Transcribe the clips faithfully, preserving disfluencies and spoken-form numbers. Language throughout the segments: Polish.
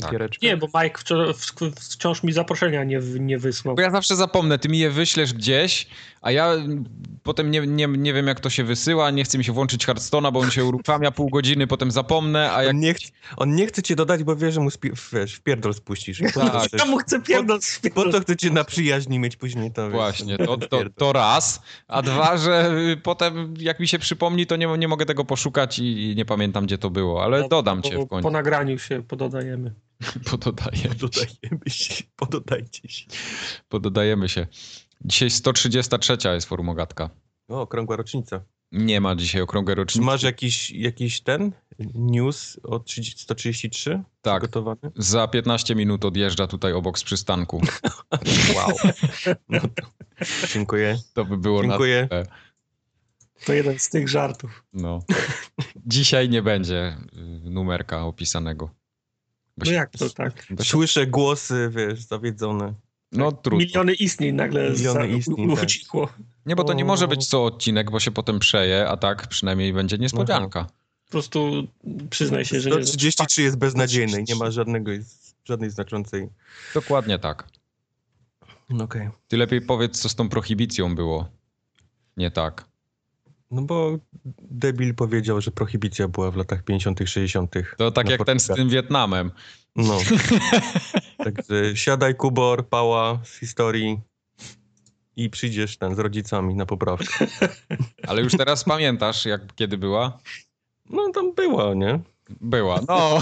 Tak. Nie, bo Mike wciąż, wciąż mi zaproszenia nie, nie wysłał. Bo ja zawsze zapomnę, ty mi je wyślesz gdzieś, a ja potem nie, nie, nie wiem, jak to się wysyła, nie chce mi się włączyć Hearthstone'a, bo on się uruchamia pół godziny, potem zapomnę, a jak... On nie, ch- on nie chce cię dodać, bo wie, że mu spi- wiesz, w pierdol spuścisz. Tak. Ja mu chcę pierdol Po, po to chce cię na przyjaźni mieć później to, wiesz, Właśnie, ten to, to, pierdol. to raz, a dwa, że potem jak mi się przypomni, to nie, nie mogę tego poszukać i, i nie pamiętam, gdzie to było, ale No, dodam po, cię w końcu. Po nagraniu się pododajemy. Pododajemy. Pododajemy się, pododajcie się. Pododajemy się. Dzisiaj sto trzydziesta trzecia jest Forumogatka. O, okrągła rocznica. Nie ma dzisiaj okrągłej Czy rocznicy. masz jakiś, jakiś ten news o sto trzydzieści trzy? Tak. Przygotowany? Za piętnaście minut odjeżdża tutaj obok z przystanku. Wow. No to, dziękuję. To by było Dziękuję. na tyle. To jeden z tych żartów. No. Dzisiaj nie będzie y, numerka opisanego. Bo No się- jak to tak? bo się- Słyszę głosy, wiesz, zawiedzone. No trudno. Miliony istnień nagle Miliony za, istnień, u- tak. ucichło. Nie, bo to nie O. może być co odcinek, bo się potem przeje, a tak przynajmniej będzie niespodzianka. Po prostu przyznaj się, że... sto trzydzieści trzy jest beznadziejny, nie ma żadnego, żadnej znaczącej... Dokładnie tak. No okej. Ty lepiej powiedz, co z tą prohibicją było. Nie tak. No bo debil powiedział, że prohibicja była w latach pięćdziesiątych, sześćdziesiątych. To tak na jak ten z Portugalii. tym Wietnamem. No. Także siadaj, Kubor, pała z historii i przyjdziesz tam z rodzicami na poprawkę. Ale już teraz pamiętasz, jak kiedy była? No tam była, nie? Była. No.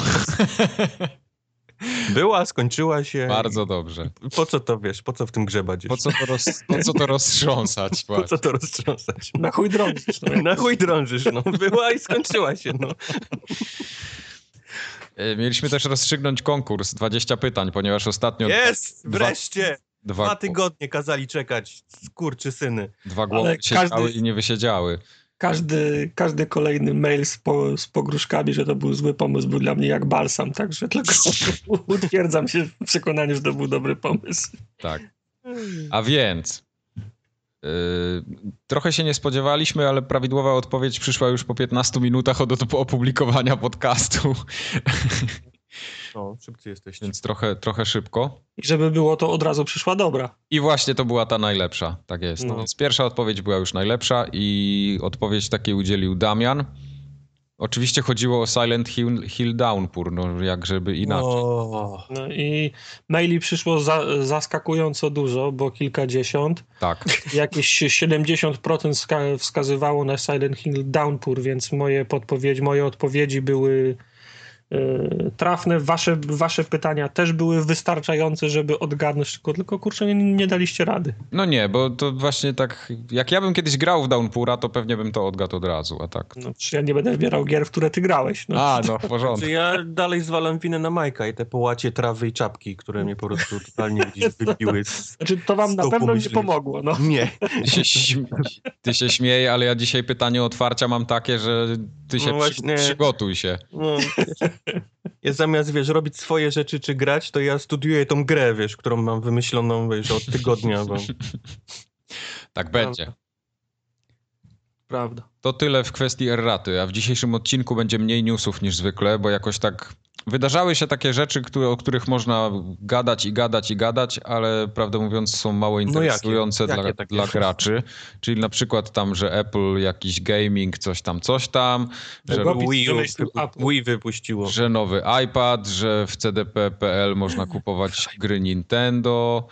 Była, skończyła się. Bardzo dobrze. Po co to, wiesz, po co w tym grzebać? Po co to, roz, po co to roztrząsać? Po Właśnie. co to roztrząsać? Na chuj drążysz. No. Na chuj drążysz, no. Była i skończyła się, no. E, Mieliśmy też rozstrzygnąć konkurs, dwadzieścia pytań, ponieważ ostatnio... Jest! dwa- Wreszcie! Dwa, Dwa tygodnie kazali czekać, skurczysyny. dwa głowy Ale siedziały każdy- i nie wysiedziały. Każdy, każdy kolejny mail z, po, z pogróżkami, że to był zły pomysł, był dla mnie jak balsam, także tylko utwierdzam się w przekonaniu, że to był dobry pomysł. Tak. A więc... Yy, trochę się nie spodziewaliśmy, ale prawidłowa odpowiedź przyszła już po piętnastu minutach od opublikowania podcastu. No, szybcy jesteście. Więc trochę, trochę szybko. I żeby było, to od razu przyszła dobra. I właśnie to była ta najlepsza, tak jest. No. Więc pierwsza odpowiedź była już najlepsza i odpowiedź takiej udzielił Damian. Oczywiście chodziło o Silent Hill, Hill Downpour, no jak żeby inaczej. O, No i maili przyszło za, zaskakująco dużo, bo kilkadziesiąt. Tak. Jakieś siedemdziesiąt procent wska- wskazywało na Silent Hill Downpour, więc moje podpowiedzi, moje odpowiedzi były e, trafne. Wasze, wasze pytania też były wystarczające, żeby odgadnąć, tylko, tylko kurczę, nie, nie daliście rady. No nie, bo to właśnie tak, jak ja bym kiedyś grał w Downpoura, to pewnie bym to odgadł od razu, a tak. No, czy ja nie będę wybierał gier, w które ty grałeś. No. A, no w porządku. Czy ja dalej zwalam winę na Majka i te połacie trawy i czapki, które mnie po prostu totalnie gdzieś wybiły z... Znaczy, to wam na Stopu pewno nie myśleć. pomogło. No. Nie. Ty się, śm- ty się śmieje, ale ja dzisiaj pytanie otwarcia mam takie, że ty się No przy, właśnie. przygotuj się. No, ja zamiast, wiesz, robić swoje rzeczy czy grać, to ja studiuję tą grę, wiesz, którą mam wymyśloną, wiesz, od tygodnia, bo... Tak będzie. Prawda. To tyle w kwestii erraty, a w dzisiejszym odcinku będzie mniej newsów niż zwykle, bo jakoś tak wydarzały się takie rzeczy, które, o których można gadać i gadać i gadać, ale prawdę mówiąc są mało interesujące jakie? dla, Jakie takie? dla graczy. Czyli na przykład tam, że Apple jakiś gaming, coś tam, coś tam, że, Robi- Wii, U, wymyślił Apple. Wii wypuściło. że nowy iPad, że w C D P kropka P L można kupować gry Nintendo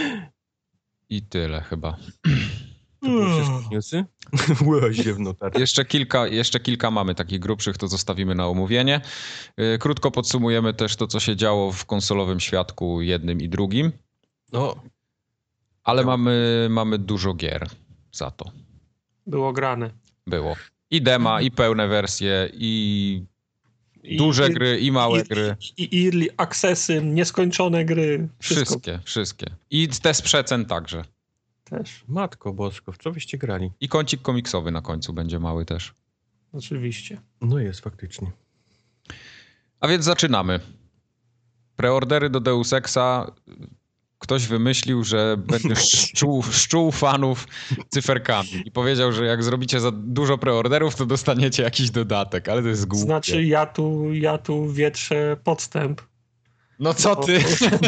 i tyle chyba. To były wszystkie newsy? Łazie w notatce. Jeszcze kilka, jeszcze kilka mamy takich grubszych, to zostawimy na omówienie. Yy, Krótko podsumujemy też to, co się działo w konsolowym świadku jednym i drugim, No, ale mamy, mamy dużo gier za to. Było grane. Było. I dema, i pełne wersje, i I, duże i, gry, i małe i, gry. I, i early accessy, nieskończone gry. Wszystko Wszystkie, wszystkie. I te z przecen także. też. matko bosko, w co wyście grali? I kącik komiksowy na końcu będzie mały też. Oczywiście. No jest, faktycznie. A więc zaczynamy. Preordery do Deus Exa. Ktoś wymyślił, że będzie szczuł, szczuł fanów cyferkami i powiedział, że jak zrobicie za dużo preorderów, to dostaniecie jakiś dodatek, ale to jest głupie. Znaczy ja tu, ja tu wietrzę podstęp. No co ty?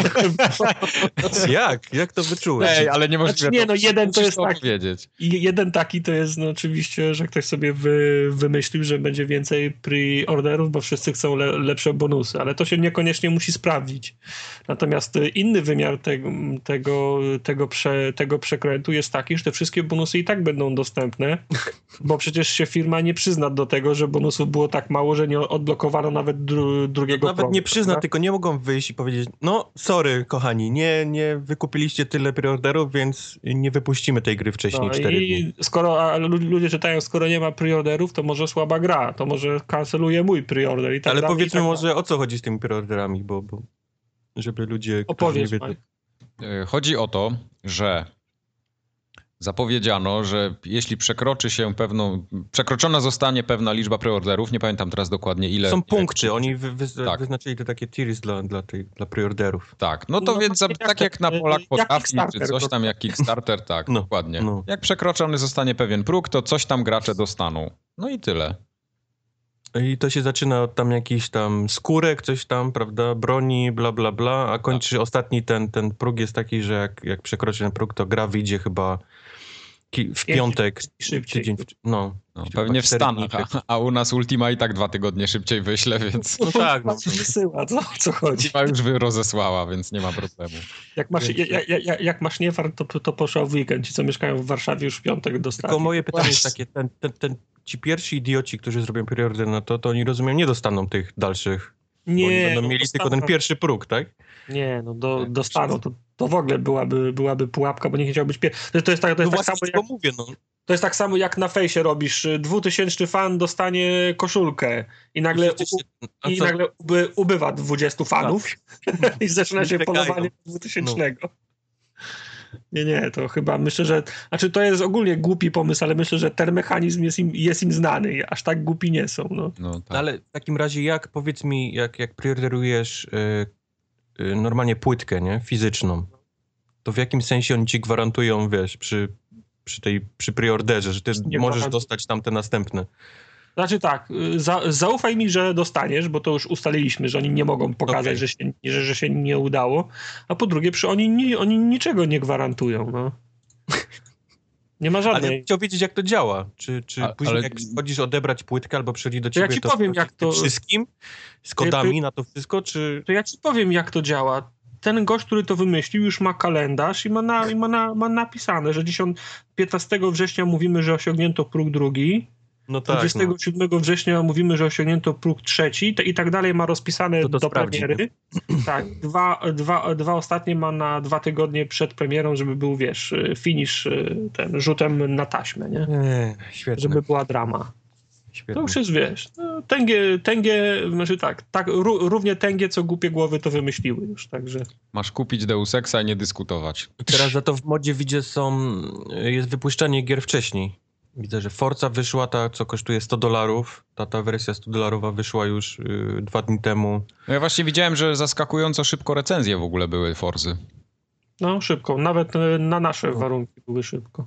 Jak? Jak to wyczułeś? Ej, ale niemożliwe. Znaczy, nie, no jeden to jest taki. Wiedzieć. I jeden taki to jest no, oczywiście, że ktoś sobie wy, wymyślił, że będzie więcej pre-orderów, bo wszyscy chcą le, lepsze bonusy, ale to się niekoniecznie musi sprawdzić. Natomiast inny wymiar te, tego, tego, prze, tego przekrętu jest taki, że te wszystkie bonusy i tak będą dostępne, bo przecież się firma nie przyzna do tego, że bonusów było tak mało, że nie odblokowano nawet dru, drugiego Nawet progu, nie przyzna, prawda? tylko nie mogą wyjść i powiedzieć, no sorry kochani, nie, nie wykupiliście tyle preorderów, więc nie wypuścimy tej gry wcześniej No cztery dni. i skoro a lu- ludzie czytają, skoro nie ma preorderów, to może słaba gra, to może kanceluje mój preorder i tak Ale dalej, i powiedzmy tak może o co chodzi z tymi preorderami, bo, bo żeby ludzie, którzy nie Opowiedz, wiedzą... Mike. Chodzi o to, że zapowiedziano, że jeśli przekroczy się pewną, przekroczona zostanie pewna liczba preorderów, nie pamiętam teraz dokładnie ile. Są ile- punkty, oni wy, wy, Tak. wyznaczyli te takie tiers dla, dla, tej, dla preorderów. Tak, no to No, więc za, jak tak to- jak na Polak jak potrafi, czy Kickstarter, coś no. tam jak Kickstarter, tak, No, dokładnie. no. Jak przekroczony zostanie pewien próg, to coś tam gracze dostaną. No i tyle. I to się zaczyna od tam jakichś tam skórek, coś tam, prawda, broni, bla, bla, bla, a kończy ostatni ten, ten próg jest taki, że jak, jak przekroczy ten próg, to gra wyjdzie chyba ki- w Pięć piątek, szybciej. tydzień, w, no. No, chyba pewnie w cztery dni Stanach, a, a u nas Ultima i tak dwa tygodnie szybciej wyśle, więc No tak, no. Ultima wysyła, co, co chodzi. Ultima już by rozesłała, więc nie ma problemu. Jak masz, Więc- jak, jak, jak masz nie fart, to, to poszła w weekend. Ci, co mieszkają w Warszawie, już w piątek dostali. Tylko moje pytanie jest takie, ten, ten, ten, ci pierwsi idioci, którzy zrobią preorder na to, to oni rozumiem nie dostaną tych dalszych, bo oni Nie, będą no mieli dostaną. tylko ten pierwszy próg, tak? Nie, no do, Tak, dostaną. To, to w ogóle byłaby, byłaby pułapka, bo nikt nie chciał być pierwszy. To, to jest tak, to jest No tak właśnie, samo tylko jak, mówię, no. to jest tak samo jak na fejsie robisz. y, Dwutysięczny fan dostanie koszulkę i nagle, Przecież się- a i co- nagle uby, ubywa dwudziestu fanów i zaczyna się Nie czekają. polowanie dwutysięcznego. Nie, nie, to chyba myślę, że... Znaczy to jest ogólnie głupi pomysł, ale myślę, że ten mechanizm jest im, jest im znany. Aż tak głupi nie są, no. No, tak. No ale w takim razie jak, powiedz mi, jak, jak preorderujesz y, y, normalnie płytkę, nie, fizyczną, to w jakim sensie oni ci gwarantują, wiesz, przy, przy tej, przy preorderze, że ty Nie możesz gwarantują. dostać tam te następne. Znaczy tak, y, za, zaufaj mi, że dostaniesz, bo to już ustaliliśmy, że oni nie mogą pokazać, Okej. że, się, że, że się nie udało. A po drugie, przy, oni, ni, oni niczego nie gwarantują, no. Nie ma Ale ja żadnej. bym chciał wiedzieć, jak to działa. Czy, czy A- później ale- jak wchodzisz odebrać płytkę albo przychodzi do To ja ciebie, ci powiem, jak to- wszystkim? Z kodami na to wszystko, czy... To ja ci powiem, jak to działa. Ten gość, który to wymyślił, już ma kalendarz i ma, na, i ma, na, ma napisane, że dziesiątego, piętnastego września mówimy, że osiągnięto próg drugi, No tak, no. dwudziestego siódmego września mówimy, że osiągnięto próg trzeci te- i tak dalej ma rozpisane To to do sprawdzi, premiery. Tak, dwa, dwa, dwa ostatnie ma na dwa tygodnie przed premierą, żeby był, wiesz, finish ten rzutem na taśmę, nie? Eee, świetne, Żeby była drama. świetne. To już jest, wiesz, no, tęgie, tęgie, znaczy tak, tak ró- równie tęgie, co głupie głowy to wymyśliły już, także... Masz kupić Deus Exa i nie dyskutować. Teraz za to w modzie widzę są, jest wypuszczanie gier wcześniej. Widzę, że Forza wyszła, ta co kosztuje sto dolarów. Ta, ta wersja sto dolarowa wyszła już y, dwa dni temu. No ja właśnie widziałem, że zaskakująco szybko recenzje w ogóle były Forzy. No, szybko. Nawet e, na nasze warunki były szybko.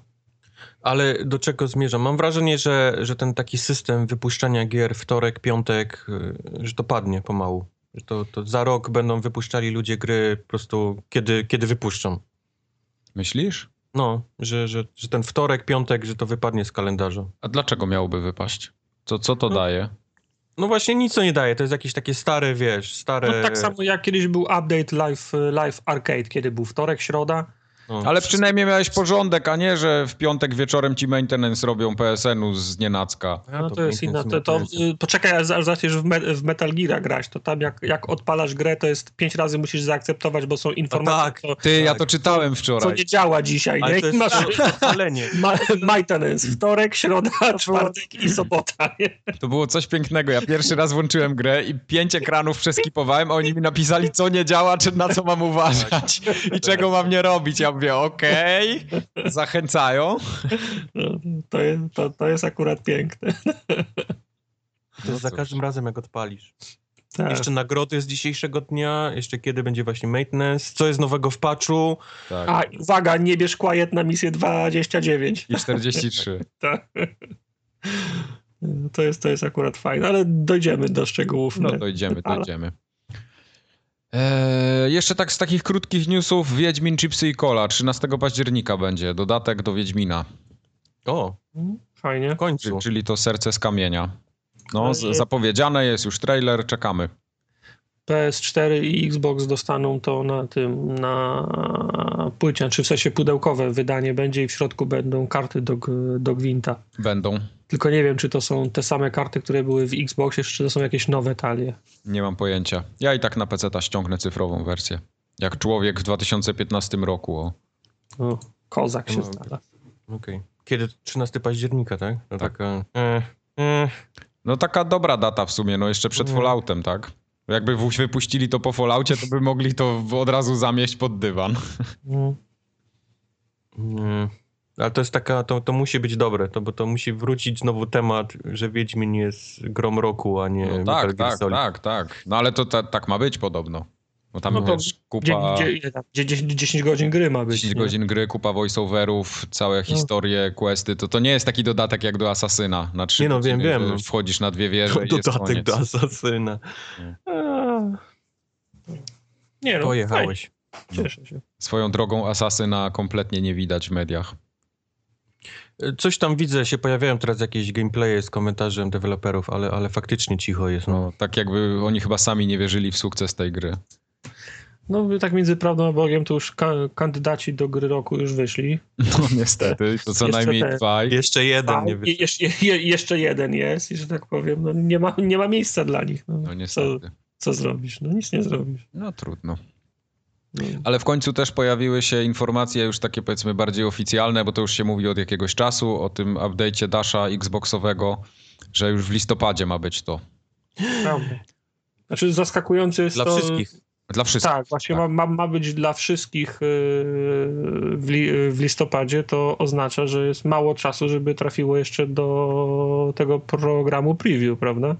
Ale do czego zmierzam? Mam wrażenie, że, że ten taki system wypuszczania gier wtorek, piątek, y, że to padnie pomału. Że to, to za rok będą wypuszczali ludzie gry po prostu kiedy, kiedy wypuszczą. Myślisz? No, że, że, że ten wtorek, piątek, że to wypadnie z kalendarza. A dlaczego miałoby wypaść? Co, co to No. daje? No właśnie nic to nie daje, to jest jakieś takie stare, wiesz, stare... No tak samo jak kiedyś był update live, live arcade, kiedy był wtorek, środa. No. Ale przynajmniej miałeś porządek, a nie, że w piątek wieczorem ci maintenance robią P S N u z nienacka. A, No to jest inna. To, to, maintenance. y, poczekaj, aż aż zaczniesz w, me, w Metal Geara grać, to tam jak, jak odpalasz grę, to jest pięć razy musisz zaakceptować, bo są informacje, tak. co, Ty, ja Tak. to czytałem co wczoraj. nie działa dzisiaj, Ale nie? to I jest masz szalenie. ma, maintenance, wtorek, środa, czwartek i sobota, nie? To było coś pięknego. Ja pierwszy raz włączyłem grę i pięć ekranów przeskipowałem, a oni mi napisali, co nie działa, czy na co mam uważać i czego mam nie robić. Ja mówię, okej, zachęcają. No, to, jest, to, to jest akurat piękne. To jest za cóż. każdym razem, jak odpalisz. Tak. Jeszcze nagrody z dzisiejszego dnia, jeszcze kiedy będzie właśnie maintenance, co jest nowego w patchu. Tak. A uwaga, nie bierz Quiet na misję dwadzieścia dziewięć. I czterdzieści trzy. Tak. To jest, to jest akurat fajne, ale dojdziemy do szczegółów. No dojdziemy, Ale- dojdziemy. Eee, jeszcze tak z takich krótkich newsów, Wiedźmin, Chipsy i Cola, trzynastego października będzie, dodatek do Wiedźmina. O, Fajnie. w końcu. Czyli to Serce z Kamienia. No, z- Ale- zapowiedziane jest już trailer, czekamy. P S cztery i Xbox dostaną to na tym, na płycie, czy w sensie pudełkowe wydanie będzie i w środku będą karty do, g- do Gwinta. Będą. Tylko nie wiem, czy to są te same karty, które były w Xboxie, czy to są jakieś nowe talie. Nie mam pojęcia. Ja i tak na peceta ściągnę cyfrową wersję. Jak człowiek w dwa tysiące piętnastym roku. O. O, kozak się No. znalazł. Okej. Kiedy? trzynastego października, tak? No Tak. taka... E, e, No taka dobra data w sumie, no jeszcze przed Nie. Falloutem, tak? Jakby w- wypuścili to po Falloutie, to by mogli to od razu zamieść pod dywan. Mm. nie. Ale to jest taka, to, to musi być dobre, to, bo to musi wrócić znowu temat, że Wiedźmin jest grom roku, a nie No Metal tak, Gear tak, Solid. tak, tak. No ale to ta, tak ma być podobno. Bo tam No to wiesz, Dzie- kupa... dzie- ile tam? Dzie- dziesięć, dziesięć godzin gry ma być. dziesięć nie? godzin gry, kupa voiceoverów, całe historie, questy, to to nie jest taki dodatek jak do Asasyna. Na trzy Nie no, wiem, godziny, wiem, że no. Wchodzisz na dwie wieże i jest Dodatek koniec. do Asasyna. Nie. A, Nie no, Pojechałeś. fajnie, cieszę się. Swoją drogą Asasyna kompletnie nie widać w mediach. Coś tam widzę, się pojawiają teraz jakieś gameplaye z komentarzem deweloperów, ale, ale faktycznie cicho jest. No. No, tak jakby oni chyba sami nie wierzyli w sukces tej gry. No tak między prawdą a Bogiem to już ka- kandydaci do gry roku już wyszli. No niestety, to co Jeszcze najmniej te- dwaj. Jeszcze jeden A, nie je, wyszedł. jeszcze, je, jeszcze jeden jest i że tak powiem, no nie ma, nie ma miejsca dla nich. No, No co, niestety. co zrobisz? No nic nie zrobisz. No trudno. No. Ale w końcu też pojawiły się informacje już takie powiedzmy bardziej oficjalne, bo to już się mówi od jakiegoś czasu, o tym update'cie Dasha Xboxowego, że już w listopadzie ma być to. Prawda. Znaczy zaskakujące jest Dla to... wszystkich. Dla wszystkich. Tak, właśnie tak. Ma, ma, ma być dla wszystkich yy, w, li, w listopadzie. To oznacza, że jest mało czasu, żeby trafiło jeszcze do tego programu preview, prawda?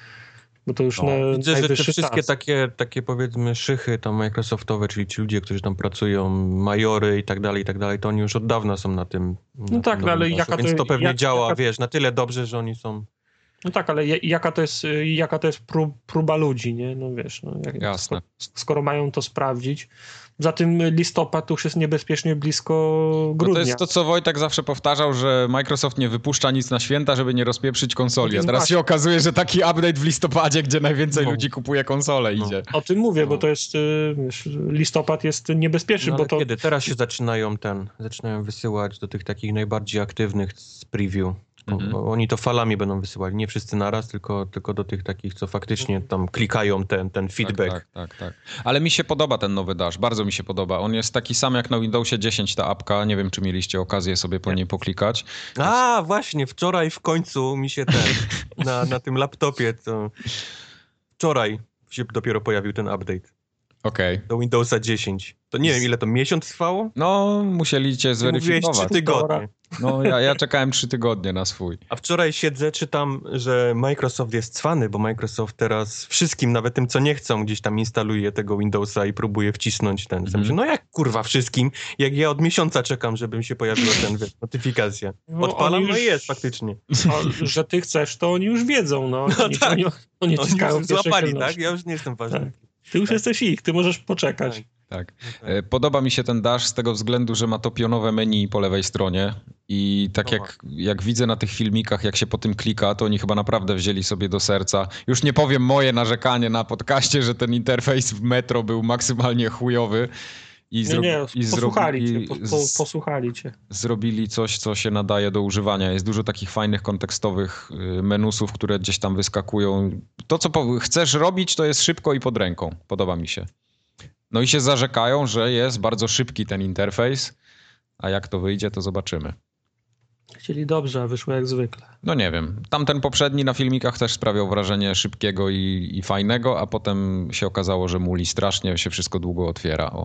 Bo to już No, na, widzę, że te najwyższy wszystkie czas. takie, takie powiedzmy szychy tam Microsoftowe, czyli ci ludzie, którzy tam pracują, majory i tak dalej, i tak dalej, to oni już od dawna są na tym. Na tym tak, no nowym ale Dashu, jaka to- Więc to pewnie jak- działa, jaka- wiesz, na tyle dobrze, że oni są... No tak, ale ja- jaka to jest, y, jaka to jest prób, próba ludzi, nie? No wiesz, no, jak, Jasne. Skoro, skoro mają to sprawdzić. Za tym listopad to już jest niebezpiecznie blisko No grudnia. to jest to, co Wojtek zawsze powtarzał, że Microsoft nie wypuszcza nic na święta, żeby nie rozpieprzyć konsoli. A Więc teraz właśnie. się okazuje, że taki update w listopadzie, gdzie najwięcej No. ludzi kupuje konsole, No. idzie. O tym mówię, No. bo to jest, y, wiesz, listopad jest niebezpieczny, No, bo ale to... kiedy? Teraz się zaczynają ten, zaczynają wysyłać do tych takich najbardziej aktywnych z preview. Mhm. Bo Oni to falami będą wysyłali, nie wszyscy naraz, tylko, tylko do tych takich, co faktycznie tam klikają ten, ten feedback. Tak, tak, tak, tak. Ale mi się podoba ten nowy Dash, bardzo mi się podoba. On jest taki sam jak na Windowsie dziesięć, ta apka. Nie wiem, czy mieliście okazję sobie po niej poklikać. A, właśnie, wczoraj w końcu mi się ten, na, na tym laptopie, to wczoraj się dopiero pojawił ten update Okej. do Windowsa dziesięć. To nie wiem, ile to miesiąc trwało? No, musieli cię Ty mówiłeś zweryfikować. trzy tygodnie. No, ja, ja czekałem trzy tygodnie na swój. A wczoraj siedzę, czytam, że Microsoft jest cwany, bo Microsoft teraz wszystkim, nawet tym, co nie chcą, gdzieś tam instaluje tego Windowsa i próbuje wcisnąć ten. Mhm. Mm. No jak kurwa wszystkim, jak ja od miesiąca czekam, żeby mi się pojawiła ten, wiesz, notyfikacja. No, Odpalam, oni no i już- jest faktycznie. O, że ty chcesz, to oni już wiedzą, no. No Oni, tak. oni, oni Oni ciskają już w pierwszej złapali, kolejności. tak? Ja już nie jestem ważny. Tak. Ty już jesteś ich, ty możesz poczekać. Tak. Tak. tak. E, Podoba mi się ten Dash z tego względu, że ma to pionowe menu po lewej stronie i tak No jak, jak widzę na tych filmikach, jak się po tym klika, to oni chyba naprawdę wzięli sobie do serca. Już nie powiem moje narzekanie na podcaście, że ten interfejs w Metro był maksymalnie chujowy i, Nie, zro- nie, i posłuchali zrobili, cię, po, po, z- posłuchali cię. zrobili coś, co się nadaje do używania. Jest dużo takich fajnych, kontekstowych y, menusów, które gdzieś tam wyskakują. To, co po- chcesz robić, to jest szybko i pod ręką. Podoba mi się. No i się zarzekają, że jest bardzo szybki ten interfejs, a jak to wyjdzie, to zobaczymy. Chcieli dobrze, a wyszło jak zwykle. No nie wiem. Tamten poprzedni na filmikach też sprawiał wrażenie szybkiego i, i fajnego, a potem się okazało, że muli strasznie, się wszystko długo otwiera. O.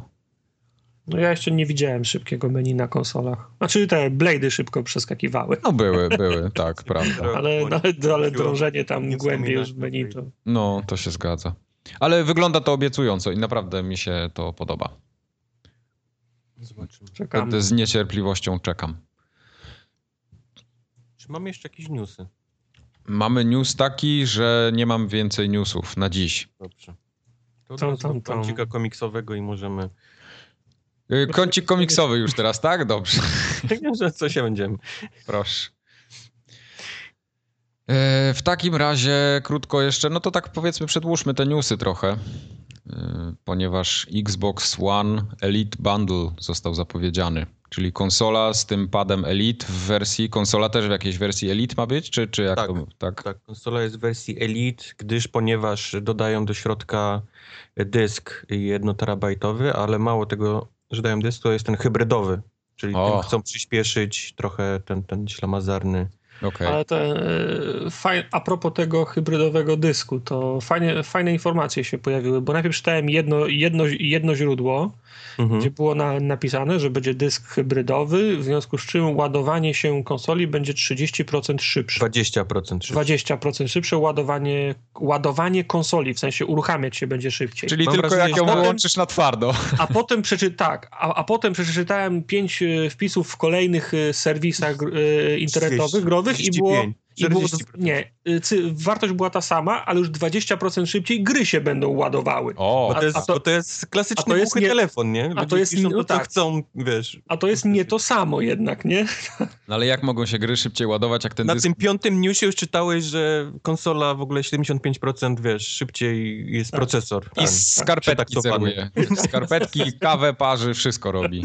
No ja jeszcze nie widziałem szybkiego menu na konsolach. Znaczy te blade'y szybko przeskakiwały. No były, były, tak, prawda. Ale, no, ale, ale drążenie tam Nie głębiej już wspominać w menu o to... No, to się zgadza. Ale wygląda to obiecująco i naprawdę mi się to podoba. Zobaczymy. Czekamy. Będę z niecierpliwością czekam. Czy mamy jeszcze jakieś newsy? Mamy news taki, że nie mam więcej newsów na dziś. Dobrze. To od Tam, razu tam, do tam. kącika komiksowego i możemy... Y, Kącik komiksowy już teraz, tak? Dobrze. że co się będziemy. Proszę. E, W takim razie krótko jeszcze, no to tak powiedzmy przedłużmy te newsy trochę, e, ponieważ Xbox One Elite Bundle został zapowiedziany, czyli konsola z tym padem Elite w wersji, konsola też w jakiejś wersji Elite ma być, czy, czy jak Tak. to? Tak. Tak, konsola jest w wersji Elite, gdyż ponieważ dodają do środka dysk jednoterabajtowy, ale mało tego, że dają dysk, to jest ten hybrydowy, czyli O. tym chcą przyspieszyć trochę ten, ten ślamazarny. Okej. Ale te, e, faj, a propos tego hybrydowego dysku, to fajnie, fajne informacje się pojawiły, bo najpierw czytałem jedno, jedno, jedno źródło, Mhm. gdzie było na, napisane, że będzie dysk hybrydowy, w związku z czym ładowanie się konsoli będzie trzydzieści procent szybsze. dwadzieścia procent szybciej. dwadzieścia procent szybsze ładowanie, ładowanie konsoli, w sensie uruchamiać się będzie szybciej. Czyli Mam tylko wrażenie, jak ją że potem- wyłączysz na twardo. A potem przeczy, tak, a, a potem przeczytałem pięć e, wpisów w kolejnych e, serwisach e, internetowych, growych i było, i było czterdzieści procent. nie, e, cy, wartość była ta sama, ale już dwadzieścia procent szybciej gry się będą ładowały. O, Bo to jest, a to- bo to jest klasyczny a to jest głuchy nie- telefon, nie? Ludzie to jest- piszą no to, co tak. chcą, wiesz. A to jest nie to samo jednak, nie? no ale jak mogą się gry szybciej ładować, jak ten Na dysk... tym piątym newsie już czytałeś, że konsola w ogóle siedemdziesiąt pięć procent, wiesz, szybciej jest Tak. procesor. I Tak. skarpetki przetaksowany. ceruje. Skarpetki, kawę parzy, wszystko robi.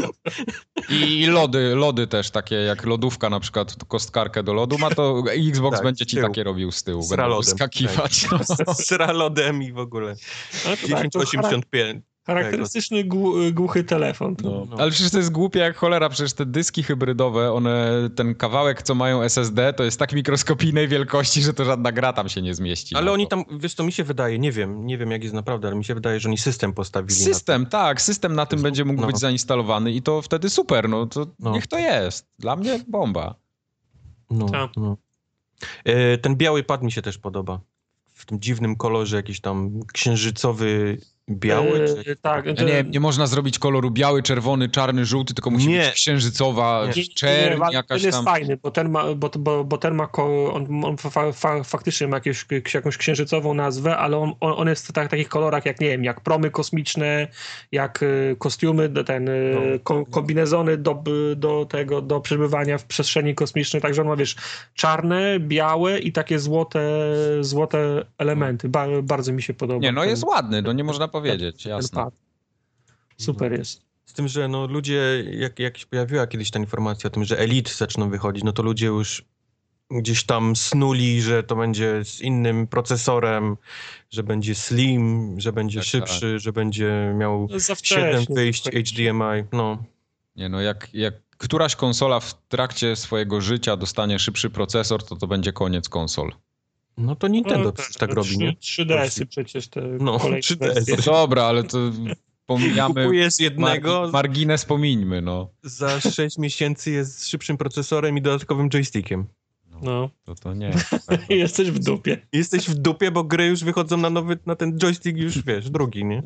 I, I lody, lody też takie, jak lodówka na przykład, kostkarkę do lodu ma, to Xbox Tak, będzie z ci tyłu. takie robił z tyłu. Z Będą ralodem, wyskakiwać. Z ralodem i w ogóle. Ale to tak, dziesięć to osiemdziesiąt pięć. charakterystyczny głu, głuchy telefon. No. No. Ale przecież to jest głupie jak cholera, przecież te dyski hybrydowe, one, ten kawałek, co mają S S D, to jest tak mikroskopijnej wielkości, że to żadna gra tam się nie zmieści. Ale na oni to. tam, wiesz co mi się wydaje, nie wiem, nie wiem jak jest naprawdę, ale mi się wydaje, że oni system postawili System, tak, system na tym jest- będzie mógł no. być zainstalowany i to wtedy super, no to No. niech to jest. Dla mnie bomba. na to. No, Tak. no. E, ten biały pad mi się też podoba. W tym dziwnym kolorze jakiś tam księżycowy biały. E, czy... tak, Ja to- nie, nie można zrobić koloru biały, czerwony, czarny, żółty, tylko musi Nie. być księżycowa, Nie. czerń, wa- jakaś ten jest tam... fajny, bo ten ma, bo, bo, bo ten ma ko, on, on fa, fa, faktycznie ma jakieś, jakąś księżycową nazwę, ale on, on, on jest w tak, takich kolorach jak, nie wiem, jak promy kosmiczne, jak y, kostiumy, ten y, No. ko, kombinezony do, do tego, do przebywania w przestrzeni kosmicznej, także on ma, wiesz, czarne, białe i takie złote, złote elementy. Ba, bardzo mi się podoba. Nie, no ten, jest ładny, no nie można powiedzieć, ten jasne. pad. Super jest. Z tym, że no ludzie, jak, jak się pojawiła kiedyś ta informacja o tym, że Elite zaczną wychodzić, no to ludzie już gdzieś tam snuli, że to będzie z innym procesorem, że będzie slim, że będzie Tak, szybszy, że będzie miał No, za siedem wcześnie. wyjść H D M I, no. Nie, no jak, jak któraś konsola w trakcie swojego życia dostanie szybszy procesor, to to będzie koniec konsol. No to Nintendo No, przecież tak robi, nie? trzy D S y przecież te No, kolejne trzy D S y. wersje. No dobra, ale to pomijamy... Kupujesz jednego, Mar- margines pomińmy, no. za sześć miesięcy jest z szybszym procesorem i dodatkowym joystickiem. No. To to nie. Jesteś w dupie. Jesteś w dupie, bo gry już wychodzą na nowy, na ten joystick już, wiesz, drugi, nie?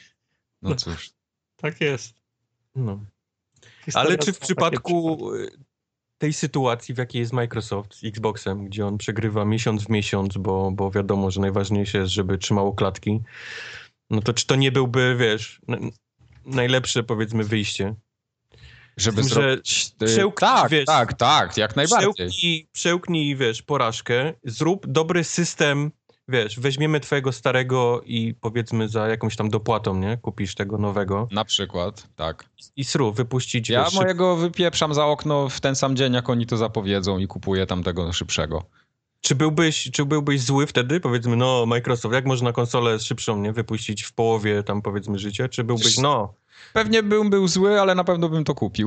No cóż. Tak jest. No. Historia Ale czy w zna takie przypadku y, tej sytuacji, w jakiej jest Microsoft z Xboxem, gdzie on przegrywa miesiąc w miesiąc, bo, bo wiadomo, że najważniejsze jest, żeby trzymało klatki, no to czy to nie byłby, wiesz, n- najlepsze, powiedzmy, wyjście? Żeby Z tym, że zrobić... y, przełk- tak, wiesz, tak, tak, jak najbardziej. Przełknij, przełknij, wiesz, porażkę, zrób dobry system, wiesz, weźmiemy twojego starego i powiedzmy za jakąś tam dopłatą, nie? Kupisz tego nowego Na przykład, tak. i sru, wypuścić, Ja wiesz, mojego wypieprzam za okno w ten sam dzień, jak oni to zapowiedzą i kupuję tamtego szybszego. Czy byłbyś, czy byłbyś zły wtedy? Powiedzmy, no Microsoft, jak można konsolę szybszą, nie? Wypuścić w połowie tam, powiedzmy, życia? Czy byłbyś, no... Pewnie bym był zły, ale na pewno bym to kupił.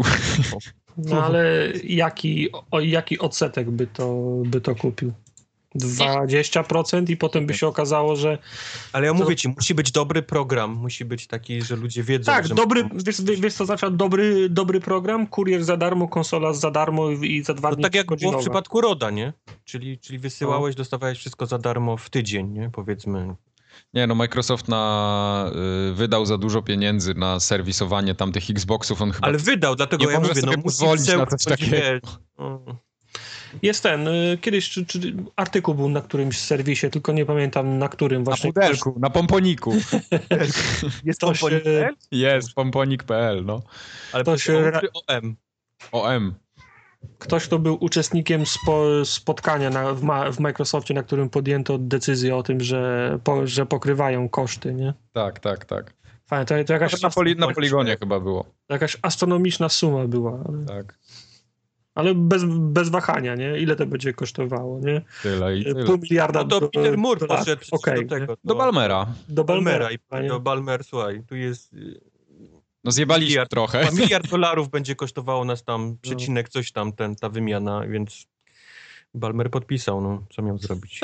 No ale jaki, o, jaki odsetek by to, by to kupił? dwadzieścia procent i potem by się okazało, że Ale ja To- mówię ci, musi być dobry program, musi być taki, że ludzie wiedzą, tak, że... dobry, wiesz, wiesz co znaczy dobry, dobry program, kurier za darmo, konsola za darmo i za dwa No dni tak jak przychodzi było w nowa. przypadku Roda, nie? Czyli, czyli No. wysyłałeś, dostawałeś wszystko za darmo w tydzień, nie? Powiedzmy. Nie, no Microsoft na, y, wydał za dużo pieniędzy na serwisowanie tamtych Xboxów. On chyba Ale wydał, dlatego nie ja może mówię, no sobie musi pozwolić na przełknąć, coś takiego. wiesz, no. Jest ten, y, kiedyś czy, czy artykuł był na którymś serwisie, tylko nie pamiętam na którym właśnie. Na pudelku, ktoś... na pomponiku. Jest to się... pomponik.pl? Jest, pomponik kropka p l, no. Ale to się... O M. O M. Ktoś, kto był uczestnikiem spo, spotkania na, w, ma, w Microsoftie, na którym podjęto decyzję o tym, że, po, że pokrywają koszty, nie? Tak, tak, tak. Fajnie, to, to jakaś na, poli, na poligonie chyba było. Jakaś astronomiczna suma była. Ale, tak. ale bez, bez wahania, nie? Ile to będzie kosztowało, nie? Tyle i tyle. Pół miliarda No to do, Peter Moore dolarów. poszedł okay, do tego. Do Balmera. Do Balmera. I do Balmer, słuchaj, tu jest... No zjebaliśmy miliard, trochę. Miliard dolarów będzie kosztowało nas tam przecinek coś tam, ten, ta wymiana, więc Balmer podpisał, no, co miał zrobić.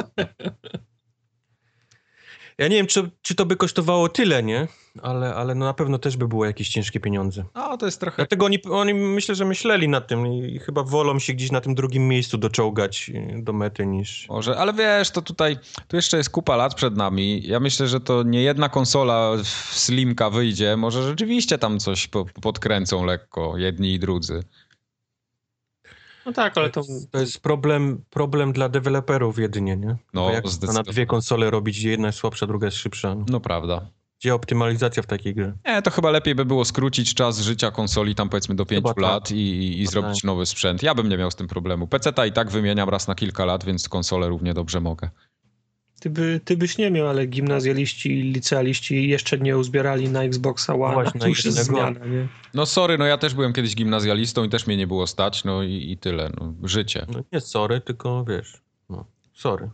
Ja nie wiem, czy, czy to by kosztowało tyle, nie? Ale, ale no na pewno też by było jakieś ciężkie pieniądze. No, to jest trochę... Dlatego oni, oni myślę, że myśleli nad tym i chyba wolą się gdzieś na tym drugim miejscu doczołgać do mety niż... Może, ale wiesz, to tutaj, tu jeszcze jest kupa lat przed nami. Ja myślę, że to nie jedna konsola w Slimka wyjdzie. Może rzeczywiście tam coś po, podkręcą lekko, jedni i drudzy. No tak, ale to... To jest problem, problem dla deweloperów jedynie, nie? No, bo jak na dwie konsole robić, gdzie jedna jest słabsza, druga jest szybsza. No, no prawda. Gdzie optymalizacja w takiej grze? Nie, to chyba lepiej by było skrócić czas życia konsoli tam powiedzmy do pięciu Chyba lat tak. i, i zrobić tak. nowy sprzęt. Ja bym nie miał z tym problemu. Peceta i tak wymieniam raz na kilka lat, więc konsolę równie dobrze mogę. Ty, by, ty byś nie miał, ale gimnazjaliści i licealiści jeszcze nie uzbierali na Xboxa One, No właśnie, to już jest na zmiana, nie? No sorry, no ja też byłem kiedyś gimnazjalistą i też mnie nie było stać, no i, i tyle, no życie. No nie sorry, tylko wiesz, no sorry.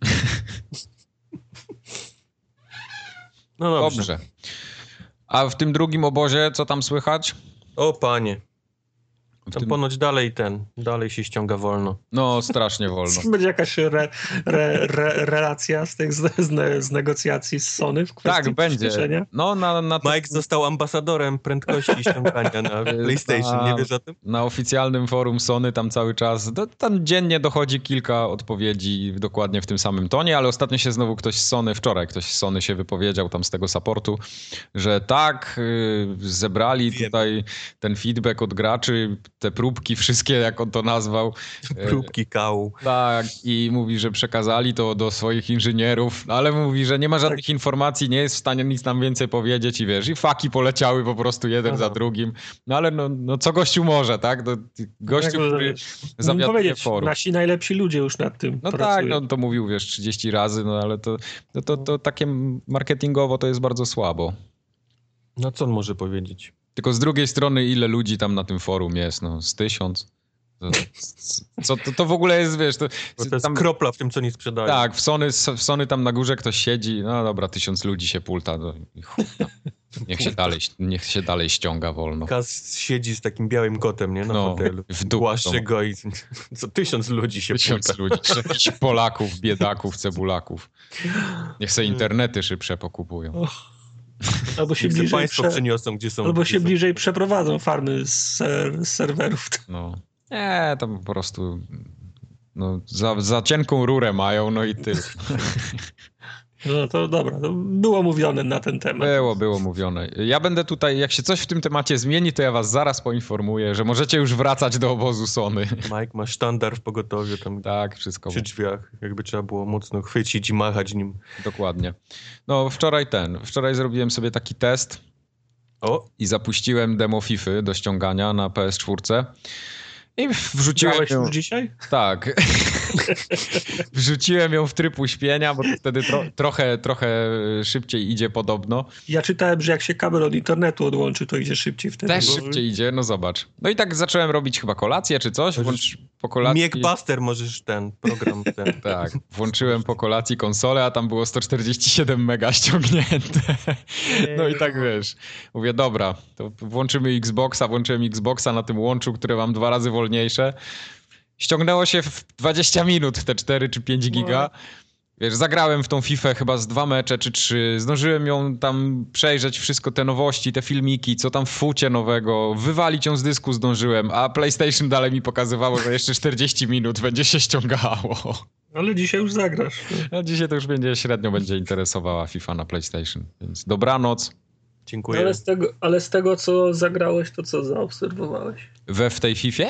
No dobrze. Dobrze. A w tym drugim obozie, co tam słychać? O panie. W Tam tym... ponoć dalej ten, dalej się ściąga wolno. No, strasznie wolno. Będzie jakaś re, re, re, relacja z tych z, z, z negocjacji z Sony w kwestii Tak, będzie. przyspieszenia? No, na, na, Mike został ambasadorem prędkości ściągania na PlayStation, nie wiesz o tym? Na oficjalnym forum Sony tam cały czas, do, tam dziennie dochodzi kilka odpowiedzi dokładnie w tym samym tonie, ale ostatnio się znowu ktoś z Sony, wczoraj ktoś z Sony się wypowiedział tam z tego supportu, że tak, yy, zebrali Wiem. tutaj ten feedback od graczy, te próbki wszystkie, jak on to nazwał. Próbki kału. Tak, i mówi, że przekazali to do swoich inżynierów, ale mówi, że nie ma żadnych tak. informacji, nie jest w stanie nic nam więcej powiedzieć i wiesz, i faki poleciały po prostu jeden Aha. za drugim. No ale no, no co gościu może, tak? No, gościu, jak który zawiaduje powiedzieć, forum. Nasi najlepsi ludzie już nad tym No pracują. tak, no to mówił, wiesz, trzydzieści razy, no ale to, no, to, to takie marketingowo to jest bardzo słabo. No co on może powiedzieć? Tylko z drugiej strony, ile ludzi tam na tym forum jest? No, z tysiąc. To, co, to, to w ogóle jest, wiesz... To, Bo to jest tam, kropla w tym, co nie sprzedają. Tak, w Sony, w Sony tam na górze ktoś siedzi, no dobra, tysiąc ludzi się pulta. No, niech, się dalej, niech się dalej ściąga wolno. Kaz siedzi z takim białym kotem, nie? Na no, fotelu. w dół. Głaszcze go i co tysiąc ludzi się Tysiąc pulta. ludzi, jakichś Polaków, biedaków, cebulaków. Niech se internety szybsze pokupują. Och. Albo się Niech bliżej państwo prze... przeniosą, gdzie są. Albo gdzie się są. bliżej przeprowadzą farmy z, ser... z serwerów. No. Nie, tam po prostu no, za, za cienką rurę mają, no i tyle. No to dobra, to było mówione na ten temat. Było, było mówione. Ja będę tutaj, jak się coś w tym temacie zmieni, to ja was zaraz poinformuję, że możecie już wracać do obozu Sony. Mike ma sztandar w pogotowiu tam tak, wszystko. przy drzwiach. Jakby trzeba było mocno chwycić i machać nim. Dokładnie. No wczoraj ten, wczoraj zrobiłem sobie taki test o. i zapuściłem demo FIFA do ściągania na P S cztery. I wrzuciłem Grałeś ją... już dzisiaj? Tak. Wrzuciłem ją w tryb uśpienia, bo to wtedy tro, trochę, trochę szybciej idzie podobno. Ja czytałem, że jak się kabel od internetu odłączy, to idzie szybciej wtedy. Też bo... szybciej idzie, no zobacz. No i tak zacząłem robić chyba kolację czy coś. Włącz, po kolacji... Miegbuster możesz ten program. Ten. Tak, włączyłem po kolacji konsolę, a tam było sto czterdzieści siedem mega ściągnięte. No i tak wiesz. Mówię, dobra, to włączymy Xboxa, włączyłem Xboxa na tym łączu, które mam dwa razy wolniejsze. Ściągnęło się w dwadzieścia minut te cztery czy pięć giga. Wiesz, zagrałem w tą Fifę chyba z dwa mecze czy trzy. Zdążyłem ją tam przejrzeć, wszystko te nowości, te filmiki, co tam w fucie nowego. Wywalić ją z dysku zdążyłem, a PlayStation dalej mi pokazywało, że jeszcze czterdzieści minut będzie się ściągało. Ale dzisiaj już zagrasz. A dzisiaj to już będzie średnio będzie interesowała FIFA na PlayStation. Więc dobranoc. Dziękuję. Ale z tego, ale z tego co zagrałeś, to co zaobserwowałeś? We w tej Fifie?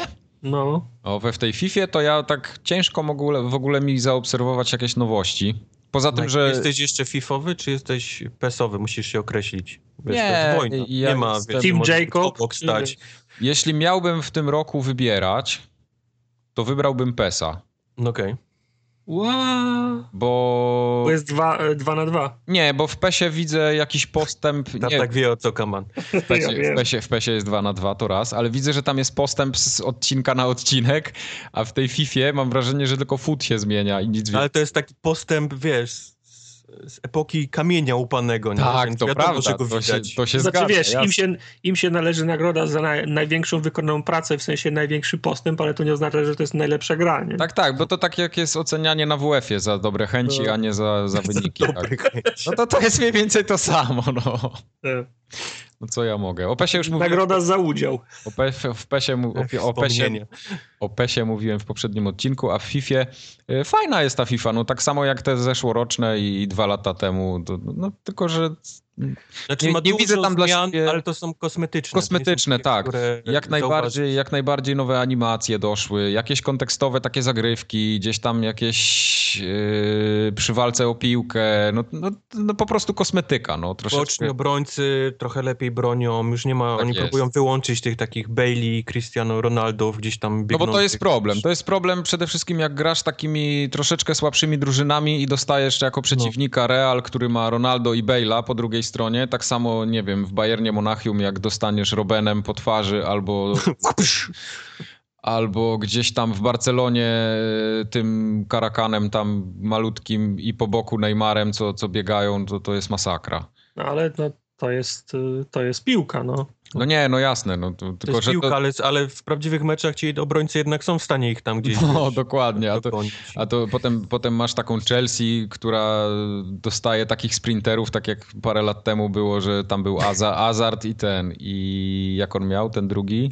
No. O, we w tej Fifie to ja tak ciężko mogę w ogóle mi zaobserwować jakieś nowości. Poza tym, Tak, że... Jesteś jeszcze fifowy, czy jesteś pesowy? Musisz się określić. Wiesz, Nie, to jest wojna. ja nie ma, jestem- wiesz, Team możesz Jacob, obok stać. Jeśli miałbym w tym roku wybierać, to wybrałbym PESa. No okej. Wow. Bo... To jest dwa, e, dwa na dwa. Nie, bo w PESie widzę jakiś postęp... Tak, Nie, tak wie o co kaman. w PESie, Ja wiem. w, PESie, w PESie jest dwa na dwa, to raz, ale widzę, że tam jest postęp z odcinka na odcinek, a w tej Fifie mam wrażenie, że tylko foot się zmienia i nic więcej. Ale to jest taki postęp, wiesz, z, z epoki kamienia upanego, nie? Tak, Więc to wiadomo, prawda, że go to się, widać. to się Znaczy zgadza. wiesz, jasne. im się, im się należy nagroda za naj, największą wykonaną pracę, w sensie największy postęp, ale to nie oznacza, że to jest najlepsza gra, nie? Tak, tak, bo to tak jak jest ocenianie na W F-ie za dobre chęci, No. a nie za, za wyniki. Tak. Dobry chęć. No to to jest mniej więcej to samo, no. E, No co ja mogę? O PESie już mówiłem. Nagroda za udział. O, P, w PESie, mu- o, o, PESie, Wspomnienia. o PESie mówiłem w poprzednim odcinku, a w Fifie y, fajna jest ta FIFA, no tak samo jak te zeszłoroczne i dwa lata temu, to, no tylko, że Znaczy Nie- ma nie dużo widzę tam dla zmian, siebie- ale to są kosmetyczne. To nie są kosmetyczne, takie, tak. które Jak najbardziej, jak najbardziej nowe animacje doszły, jakieś kontekstowe takie zagrywki, gdzieś tam jakieś yy, przy walce o piłkę, no, no, no po prostu kosmetyka, no Boczni troszeczkę. obrońcy trochę lepiej bronią, już nie ma, Tak oni jest. próbują wyłączyć tych takich Bailey, Cristiano Ronaldo gdzieś tam No biegną. bo to jest problem. To jest problem przede wszystkim jak grasz takimi troszeczkę słabszymi drużynami i dostajesz jako przeciwnika Real, który ma Ronaldo i Bale'a po drugiej stronie. Tak samo, nie wiem, w Bayernie Monachium jak dostaniesz Robenem po twarzy albo... Albo gdzieś tam w Barcelonie tym Karakanem tam malutkim i po boku Neymarem, co, co biegają, to, to jest masakra. No ale no, to, jest, y, to jest piłka, no. No nie, no jasne. No, to, To tylko, jest że piłka, to... ale, ale w prawdziwych meczach ci obrońcy jednak są w stanie ich tam gdzieś No wiesz, dokładnie, a to, dogonić. a to potem, potem masz taką Chelsea, która dostaje takich sprinterów, tak jak parę lat temu było, że tam był Aza, Hazard i ten. I jak on miał, ten drugi?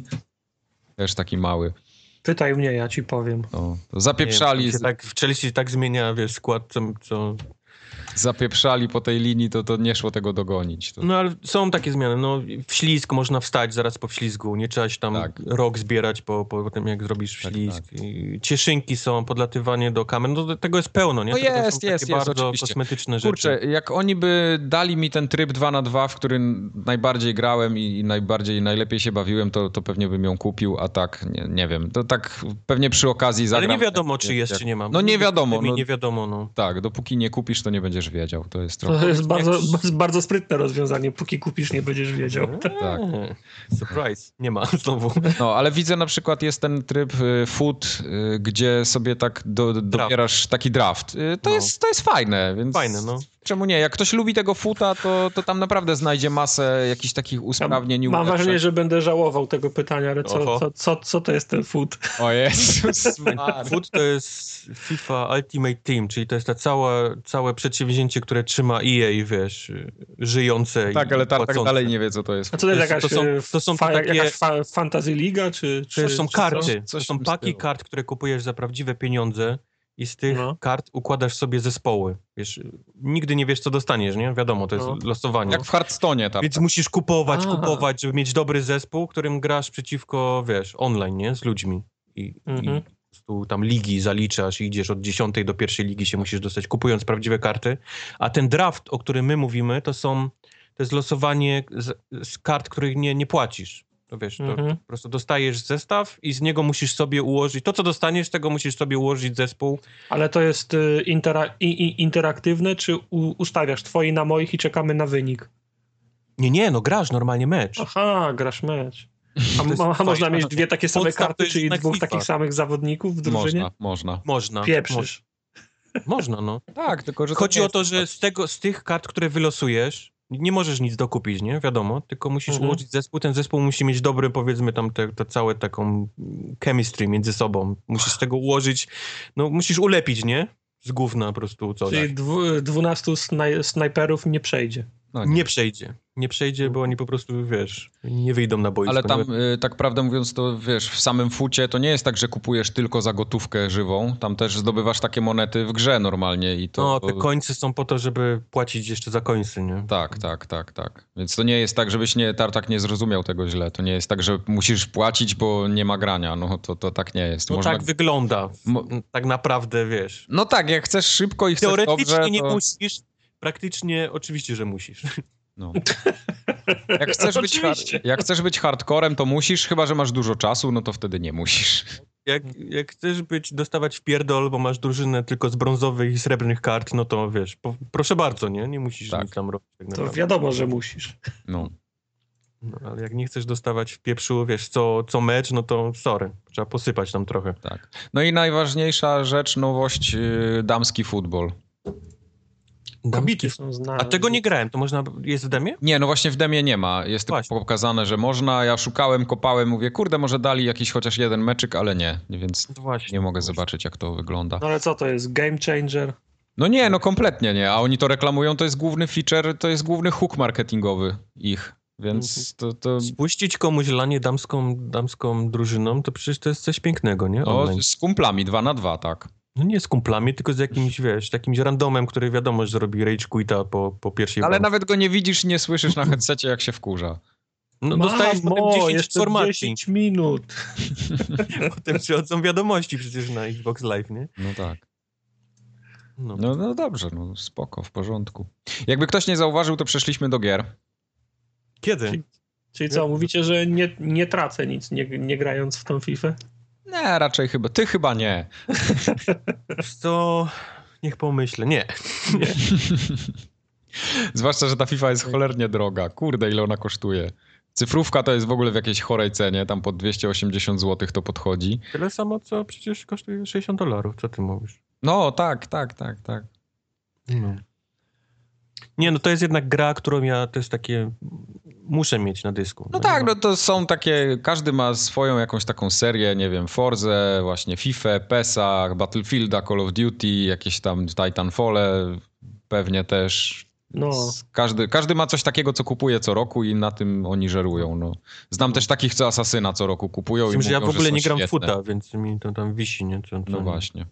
Też taki mały. Pytaj mnie, ja ci powiem. No, to Nie zapieprzali, wiem, tam się tak, w Chelsea tak zmienia, wiesz, skład, co... co... zapieprzali po tej linii, to, to nie szło tego dogonić. To... No ale są takie zmiany, no w ślizg można wstać zaraz po wślizgu, nie trzeba się tam Tak. rok zbierać po, po tym, jak zrobisz Tak, ślizg. tak. I cieszynki są, podlatywanie do kamer, no do tego jest pełno, nie? No Tylko to jest, są jest, takie jest, bardzo oczywiście. kosmetyczne Kurczę, rzeczy. jak oni by dali mi ten tryb dwa na dwa, w którym najbardziej grałem i, i najbardziej, najlepiej się bawiłem, to, to pewnie bym ją kupił, a tak, nie, nie wiem, to tak pewnie przy okazji zagram. Ale nie wiadomo, jak- czy jak- jest, jak- czy nie ma. No nie wiadomo, Mi no, nie wiadomo, no. tak, dopóki nie kupisz, to nie będziesz wiedział, to jest trochę... To jest bardzo, bardzo sprytne rozwiązanie. Póki kupisz, nie będziesz wiedział. Tak. Eee, Surprise, nie ma znowu. No, ale widzę na przykład jest ten tryb y, foot, y, gdzie sobie tak do, dobierasz taki draft. Y, to, No. jest, to jest fajne, więc Fajne, no. czemu nie? Jak ktoś lubi tego foota, to, to tam naprawdę znajdzie masę jakichś takich usprawnień i Mam ulepszeń. wrażenie, że będę żałował tego pytania, ale co, Oho. co, co, co to jest ten foot? O Jezus Maria. Foot to jest FIFA Ultimate Team, czyli to jest ta całe, całe przedsięwzięcie, które trzyma E A, wiesz, żyjące Tak, i ale Tartak płacące. dalej nie wie, co to jest. A co to jest To jakaś, są- e, to są fa, takie- jakaś fa, fantasy liga, czy, czy To są czy karty, coś? coś to są w tym paki stylu. kart, które kupujesz za prawdziwe pieniądze i z tych No. kart układasz sobie zespoły. Wiesz, nigdy nie wiesz, co dostaniesz, nie? Wiadomo, to jest No. losowanie. Jak w Hearthstone'ie tam. Więc musisz kupować, Aha. kupować, żeby mieć dobry zespół, którym grasz przeciwko, wiesz, online, nie? Z ludźmi. I, Mhm. i po prostu tam ligi zaliczasz i idziesz od dziesiątej do pierwszej ligi się musisz dostać, kupując prawdziwe karty. A ten draft, o którym my mówimy, to są, to jest losowanie z, z kart, których nie, nie płacisz. To wiesz, to, Mhm. to po prostu dostajesz zestaw i z niego musisz sobie ułożyć, to co dostaniesz, z tego musisz sobie ułożyć zespół. Ale to jest y, intera, i, i, interaktywne, czy u, ustawiasz twoi na moich i czekamy na wynik? Nie, nie, no grasz normalnie mecz. Aha, grasz mecz. A, To jest a, a można fajne. mieć dwie takie same Podstaw to karty, jest czyli jednak dwóch FIFA. takich samych zawodników w drużynie? Można, można. Można. Pieprzysz. Mo- Można, no. Tak, tylko że Chodzi nie o to, jest- że z, tego, z tych kart, które wylosujesz, nie możesz nic dokupić, nie? Wiadomo, tylko musisz Mhm. ułożyć zespół. Ten zespół musi mieć dobry, powiedzmy, tam te, te całe taką chemistry między sobą. Musisz z tego ułożyć, no musisz ulepić, nie? Z gówna po prostu coś. Czyli dwu, dwunastu snaj, snajperów nie przejdzie. No nie. nie przejdzie. Nie przejdzie, bo oni po prostu, wiesz, nie wyjdą na boisko. Ale tam, y, tak prawdę mówiąc, to wiesz, w samym fucie to nie jest tak, że kupujesz tylko za gotówkę żywą. Tam też zdobywasz takie monety w grze normalnie i to... No, te końce są po to, żeby płacić jeszcze za końce, nie? Tak, tak, tak, tak. Więc to nie jest tak, żebyś nie, Tartak nie zrozumiał tego źle. To nie jest tak, że musisz płacić, bo nie ma grania. No to, to tak nie jest. No Można... tak wygląda. Mo... Tak naprawdę, wiesz. No tak, jak chcesz szybko i chcesz teoretycznie dobrze, nie to... musisz, praktycznie oczywiście, że musisz. No. Jak chcesz, być har- jak chcesz być hardcorem, to musisz, chyba że masz dużo czasu, no to wtedy nie musisz. Jak, jak chcesz być, dostawać w pierdol, bo masz drużynę tylko z brązowych i srebrnych kart, no to wiesz, po, proszę bardzo, nie? Nie musisz Tak. nic tam robić. Tak To naprawdę. wiadomo, że musisz. No. No, ale jak nie chcesz dostawać w pieprzu, wiesz, co, co mecz, no to sorry, trzeba posypać tam trochę. Tak. No i najważniejsza rzecz, nowość, yy, damski futbol. Kobiety są znane. A tego nie grałem, to można, jest w demie? Nie, no właśnie w demie nie ma. Jest tylko Właśnie. pokazane, że można. Ja szukałem, kopałem, mówię, kurde, może dali jakiś chociaż jeden meczyk, ale nie. Więc No właśnie, nie mogę właśnie. zobaczyć, jak to wygląda. No ale co to jest? Game changer? No nie, no kompletnie nie. A oni to reklamują, to jest główny feature, to jest główny hook marketingowy ich. Więc to... to... Spuścić komuś lanie damską, damską drużyną, to przecież to jest coś pięknego, nie? No, Online. z kumplami, dwa na dwa, tak. No nie z kumplami, tylko z jakimś, wiesz, jakimś randomem, który wiadomo, że zrobi rage quita po, po pierwszej Ale bramce. nawet go nie widzisz, nie słyszysz na headsetie, jak się wkurza. No dostajesz potem Mamo, dziesięć jeszcze informacji. dziesięć minut. Potem przychodzą wiadomości przecież na Xbox Live, nie? No tak. No. No, no dobrze, no spoko, w porządku. Jakby ktoś nie zauważył, to przeszliśmy do gier. Kiedy? Czyli, czyli co, mówicie, że nie, nie tracę nic, nie, nie grając w tą fifę? Nie, raczej chyba. Ty chyba nie. Wiesz co, niech pomyślę. Nie. nie. Zwłaszcza, że ta FIFA jest cholernie droga. Kurde, ile ona kosztuje. Cyfrówka to jest w ogóle w jakiejś chorej cenie, tam po dwieście osiemdziesiąt złotych to podchodzi. Tyle samo, co przecież kosztuje sześćdziesiąt dolarów. Co ty mówisz? No, tak, tak, tak, tak. No. Nie, no to jest jednak gra, którą ja też takie muszę mieć na dysku. No nie tak, ma- no to są takie, każdy ma swoją jakąś taką serię, nie wiem, Forzę, właśnie FIFA, PESA, Battlefielda, Call of Duty, jakieś tam Titanfall, pewnie też. No. Każdy, każdy ma coś takiego, co kupuje co roku i na tym oni żerują. No. Znam też takich, co Asasyna co roku kupują Z i tym, że mówią, ja w ogóle że są nie gram w świetne. futa, więc mi to tam wisi, nie? Co, co No nie. właśnie.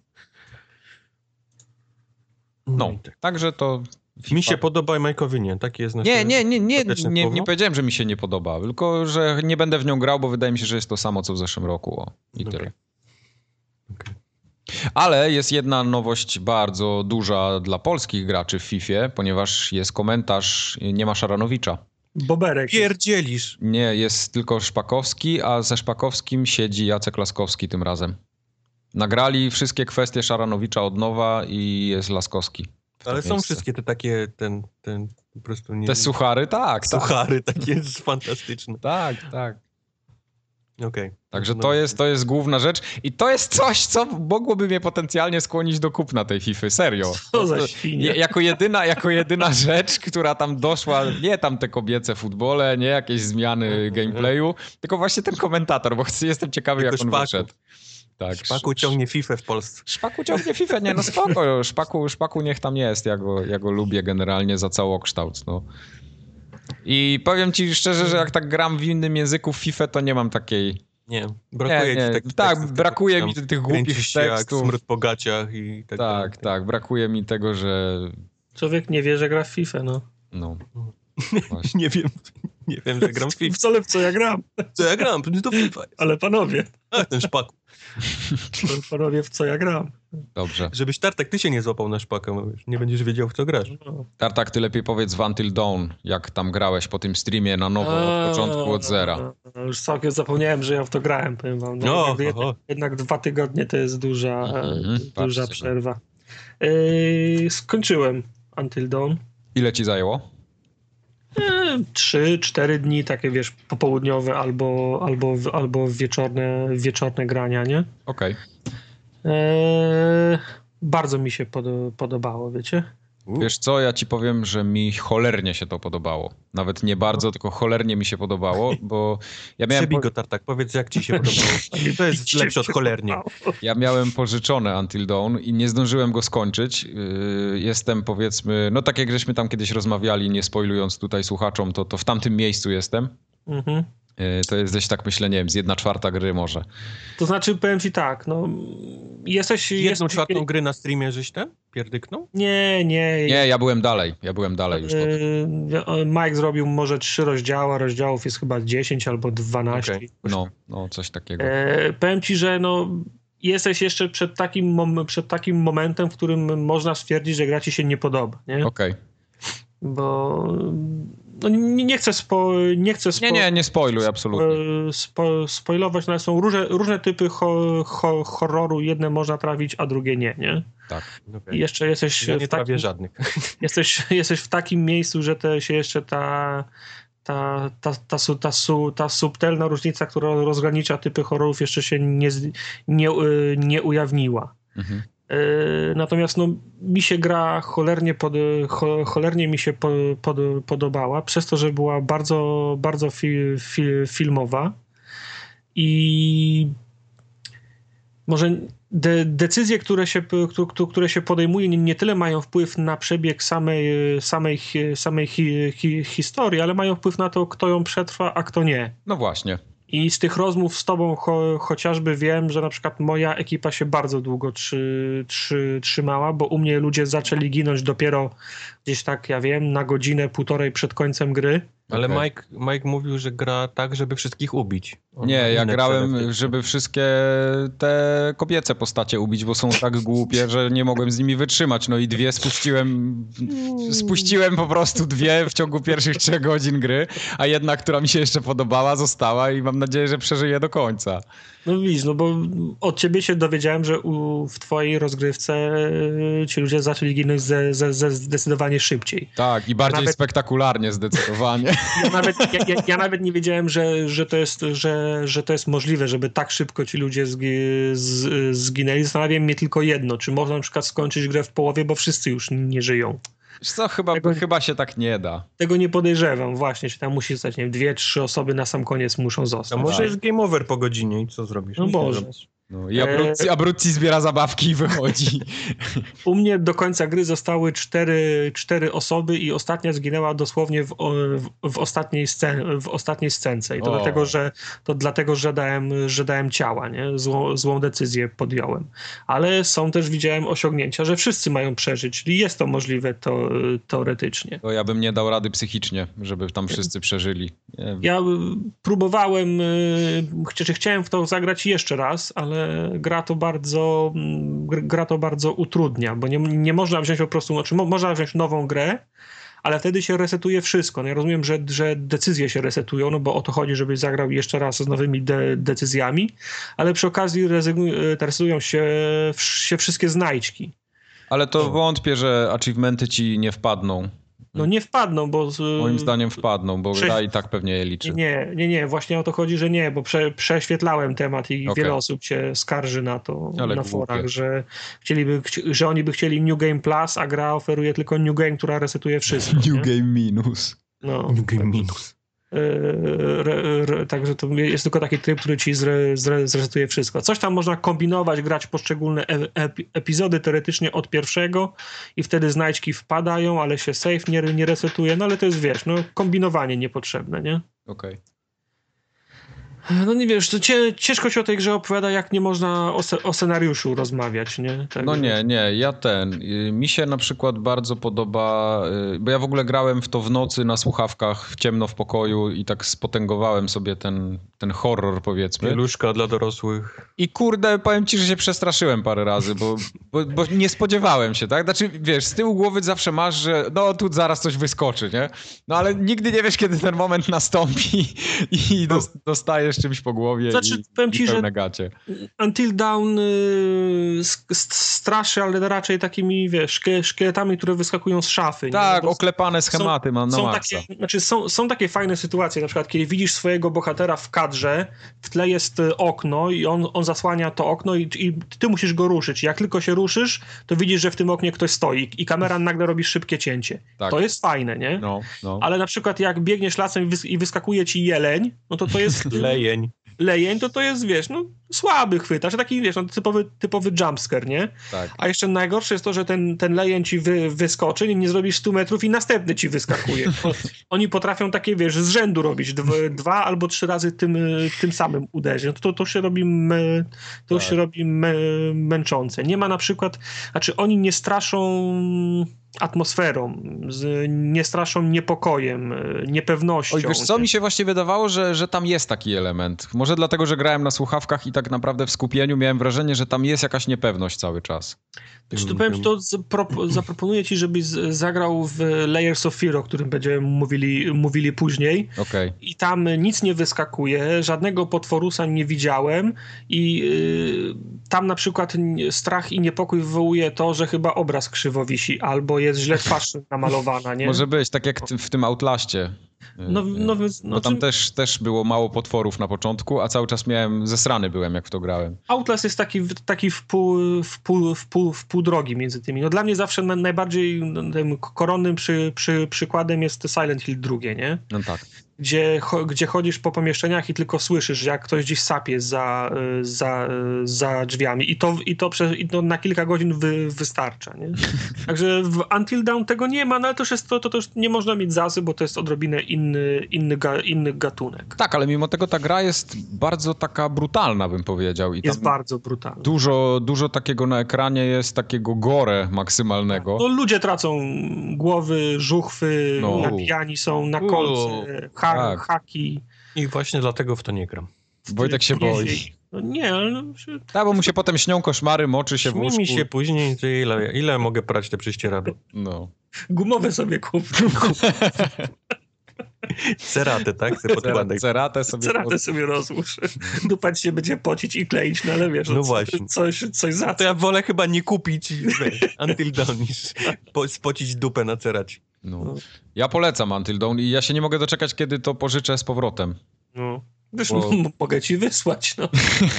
No. No, i tak. także to... Mi się podoba i Majkowi nie. Takie jest nasze Nie, nie, nie, nie, ostateczne nie, słowo. nie powiedziałem, że mi się nie podoba, tylko że nie będę w nią grał, bo wydaje mi się, że jest to samo, co w zeszłym roku. O, i Okej. tyle. Okej. Ale jest jedna nowość bardzo duża dla polskich graczy w Fifie, ponieważ jest komentarz, nie ma Szaranowicza. Boberek. Pierdzielisz. Nie, jest tylko Szpakowski, a ze Szpakowskim siedzi Jacek Laskowski tym razem. Nagrali wszystkie kwestie Szaranowicza od nowa i jest Laskowski. w to Ale są miejsce. wszystkie te takie, ten, ten po prostu nie... Te suchary, tak, tak. Suchary, takie jest fantastyczne. Tak, tak. Okej. Także No, to jest, to jest główna rzecz i to jest coś, co mogłoby mnie potencjalnie skłonić do kupna tej Fify, serio. Co za To- świnie. je- Jako jedyna, jako jedyna rzecz, która tam doszła, nie tam te kobiece futbole, nie jakieś zmiany gameplayu, tylko właśnie ten komentator, bo chcę, jestem ciekawy, Tylko jak on Szpaku. wyszedł. Tak, Szpaku Sz- ciągnie FIFA w Polsce. Szpaku ciągnie Fifę, nie no spoko, Szpaku, Szpaku niech tam jest, ja go, ja go lubię generalnie za całokształt, no. I powiem ci szczerze, że jak tak gram w innym języku w Fifę, to nie mam takiej... Nie, brakuje Nie, nie. ci takich Tak, tekstów, brakuje tam mi tych głupich kręcisz się jak tekstów. smród po gaciach i tak dalej. Tak, tak, brakuje mi tego, że... Człowiek nie wie, że gra w FIFA, no. No, właśnie. Nie wiem, nie wiem, że gram w FIFA. Wcale w co ja gram. Co ja gram? To FIFA jest. Ale panowie, A, ten Szpaku. panowie w co ja gram. Dobrze. Żebyś Tartak, ty się nie złapał na Szpakę, bo już nie będziesz wiedział, w co grasz. No. Tartak, ty lepiej powiedz w Until Dawn, jak tam grałeś po tym streamie na nowo, od początku, od zera. A, Już całkiem zapomniałem, że ja w to grałem, powiem wam. No, No, jakby oho. jednak, jednak dwa tygodnie to jest duża, Mhm, e, duża patrzcie, no. przerwa. Yy, skończyłem Until Dawn. Ile ci zajęło? Trzy, cztery dni, takie wiesz, popołudniowe albo, albo, albo wieczorne, wieczorne grania, nie? Okej. Eee, bardzo mi się pod, podobało, wiecie? U. Wiesz co, ja ci powiem, że mi cholernie się to podobało. Nawet nie bardzo, tylko cholernie mi się podobało, bo ja miałem... Przebij Po... go, Tartak, powiedz jak ci się podobało. To jest lepsze od cholernie. Ja miałem pożyczone Until Dawn i nie zdążyłem go skończyć. Jestem, powiedzmy, no tak jak żeśmy tam kiedyś rozmawiali, nie spoilując tutaj słuchaczom, to, to w tamtym miejscu jestem. Mhm. To jest gdzieś tak, myślę, nie wiem, z jedna czwarta gry może. To znaczy, powiem ci tak, no jesteś... Jedną jest... czwartą gry na streamie żeś ten pierdyknął? Nie, nie. Nie, ja byłem dalej, ja byłem dalej już potem. Mike zrobił może trzy rozdziały, rozdziałów jest chyba dziesięć albo dwanaście. Okay. No, no, coś takiego. E, powiem ci, że no jesteś jeszcze przed takim, mom- przed takim momentem, w którym można stwierdzić, że gra ci się nie podoba, nie? Okej. Okay. Bo no, nie, nie chcę spo, nie chcę spo, Nie, nie, nie spoiluj, absolutnie. Spo, spoilować, no, są różne, różne typy ho, ho, horroru, jedne można trafić, a drugie nie, nie? Tak. Okay. I jeszcze jesteś ja nie w takim, żadnych. Jesteś, jesteś w takim miejscu, że te się jeszcze ta ta, ta, ta, ta, ta, ta subtelna różnica, która rozgranicza typy horrorów, jeszcze się nie, nie, nie ujawniła. Mhm. Natomiast no, mi się gra cholernie, pod, cho, cholernie mi się po, pod, podobała, przez to, że była bardzo, bardzo fi, fi, filmowa i może de, decyzje, które się, które się podejmuje, nie, nie tyle mają wpływ na przebieg samej, samej, samej hi, hi, historii, ale mają wpływ na to, kto ją przetrwa, a kto nie. No właśnie. I z tych rozmów z tobą cho, chociażby wiem, że na przykład moja ekipa się bardzo długo trzy, trzy, trzymała, bo u mnie ludzie zaczęli ginąć dopiero gdzieś tak, ja wiem, na godzinę, półtorej przed końcem gry. Ale okay. Mike, Mike mówił, że gra tak, żeby wszystkich ubić. On nie, ja grałem, żeby wszystkie te kobiece postacie ubić, bo są tak głupie, że nie mogłem z nimi wytrzymać. No i dwie spuściłem, spuściłem po prostu dwie w ciągu pierwszych trzech godzin gry, a jedna, która mi się jeszcze podobała, została i mam nadzieję, że przeżyje do końca. No widzisz, no bo od ciebie się dowiedziałem, że u, w twojej rozgrywce ci ludzie zaczęli ginąć ze, ze, ze zdecydowanie szybciej. Tak, i bardziej nawet, spektakularnie zdecydowanie. Ja nawet, ja, ja, ja nawet nie wiedziałem, że, że, to jest, że, że to jest możliwe, żeby tak szybko ci ludzie zgi, z, zginęli. Zastanawiam mnie tylko jedno, czy można na przykład skończyć grę w połowie, bo wszyscy już nie żyją. Wiesz co, chyba, tego, chyba się tak nie da. Tego nie podejrzewam, właśnie, czy tam musi zostać, nie wiem, dwie, trzy osoby na sam koniec muszą zostać. A może jest game over po godzinie i co zrobisz? No może. No, i Abruzzi, Abruzzi zbiera zabawki i wychodzi. U mnie do końca gry zostały cztery, cztery osoby i ostatnia zginęła dosłownie w, w, w, ostatniej, scen, w ostatniej scence. I to dlatego, że, to dlatego, że dałem, że dałem ciała, nie? Złą, złą decyzję podjąłem. Ale są też, widziałem, osiągnięcia, że wszyscy mają przeżyć, czyli jest to możliwe to, teoretycznie. To ja bym nie dał rady psychicznie, żeby tam wszyscy przeżyli. Nie. Ja próbowałem, czy chciałem w to zagrać jeszcze raz, ale gra to bardzo, gra to bardzo utrudnia, bo nie, nie można wziąć po prostu, znaczy mo, można wziąć nową grę, ale wtedy się resetuje wszystko. No ja rozumiem, że, że decyzje się resetują, no bo o to chodzi, żebyś zagrał jeszcze raz z nowymi de, decyzjami, ale przy okazji resetują się, się wszystkie znajdźki. Ale to wątpię, że achievementy ci nie wpadną. No nie wpadną, bo... Moim zdaniem wpadną, bo prze... gra i tak pewnie je liczy. Nie, nie, nie, właśnie o to chodzi, że nie, bo prze, prześwietlałem temat i okay. wiele osób się skarży na to ale na głupie. Forach, że chcieliby, że oni by chcieli New Game Plus, a gra oferuje tylko New Game, która resetuje wszystko. New nie? Game minus. No. New Game minus. Re, re, także to jest tylko taki tryb, który ci zre, zre, zresetuje wszystko. Coś tam można kombinować, grać poszczególne ep, epizody teoretycznie od pierwszego i wtedy znajdźki wpadają, ale się save nie, nie resetuje, no ale to jest, wiesz, no kombinowanie niepotrzebne, nie? Okej. Okay. No nie wiesz, to cie, ciężko się o tej grze opowiada, jak nie można o, se, o scenariuszu rozmawiać, nie? Tak, no nie, nie, ja ten, mi się na przykład bardzo podoba, bo ja w ogóle grałem w to w nocy na słuchawkach, w ciemno w pokoju i tak spotęgowałem sobie ten, ten horror, powiedzmy. Pieluszka dla dorosłych. I kurde, powiem ci, że się przestraszyłem parę razy, bo, bo, bo nie spodziewałem się, tak? Znaczy, wiesz, z tyłu głowy zawsze masz, że no tu zaraz coś wyskoczy, nie? No ale nigdy nie wiesz, kiedy ten moment nastąpi i dostajesz czymś po głowie znaczy, i, powiem ci, i pełne gacie. Until Dawn y, straszy, ale raczej takimi, wiesz, szkieletami, które wyskakują z szafy. Tak, nie? oklepane schematy są, mam na są maksa. takie, znaczy są, są takie fajne sytuacje, na przykład kiedy widzisz swojego bohatera w kadrze, w tle jest okno i on, on zasłania to okno i, i ty musisz go ruszyć. Jak tylko się ruszysz, to widzisz, że w tym oknie ktoś stoi i kamera nagle robi szybkie cięcie. Tak. To jest fajne, nie? No, no. Ale na przykład jak biegniesz lasem i, wys- i wyskakuje ci jeleń, no to to jest... Lejeń. Lejeń, to to jest, wiesz, no słaby chwytacz, taki, wiesz, no, typowy, typowy jumpscare, nie? Tak. A jeszcze najgorsze jest to, że ten, ten lejeń ci wy, wyskoczy, nie, nie zrobisz stu metrów i następny ci wyskakuje. Bo oni potrafią takie, wiesz, z rzędu robić dwa, dwa albo trzy razy tym, tym samym uderzyć. No to, to, to się robi, mę, to Tak. się robi mę, męczące. Nie ma na przykład, znaczy oni nie straszą atmosferą, z, nie straszą niepokojem, niepewnością. Oj, wiesz co, mi się właśnie wydawało, że, że tam jest taki element. Może dlatego, że grałem na słuchawkach i tak naprawdę w skupieniu miałem wrażenie, że tam jest jakaś niepewność cały czas. Znaczy, to powiem ci, to zapro- zaproponuję ci, żebyś z- zagrał w Layers of Fear, o którym będziemy mówili, mówili później. Okej. Okay. I tam nic nie wyskakuje, żadnego potworusa nie widziałem i yy, tam na przykład strach i niepokój wywołuje to, że chyba obraz krzywo wisi, albo jest źle twarz namalowana, nie? Może być, tak jak w tym Outlaście. No, no, no, Bo tam czym... też, też było mało potworów na początku, a cały czas miałem, zesrany byłem, jak w to grałem. Outlast jest taki, taki w, pół, w, pół, w, pół, w pół drogi między tymi. No dla mnie zawsze na, najbardziej tym koronnym przy, przy, przykładem jest Silent Hill drugie, nie? No tak. Gdzie, cho, gdzie chodzisz po pomieszczeniach i tylko słyszysz, jak ktoś gdzieś sapie za, za, za drzwiami. I to, i to, przez, i to na kilka godzin wy, wystarcza, nie? Także w Until Dawn tego nie ma, no ale to, jest, to, to też nie można mieć zazy, bo to jest odrobinę inny, inny, ga, inny gatunek. Tak, ale mimo tego ta gra jest bardzo taka brutalna, bym powiedział. I jest tam bardzo brutalna. Dużo, dużo takiego na ekranie jest, takiego gore maksymalnego. No ludzie tracą głowy, żuchwy, No. nabijani są na kolce, ha, tak. haki. I właśnie dlatego w to nie gram. Wojtek się boi. No nie, ale... No, że... Tak, bo mu się potem śnią koszmary, moczy się w Śni łóżku. mi się później, że ile, ile mogę prać te prześcieradło? No. Gumowe sobie kup. Ceratę, tak? Se podkładaj. Ceratę sobie... Ceratę sobie rozłóż. Dupa ci się będzie pocić i kleić, no ale wiesz, No no właśnie. Coś, coś za To ja wolę chyba nie kupić wiesz, Until Dawn niż po, spocić dupę na ceracie. No. Ja polecam Until Dawn i ja się nie mogę doczekać, kiedy to pożyczę z powrotem. No. Wiesz, Bo... no, mogę ci wysłać, no.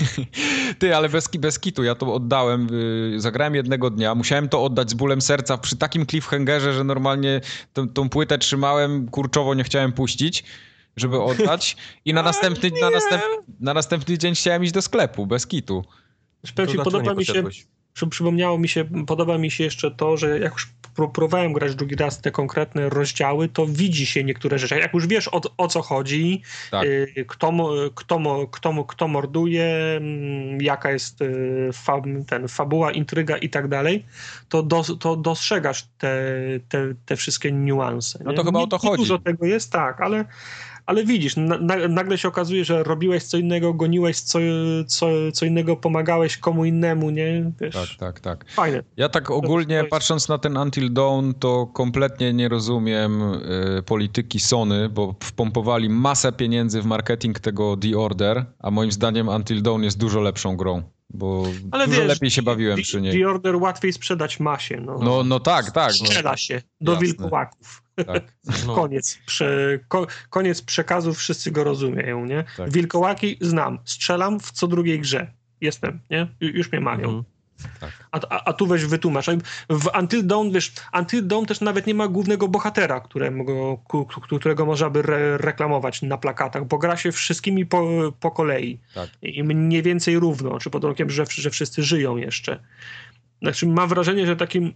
Ty, ale bez, bez kitu, ja to oddałem, yy, zagrałem jednego dnia, musiałem to oddać z bólem serca przy takim cliffhangerze, że normalnie tą, tą płytę trzymałem, kurczowo nie chciałem puścić, żeby oddać i na następny, na, następ, na następny dzień chciałem iść do sklepu, bez kitu. Powiem ci, podoba mi się, przy, przypomniało mi się, podoba mi się jeszcze to, że jak już pró- próbowałem grać drugi raz te konkretne rozdziały, to widzi się niektóre rzeczy. Jak już wiesz o, o co chodzi, Tak. y, kto, mo- kto, mo- kto, mo- kto morduje, mm, jaka jest y, fa- ten, fabuła, intryga i tak dalej, to, dos- to dostrzegasz te, te, te wszystkie niuanse. No nie? to chyba nie, o to nie chodzi. Dużo tego jest, tak, ale Ale widzisz, na, na, nagle się okazuje, że robiłeś co innego, goniłeś co, co, co innego, pomagałeś komu innemu, nie? Wiesz, Tak, tak, tak. Fajne. Ja tak ogólnie jest... patrząc na ten Until Dawn, to kompletnie nie rozumiem y, polityki Sony, bo wpompowali masę pieniędzy w marketing tego The Order, a moim zdaniem Until Dawn jest dużo lepszą grą. Bo Ale dużo wiesz, lepiej się bawiłem The, przy niej. The Order łatwiej sprzedać masie. No, No, no tak, tak. Strzela no. się do Jasne. wilkołaków. Tak. No. Koniec. Prze, ko, koniec przekazu, wszyscy go rozumieją, nie? Tak. Wilkołaki znam. Strzelam w co drugiej grze. Jestem, nie? Już mnie mają. Mhm. Tak. A, a, a tu weź wytłumacz. W Until Dawn, wiesz, Until Dawn też nawet nie ma głównego bohatera, którego, którego można by re, reklamować na plakatach, bo gra się wszystkimi po, po kolei. Tak. I mniej więcej równo, czy pod warunkiem, że, że wszyscy żyją jeszcze. Znaczy mam wrażenie, że takim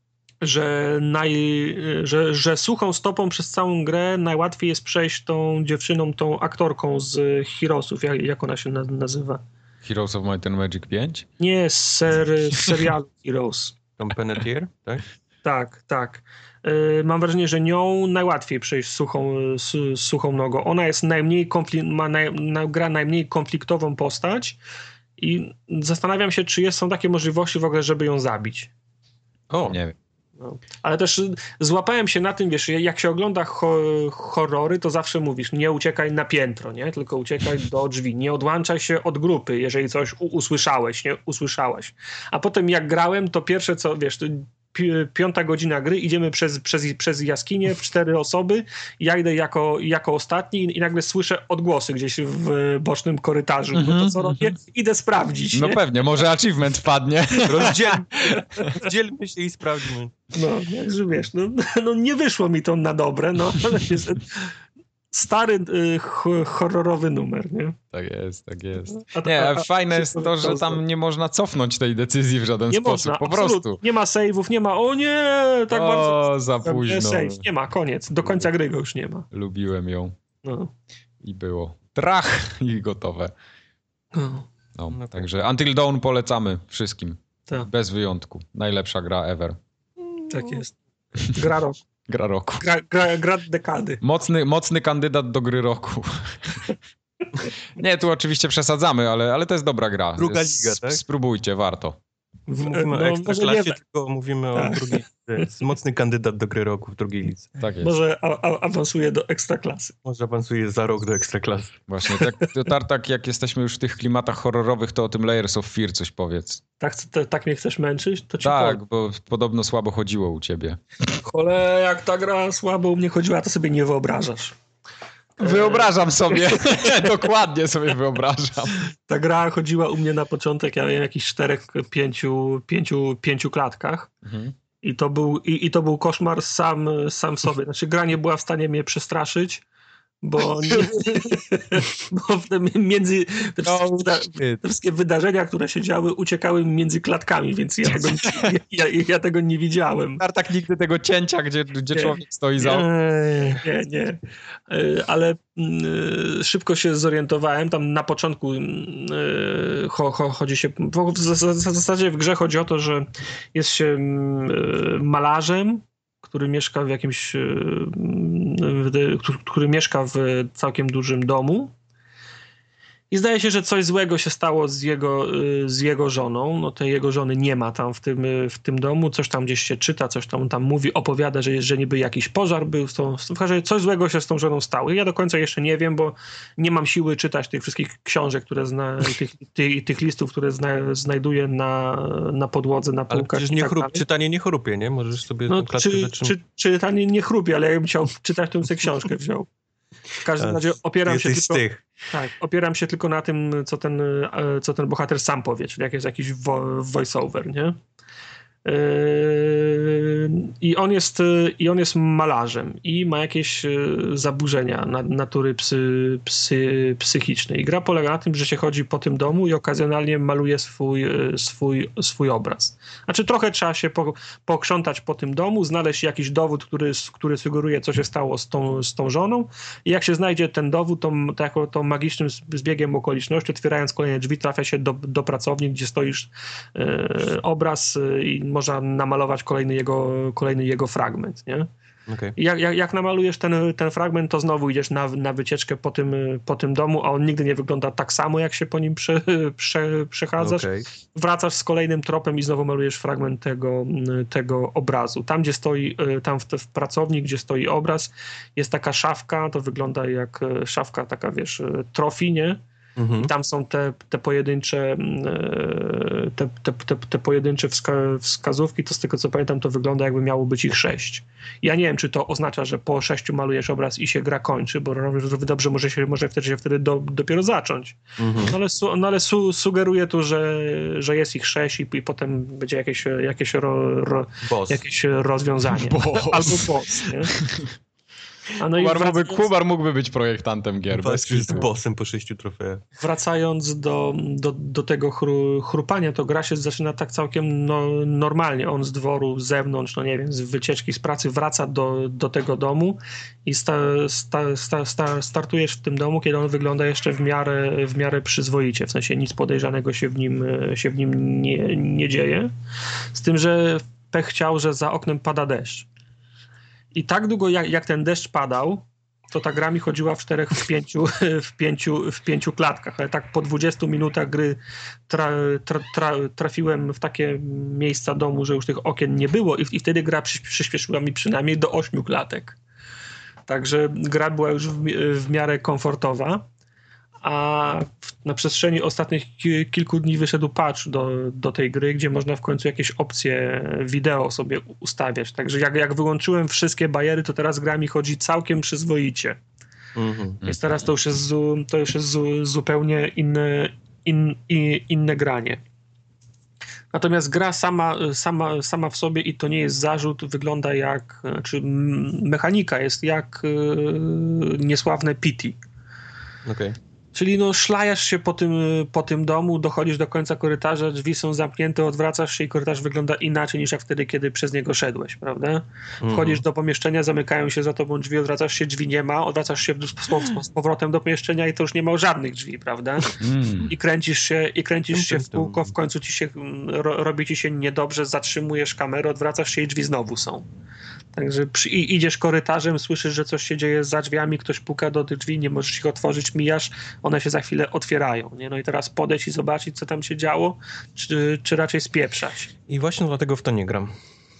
że, naj, że, że suchą stopą przez całą grę najłatwiej jest przejść tą dziewczyną, tą aktorką z Heroesów. Jak, jak ona się na, nazywa? Heroes of Might and Magic pięć? Nie, z, ser, z serialu Heroes. Tom Panettiere, tak? Tak, tak. Yy, mam wrażenie, że nią najłatwiej przejść suchą, su, suchą nogą. Ona jest najmniej konflik- ma naj, na, gra najmniej konfliktową postać i zastanawiam się, czy jest, są takie możliwości w ogóle, żeby ją zabić. O, Nie wiem. No. Ale też złapałem się na tym, wiesz, jak się ogląda ho- horrory, to zawsze mówisz, nie uciekaj na piętro, nie? Tylko uciekaj do drzwi. Nie odłączaj się od grupy, jeżeli coś u- usłyszałeś, nie? Usłyszałeś. A potem jak grałem, to pierwsze co, wiesz, pi, piąta godzina gry, idziemy przez, przez, przez jaskinię w cztery osoby, ja idę jako, jako ostatni i nagle słyszę odgłosy gdzieś w bocznym korytarzu. Mm-hmm, no to co robię? Idę sprawdzić. No nie? pewnie, może achievement wpadnie. Rozdzielmy, rozdzielmy się i sprawdźmy. No, także wiesz, no, no nie wyszło mi to na dobre, no ale jest stary y, ch- horrorowy numer, nie? Tak jest, tak jest. A to- Nie, a- ale a- fajne jest to, że tam nie można cofnąć tej decyzji w żaden Nie sposób, można, po absolutnie. prostu. Nie ma save'ów, nie ma, o nie, tak o, bardzo. za późno. Nie, save, nie ma, koniec. Do końca gry go już nie ma. Lubiłem ją No. i było. Trach i gotowe. No, No, No tak. także Until Dawn polecamy wszystkim. tak, Bez wyjątku. Najlepsza gra ever. tak jest. Gra roku. Gra roku. Gra, gra, gra dekady. Mocny, mocny kandydat do gry roku. Nie, tu oczywiście przesadzamy, ale, ale to jest dobra gra. Druga S- liga, tak? Spróbujcie, warto. Mówimy No, o ekstraklasie, może nie- tylko mówimy Tak. o drugiej lidze. Jest mocny kandydat do gry roku w drugiej lidze. Tak jest. Może a, a, awansuje do ekstraklasy. Może awansuje za rok do ekstraklasy. Właśnie, tak, to Tartak, jak jesteśmy już w tych klimatach horrorowych, to o tym Layers of Fear coś powiedz. Tak, te, tak mnie chcesz męczyć? To ci Tak, powiem. bo podobno słabo chodziło u ciebie. Cholera, jak ta gra słabo u mnie chodziła, to sobie nie wyobrażasz. Wyobrażam sobie, dokładnie sobie wyobrażam. Ta gra chodziła u mnie na początek, ja wiem, jakichś czterech, pięciu, pięciu, pięciu klatkach. Mhm. I to był, i, i to był koszmar sam, sam w sobie. Znaczy gra nie była w stanie mnie przestraszyć, bo, nie, bo w te między te No, wszystkie, wyda, te wszystkie wydarzenia, które się działy, uciekały między klatkami, więc ja tego nie, ja, ja tego nie widziałem. Tartak nigdy tego cięcia, gdzie, gdzie Nie. człowiek stoi za... Nie, nie. Y, Ale y, szybko się zorientowałem. Tam na początku y, cho, cho, chodzi się... W, w, w zasadzie w grze chodzi o to, że jest się y, malarzem, który mieszka w jakimś... y, y, który, który mieszka w całkiem dużym domu. I zdaje się, że coś złego się stało z jego, y, z jego żoną. No tej jego żony nie ma tam w tym, y, w tym domu. Coś tam gdzieś się czyta, coś tam, tam mówi, opowiada, że, że niby jakiś pożar był. Z tą, z, w każdym razie coś złego się z tą żoną stało. Ja do końca jeszcze nie wiem, bo nie mam siły czytać tych wszystkich książek, które zna, tych, tych, tych listów, które zna, znajduję na, na podłodze, na Ale półkach. przecież i nie tak chrup, dalej. czytanie nie chrupie, nie? Możesz sobie No, tą klatkę czy, zatrzymać. czy, czytanie nie chrupie, ale jakbym chciał czytać, to bym sobie książkę wziął. W każdym A, razie opieram Jesteś się z tylko... tych. Tak, opieram się tylko na tym, co ten, e, co ten bohater sam powie, czyli jak jest jakiś vo- voice-over, nie? Yy, I on jest, i on jest malarzem i ma jakieś e, zaburzenia na, natury psy, psy, psychicznej. I gra polega na tym, że się chodzi po tym domu i okazjonalnie maluje swój, e, swój, swój obraz. Znaczy trochę trzeba się po, pokrzątać po tym domu, znaleźć jakiś dowód, który, który sugeruje, co się stało z tą, z tą żoną i jak się znajdzie ten dowód, to, to jako to magicznym zbiegiem okoliczności, otwierając kolejne drzwi, trafia się do, do pracowni, gdzie stoisz e, obraz e, i można namalować kolejny jego, kolejny jego fragment, nie? Okay. I jak, jak, jak namalujesz ten, ten fragment, to znowu idziesz na, na wycieczkę po tym, po tym domu, a on nigdy nie wygląda tak samo, jak się po nim prze, prze, przechadzasz. Okay. Wracasz z kolejnym tropem i znowu malujesz fragment tego, tego obrazu. Tam, gdzie stoi, tam w, w pracowni, gdzie stoi obraz, jest taka szafka, to wygląda jak szafka taka, wiesz, trofi, nie? Mhm. I tam są te, te pojedyncze te, te, te, te pojedyncze wska, wskazówki, to z tego co pamiętam, to wygląda jakby miało być ich sześć. Ja nie wiem, czy to oznacza, że po sześciu malujesz obraz i się gra kończy, bo dobrze może się może wtedy, się wtedy do, dopiero zacząć. Mhm. No ale, su, no ale su, sugeruje tu, że, że jest ich sześć i, i potem będzie jakieś, jakieś, ro, ro, Boss. jakieś rozwiązanie. Boss. Albo boss, nie? A no i Kubar, mógłby, wracając, Kubar mógłby być projektantem gier. bez Walczysz z kitu. bossem po sześciu trofeach. wracając do, do, do tego chru, chrupania, to gra się zaczyna tak całkiem no, normalnie. On z dworu, z zewnątrz, no nie wiem, z wycieczki, z pracy wraca do, do tego domu i sta, sta, sta, sta, startujesz w tym domu, kiedy on wygląda jeszcze w miarę, w miarę przyzwoicie. W sensie nic podejrzanego się w nim, się w nim nie, nie dzieje. Z tym, że pech chciał, że za oknem pada deszcz. I tak długo jak, jak ten deszcz padał, to ta gra mi chodziła w czterech, w pięciu, w pięciu, w pięciu klatkach, ale tak po dwudziestu minutach gry tra, tra, tra, trafiłem w takie miejsca domu, że już tych okien nie było i, i wtedy gra przy, przyspieszyła mi przynajmniej do ośmiu klatek. Także gra była już w, w miarę komfortowa, a na przestrzeni ostatnich kilku dni wyszedł patch do, do tej gry, gdzie można w końcu jakieś opcje wideo sobie ustawiać. Także jak, jak wyłączyłem wszystkie bariery, to teraz gra mi chodzi całkiem przyzwoicie. Mm-hmm. Więc teraz to już jest, to już jest zupełnie inne, in, in, inne granie. Natomiast gra sama, sama, sama w sobie, i to nie jest zarzut, wygląda jak, czy mechanika jest jak yy, niesławne Pity. Okej. Okay. Czyli no szlajasz się po tym, po tym domu, dochodzisz do końca korytarza, drzwi są zamknięte, odwracasz się i korytarz wygląda inaczej niż jak wtedy, kiedy przez niego szedłeś, prawda? Wchodzisz mm-hmm. do pomieszczenia, zamykają się za tobą drzwi, odwracasz się, drzwi nie ma, odwracasz się z, z powrotem do pomieszczenia i to już nie ma żadnych drzwi, prawda? Mm. I kręcisz się, i kręcisz się w kółko, w końcu ci się, ro, robi ci się niedobrze, zatrzymujesz kamerę, odwracasz się i drzwi znowu są. Także przy, idziesz korytarzem, słyszysz, że coś się dzieje za drzwiami, ktoś puka do tych drzwi, nie możesz ich otworzyć, mijasz, one się za chwilę otwierają. Nie? No i teraz podejść i zobaczyć, co tam się działo, czy, czy raczej spieprzać. I właśnie dlatego w to nie gram.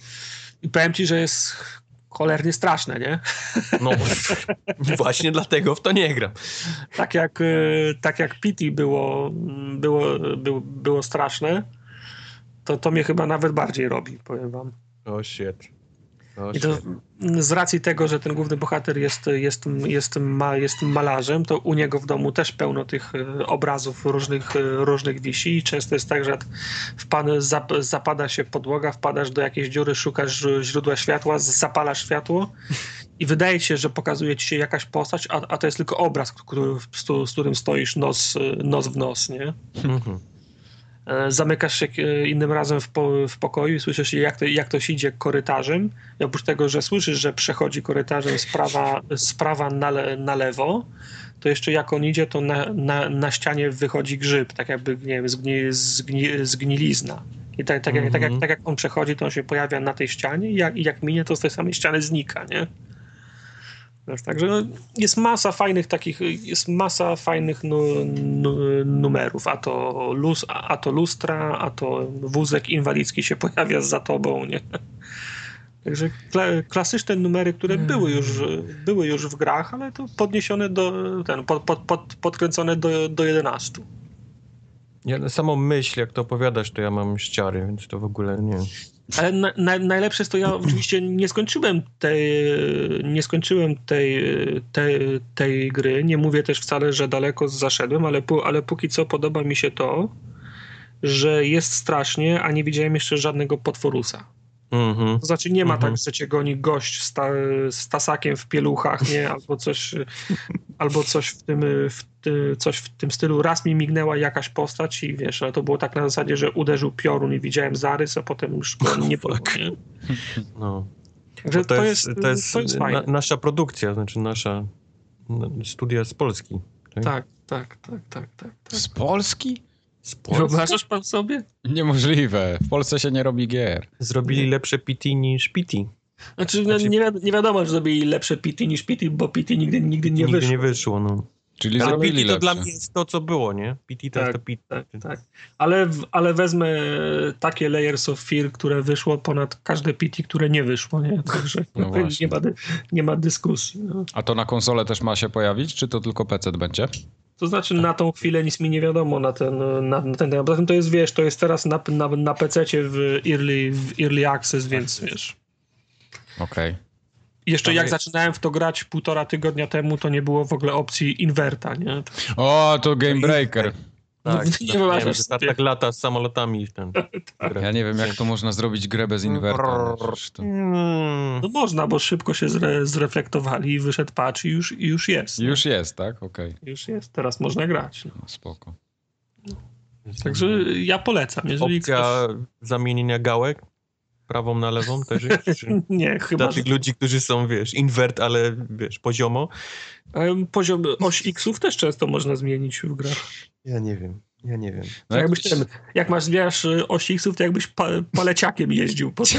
I powiem ci, że jest cholernie straszne, nie? No właśnie dlatego w to nie gram. Tak jak, tak jak Pity było, było, było, było straszne, to to mnie chyba nawet bardziej robi, powiem wam. Oh shit. I to z racji tego, że ten główny bohater jest, jest, jest, ma, jest malarzem, to u niego w domu też pełno tych obrazów różnych, różnych wisi i często jest tak, że wpad, zap, zapada się podłoga, wpadasz do jakiejś dziury, szukasz źródła światła, zapalasz światło i wydaje ci się, że pokazuje ci się jakaś postać, a, a to jest tylko obraz, który, z, z którym stoisz nos, nos w nos, nie? Mhm. Zamykasz się innym razem w, po, w pokoju i słyszysz, jak, to, jak ktoś idzie korytarzem. I oprócz tego, że słyszysz, że przechodzi korytarzem z prawa, z prawa na, le, na lewo, to jeszcze jak on idzie, to na, na, na ścianie wychodzi grzyb, tak jakby, nie wiem, zgni, zgni, zgnilizna. I tak, tak, mm-hmm. jak, tak, jak, tak jak on przechodzi, to on się pojawia na tej ścianie i jak, i jak minie, to z tej samej ściany znika, nie? Także no, jest masa fajnych takich, jest masa fajnych nu, nu, numerów, a to, luz, a, a to lustra, a to wózek inwalidzki się pojawia za tobą, nie? Także kla, klasyczne numery, które były już, były już w grach, ale to podniesione do, ten, pod, pod, pod, podkręcone do, do jedenastu. Ja samą myśl, jak to opowiadasz, to ja mam ściary, więc to w ogóle nie... Ale na, na, najlepsze jest to, ja oczywiście nie skończyłem tej, nie skończyłem tej, tej, tej gry, nie mówię też wcale, że daleko zaszedłem, ale, ale póki co podoba mi się to, że jest strasznie, a nie widziałem jeszcze żadnego potworusa. Mm-hmm. To znaczy nie ma mm-hmm. tak, że cię goni gość z, ta, z tasakiem w pieluchach, nie? Albo coś, albo coś w tym, w ty, coś w tym stylu. Raz mi mignęła jakaś postać i wiesz, ale to było tak na zasadzie, że uderzył piorun i widziałem zarys, a potem już go nie było, nie? No. Także to, to, jest, jest, to jest, to jest na, nasza produkcja, znaczy nasza studia z Polski. Tak, tak, tak, tak, tak. tak, tak. Z Polski? Wyobrażasz pan sobie? Niemożliwe. W Polsce się nie robi gier. Zrobili nie. lepsze P T niż P T. Znaczy, znaczy... Nie, wi- nie wiadomo, że zrobili lepsze P T niż P T, bo P T nigdy, nigdy nie nigdy wyszło. nie wyszło, no. Czyli ale zrobili P T to lepsze. dla mnie jest to, co było, nie? P T to tak, jest to P T. Tak, tak. Ale, ale wezmę takie Layers of Fear, które wyszło ponad każde P T, które nie wyszło, nie? Także no nie, ma, nie ma dyskusji. No. A to na konsolę też ma się pojawić, czy to tylko P C będzie? To znaczy na tą chwilę nic mi nie wiadomo na ten, na, na ten temat. Poza tym to jest, wiesz, to jest teraz na, na, na pececie w early, w early access, więc wiesz. Okej. Okay. Jeszcze jak zaczynałem w to grać półtora tygodnia temu, to nie było w ogóle opcji inwerta, nie? O, to Game Breaker. Tak, no, nie wiem, że tak lata z samolotami w ten. tak. Ja nie wiem, jak to można zrobić grę bez inwerta. To... No można, bo szybko się zre, zreflektowali i wyszedł patch i już, i już jest. Już nie? jest, tak? Okej. Okay. Już jest, teraz można grać. No. No, spoko. No. Także ja polecam. Jeżeli opcja ktoś... zamienienia gałek prawą na lewą też jest? Czy... nie, chyba... Dla tych ludzi, którzy są, wiesz, invert, ale wiesz, poziomo. Poziom oś X-ów też często można zmienić w grach. Ja nie wiem, ja nie wiem. No jakbyś ten, jak masz, wiesz, oś X-ów, to jakbyś pa, paleciakiem jeździł. Po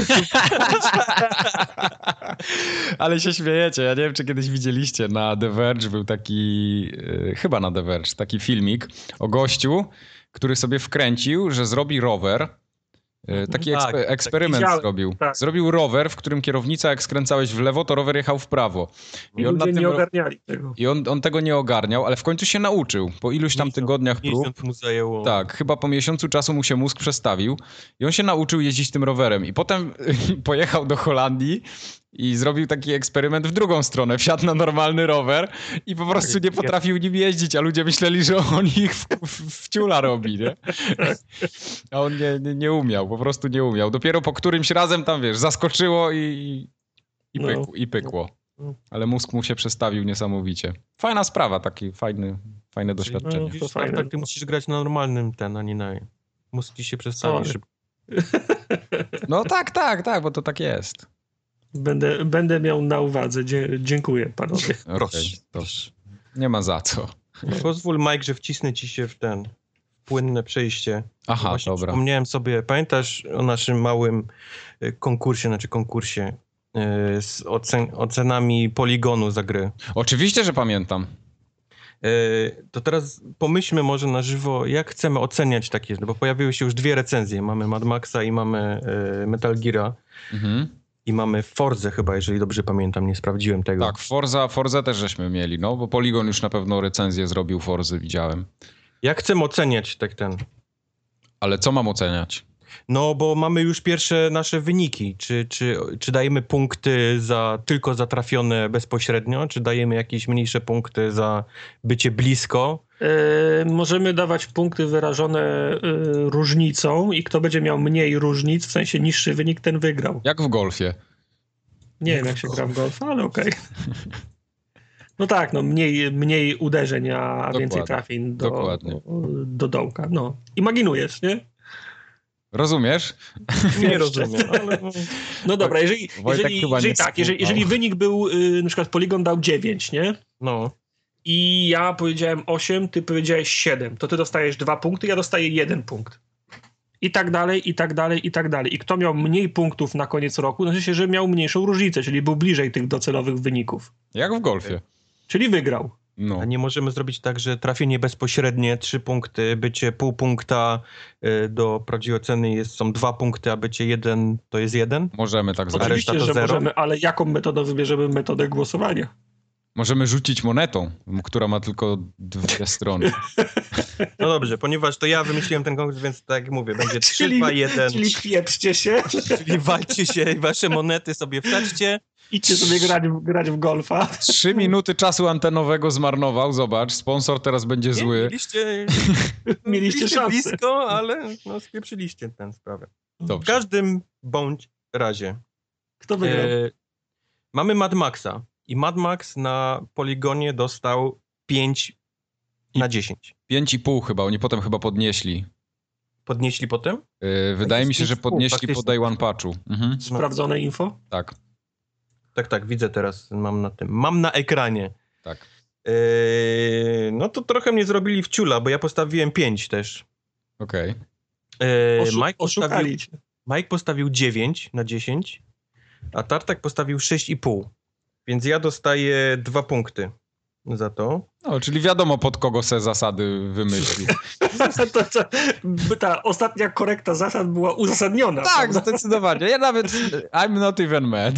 ale się śmiejecie. Ja nie wiem, czy kiedyś widzieliście, na The Verge był taki, yy, chyba na The Verge, taki filmik o gościu, który sobie wkręcił, że zrobi rower E, Taki Tak, ekspe- tak eksperyment widziałem, zrobił. tak. Zrobił rower, w którym kierownica, jak skręcałeś w lewo, to rower jechał w prawo. I I on, na ludzie tym nie ro- ogarniali tego. I on, on tego nie ogarniał, ale w końcu się nauczył. Po iluś tam Miesiąc- tygodniach prób. Miesiąc mu zajęło. Tak, chyba po miesiącu czasu mu się mózg przestawił i on się nauczył jeździć tym rowerem. I potem pojechał do Holandii i zrobił taki eksperyment w drugą stronę. Wsiadł na normalny rower i po prostu nie potrafił nim jeździć, a ludzie myśleli, że on ich w, w, wciula robi, nie? A on nie, nie, nie umiał, po prostu nie umiał. Dopiero po którymś razem tam, wiesz, zaskoczyło i, i, No. pykło, i pykło. No. Ale mózg mu się przestawił niesamowicie. Fajna sprawa, taki fajny, fajne No, doświadczenie. Widzisz, to tak, fajne. tak, ty musisz grać na normalnym ten, a nie na... Mózg ci się przestawi Sorry. szybko. No tak, tak, tak, bo to tak jest. Będę, będę miał na uwadze. Dzie- dziękuję, panowie. Okej, Proszę. dobrze. Nie ma za co. Pozwól, Mike, że wcisnę ci się w ten płynne przejście. Aha, Właśnie dobra. Przypomniałem sobie, pamiętasz o naszym małym y, konkursie, znaczy konkursie y, z ocen ocenami poligonu za gry. Oczywiście, że pamiętam. Y, To teraz pomyślmy może na żywo, jak chcemy oceniać takie, no bo pojawiły się już dwie recenzje. Mamy Mad Maxa i mamy y, Metal Geara Mhm. i mamy Forzę chyba, jeżeli dobrze pamiętam, nie sprawdziłem tego. Tak, Forza, Forza też żeśmy mieli, no, bo Polygon już na pewno recenzję zrobił Forzy, widziałem. Jak chcemy oceniać tak ten? Ale co mam oceniać? No, bo mamy już pierwsze nasze wyniki. Czy, czy, czy dajemy punkty za, tylko za trafione bezpośrednio, czy dajemy jakieś mniejsze punkty za bycie blisko? E, możemy dawać punkty wyrażone e, różnicą i kto będzie miał mniej różnic, w sensie niższy wynik, ten wygrał. Jak w golfie. Nie wiem, jak się gra w golfa, ale okej. No tak, no mniej, mniej uderzeń, a Dokładnie. więcej trafień do, Dokładnie. do dołka. No. Imaginujesz, nie? Rozumiesz? Nie rozumiem, ale... no, No dobra, jeżeli, Wojtek jeżeli, chyba jeżeli nie tak, jeżeli, słuchał. jeżeli wynik był, y, na przykład Polygon dał dziewięć, nie? No, I ja powiedziałem osiem, ty powiedziałeś siedem, to ty dostajesz dwa punkty, ja dostaję jeden punkt. I tak dalej, i tak dalej, i tak dalej. I kto miał mniej punktów na koniec roku, znaczy się, że miał mniejszą różnicę, czyli był bliżej tych docelowych wyników. Jak w golfie. Czyli wygrał. No. a nie możemy zrobić tak, że trafienie bezpośrednie, trzy punkty, bycie pół punkta y, do prawdziwej oceny jest, są dwa punkty, a bycie jeden to jest jeden? Możemy tak zrobić. Oczywiście, reszta to że zero? możemy, ale jaką metodę wybierzemy? Metodę głosowania. Możemy rzucić monetą, która ma tylko dwie strony. No dobrze, ponieważ to ja wymyśliłem ten konkurs, więc tak jak mówię, będzie trzy, Czyli- dwa, jeden. Czyli pieprzcie się, Czyli walczcie się i wasze monety sobie wstawcie. idźcie sobie grać, w- grać w golfa. Trzy minuty czasu antenowego zmarnował, zobacz, sponsor teraz będzie Nie, zły. Mieliście, Mieliście szansę. blisko, ale no, spieprzyliście tę sprawę. W Dobrze. każdym bądź razie. Kto wygrał? E, mamy Mad Maxa i Mad Max na Poligonie dostał pięć na dziesięć. Pięć i pół chyba, oni potem chyba podnieśli. Podnieśli potem? Yy, wydaje jest mi się, że pięć i pół, podnieśli po faktycznie. day one patchu. Mhm. Sprawdzone info? Tak, Tak, tak, widzę teraz, mam na tym. Mam na ekranie. tak. E, no to trochę mnie zrobili w ciula, bo ja postawiłem pięć też. Okej. E, Oszu- Mike, postawił, oszukali cię. Mike postawił dziewięć na dziesięć, a Tartak postawił sześć i pół. Więc ja dostaję dwa punkty za to. No, czyli wiadomo, pod kogo se zasady wymyślił. to, to, by ta ostatnia korekta zasad była uzasadniona. Tak, prawda? zdecydowanie. Ja nawet... I'm not even mad.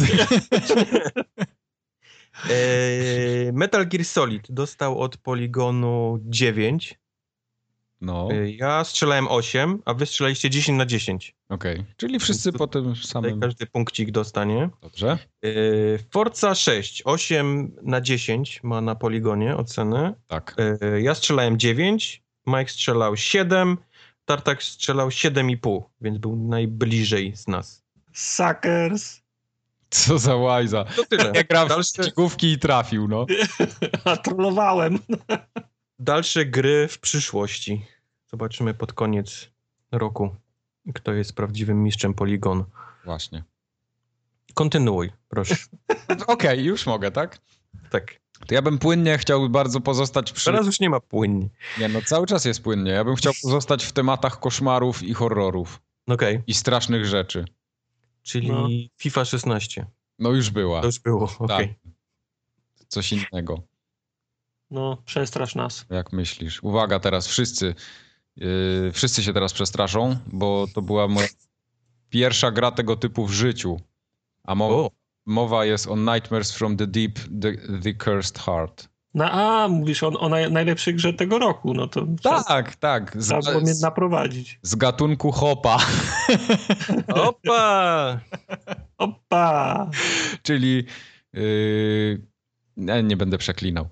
E, Metal Gear Solid dostał od Poligonu dziewięć. No, E, ja strzelałem osiem, a wy strzelaliście dziesięć na dziesięć. okej. Czyli wszyscy po tym Tutaj samym... każdy punkcik dostanie. Dobrze. E, Forza sześć, osiem na dziesięć ma na Poligonie ocenę. Tak. E, ja strzelałem dziewięć, Mike strzelał siedem, Tartak strzelał siedem i pół, więc był najbliżej z nas. Suckers. Co za łajza. To tyle. Ja grałem w Dalsze, strzygówki i trafił, no. A trollowałem. dalsze gry w przyszłości. Zobaczymy pod koniec roku, kto jest prawdziwym mistrzem Poligonu. Właśnie. Kontynuuj, proszę. Okej, już mogę, tak? Tak. To ja bym płynnie chciał bardzo pozostać przy... Teraz już nie ma płynnie. Nie, no cały czas jest płynnie. Ja bym chciał pozostać w tematach koszmarów i horrorów. Okej, I strasznych rzeczy. czyli No. FIFA szesnaście. No już była. To już było, okej. Tak. Coś innego. No, przestrasz nas. Jak myślisz? Uwaga teraz, wszyscy. Yy, wszyscy się teraz przestraszą, bo to była moja pierwsza gra tego typu w życiu. A mo- mowa jest o Nightmares from the Deep, The, the Cursed Heart. No a, mówisz o, o naj, najlepszej grze tego roku, no to Tak, trzeba, tak. Z, trzeba było mnie z, naprowadzić. z gatunku hopa. Opa! Opa! Czyli yy, nie, nie będę przeklinał.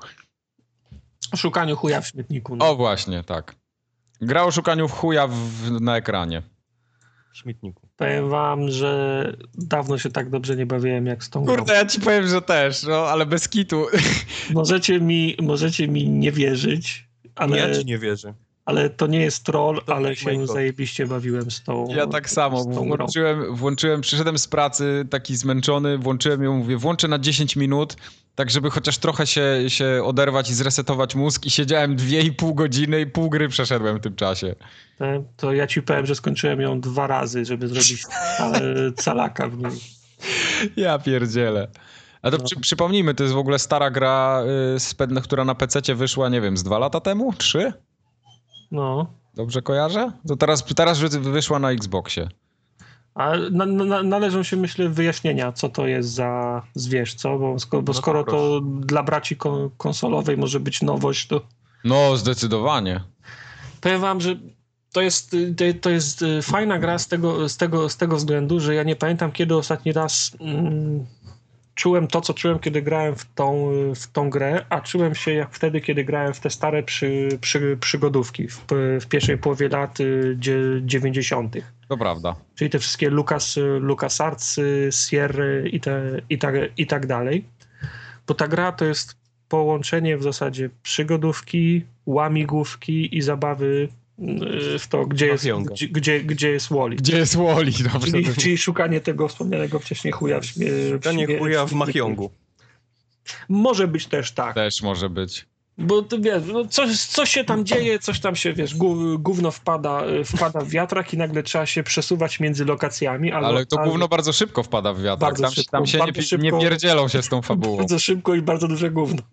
O szukaniu chuja w śmietniku. No. O właśnie, tak. Gra o szukaniu chuja w, na ekranie. W śmietniku. Powiem wam, że dawno się tak dobrze nie bawiłem jak z tą grą. Kurde, ja ci powiem, że też, no ale bez kitu. Możecie mi, możecie mi nie wierzyć, ale, Ja ci nie wierzę. ale to nie jest troll, To ale tak się mojego. zajebiście bawiłem z tą Ja tak samo. z tą grą. Włączyłem, włączyłem, przyszedłem z pracy taki zmęczony, włączyłem ją, mówię, włączę na dziesięć minut, tak żeby chociaż trochę się, się oderwać i zresetować mózg i siedziałem dwie i pół godziny i pół gry przeszedłem w tym czasie. Te- To ja ci powiem, że skończyłem ją dwa razy, żeby zrobić całe- calaka w niej. Ja pierdzielę. A to No. przy, przypomnijmy, to jest w ogóle stara gra, y, z, pe- która na pececie wyszła, nie wiem, z dwa lata temu? Trzy? No. Dobrze kojarzę? To teraz, teraz wy- wyszła na Xboxie. A na, na, należą się, myślę, wyjaśnienia, co to jest za zwierz, co? Bo, sko, bo No to skoro to proszę. dla braci kon, konsolowej może być nowość, to No, zdecydowanie. powiem wam, że to jest, y, to- to jest y, fajna gra z tego, z, tego, z tego względu, że ja nie pamiętam, kiedy ostatni raz mm, czułem to, co czułem, kiedy grałem w tą, w tą grę, a czułem się jak wtedy, kiedy grałem w te stare przy, przy, przygodówki w, w pierwszej połowie lat y, dzie- dziewięćdziesiątych. To prawda. Czyli te wszystkie Lucas, LucasArts, Sierra i, te, i, tak, i tak dalej. Bo ta gra to jest połączenie w zasadzie przygodówki, łamigłówki i zabawy y, w to, gdzie jest, Mafionga. gdzie, gdzie, gdzie jest Wally. Gdzie jest Wally? Dobrze. Czyli, czyli szukanie tego wspomnianego wcześniej chuja w śmie, Szukanie w śmie, chuja w śmietniku. Machiongu. Może być też tak. Też może być. Bo ty wiesz, no coś, coś się tam dzieje, coś tam się, wiesz, gó- gówno wpada, y, wpada w wiatrak i nagle trzeba się przesuwać między lokacjami. Albo, Ale to albo- gówno bardzo szybko wpada w wiatrak. Bardzo Tam, szybko, tam się bardzo nie, szybko. nie pierdzielą się z tą fabułą. Bardzo szybko i bardzo duże gówno.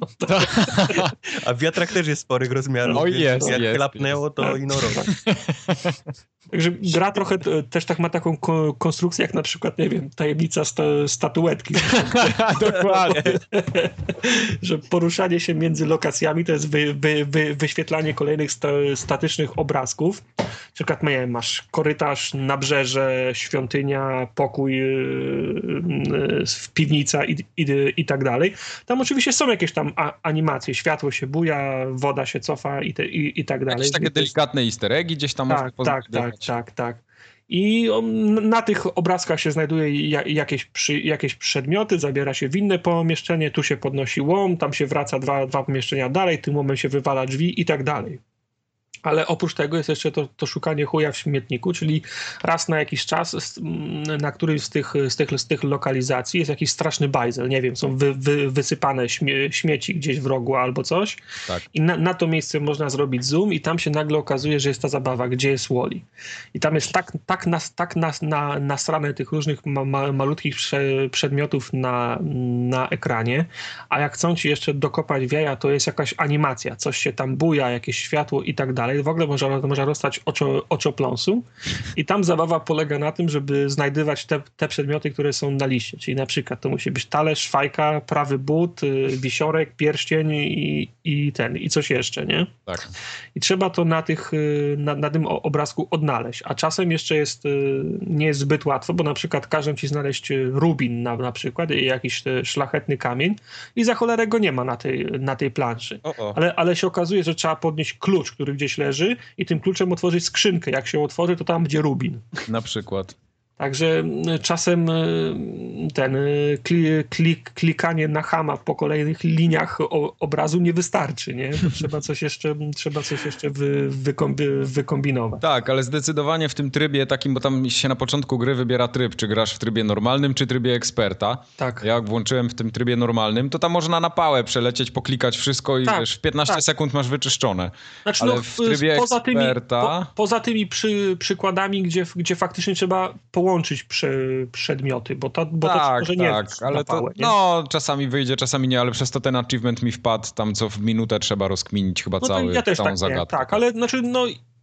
A wiatrak też jest sporych rozmiarów. Oj, więc jest, jak jest, klapnęło, to ignorować. Także gra trochę e, też tak ma taką ko- konstrukcję, jak na przykład, nie wiem, tajemnica sta- statuetki. Dokładnie. Że poruszanie się między lokacjami to jest wy, wy, wy, wyświetlanie kolejnych sta, statycznych obrazków. Na przykład, nie wiem, masz korytarz, nabrzeże, świątynia, pokój, yy, yy, piwnica i, i, i tak dalej. Tam oczywiście są jakieś tam a, animacje, światło się buja, woda się cofa i, te, i, i tak dalej. Jakieś takie To jest- delikatne easter eggi gdzieś tam tak, można tak, pozbierać. tak, tak, tak. I on, na tych obrazkach się znajduje ja, jakieś, przy, jakieś przedmioty, zabiera się w inne pomieszczenie, tu się podnosi łom, tam się wraca dwa, dwa pomieszczenia dalej, w tym momencie się wywala drzwi i tak dalej. Ale oprócz tego jest jeszcze to, to szukanie chuja w śmietniku, czyli raz na jakiś czas s- na którymś z tych, z tych, z tych lokalizacji jest jakiś straszny bajzel, nie wiem, są wy, wy, wysypane śmie, śmieci gdzieś w rogu albo coś Tak. i na, na to miejsce można zrobić zoom i tam się nagle okazuje, że jest ta zabawa, gdzie jest Wally. I tam jest tak, tak, nas, tak nas, na, nasrane tych różnych ma, ma, malutkich prze, przedmiotów na, na ekranie, a jak chcą ci jeszcze dokopać w jaja, to jest jakaś animacja, coś się tam buja, jakieś światło i tak dalej. W ogóle można, można dostać oczo, oczopląsu i tam zabawa polega na tym, żeby znajdywać te, te przedmioty, które są na liście. Czyli na przykład to musi być talerz, fajka, prawy but, y, wisiorek, pierścień i, i ten, i coś jeszcze, nie? Tak. I trzeba to na, tych, y, na, na tym o- obrazku odnaleźć. A czasem jeszcze jest, y, nie jest zbyt łatwo, bo na przykład każą ci znaleźć y, rubin na, na przykład i jakiś y, szlachetny kamień i za cholerę go nie ma na tej, na tej planszy. O, o. Ale, ale się okazuje, że trzeba podnieść klucz, który gdzieś leży i tym kluczem otworzyć skrzynkę. Jak się otworzy, to tam będzie rubin. Na przykład. Także y, czasem y, ten y, kli, klik, klikanie na chama po kolejnych liniach o, obrazu nie wystarczy, nie? To trzeba coś jeszcze, trzeba coś jeszcze wy, wykombi, wykombinować. Tak, ale zdecydowanie w tym trybie takim, bo tam się na początku gry wybiera tryb, czy grasz w trybie normalnym, czy trybie eksperta. Tak. Ja jak włączyłem w tym trybie normalnym, to tam można na pałę przelecieć, poklikać wszystko i Tak, wiesz, w piętnaście tak. sekund masz wyczyszczone. Znaczy, ale no, w trybie poza tymi, eksperta- po, poza tymi przy, przykładami, gdzie, gdzie faktycznie trzeba połączyć prze, przedmioty, bo to, bo to tak, może nie tak, jest ale na to, pałę, nie? no czasami wyjdzie, czasami nie, ale przez to ten achievement mi wpadł, tam co w minutę trzeba rozkminić chyba No to cały, ja też całą tak miałem, zagadkę. tak, ale znaczy no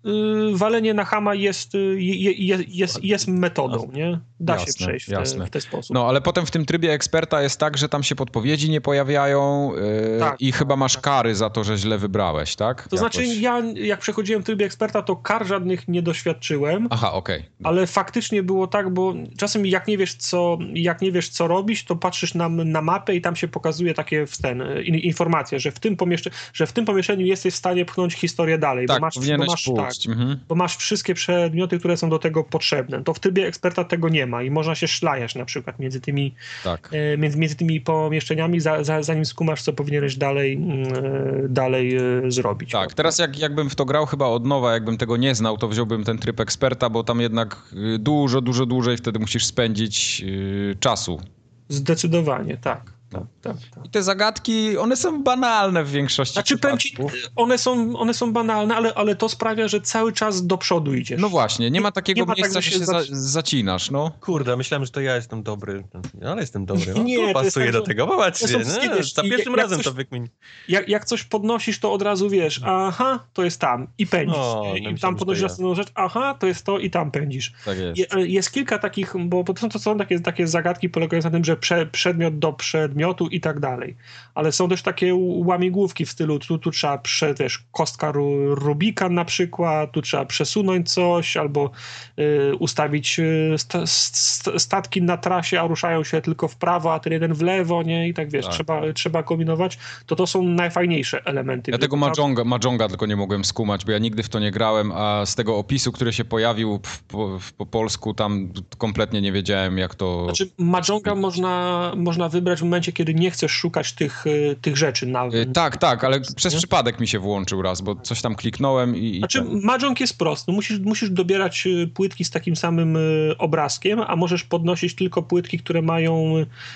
y, walenie na chama jest, y, je, je, jest, jest metodą, nie? Da Jasne, się przejść w, jasne. te, w ten sposób. No, ale potem w tym trybie eksperta jest tak, że tam się podpowiedzi nie pojawiają yy, Tak, i chyba masz tak. kary za to, że źle wybrałeś, tak? To znaczy ja jak przechodziłem w trybie eksperta, to kar żadnych nie doświadczyłem. Aha, okej. Okay. Ale faktycznie było tak, bo czasem jak nie wiesz co, jak nie wiesz, co robić, to patrzysz na, na mapę i tam się pokazuje takie ten, in, informacja, że w, tym pomieszczeniu, że w tym pomieszczeniu jesteś w stanie pchnąć historię dalej. Tak, bo masz, powinieneś bo masz, pójść. tak, mhm. bo masz wszystkie przedmioty, które są do tego potrzebne. To w trybie eksperta tego nie ma i można się szlajać na przykład między tymi, tak. e, między, między tymi pomieszczeniami, za, za, zanim skumasz, co powinieneś dalej, e, dalej e, zrobić. Tak, teraz jak, jakbym w to grał chyba od nowa, jakbym tego nie znał, to wziąłbym ten tryb eksperta, bo tam jednak dużo, dużo dłużej wtedy musisz spędzić yy, czasu. Zdecydowanie, tak. Tak, tak, tak. I te zagadki, one są banalne w większości Znaczy, powiem ci, one są, one są banalne, ale, ale to sprawia, że cały czas do przodu idziesz. No właśnie, nie ma takiego nie ma miejsca, tak, że że się się za, zac- zacinasz, no. Kurde, myślałem, że to ja jestem dobry. Ale jestem dobry. O, Nie, to to jest pasuje tak, do że- tego. Popatrzcie, to są wszystkie, no, wiesz, za i pierwszym jak razem coś- to wykmin. Jak, jak coś podnosisz, to od razu wiesz, aha, to jest tam i pędzisz. No, nie? no I myślałem, tam że podnosisz to ja. następną rzecz, aha, to jest to i tam pędzisz. Tak jest. Je, jest kilka takich, bo, bo to są, to są takie, takie zagadki polegające na tym, że prze, przedmiot do przedmiotu i tak dalej. Ale są też takie łamigłówki w stylu, tu, tu trzeba, prze, wiesz, kostka ru, Rubika na przykład, tu trzeba przesunąć coś, albo y, ustawić y, sta, st, statki na trasie, a ruszają się tylko w prawo, a ten jeden w lewo, nie? I tak wiesz, Tak. trzeba, trzeba kombinować. To to są najfajniejsze elementy. Ja tego Mahjonga, Mahjonga tylko nie mogłem skumać, bo ja nigdy w to nie grałem, a z tego opisu, który się pojawił w, po, w, po polsku, tam kompletnie nie wiedziałem, jak to... Znaczy, Mahjonga można, można wybrać w momencie, kiedy nie chcesz szukać tych, y, tych rzeczy. Na, Y, Tak, tak, ale przez nie? przypadek mi się włączył raz, bo coś tam kliknąłem i... i Znaczy, ten- Mahjong jest prosty. Musisz, musisz dobierać y, płytki z takim samym y, obrazkiem, a możesz podnosić tylko płytki, które mają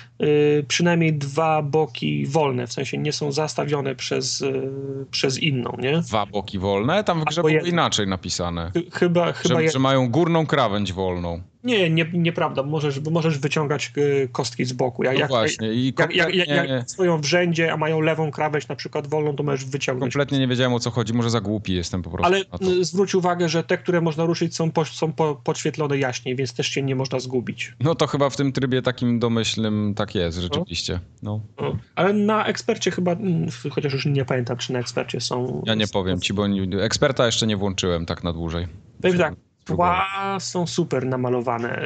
y, przynajmniej dwa boki wolne, w sensie nie są zastawione przez, y, przez inną, nie? Dwa boki wolne, tam w grze Albo było jedno. inaczej napisane. Chy- Chyba, chyba Że, je... że mają górną krawędź wolną. Nie, nie, nieprawda. Możesz, bo możesz wyciągać y, kostki z boku. Jak, No jak, właśnie. I jak, jak, jak, kompletnie, jak stoją w rzędzie, a mają lewą krawędź na przykład wolną, to możesz wyciągnąć. kompletnie nie wiedziałem, o co chodzi. Może za głupi jestem po prostu Ale na to. y, zwróć uwagę, że te, które można ruszyć, są, po, są po, podświetlone jaśniej, więc też się nie można zgubić. No to chyba w tym trybie takim domyślnym tak jest, rzeczywiście. No. No. Ale na ekspercie chyba, mm, chociaż już nie pamiętam, czy na ekspercie są... Ja nie powiem ci, bo nie, eksperta jeszcze nie włączyłem tak na dłużej. Powiem tak, Spróbuję. tła są super namalowane.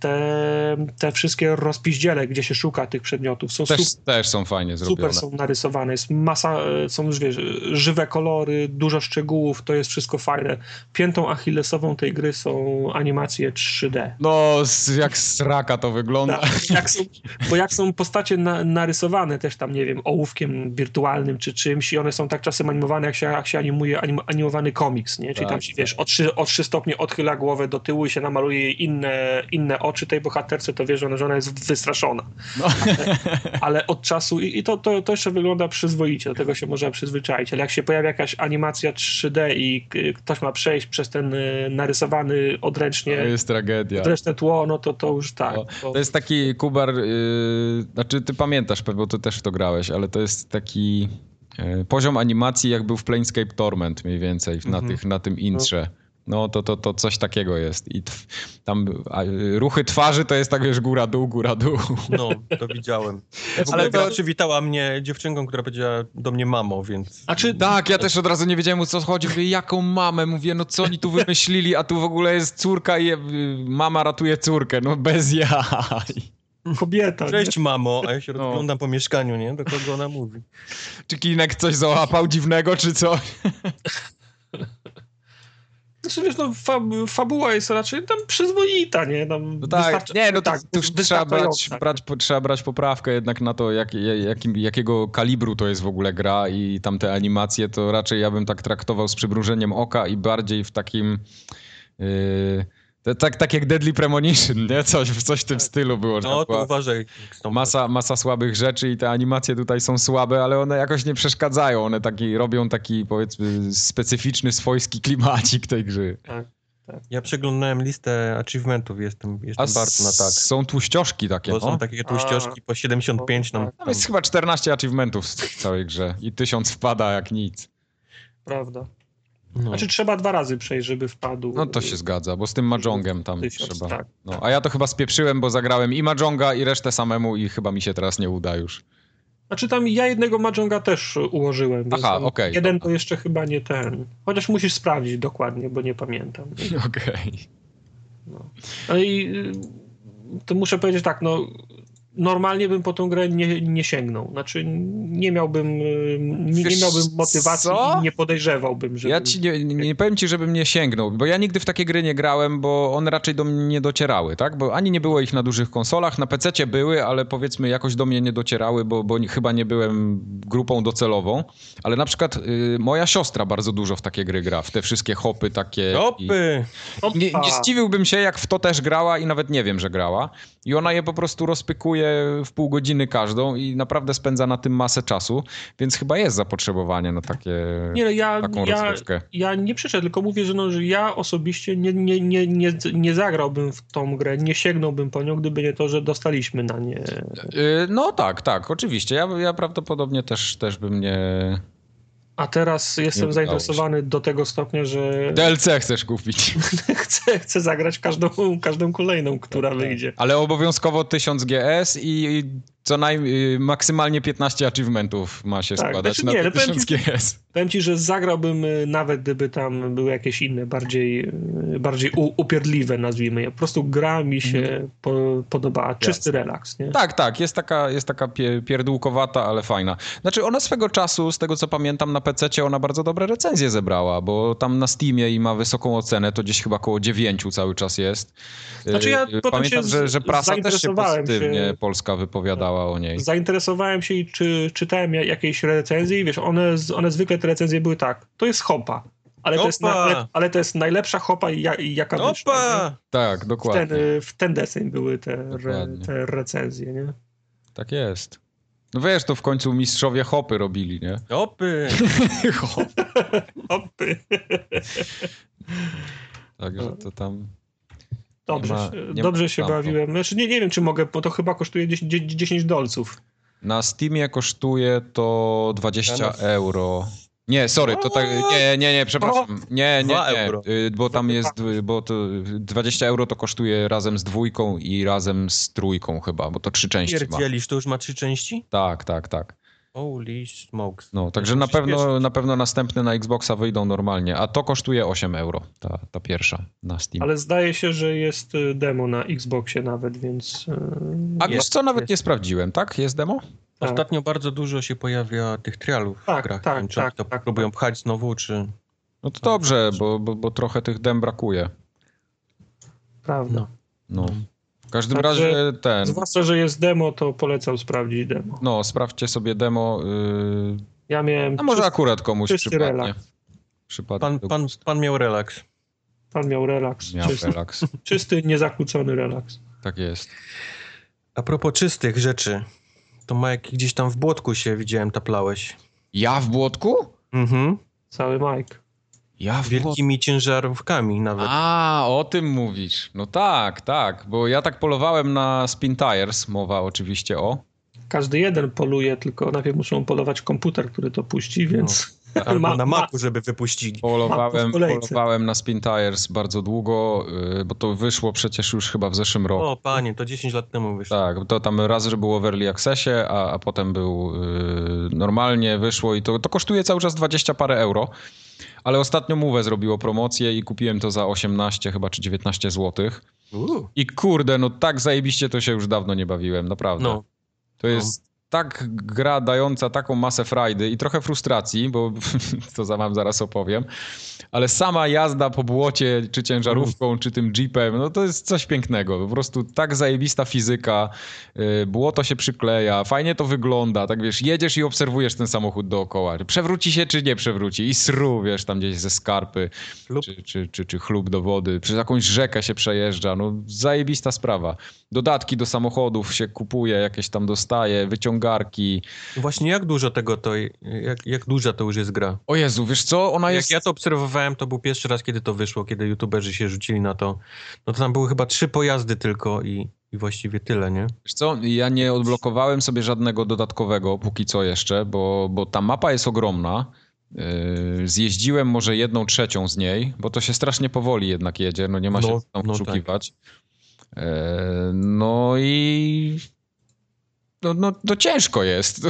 Te, te wszystkie rozpiździele, gdzie się szuka tych przedmiotów, są Też, super. też są fajnie zrobione. Super są narysowane, jest masa, są wiesz, żywe kolory, dużo szczegółów, to jest wszystko fajne. Piętą achillesową tej gry są animacje trzy D. No, z- jak sraka to wygląda. Tak, jak są, bo jak są postacie na, narysowane też tam, nie wiem, ołówkiem wirtualnym czy czymś i one są tak czasem animowane, jak się, jak się animuje anim, animowany komiks, nie? Czyli Tak, tam się, wiesz, o trzy, o trzy stopnie odchyla głowę do tyłu i się namaluje jej inne, inne oczy tej bohaterce, to wiesz, że ona, że ona jest wystraszona. No. Ale od czasu, i, i to, to, to jeszcze wygląda przyzwoicie, do tego się można przyzwyczaić, ale jak się pojawia jakaś animacja trzy D i k- ktoś ma przejść przez ten y, narysowany odręcznie, To jest tragedia. odręczne tło, no to, to już tak. No, to, to jest taki, Kubar, yy, znaczy ty pamiętasz pewnie, bo ty też w to grałeś, ale to jest taki yy, poziom animacji, jak był w Planescape Torment mniej więcej na, Mhm. tych, na tym intrze. No to, to, to coś takiego jest. I tw- tam a, y, ruchy twarzy to jest tak, wiesz, góra, dół, góra, dół. No, to widziałem. Ale Ale to- to przywitała mnie dziewczynką, która powiedziała do mnie mamo, więc... A czy Tak, ja też od razu nie wiedziałem, o co chodzi. Mówię, jaką mamę? Mówię, no co oni tu wymyślili, a tu w ogóle jest córka i y, mama ratuje córkę. No bez jaj. kobieta, nie? Cześć mamo, a ja się No. rozglądam po mieszkaniu, nie? Do kogo ona mówi. Czy Kinek coś załapał dziwnego, czy coś? Znaczy, wiesz, no, fab, fabuła jest raczej tam przyzwoita, nie? Tam No tak, wystarczy- nie, no to, tak, to już trzeba brać, wystarczająca. brać, po- trzeba brać poprawkę jednak na to, jak, jakim, jakiego kalibru to jest w ogóle gra i tam te animacje, to raczej ja bym tak traktował z przymrużeniem oka i bardziej w takim... Yy, to, tak, tak jak Deadly Premonition, nie? Coś, coś w tym stylu było. Że No, tam to była uważaj. z tą- masa, masa słabych rzeczy i te animacje tutaj są słabe, ale one jakoś nie przeszkadzają. One taki, robią taki, powiedzmy, specyficzny, swojski klimacik tej gry. Ja przeglądałem listę achievementów, jestem, jestem A bardzo na tak. są tłuściożki takie, Bo no. są takie tłuściożki po siedemdziesiąt pięć tam. Tam jest chyba czternaście achievementów w całej grze i tysiąc wpada jak nic. Prawda. No. Znaczy trzeba dwa razy przejść, żeby wpadł. No to się zgadza, bo z tym Mahjongiem tam Tysiąc, trzeba. tak. No, a ja to chyba spieprzyłem, bo zagrałem i Mahjonga i resztę samemu i chyba mi się teraz nie uda już. Znaczy tam ja jednego Mahjonga też ułożyłem. Więc Aha, tam okej, jeden dobra. to jeszcze chyba nie ten. Chociaż musisz sprawdzić dokładnie, bo nie pamiętam. Okej. No. No i y, to muszę powiedzieć tak, no normalnie bym po tą grę nie, nie sięgnął. Znaczy nie miałbym y, nie, nie Wiesz miałbym motywacji co? i nie podejrzewałbym, że Ja ci nie, nie, nie powiem ci, żebym nie sięgnął, bo ja nigdy w takie gry nie grałem, bo one raczej do mnie nie docierały, tak? Bo ani nie było ich na dużych konsolach, na pececie były, ale powiedzmy jakoś do mnie nie docierały, bo, bo chyba nie byłem grupą docelową. Ale na przykład y, moja siostra bardzo dużo w takie gry gra, w te wszystkie hopy takie. Opy! I nie, nie zdziwiłbym się, jak w to też grała i nawet nie wiem, że grała. I ona je po prostu rozpykuje w pół godziny każdą i naprawdę spędza na tym masę czasu, więc chyba jest zapotrzebowanie na takie, Nie, no ja, taką ja, rozrywkę. ja nie przeczę, tylko mówię, że, no, że ja osobiście nie, nie, nie, nie, nie zagrałbym w tą grę, nie sięgnąłbym po nią, gdyby nie to, że dostaliśmy na nie. Yy, no tak, tak, oczywiście. Ja, ja prawdopodobnie też, też bym nie... A teraz jestem udało zainteresowany do tego stopnia, że D L C chcesz kupić. chcę, chcę zagrać każdą, każdą kolejną, która wyjdzie. Ale obowiązkowo tysiąc G S i, i co najmniej maksymalnie piętnaście achievementów ma się Tak, składać znaczy na nie, te no powiem tysiąc ci- G S. Powiem ci, że zagrałbym y, nawet gdyby tam były jakieś inne, bardziej, y, bardziej u, upierdliwe, nazwijmy je. Po prostu gra mi się po, podobała. Czysty relaks, nie? Tak, tak, jest taka, jest taka pie, pierdółkowata, ale fajna. Znaczy ona swego czasu, z tego co pamiętam, na pececie ona bardzo dobre recenzje zebrała, bo tam na Steamie i ma wysoką ocenę, to gdzieś chyba koło dziewięciu cały czas jest. Znaczy ja Yy, potem Pamiętam, się że, że prasa też się zainteresowałem pozytywnie się- polska wypowiadała o niej. Zainteresowałem się i czy, czytałem ja- jakieś recenzje i wiesz, one, z- one zwykle te recenzje były tak, to jest hopa, ale to jest, na, Hopa! ale, ale to jest najlepsza hopa, ja- jaka wyszła. nie? Opa! Tak, W ten, dokładnie. w ten deseń były te, re, Dokładnie. te recenzje, nie? Tak jest. No wiesz, to w końcu mistrzowie hopy robili, nie? Opy! Hop. Hopy. Także to tam... Dobrze, ma- się- nie ma dobrze się tamto. bawiłem. Znaczy nie, nie wiem, czy mogę, bo to chyba kosztuje dziesięć, dziesięć dolców. Na Steamie kosztuje to dwadzieścia Ja na- euro. Nie, sorry, to tak, nie, nie, nie, przepraszam. Nie, nie, Dwa nie, euro. y, bo tam jest, y, bo to dwadzieścia euro to kosztuje razem z dwójką i razem z trójką chyba, bo to trzy części ma. Pierdzielisz, to już ma trzy części? Tak, tak, tak. Holy smokes. No, także na pewno, na pewno następne na Xboxa wyjdą normalnie, a to kosztuje osiem euro, ta, ta pierwsza na Steam. Ale zdaje się, że jest y, demo na Xboxie nawet, więc... y, A wiesz jest, co, nawet jest. nie sprawdziłem, tak? Jest demo? tak. Ostatnio bardzo dużo się pojawia tych trialów Tak, w grach. tak, Nie wiem, czy tak, oni to tak, próbują tak. pchać znowu, czy... No to dobrze, bo, bo, bo trochę tych dem brakuje. Prawda. No. No. W każdym Także razie ten... Zwłaszcza, że jest demo, to polecam sprawdzić demo. No, sprawdźcie sobie demo. Yy... Ja miałem... A może czysty- akurat komuś czysty przypadnie. relaks. Przypadnie. Pan, pan, pan miał relaks. Pan miał relaks. Miał Czysty, relaks. czysty, niezakłócony relaks. Tak jest. A propos czystych rzeczy, to Majek gdzieś tam w błotku się widziałem taplałeś. Ja w błotku? Mhm. Cały Mike. Ja w błotku. Wielkimi ciężarówkami nawet. A, o tym mówisz. No tak, tak, bo ja tak polowałem na Spin Tires, mowa oczywiście o. Każdy jeden poluje, tylko najpierw muszą polować komputer, który to puści, więc... Albo ma- na ma- Macu, żeby wypuścili. Polowałem, w kolejce. polowałem na Spin Tires bardzo długo, yy, bo to wyszło przecież już chyba w zeszłym roku. O, panie, to dziesięć lat temu wyszło. Tak, to tam raz, że było w Early Accessie, a, a potem był yy, normalnie, wyszło i to, to kosztuje cały czas dwadzieścia parę euro. Ale ostatnio Move zrobiło promocję i kupiłem to za osiemnaście chyba czy dziewiętnaście złotych. Uuu. I kurde, no tak zajebiście to się już dawno nie bawiłem, naprawdę. No. To jest tak gra dająca taką masę frajdy i trochę frustracji, bo to za wam zaraz opowiem, ale sama jazda po błocie, czy ciężarówką, czy tym jeepem, no to jest coś pięknego. Po prostu tak zajebista fizyka, yy, błoto się przykleja, fajnie to wygląda, tak wiesz, jedziesz i obserwujesz ten samochód dookoła. Przewróci się, czy nie przewróci i sru, wiesz, tam gdzieś ze skarpy, Lub... czy, czy, czy, czy chlub do wody, przez jakąś rzekę się przejeżdża, no zajebista sprawa. Dodatki do samochodów się kupuje, jakieś tam dostaje, wyciągarki. Właśnie jak dużo tego to, jak, jak duża to już jest gra? O Jezu, wiesz co, ona Jak jest... ja to obserwowałem, to był pierwszy raz, kiedy to wyszło, kiedy youtuberzy się rzucili na to. No to tam były chyba trzy pojazdy tylko i, i właściwie tyle, nie? Wiesz co, ja nie odblokowałem sobie żadnego dodatkowego, póki co jeszcze, bo, bo ta mapa jest ogromna Yy, zjeździłem może jedną trzecią z niej, bo to się strasznie powoli jednak jedzie, no nie ma się No, tam no oszukiwać. Yy, no i no, no to ciężko jest.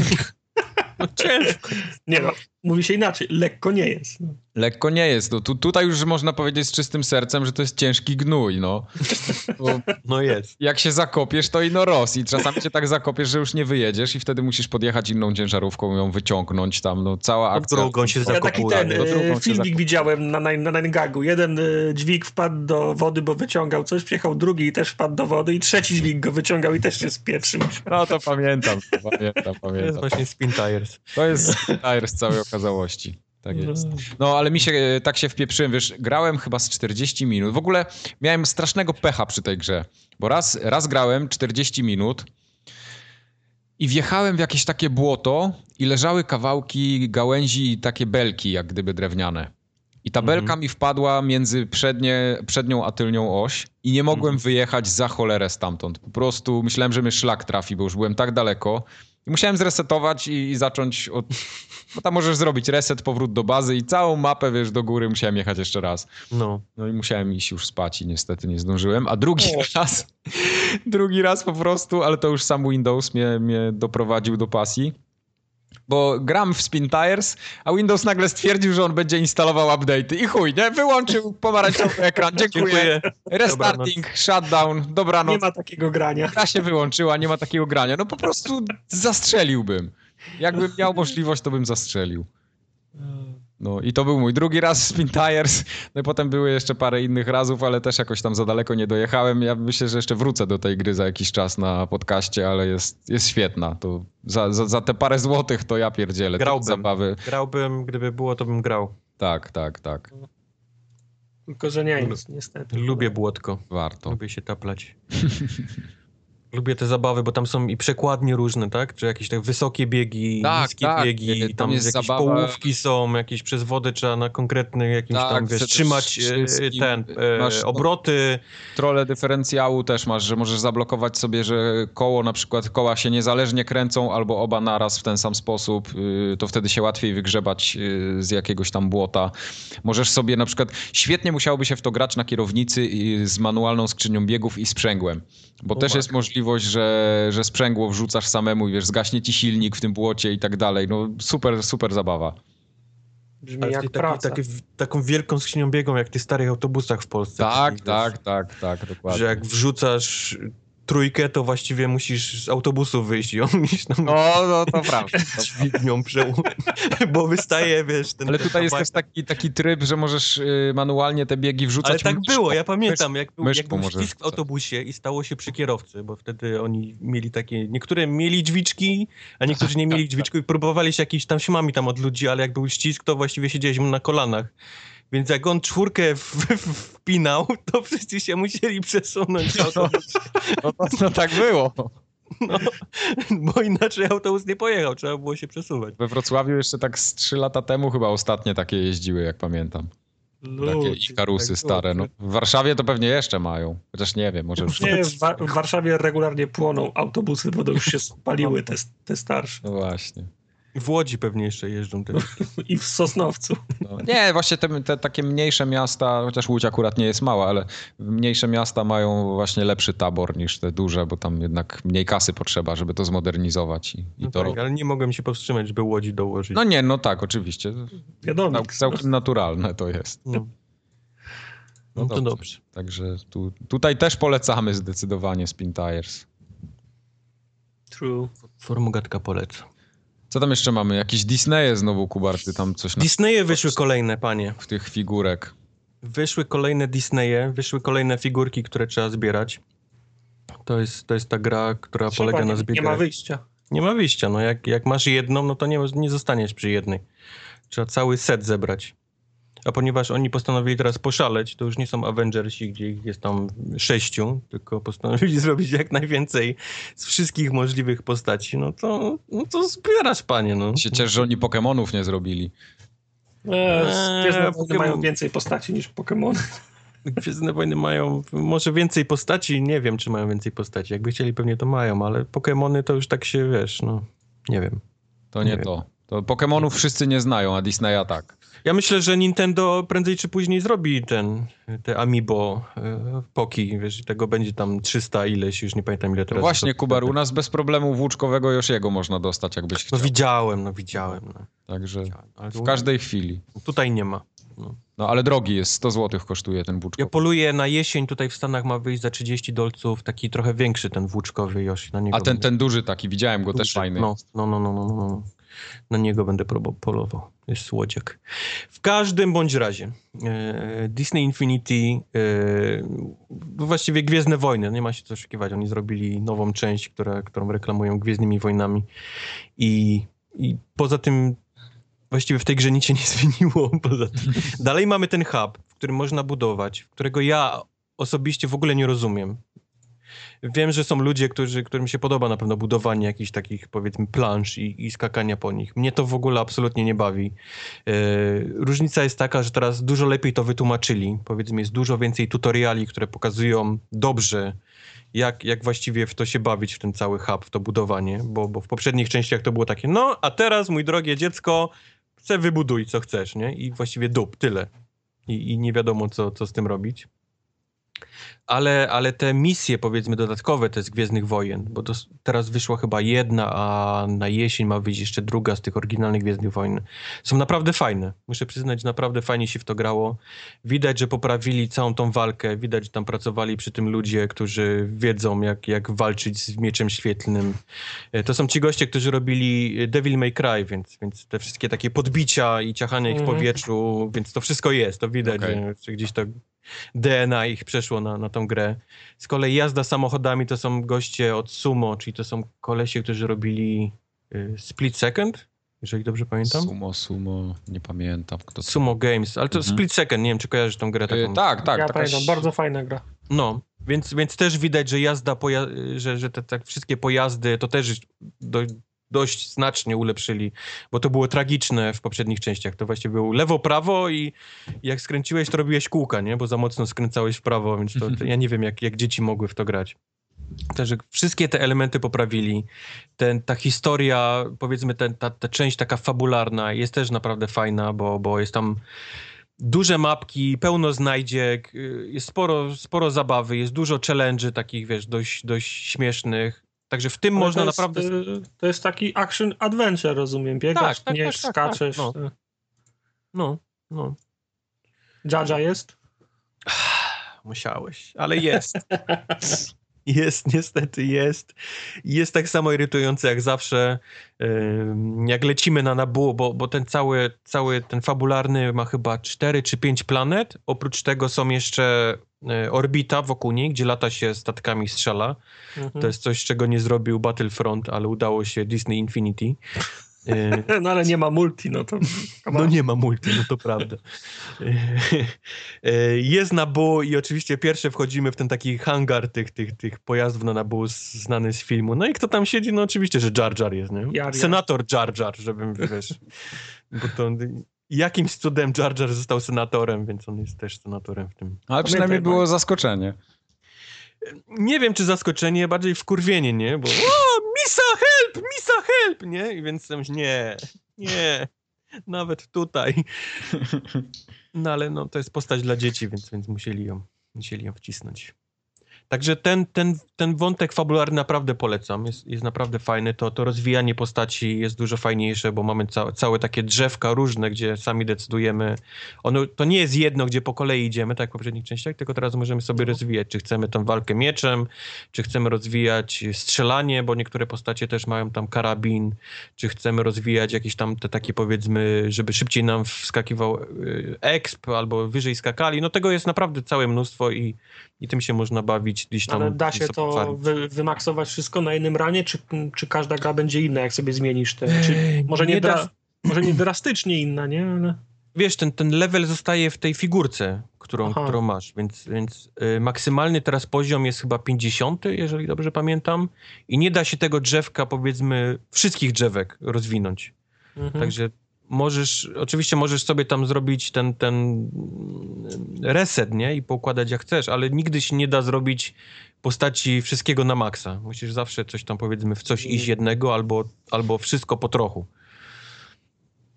No ciężko. Nie no, mówi się inaczej, lekko nie jest. Lekko nie jest. No, tu, tutaj już można powiedzieć z czystym sercem, że to jest ciężki gnój, no. Bo No jest. jak się zakopiesz, to ino roz i czasami cię tak zakopiesz, że już nie wyjedziesz i wtedy musisz podjechać inną ciężarówką, ją wyciągnąć tam, no cała Pod akcja. drugą się Ja taki zakopuje. ten Do drugą e, się filmik zakopuje. widziałem na, na, na Gagu. Jeden e, dźwig wpadł do wody, bo wyciągał coś, przyjechał drugi i też wpadł do wody i trzeci dźwig go wyciągał i też się spieprzył. No to pamiętam, to pamiętam, To jest pamiętam. właśnie Spin Tires. To jest tire z całej okazałości. Tak jest. No, ale mi się, tak się wpieprzyłem, wiesz, grałem chyba z czterdzieści minut. W ogóle miałem strasznego pecha przy tej grze, bo raz, raz grałem czterdzieści minut i wjechałem w jakieś takie błoto i leżały kawałki gałęzi i takie belki, jak gdyby drewniane. I ta belka Mhm. mi wpadła między przednie, przednią a tylnią oś i nie mogłem Mhm. wyjechać za cholerę stamtąd. Po prostu myślałem, że mnie szlak trafi, bo już byłem tak daleko. I musiałem zresetować i, i zacząć od... Bo tam możesz zrobić reset, powrót do bazy i całą mapę, wiesz, do góry musiałem jechać jeszcze raz. No. No i musiałem iść już spać i niestety nie zdążyłem. A drugi O. raz, drugi raz po prostu, ale to już sam Windows mnie, mnie doprowadził do pasji. Bo gram w Spin Tires, a Windows nagle stwierdził, że on będzie instalował update'y. I chuj, nie? Wyłączył pomarańczowy ekran. Dziękuję. Dziękuję. Restarting, shutdown, dobranoc. Nie ma takiego grania. Gra się wyłączyła, nie ma takiego grania. No po prostu zastrzeliłbym. Jakbym miał możliwość, to bym zastrzelił. No i to był mój drugi raz Spin Tires. No i potem były jeszcze parę innych razów, ale też jakoś tam za daleko nie dojechałem. Ja myślę, że jeszcze wrócę do tej gry za jakiś czas na podcaście, ale jest, jest świetna. To za, za, za te parę złotych to ja pierdzielę. Tyle Grałbym. zabawy. Grałbym, gdyby było, to bym grał. Tak, tak, tak. Tylko, że nie jest, niestety. Lubię błotko. Warto. Lubię się taplać. Lubię te zabawy, bo tam są i przekładnie różne, tak? Czy jakieś tak wysokie biegi, Tak, niskie tak. biegi, Tam i tam jest jakieś zabawa- połówki są, jakieś przez wodę trzeba na konkretny jakimś Tak, tam, wiesz, przede trzymać e, wszystkim ten, e, masz- obroty. Trole dyferencjału też masz, że możesz zablokować sobie, że koło, na przykład koła się niezależnie kręcą albo oba naraz w ten sam sposób, yy, to wtedy się łatwiej wygrzebać yy, z jakiegoś tam błota. Możesz sobie na przykład, świetnie musiałoby się w to grać na kierownicy i z manualną skrzynią biegów i sprzęgłem, bo O też tak. jest możliwość, że, że sprzęgło wrzucasz samemu i wiesz, zgaśnie ci silnik w tym błocie i tak dalej. No super, super zabawa. Brzmi Ale jak taki, praca. taki, taką wielką skrzynią biegą, jak w tych starych autobusach w Polsce. Tak, Takich, tak, wiesz, tak, tak, dokładnie. Że jak wrzucasz trójkę, to właściwie musisz z autobusu wyjść i on musisz tam No, no to prawda. dźwignią przełożyć, bo wystaje, wiesz, ten... Ale tutaj jest kawałek. też taki, taki tryb, że możesz y, manualnie te biegi wrzucać. Ale tak myszką. było, ja pamiętam, jak był, myszką jak był możesz ścisk w wrzucać. autobusie i stało się przy kierowcy, bo wtedy oni mieli takie, niektóre mieli dźwiczki, a niektórzy nie mieli dźwiczków i próbowali się jakimiś tam siłami tam od ludzi, ale jak był ścisk, to właściwie siedzieliśmy na kolanach. Więc jak on czwórkę w, w, wpinał, to wszyscy się musieli przesunąć. No, no, no, no tak było. No, bo inaczej autobus nie pojechał, trzeba było się przesuwać. We Wrocławiu jeszcze tak z trzy lata temu chyba ostatnie takie jeździły, jak pamiętam. Takie Ikarusy tak stare. No. W Warszawie to pewnie jeszcze mają. Chociaż nie wiem, może już... Nie, w, Wa- w Warszawie regularnie płoną autobusy, bo to już się spaliły te, te starsze. No właśnie. W Łodzi pewnie jeszcze jeżdżą te. I w Sosnowcu. No. Nie, właśnie te, te takie mniejsze miasta, chociaż Łódź akurat nie jest mała, ale mniejsze miasta mają właśnie lepszy tabor niż te duże, bo tam jednak mniej kasy potrzeba, żeby to zmodernizować. I, i No to tak, ale nie mogłem się powstrzymać, żeby Łodzi dołożyć. No nie, no tak, oczywiście. Wiadomo. Cał, całkiem naturalne to jest. No. No to dobrze. Także tu, tutaj też polecamy zdecydowanie Spin Tires. True. Formugatka poleca. Co tam jeszcze mamy? Jakieś Disneye znowu, Kubar, ty tam coś na Disneye wyszły kolejne, panie. w tych figurek. Wyszły kolejne Disneye, wyszły kolejne figurki, które trzeba zbierać. To jest, to jest ta gra, która Trzeba, polega nie, na nie zbieraniu. ma wyjścia. Nie ma wyjścia, no jak, jak masz jedną, no to nie, nie zostaniesz przy jednej. Trzeba cały set zebrać. A ponieważ oni postanowili teraz poszaleć, to już nie są Avengersi, gdzie ich jest tam sześciu, tylko postanowili zrobić jak najwięcej z wszystkich możliwych postaci, no to, no to zbierasz, panie, no. Się cieszę, że oni Pokemonów nie zrobili. Eee, Gwiezdne Wojny Pokemon- mają więcej postaci niż Pokémon. Gwiezdne Wojny mają może więcej postaci, nie wiem, czy mają więcej postaci. Jakby chcieli, pewnie to mają, ale Pokemony to już tak się, wiesz, no, nie wiem. To nie, Nie wiem. to. To Pokemonów wszyscy nie znają, a Disneya tak. Ja myślę, że Nintendo prędzej czy później zrobi ten, te Amiibo e, Poki, wiesz, tego będzie tam trzysta ileś, już nie pamiętam ile teraz. No właśnie, Kubar, u nas bez problemu włóczkowego Yoshiego można dostać, jakbyś chciał. No widziałem, no widziałem. No. Także Widziałem, ale w każdej chwili. Tutaj nie ma. No. No ale drogi jest, sto złotych kosztuje ten włóczkowy. Ja poluję na jesień, tutaj w Stanach ma wyjść za trzydzieści dolców, taki trochę większy ten włóczkowy Yoshi. Na niego A ten, będę... ten duży taki, widziałem go, duży. też fajny. No, no, no, no, no, no. Na niego będę polował. Jest słodziak. W każdym bądź razie e, Disney Infinity e, właściwie Gwiezdne Wojny, nie ma się co oszukiwać. Oni zrobili nową część, która, którą reklamują Gwiezdnymi Wojnami i, i poza tym właściwie w tej grze nic się nie zmieniło. Poza tym. Dalej mamy ten hub, w którym można budować, którego ja osobiście w ogóle nie rozumiem. Wiem, że są ludzie, którzy, którym się podoba na pewno budowanie jakichś takich, powiedzmy, plansz i, i skakania po nich. Mnie to w ogóle absolutnie nie bawi. Yy, różnica jest taka, że teraz dużo lepiej to wytłumaczyli. Powiedzmy, jest dużo więcej tutoriali, które pokazują dobrze, jak, jak właściwie w to się bawić, w ten cały hub, w to budowanie, bo, bo w poprzednich częściach to było takie, no, a teraz, mój drogie dziecko, se wybuduj, co chcesz, nie? I właściwie dup, tyle. I, i nie wiadomo, co, co z tym robić. Ale, ale te misje, powiedzmy, dodatkowe, te z Gwiezdnych Wojen, bo to teraz wyszła chyba jedna, a na jesień ma wyjść jeszcze druga z tych oryginalnych Gwiezdnych Wojen, są naprawdę fajne. Muszę przyznać, naprawdę fajnie się w to grało. Widać, że poprawili całą tą walkę, widać, że tam pracowali przy tym ludzie, którzy wiedzą, jak, jak walczyć z mieczem świetlnym. To są ci goście, którzy robili Devil May Cry, więc, więc te wszystkie takie podbicia i ciachania ich w powietrzu, więc to wszystko jest, to widać, okay. że, że gdzieś to D N A ich przeszło na, na tą grę. Z kolei jazda samochodami to są goście od Sumo, czyli to są kolesie, którzy robili y, Split Second, jeżeli dobrze pamiętam. Sumo, Sumo, nie pamiętam kto to. Sumo Games, ale to mhm. Split Second, nie wiem, czy kojarzysz tą grę taką. Yy, tak, tak. Ja taka... pamiętam, bardzo fajna gra. No, więc, więc też widać, że jazda, poja- że, że te, te wszystkie pojazdy to też do, dość znacznie ulepszyli, bo to było tragiczne w poprzednich częściach. To właściwie było lewo-prawo i jak skręciłeś, to robiłeś kółka, nie? Bo za mocno skręcałeś w prawo, więc to, to ja nie wiem, jak, jak dzieci mogły w to grać. Także wszystkie te elementy poprawili. Ten, ta historia, powiedzmy, ten, ta, ta część taka fabularna jest też naprawdę fajna, bo, bo jest tam duże mapki, pełno znajdziek, jest sporo, sporo zabawy, jest dużo challenge'y takich, wiesz, dość, dość śmiesznych. Także w tym Ale można to jest, naprawdę... To jest taki action adventure, rozumiem. Biegasz, tak, tak, nie tak, tak, skaczesz. tak, no. no, no. Jaja jest? Musiałeś, ale jest. Jest, niestety jest. Jest tak samo irytujące jak zawsze, jak lecimy na Naboo, bo, bo ten cały, cały ten fabularny ma chyba cztery czy pięć planet. Oprócz tego są jeszcze orbita wokół niej, gdzie lata się statkami, strzela. Mhm. To jest coś, czego nie zrobił Battlefront, ale udało się Disney Infinity. No ale nie ma multi, no to... No nie ma multi, no to prawda. Jest Naboo i oczywiście pierwsze wchodzimy w ten taki hangar tych, tych, tych pojazdów na Naboo znany z filmu. No i kto tam siedzi? No oczywiście, że Jar Jar jest, nie? Jar, Jar. Senator Jar Jar, żebym, wiesz... Bo to jakimś cudem Jar Jar został senatorem, więc on jest też senatorem w tym. Ale przynajmniej było zaskoczenie. Nie wiem, czy zaskoczenie, bardziej wkurwienie, nie? Bo o, Misa, help! Misa, help! Nie? I więc nie, nie, nawet tutaj. No ale no, to jest postać dla dzieci, więc, więc musieli ją, musieli ją wcisnąć. Także ten, ten, ten wątek fabularny naprawdę polecam. Jest, jest naprawdę fajny. To, to rozwijanie postaci jest dużo fajniejsze, bo mamy ca całe takie drzewka różne, gdzie sami decydujemy. Ono, to nie jest jedno, gdzie po kolei idziemy, tak jak w poprzednich częściach, tylko teraz możemy sobie rozwijać, czy chcemy tam walkę mieczem, czy chcemy rozwijać strzelanie, bo niektóre postacie też mają tam karabin, czy chcemy rozwijać jakieś tam te takie, powiedzmy, żeby szybciej nam wskakiwał exp, albo wyżej skakali. No tego jest naprawdę całe mnóstwo i, i tym się można bawić. Gdzieś tam. Ale da się to wy, wymaksować wszystko na jednym ranie, czy, czy każda gra będzie inna, jak sobie zmienisz te? Czy może nie, nie dra, może nie drastycznie inna, nie? Ale... Wiesz, ten, ten level zostaje w tej figurce, którą, którą masz, więc, więc y, maksymalny teraz poziom jest chyba pięćdziesiąty, jeżeli dobrze pamiętam, i nie da się tego drzewka, powiedzmy, wszystkich drzewek rozwinąć. Mhm. Także możesz, oczywiście możesz sobie tam zrobić ten, ten reset, nie? I poukładać jak chcesz, ale nigdy się nie da zrobić postaci wszystkiego na maksa. Musisz zawsze coś tam, powiedzmy, w coś iść jednego albo, albo wszystko po trochu.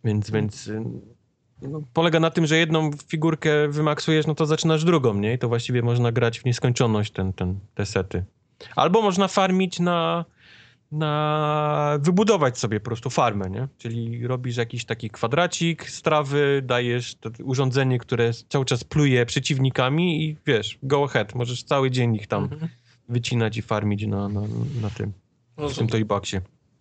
Więc, więc no, polega na tym, że jedną figurkę wymaksujesz, no to zaczynasz drugą, nie? I to właściwie można grać w nieskończoność ten, ten, te sety. Albo można farmić na, na... wybudować sobie po prostu farmę, nie? Czyli robisz jakiś taki kwadracik z trawy, dajesz to urządzenie, które cały czas pluje przeciwnikami i wiesz, go ahead, możesz cały dzień ich tam mhm. wycinać i farmić na, na, na tym, w tym toyboxie.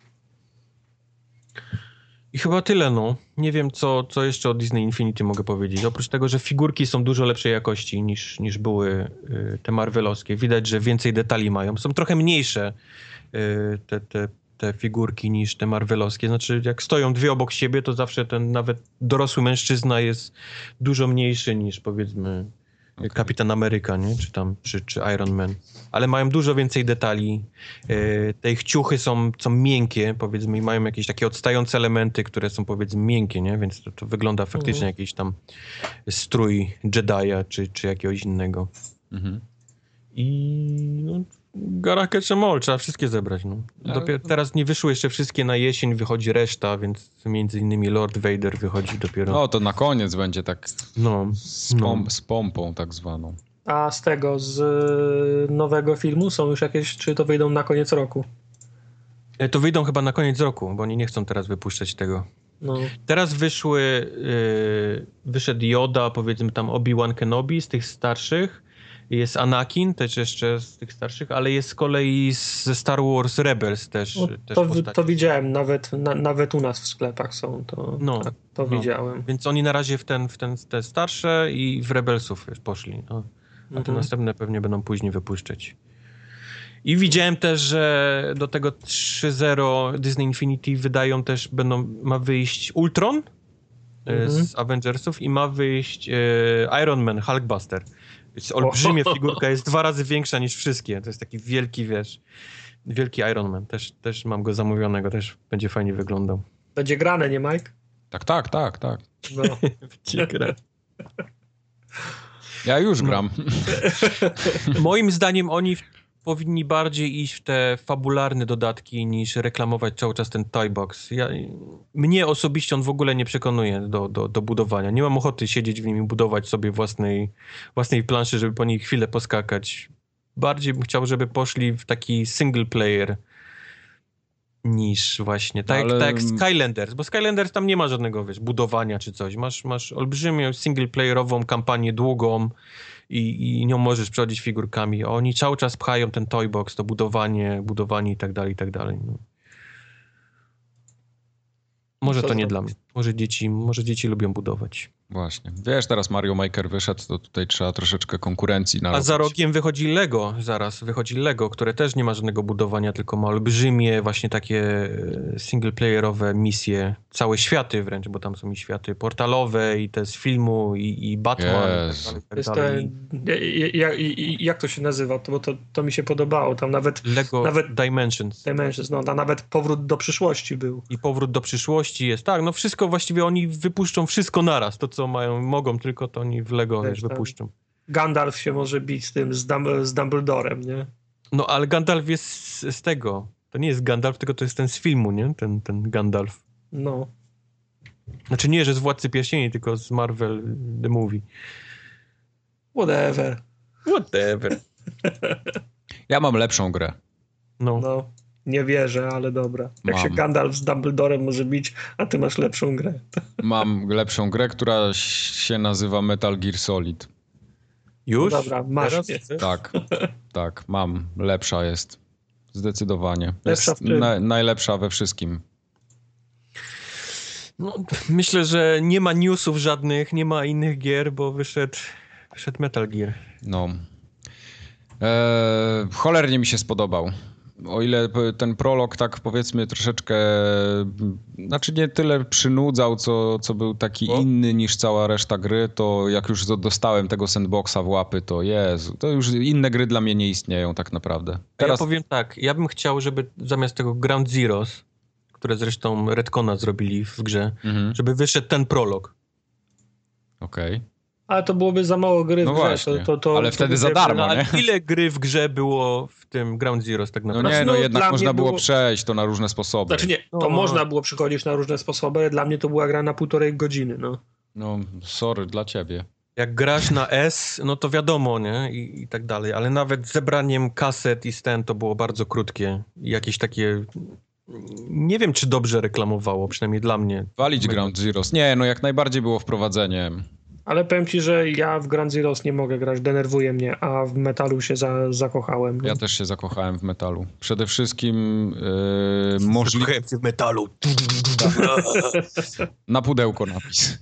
I chyba tyle, no. Nie wiem, co, co jeszcze o Disney Infinity mogę powiedzieć. Oprócz tego, że figurki są dużo lepszej jakości niż, niż były y, te marvelowskie. Widać, że więcej detali mają. Są trochę mniejsze y, te, te, te figurki niż te marvelowskie. Znaczy, jak stoją dwie obok siebie, to zawsze ten nawet dorosły mężczyzna jest dużo mniejszy niż, powiedzmy, okay. Kapitan Ameryka, nie? Czy tam, czy, czy Iron Man. Ale mają dużo więcej detali. Yy, te ich ciuchy są, są miękkie, powiedzmy, i mają jakieś takie odstające elementy, które są, powiedzmy, miękkie, nie? Więc to, to wygląda faktycznie mhm. jakiś tam strój Jedi'a, czy, czy jakiegoś innego. Mhm. I no, gotta catch 'em all, trzeba wszystkie zebrać, no. Dopiero, teraz nie wyszły jeszcze wszystkie na jesień, wychodzi reszta, więc między innymi Lord Vader wychodzi dopiero. No, to na koniec będzie tak no, z, pom- no. z pompą tak zwaną. A z tego, z nowego filmu są już jakieś, czy to wyjdą na koniec roku? To wyjdą chyba na koniec roku, bo oni nie chcą teraz wypuszczać tego. No. Teraz wyszły, yy, wyszedł Yoda, powiedzmy tam Obi-Wan Kenobi z tych starszych, jest Anakin też jeszcze z tych starszych, ale jest z kolei ze Star Wars Rebels też. No, też to, to widziałem, nawet, na, nawet u nas w sklepach są, to, no, tak, to no. widziałem. Więc oni na razie w, ten, w ten, te starsze i w Rebelsów już poszli, no. A te mhm. następne pewnie będą później wypuszczać. I widziałem też, że do tego trzy zero Disney Infinity wydają też, będą, ma wyjść Ultron mhm. z Avengersów i ma wyjść e, Iron Man, Hulkbuster. Jest olbrzymia figurka, jest dwa razy większa niż wszystkie. To jest taki wielki, wiesz, wielki Iron Man. Też, też mam go zamówionego, też będzie fajnie wyglądał. Będzie grane, nie Mike? Tak, tak, tak, tak. No. Będzie grane. Ja już gram. No. Moim zdaniem oni powinni bardziej iść w te fabularne dodatki niż reklamować cały czas ten toy box. Ja, mnie osobiście on w ogóle nie przekonuje do, do, do budowania. Nie mam ochoty siedzieć w nim i budować sobie własnej, własnej planszy, żeby po niej chwilę poskakać. Bardziej bym chciał, żeby poszli w taki single player niż właśnie, tak, Ale... tak jak Skylanders, bo Skylanders tam nie ma żadnego, wiesz, budowania czy coś. Masz, masz olbrzymią singleplayerową kampanię długą i, i nią możesz przechodzić figurkami. A oni cały czas pchają ten toybox, to budowanie, budowanie i tak dalej, i tak dalej. No. Może to nie dla mnie. Może dzieci, może dzieci lubią budować. Właśnie. Wiesz, teraz Mario Maker wyszedł, to tutaj trzeba troszeczkę konkurencji narobić. A za rogiem wychodzi Lego, zaraz wychodzi Lego, które też nie ma żadnego budowania, tylko ma olbrzymie właśnie takie singleplayerowe misje, całe światy wręcz, bo tam są i światy portalowe i te z filmu i, i Batman yes. i tak dalej. Tak dalej. Jest te, jak, jak to się nazywa? To, bo to, to mi się podobało. Tam nawet Lego nawet, Dimensions. Dimensions, no, a nawet Powrót do przyszłości był. I Powrót do przyszłości jest, tak, no wszystko właściwie oni wypuszczą wszystko naraz, to co mają, mogą tylko, to oni w Lego wiesz, wypuszczą. Gandalf się może bić z tym, z, Dum- z Dumbledorem, nie? No, ale Gandalf jest z, z tego. To nie jest Gandalf, tylko to jest ten z filmu, nie? Ten, ten Gandalf. No. Znaczy nie, że z Władcy Pierścieni, tylko z Marvel The Movie. Whatever. Whatever. Ja mam lepszą grę. No. No. Nie wierzę, ale dobra. Jak Mam. się Gandalf z Dumbledorem może bić, a ty masz lepszą grę. Mam lepszą grę, która się nazywa Metal Gear Solid. Już? No dobra, masz Teraz? mnie. Tak, tak, mam. Lepsza jest. Zdecydowanie. Lepsza jest w czym? na, najlepsza we wszystkim. No, myślę, że nie ma newsów żadnych, nie ma innych gier, bo wyszedł, wyszedł Metal Gear. No. Eee, cholernie mi się spodobał. O ile ten prolog tak powiedzmy troszeczkę, znaczy nie tyle przynudzał, co, co był taki o? inny niż cała reszta gry, to jak już dostałem tego sandboxa w łapy, to Jezu, to już inne gry dla mnie nie istnieją tak naprawdę. Teraz... Ja powiem tak, ja bym chciał, żeby zamiast tego Ground Zeroes, które zresztą Redcona zrobili w grze, mhm. żeby wyszedł ten prolog. Okej. Okay. Ale to byłoby za mało gry w No grze. właśnie, to, to, to, ale to wtedy by za się- darmo, No, ale nie? ile gry w grze było w tym Ground Zeroes tak No naprawdę? nie, no no, jednak dla można mnie było było- przejść to na różne sposoby. Znaczy nie, to No. można było przychodzić na różne sposoby, ale dla mnie to była gra na półtorej godziny, no. No, sorry, dla ciebie. Jak grasz na S, no to wiadomo, nie? I, i tak dalej. Ale nawet zebraniem kaset i sten to było bardzo krótkie. I jakieś takie... Nie wiem, czy dobrze reklamowało, przynajmniej dla mnie. Walić Ground Zeroes. Nie, no jak najbardziej było wprowadzeniem. Ale powiem ci, że ja w Ground Zeroes nie mogę grać, denerwuje mnie, a w metalu się za, zakochałem. No. Ja też się zakochałem w metalu. Przede wszystkim yy, możliwe... Zakochałem się w metalu. Na pudełko napis.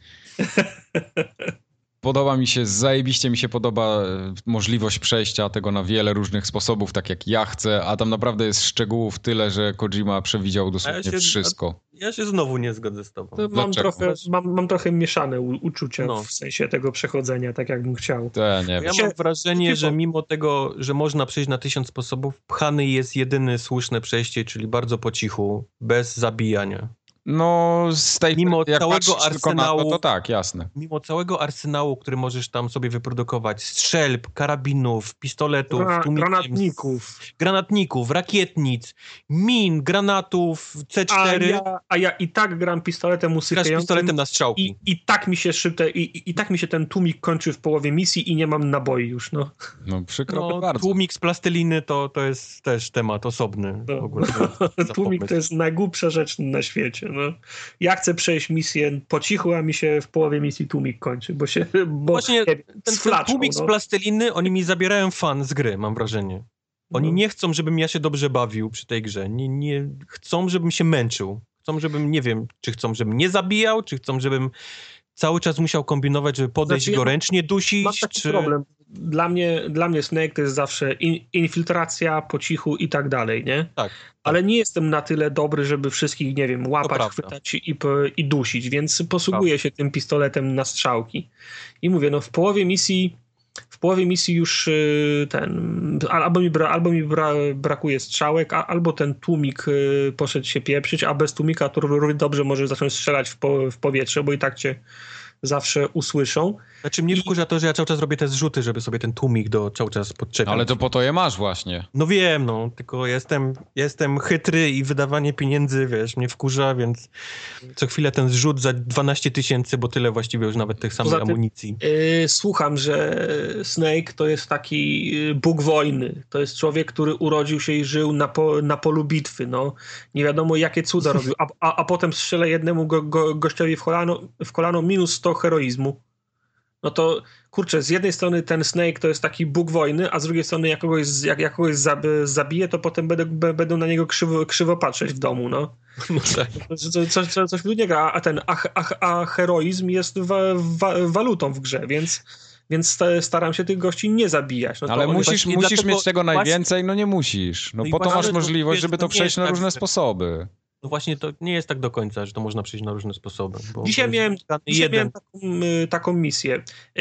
Podoba mi się, zajebiście mi się podoba e, możliwość przejścia tego na wiele różnych sposobów, tak jak ja chcę, a tam naprawdę jest szczegółów tyle, że Kojima przewidział dosłownie się- wszystko. Ja się znowu nie zgodzę z tobą. To mam, Dlaczego? trochę, mam, mam trochę mieszane u, uczucia No. w sensie tego przechodzenia, tak jakbym chciał. To ja nie Ja wiem. się- mam wrażenie, się- że mimo tego, że można przejść na tysiąc sposobów, pchany jest jedyne słuszne przejście, czyli bardzo po cichu, bez zabijania. No, z tej, Mimo jak całego patrzysz tylko na to, arsenału- to tak, jasne. Mimo całego arsenału, który możesz tam sobie wyprodukować, strzelb, karabinów, pistoletów, Gra, tłumikiem, granatników. granatników, rakietnic, min, granatów, C A cztery, ja, a ja i tak gram pistoletem grasz usypiającym pistoletem na strzałki. i, i tak mi się szybte, i, i, i tak mi się ten tłumik kończy w połowie misji i nie mam naboi już, no. No przykro No, bardzo. tłumik z plasteliny to, to jest też temat osobny. No. W ogóle. Tłumik to jest najgłupsza rzecz na świecie, no. Ja chcę przejść misję po cichu, a mi się w połowie misji tłumik kończy, bo się, bo Właśnie nie wiem, ten, ten sflaczą, tłumik z no. plasteliny, oni mi zabierają fan z gry, mam wrażenie. Oni No. nie chcą, żebym ja się dobrze bawił przy tej grze. Nie, nie chcą, żebym się męczył. Chcą, żebym, nie wiem, czy chcą, żebym nie zabijał, czy chcą, żebym cały czas musiał kombinować, żeby podejść Znaczy, i go ja ręcznie dusić, Mam taki czy... problem. Dla mnie, dla mnie Snake to jest zawsze in, infiltracja, po cichu i tak dalej, nie? Tak. Ale nie jestem na tyle dobry, żeby wszystkich, nie wiem, łapać, prawda. chwytać i, p- i dusić, więc posługuję się tym pistoletem na strzałki. I mówię, no w połowie misji w połowie misji już y, ten, albo mi, bra, albo mi bra, brakuje strzałek, a, albo ten tłumik y, poszedł się pieprzyć, a bez tłumika to równie dobrze może zacząć strzelać w, po, w powietrze, bo i tak cię zawsze usłyszą. Znaczy mnie wkurza to, że ja cały czas robię te zrzuty, żeby sobie ten tłumik do cały czas podczepiać. Ale to po to je masz właśnie. No wiem, no, tylko jestem, jestem chytry i wydawanie pieniędzy, wiesz, mnie wkurza, więc co chwilę ten zrzut za dwanaście tysięcy, bo tyle właściwie już nawet tych samych Poza tym- amunicji. Yy, słucham, że Snake to jest taki yy, Bóg wojny. To jest człowiek, który urodził się i żył na, po, na polu bitwy. No. Nie wiadomo, jakie cuda robił. A, a, a potem strzela jednemu go, go, gościowi w kolano, w kolano minus sto heroizmu. No to, kurczę, z jednej strony ten Snake to jest taki Bóg wojny, a z drugiej strony jak kogoś, jak, jak kogoś zab, zabije, to potem będą, będą na niego krzywo, krzywo patrzeć w domu, no. No tak. Co- Coś, coś, coś trudnego, a, a ten, a, a, a heroizm jest wa, wa, walutą w grze, więc, więc sta- staram się tych gości nie zabijać. No to Ale oni musisz, właśnie musisz dlatego mieć tego właśnie- najwięcej, no nie musisz. No No i po to właśnie masz to, możliwość, wiesz, żeby to to nie przejść jest na tak, różne że- sposoby. No właśnie to nie jest tak do końca, że to można przejść na różne sposoby. Bo Dzisiaj bo jest miałem, wybrany dzisiaj jeden. miałem taką, y, taką misję.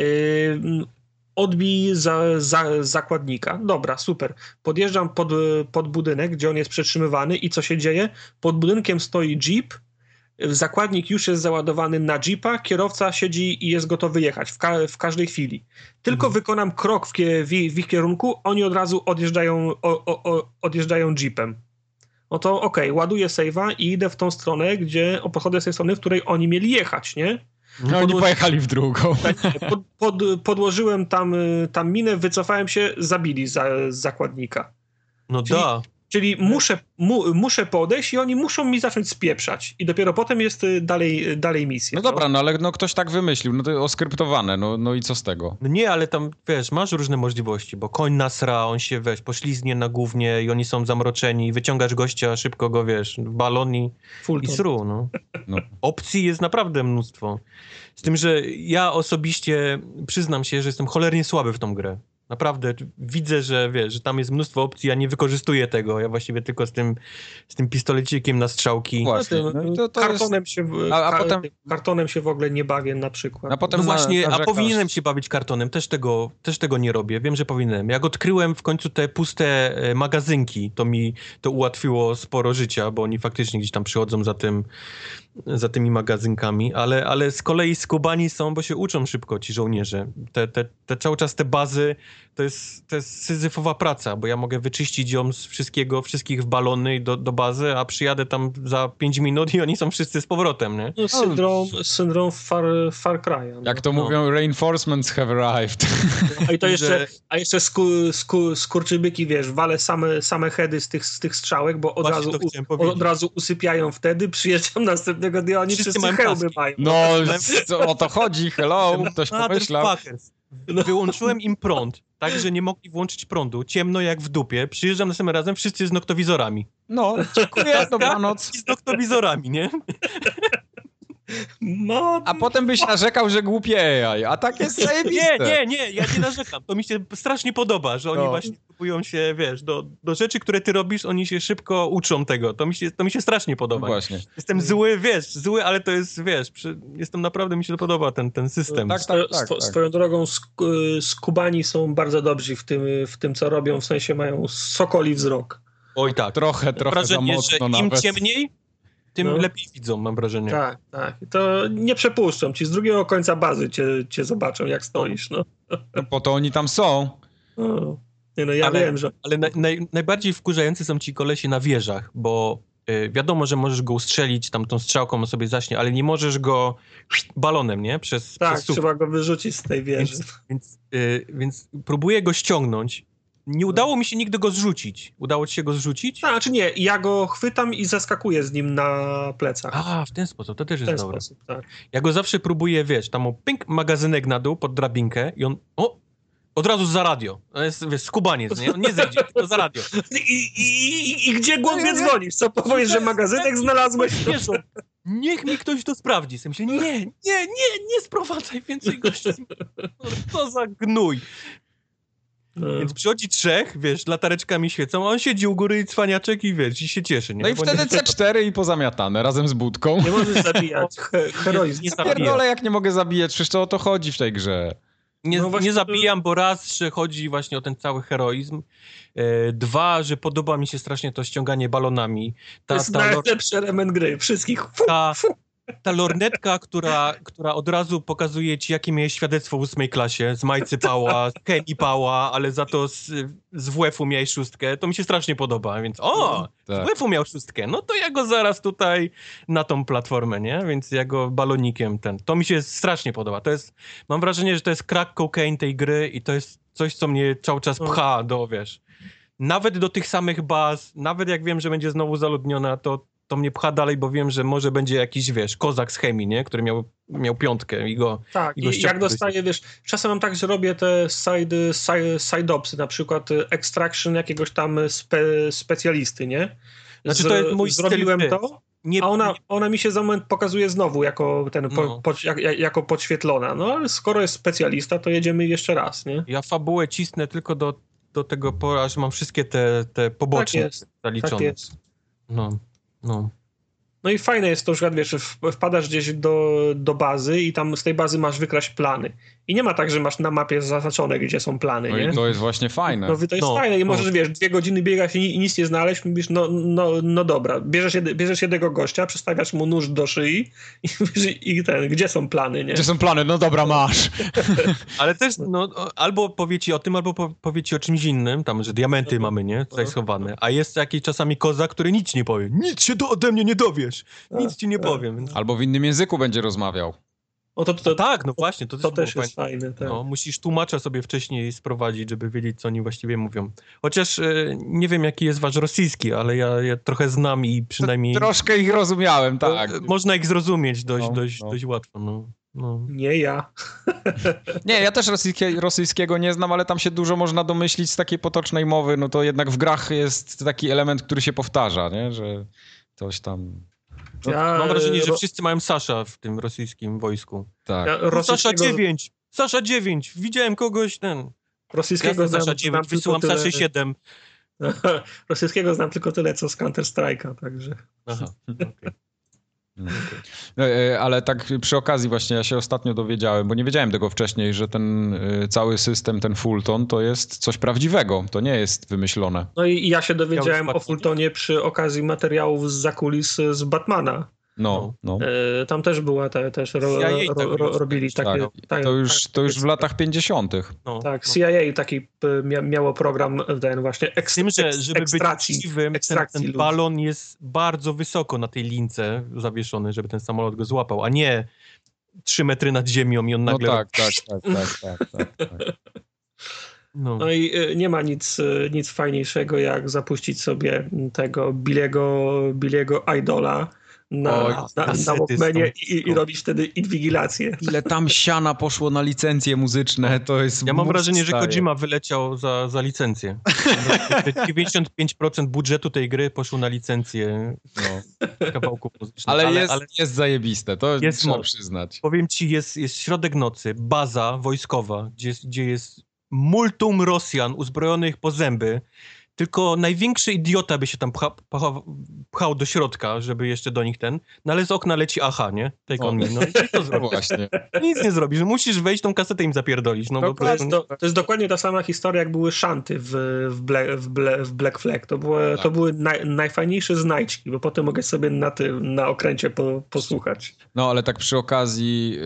Y, Odbij za, za, zakładnika. Dobra, super. Podjeżdżam pod, pod budynek, gdzie on jest przetrzymywany i co się dzieje? Pod budynkiem stoi jeep, zakładnik już jest załadowany na jeepa, kierowca siedzi i jest gotowy jechać w, ka- w każdej chwili. Tylko Mhm. wykonam krok w, kie- w, w ich kierunku, oni od razu odjeżdżają, o, o, o, odjeżdżają jeepem. No to okej, ładuję save'a i idę w tą stronę, gdzie podchodzę z tej strony, w której oni mieli jechać, nie? No oni pojechali w drugą. Pod, pod, podłożyłem tam, y, tam minę, wycofałem się, zabili za, zakładnika. No Czyli- da. Czyli muszę, mu, muszę podejść i oni muszą mi zacząć spieprzać. I dopiero potem jest y, dalej, y, dalej misja. No dobra, no ale no ktoś tak wymyślił, no to oskryptowane, no, no i co z tego? No nie, ale tam, wiesz, masz różne możliwości, bo koń nasra, on się, weź, poślizgnie na gównie i oni są zamroczeni, wyciągasz gościa, szybko go, wiesz, w balon i, Full i to. sru, no. No. Opcji jest naprawdę mnóstwo. Z tym, że ja osobiście przyznam się, że jestem cholernie słaby w tą grę. Naprawdę widzę, że wiesz, że tam jest mnóstwo opcji, ja nie wykorzystuję tego, ja właściwie tylko z tym, z tym pistolecikiem na strzałki. Właśnie. No, No i to, to kartonem, jest... się, w- A- a ka- potem- kartonem się w ogóle nie bawię na przykład. A potem No właśnie, narzekasz- a powinienem się bawić kartonem, też tego, też tego nie robię, wiem, że powinienem. Jak odkryłem w końcu te puste e, magazynki, to mi to ułatwiło sporo życia, bo oni faktycznie gdzieś tam przychodzą za tym, za tymi magazynkami, ale, ale z kolei skubani są, bo się uczą szybko ci żołnierze. Te, te, te cały czas te bazy, to jest, to jest syzyfowa praca, bo ja mogę wyczyścić ją z wszystkiego, wszystkich w balony do, do bazy, a przyjadę tam za pięć minut i oni są wszyscy z powrotem, nie? No, syndrom, syndrom Far, Far Cry'a. No. Jak to No. mówią, reinforcements have arrived. A i to jeszcze, że- a jeszcze sku, sku, skurczybyki, wiesz, wale same, same heady z tych, z tych strzałek, bo od Właśnie razu, to u, chciałem powiedzieć. od razu usypiają wtedy, przyjeżdżam następnego dnia, oni Wszyscy wszyscy, mają hełmy kaski. mają. No, co, o to chodzi, hello, ktoś pomyślał. Motherfuckers. Wyłączyłem im prąd, tak, że nie mogli włączyć prądu, ciemno jak w dupie, przyjeżdżam następnym razem, wszyscy z noktowizorami. No, dziękuję, dobranoc. I z noktowizorami, nie? No, A potem byś narzekał, że głupie A I, a tak jest Nie, zajebiste. nie, nie, ja nie narzekam. To mi się strasznie podoba, że oni No. właśnie próbują się, wiesz, do, do rzeczy, które ty robisz, oni się szybko uczą tego. To mi się, to mi się strasznie No podoba. właśnie. Jestem zły, wiesz, zły, ale to jest, wiesz, przy, jestem naprawdę, mi się to podoba, ten, ten system. Tak, Swoją, tak, swo, tak. swoją drogą sk, skubani są bardzo dobrzy w tym, w tym, co robią, w sensie mają sokoli wzrok. Oj tak. Trochę, trochę za wrażenie, że mocno im nawet. ciemniej, tym No. lepiej widzą, mam wrażenie. Tak, tak. To nie przepuszczą ci. Z drugiego końca bazy cię, cię zobaczą, jak stoisz. No. No, po to oni tam są. No. Nie, no ja Ale- wiem, że... Ale naj, naj, najbardziej wkurzający są ci kolesi na wieżach, bo y, wiadomo, że możesz go ustrzelić tam tą strzałką, on sobie zaśnie, ale nie możesz go balonem, nie? Przez, Tak, przez sufit. trzeba go wyrzucić z tej wieży. Więc, więc, y, więc próbuję go ściągnąć. Nie udało mi się nigdy go zrzucić. Udało ci się go zrzucić? Tak, znaczy nie, ja go chwytam i zaskakuję z nim na plecach. A, w ten sposób, to też w jest ten dobre. sposób, tak. Ja go zawsze próbuję, wiesz, tam o pink, magazynek na dół, pod drabinkę i on, o, od razu za radio. To jest, wiesz, skubaniec, nie? On nie zejdzie, tylko za radio. I, i, i, I gdzie głowie dzwonisz? Co powiesz, że magazynek znalazłeś? Wiesz, niech mi ktoś to sprawdzi. Sobie myślę, nie, nie, nie, nie sprowadzaj więcej gości. Co za gnój. No. Więc przychodzi trzech, wiesz, latareczkami świecą, a on siedzi u góry i cwaniaczek i wiesz, i się cieszy, nie? No i Bo wtedy nie, C cztery i pozamiatane razem z budką. Nie możesz zabijać. He, heroizm. Nie zabijam. Pierdolę, jak nie mogę zabijać, przecież to o to chodzi w tej grze. nie, No właśnie nie to- zabijam, bo raz, że chodzi właśnie o ten cały heroizm. E, dwa, że podoba mi się strasznie to ściąganie balonami. To Ta, jest ta, lor, najlepszy element gry. Wszystkich. Fu, ta, fu. ta lornetka, która, która od razu pokazuje ci, jakie miałeś świadectwo w ósmej klasie. Z Majcy Pała, z Kenii Pała, ale za to z, z W F-u miałeś szóstkę. To mi się strasznie podoba, więc o! Tak. W F-u miał szóstkę, no to ja go zaraz tutaj na tą platformę, nie? Więc ja go balonikiem ten. To mi się strasznie podoba. To jest, mam wrażenie, że to jest crack cocaine tej gry i to jest coś, co mnie cały czas pcha do, wiesz, nawet do tych samych baz, nawet jak wiem, że będzie znowu zaludniona, to, to mnie pcha dalej, bo wiem, że może będzie jakiś, wiesz, kozak z chemii, nie? Który miał, miał piątkę i go... Tak, I go i jak ściągnąć. dostaję, wiesz, czasem mam tak, że robię te side, side, side-opsy, na przykład y, extraction jakiegoś tam spe, specjalisty, nie? Znaczy, to jest mój Zrobiłem styl gry. to, Nie, a ona, nie, ona mi się za moment pokazuje znowu jako ten, po, No. po, jak, jak- jako podświetlona. No ale skoro jest specjalista, to jedziemy jeszcze raz, nie? ja fabułę cisnę tylko do, do tego pora, że mam wszystkie te, te poboczne Tak jest, zaliczone. Tak jest. No, no. No i fajne jest to, że przykład, wiesz, w- wpadasz gdzieś do, do bazy i tam z tej bazy masz wykraść plany. I nie ma tak, że masz na mapie zaznaczone, gdzie są plany, No nie? i to jest właśnie fajne. No to jest No, fajne i no. możesz, wiesz, dwie godziny biegać i, ni- i nic nie znaleźć, mówisz, no, no, no dobra, bierzesz, jedy, bierzesz jednego gościa, przystawiasz mu nóż do szyi i, mówisz, i ten, gdzie są plany, nie? Gdzie są plany? No dobra, masz. Ale też, no, o- albo powie ci o tym, albo po, powie ci o czymś innym, tam, że diamenty Mhm. mamy, nie? Tutaj Mhm. schowane. A jest jakiś czasami kozak, który nic nie powie. Nic się do, ode mnie nie dowiesz. Nic ci nie tak. powiem. Więc... Albo w innym języku będzie rozmawiał. O, to, to, To, to, tak, no właśnie, to, to też, też było jest fajne. fajne. Tak. No, musisz tłumacza sobie wcześniej sprowadzić, żeby wiedzieć, co oni właściwie mówią. Chociaż e, nie wiem, jaki jest wasz rosyjski, ale ja, ja trochę znam i przynajmniej Troszkę ich rozumiałem, tak. e, można ich zrozumieć dość, No, dość, no. dość łatwo. No. No. Nie ja. Nie, ja też rosyjskie, rosyjskiego nie znam, ale tam się dużo można domyślić z takiej potocznej mowy. No to jednak w grach jest taki element, który się powtarza, nie? Że coś tam... ja Mam wrażenie, że ro- wszyscy mają Sasza w tym rosyjskim wojsku. Tak. ja No, Sasza rosyjskiego- dziewięć! Sasza dziewięć! Widziałem kogoś, ten... Rosyjskiego znam, znam dziewięć, wysyłam tyle... Saszy siedem. Rosyjskiego znam tylko tyle, co z Counter-Strike'a, także... Aha, okay. No, ale tak przy okazji właśnie ja się ostatnio dowiedziałem, bo nie wiedziałem tego wcześniej, że ten cały system, ten Fulton to jest coś prawdziwego, to nie jest wymyślone. No i ja się dowiedziałem o Fultonie przy okazji materiałów z zakulis z Batmana. No, no. E, tam też była, te, też ro, ro, ro, robili takie... Tak, tak, to już, tak, to już w latach pięćdziesiątych. No, tak, no. C I A taki mia, miało program ten właśnie eks, Z tym, że eks, żeby ekstracji, być uczciwym, ten, ten balon jest bardzo wysoko na tej lince zawieszony, żeby ten samolot go złapał, a nie trzy metry nad ziemią i on nagle... No tak, tak, tak, tak, tak, tak, tak. No. no i nie ma nic, nic fajniejszego, jak zapuścić sobie tego Billiego, Billiego Idola na, Oj, na, na Walkmanie i, i robić wtedy inwigilację. Ile tam siana poszło na licencje muzyczne, to jest... Ja mam wrażenie, że Kojima wyleciał za, za licencję. dziewięćdziesiąt pięć procent budżetu tej gry poszło na licencję no, kawałków muzycznych. Ale, ale, jest, ale jest zajebiste, to jest trzeba moc. przyznać. Powiem ci, jest, jest środek nocy, baza wojskowa, gdzie, gdzie jest multum Rosjan uzbrojonych po zęby. Tylko największy idiota by się tam pcha, pcha, pchał do środka, żeby jeszcze do nich ten, no ale z okna leci aha, nie? Take on me. No i co zrobisz? Właśnie. Nic nie zrobisz, musisz wejść, tą kasetę im zapierdolić. No, to, bo to, jest, to, to jest dokładnie ta sama historia, jak były szanty w, w, Black, w, Black, w Black Flag. To, było, tak. to były naj, najfajniejsze znajdźki, bo potem mogę sobie na, tym, na okręcie po, posłuchać. No ale tak przy okazji yy,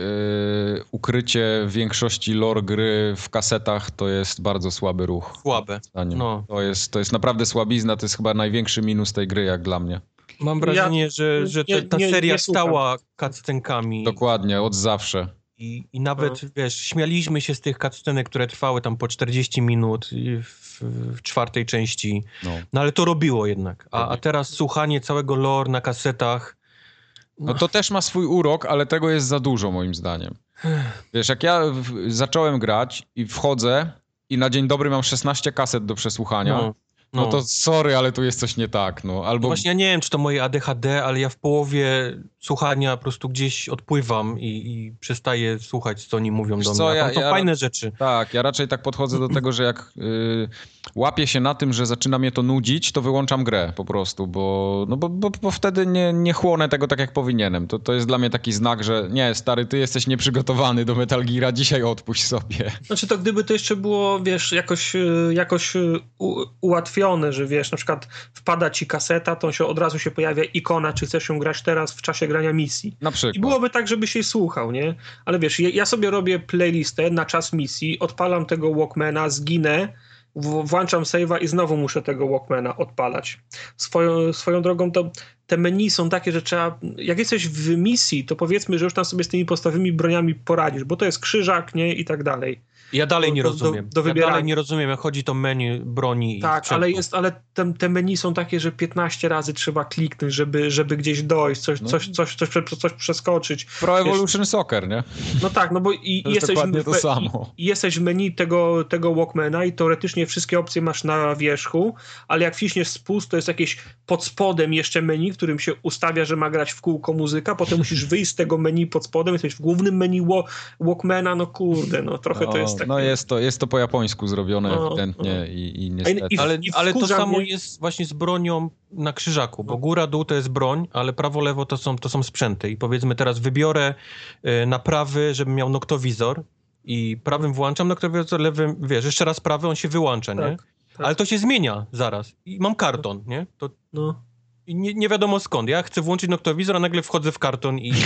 ukrycie większości lore gry w kasetach to jest bardzo słaby ruch. Słabe. No. To jest, to jest naprawdę słabizna, to jest chyba największy minus tej gry jak dla mnie. Mam wrażenie, ja, że, że ta, ta nie, seria nie stała cutscenkami. Dokładnie, od zawsze. I, i nawet, no. wiesz, śmialiśmy się z tych cutscenek, które trwały tam po czterdzieści minut w, w czwartej części. No. no ale to robiło jednak. A, a teraz słuchanie całego lore na kasetach... No. no to też ma swój urok, ale tego jest za dużo moim zdaniem. Wiesz, jak ja w, zacząłem grać i wchodzę i na dzień dobry mam szesnaście kaset do przesłuchania, no. No. no to sorry, ale tu jest coś nie tak, no. Albo... Właśnie ja nie wiem, czy to moje A D H D, ale ja w połowie słuchania po prostu gdzieś odpływam i, i przestaję słuchać, co oni mówią do co, mnie. A tam ja, to ja, fajne rzeczy. Tak, ja raczej tak podchodzę do tego, że jak y, łapię się na tym, że zaczyna mnie to nudzić, to wyłączam grę po prostu, bo, no bo, bo, bo wtedy nie, nie chłonę tego tak, jak powinienem. To, to jest dla mnie taki znak, że nie, stary, ty jesteś nieprzygotowany do Metal Geara, dzisiaj odpuść sobie. Znaczy to gdyby to jeszcze było, wiesz, jakoś, jakoś u, ułatwione, że wiesz, na przykład wpada ci kaseta, to się od razu się pojawia ikona, czy chcesz ją grać teraz w czasie grania misji. Na przykład. I byłoby tak, żebyś jej słuchał, nie? Ale wiesz, ja, ja sobie robię playlistę na czas misji, odpalam tego Walkmana, zginę, w, włączam save'a i znowu muszę tego Walkmana odpalać. Swoją, swoją drogą to te menu są takie, że trzeba, jak jesteś w misji, to powiedzmy, że już tam sobie z tymi podstawowymi broniami poradzisz, bo to jest krzyżak, nie? I tak dalej. Ja dalej nie do, rozumiem. Do, do ja dalej nie rozumiem, jak chodzi to menu broni. Tak, i ale jest, ale te, te menu są takie, że piętnaście razy trzeba kliknąć, żeby, żeby gdzieś dojść, coś, no. coś, coś, coś, coś, coś przeskoczyć. Pro Evolution Wiesz, Soccer, nie? No tak, no bo i, to jest jesteś, dokładnie to w, samo. I, jesteś w menu tego, tego Walkmana i teoretycznie wszystkie opcje masz na wierzchu, ale jak wciśniesz spust, to jest jakieś pod spodem jeszcze menu, w którym się ustawia, że ma grać w kółko muzyka, potem musisz wyjść z tego menu pod spodem, jesteś w głównym menu Walkmana, no kurde, no trochę no, to jest takie... No jest to, jest to po japońsku zrobione no, ewidentnie no. I, i niestety. I, ale i ale to samo mnie... jest właśnie z bronią na krzyżaku, bo góra, dół to jest broń, ale prawo, lewo to są, to są sprzęty i powiedzmy teraz wybiorę y, na prawy, żebym miał noktowizor i prawym włączam noktowizor, lewym, wiesz, jeszcze raz prawy, on się wyłącza, tak, nie? Tak. Ale to się zmienia zaraz i mam karton, nie? To... No. I nie, nie wiadomo skąd. Ja chcę włączyć noktowizor, a nagle wchodzę w karton i...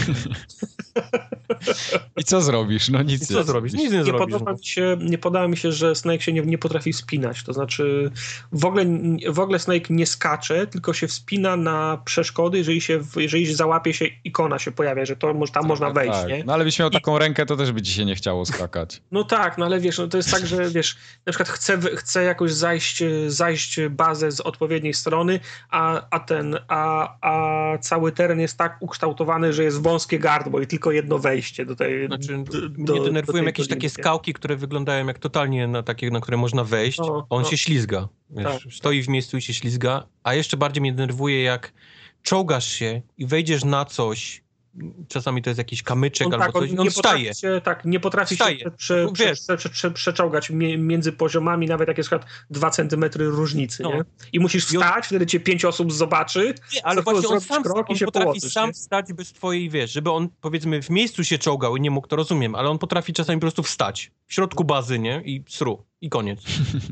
I co zrobisz? No nic. I co zrobisz? Nic nie, nie zrobisz. Podoba mi się, nie podoba mi się, że Snake się nie, nie potrafi wspinać. To znaczy w ogóle, w ogóle Snake nie skacze, tylko się wspina na przeszkody, jeżeli się, jeżeli załapie się, ikona się pojawia, że to tam tak, można wejść, tak. nie? No ale byś miał taką I... rękę, to też by ci się nie chciało skakać. No tak, no ale wiesz, no to jest tak, że wiesz, na przykład chcę, chcę jakoś zajść, zajść bazę z odpowiedniej strony, a, a ten, a, a cały teren jest tak ukształtowany, że jest wąskie gardło i tylko jedno wejście do tej... Znaczy, do, mnie denerwują jakieś takie skałki, które wyglądają jak totalnie na takie, na które można wejść, no, a on no. się ślizga. Wiesz, tak. Stoi w miejscu i się ślizga, a jeszcze bardziej mnie denerwuje, jak czołgasz się i wejdziesz na coś czasami to jest jakiś kamyczek On, albo tak, on coś, on nie wstaje. potrafi się, tak, nie potrafi Wstaje. się prze, No, prze, wiesz. prze, prze, prze, przeczołgać mie- między poziomami, nawet jak jest na przykład dwa centymetry różnicy, No. nie? I musisz I on- wstać, wtedy cię pięć osób zobaczy, Nie, ale za to właśnie on zrobić sam krok i on się potrafi położysz, sam nie? wstać bez twojej, wiesz, żeby on powiedzmy w miejscu się czołgał i nie mógł, to rozumiem, ale on potrafi czasami po prostu wstać w środku bazy, nie? I sru. I koniec.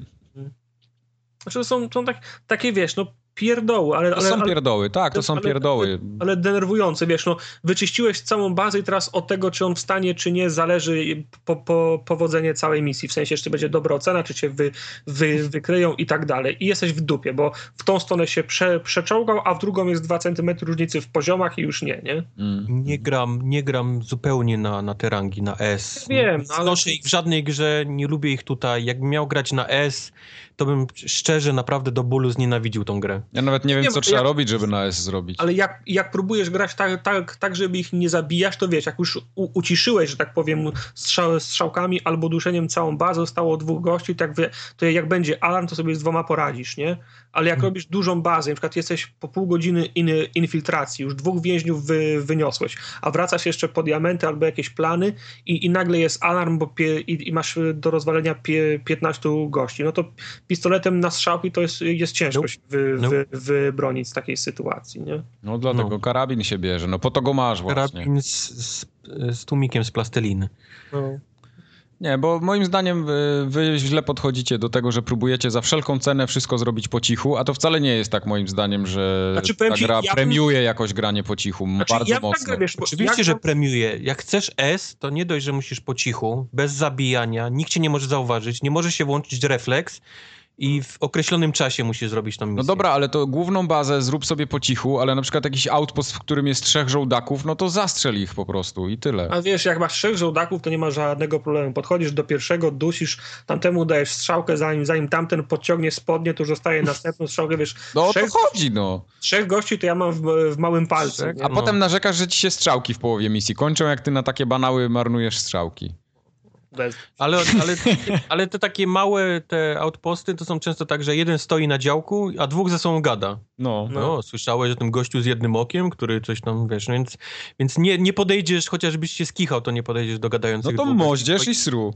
Znaczy to są, są tak, takie, wiesz, no pierdoły, ale... To ale, są ale, pierdoły, tak, to są ale- pierdoły. ale denerwujące, wiesz, no wyczyściłeś całą bazę i teraz od tego, czy on wstanie, czy nie, zależy po, po, powodzenie całej misji, w sensie, czy będzie dobra ocena, czy cię wy, wy, wykryją i tak dalej. I jesteś w dupie, bo w tą stronę się prze, przeczołgał, a w drugą jest dwa centymetry różnicy w poziomach i już nie, nie? Mm. Nie gram, nie gram zupełnie na, na te rangi, na S. Wiem, Nie no ale- znoszę ich w żadnej grze, nie lubię ich tutaj. Jakbym miał grać na S, to bym szczerze naprawdę do bólu znienawidził tą grę. Ja nawet nie wiem, Nie, co bo trzeba ja- robić, żeby na S zrobić. Ale jak, jak próbujesz grać tak, tak, tak, żeby ich nie zabijasz, to wiesz, jak już u, uciszyłeś, że tak powiem, strzał, strzałkami albo duszeniem całą bazę, zostało dwóch gości, tak wie, to jak będzie alarm, to sobie z dwoma poradzisz, nie? Ale jak Hmm. robisz dużą bazę, na przykład jesteś po pół godziny in, infiltracji, już dwóch więźniów wy, wyniosłeś, a wracasz jeszcze po diamenty albo jakieś plany i, i nagle jest alarm, bo pie, i, i masz do rozwalenia pie, piętnastu gości, no to pistoletem na strzałki to jest, jest ciężko Nope. się wy, Nope. wy, wybronić z takiej sytuacji, nie? No dlatego No. karabin się bierze, no po to go masz właśnie. Karabin z, z, z tłumikiem z plasteliny. No. Nie, bo moim zdaniem wy, wy źle podchodzicie do tego, że próbujecie za wszelką cenę wszystko zrobić po cichu, a to wcale nie jest tak moim zdaniem, że Znaczy, powiem ta ci, gra ja bym- premiuje jakoś granie po cichu, Znaczy, bardzo ja mocno. Tak, wiesz, bo Oczywiście, jak że tam- premiuje. Jak chcesz S, to nie dość, że musisz po cichu, bez zabijania, nikt cię nie może zauważyć, nie może się włączyć refleks i w określonym czasie musisz zrobić tą misję. No dobra, ale to główną bazę zrób sobie po cichu, ale na przykład jakiś outpost, w którym jest trzech żołdaków, no to zastrzel ich po prostu i tyle. A wiesz, jak masz trzech żołdaków, to nie ma żadnego problemu. Podchodzisz do pierwszego, dusisz, tamtemu dajesz strzałkę, zanim, zanim tamten podciągnie spodnie, to już dostaje następną strzałkę, wiesz, No o to trzech, chodzi, no. trzech gości to ja mam w, w małym palcu. Trzech? nie? A No. potem narzekasz, że ci się strzałki w połowie misji kończą, jak ty na takie banały marnujesz strzałki. Bez- Ale, ale, ale te takie małe te outposty to są często tak, że jeden stoi na działku, a dwóch ze sobą gada. No. No. No, słyszałeś o tym gościu z jednym okiem, który coś tam, wiesz, no więc, więc nie, nie podejdziesz, chociażbyś się skichał, to nie podejdziesz do No gadających to dwóch gości. moździerz i sru.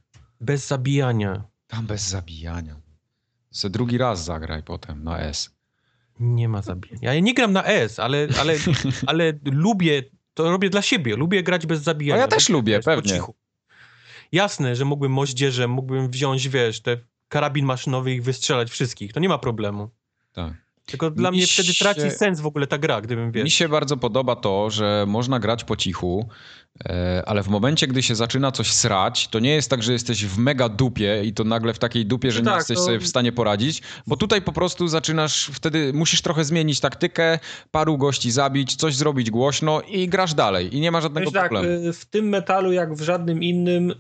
Bez zabijania. Tam bez zabijania. Se drugi raz zagraj potem na S. Nie ma zabijania. Ja nie gram na S, ale, ale, ale lubię, to robię dla siebie, lubię grać bez zabijania. A ja też lubię, wiesz, po pewnie. cichu. Jasne, że mógłbym moździerzem, mógłbym wziąć, wiesz, te karabin maszynowy i ich wystrzelać wszystkich, to nie ma problemu. Tak. Tylko dla Mi mnie wtedy traci się- sens w ogóle ta gra, gdybym, wiesz... Mi się bardzo podoba to, że można grać po cichu, e, ale w momencie, gdy się zaczyna coś srać, to nie jest tak, że jesteś w mega dupie i to nagle w takiej dupie, że nie Tak, jesteś to- sobie w stanie poradzić, bo tutaj po prostu zaczynasz, wtedy musisz trochę zmienić taktykę, paru gości zabić, coś zrobić głośno i grasz dalej i nie ma żadnego Wiesz, tak, problemu. y, w tym metalu, jak w żadnym innym,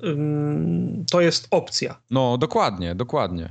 ym, to jest opcja. No, dokładnie, dokładnie.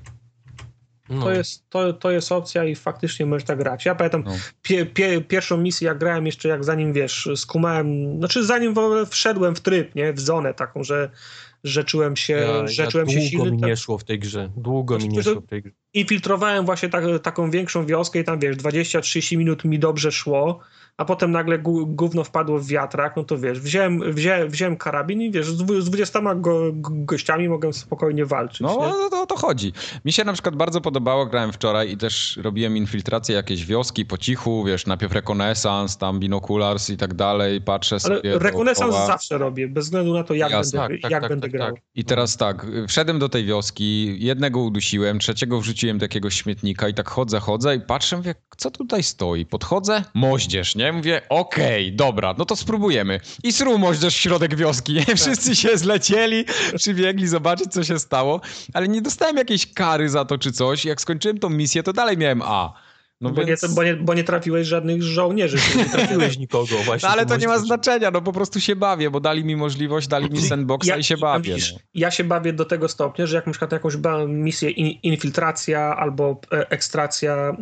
No. To, jest, to, to jest opcja i faktycznie możesz tak grać. Ja pamiętam No. pie, pie, pierwszą misję, jak grałem jeszcze, jak zanim, wiesz, skumałem, znaczy zanim w ogóle wszedłem w tryb, nie, w zonę taką, że, że czułem się, Ja, że ja czułem się długo silny. mi tak- nie szło w tej grze. Długo mi nie Znaczy, to- szło w tej grze. Infiltrowałem właśnie tak, taką większą wioskę i tam, wiesz, dwadzieścia trzydzieści minut mi dobrze szło, a potem nagle gó- gówno wpadło w wiatrak, no to wiesz, wziąłem, wziąłem, wziąłem karabin i wiesz, z dwu- z dwudziestoma go, g- gościami mogłem spokojnie walczyć. No, nie? no to o to chodzi. Mi się na przykład bardzo podobało, grałem wczoraj i też robiłem infiltrację jakiejś wioski po cichu, wiesz, najpierw rekonesans, tam binokulars i tak dalej, patrzę Ale sobie rekonesans dookoła. zawsze robię, bez względu na to, jak Jasne. będę, Tak, tak, jak tak, będę tak, grał. tak. I teraz tak, wszedłem do tej wioski, jednego udusiłem, trzeciego wrzuciłem do jakiegoś śmietnika i tak chodzę, chodzę i patrzę, mówię, co tutaj stoi? Podchodzę, moździerz, nie? Mówię, okej, dobra, no to spróbujemy. I sru moździerz w środek wioski, nie? Wszyscy się zlecieli, przybiegli zobaczyć, co się stało, ale nie dostałem jakiejś kary za to czy coś. Jak skończyłem tą misję, to dalej miałem A. No bo, więc... nie, bo, nie, bo nie trafiłeś żadnych żołnierzy. Nie trafiłeś nikogo właśnie. No ale to nie ma możesz- znaczenia, no po prostu się bawię, bo dali mi możliwość, dali mi sandboxa i się bawię. widzisz, No. ja się bawię do tego stopnia, że jak na przykład jakąś ba- misję in, infiltracja albo e, ekstracja e,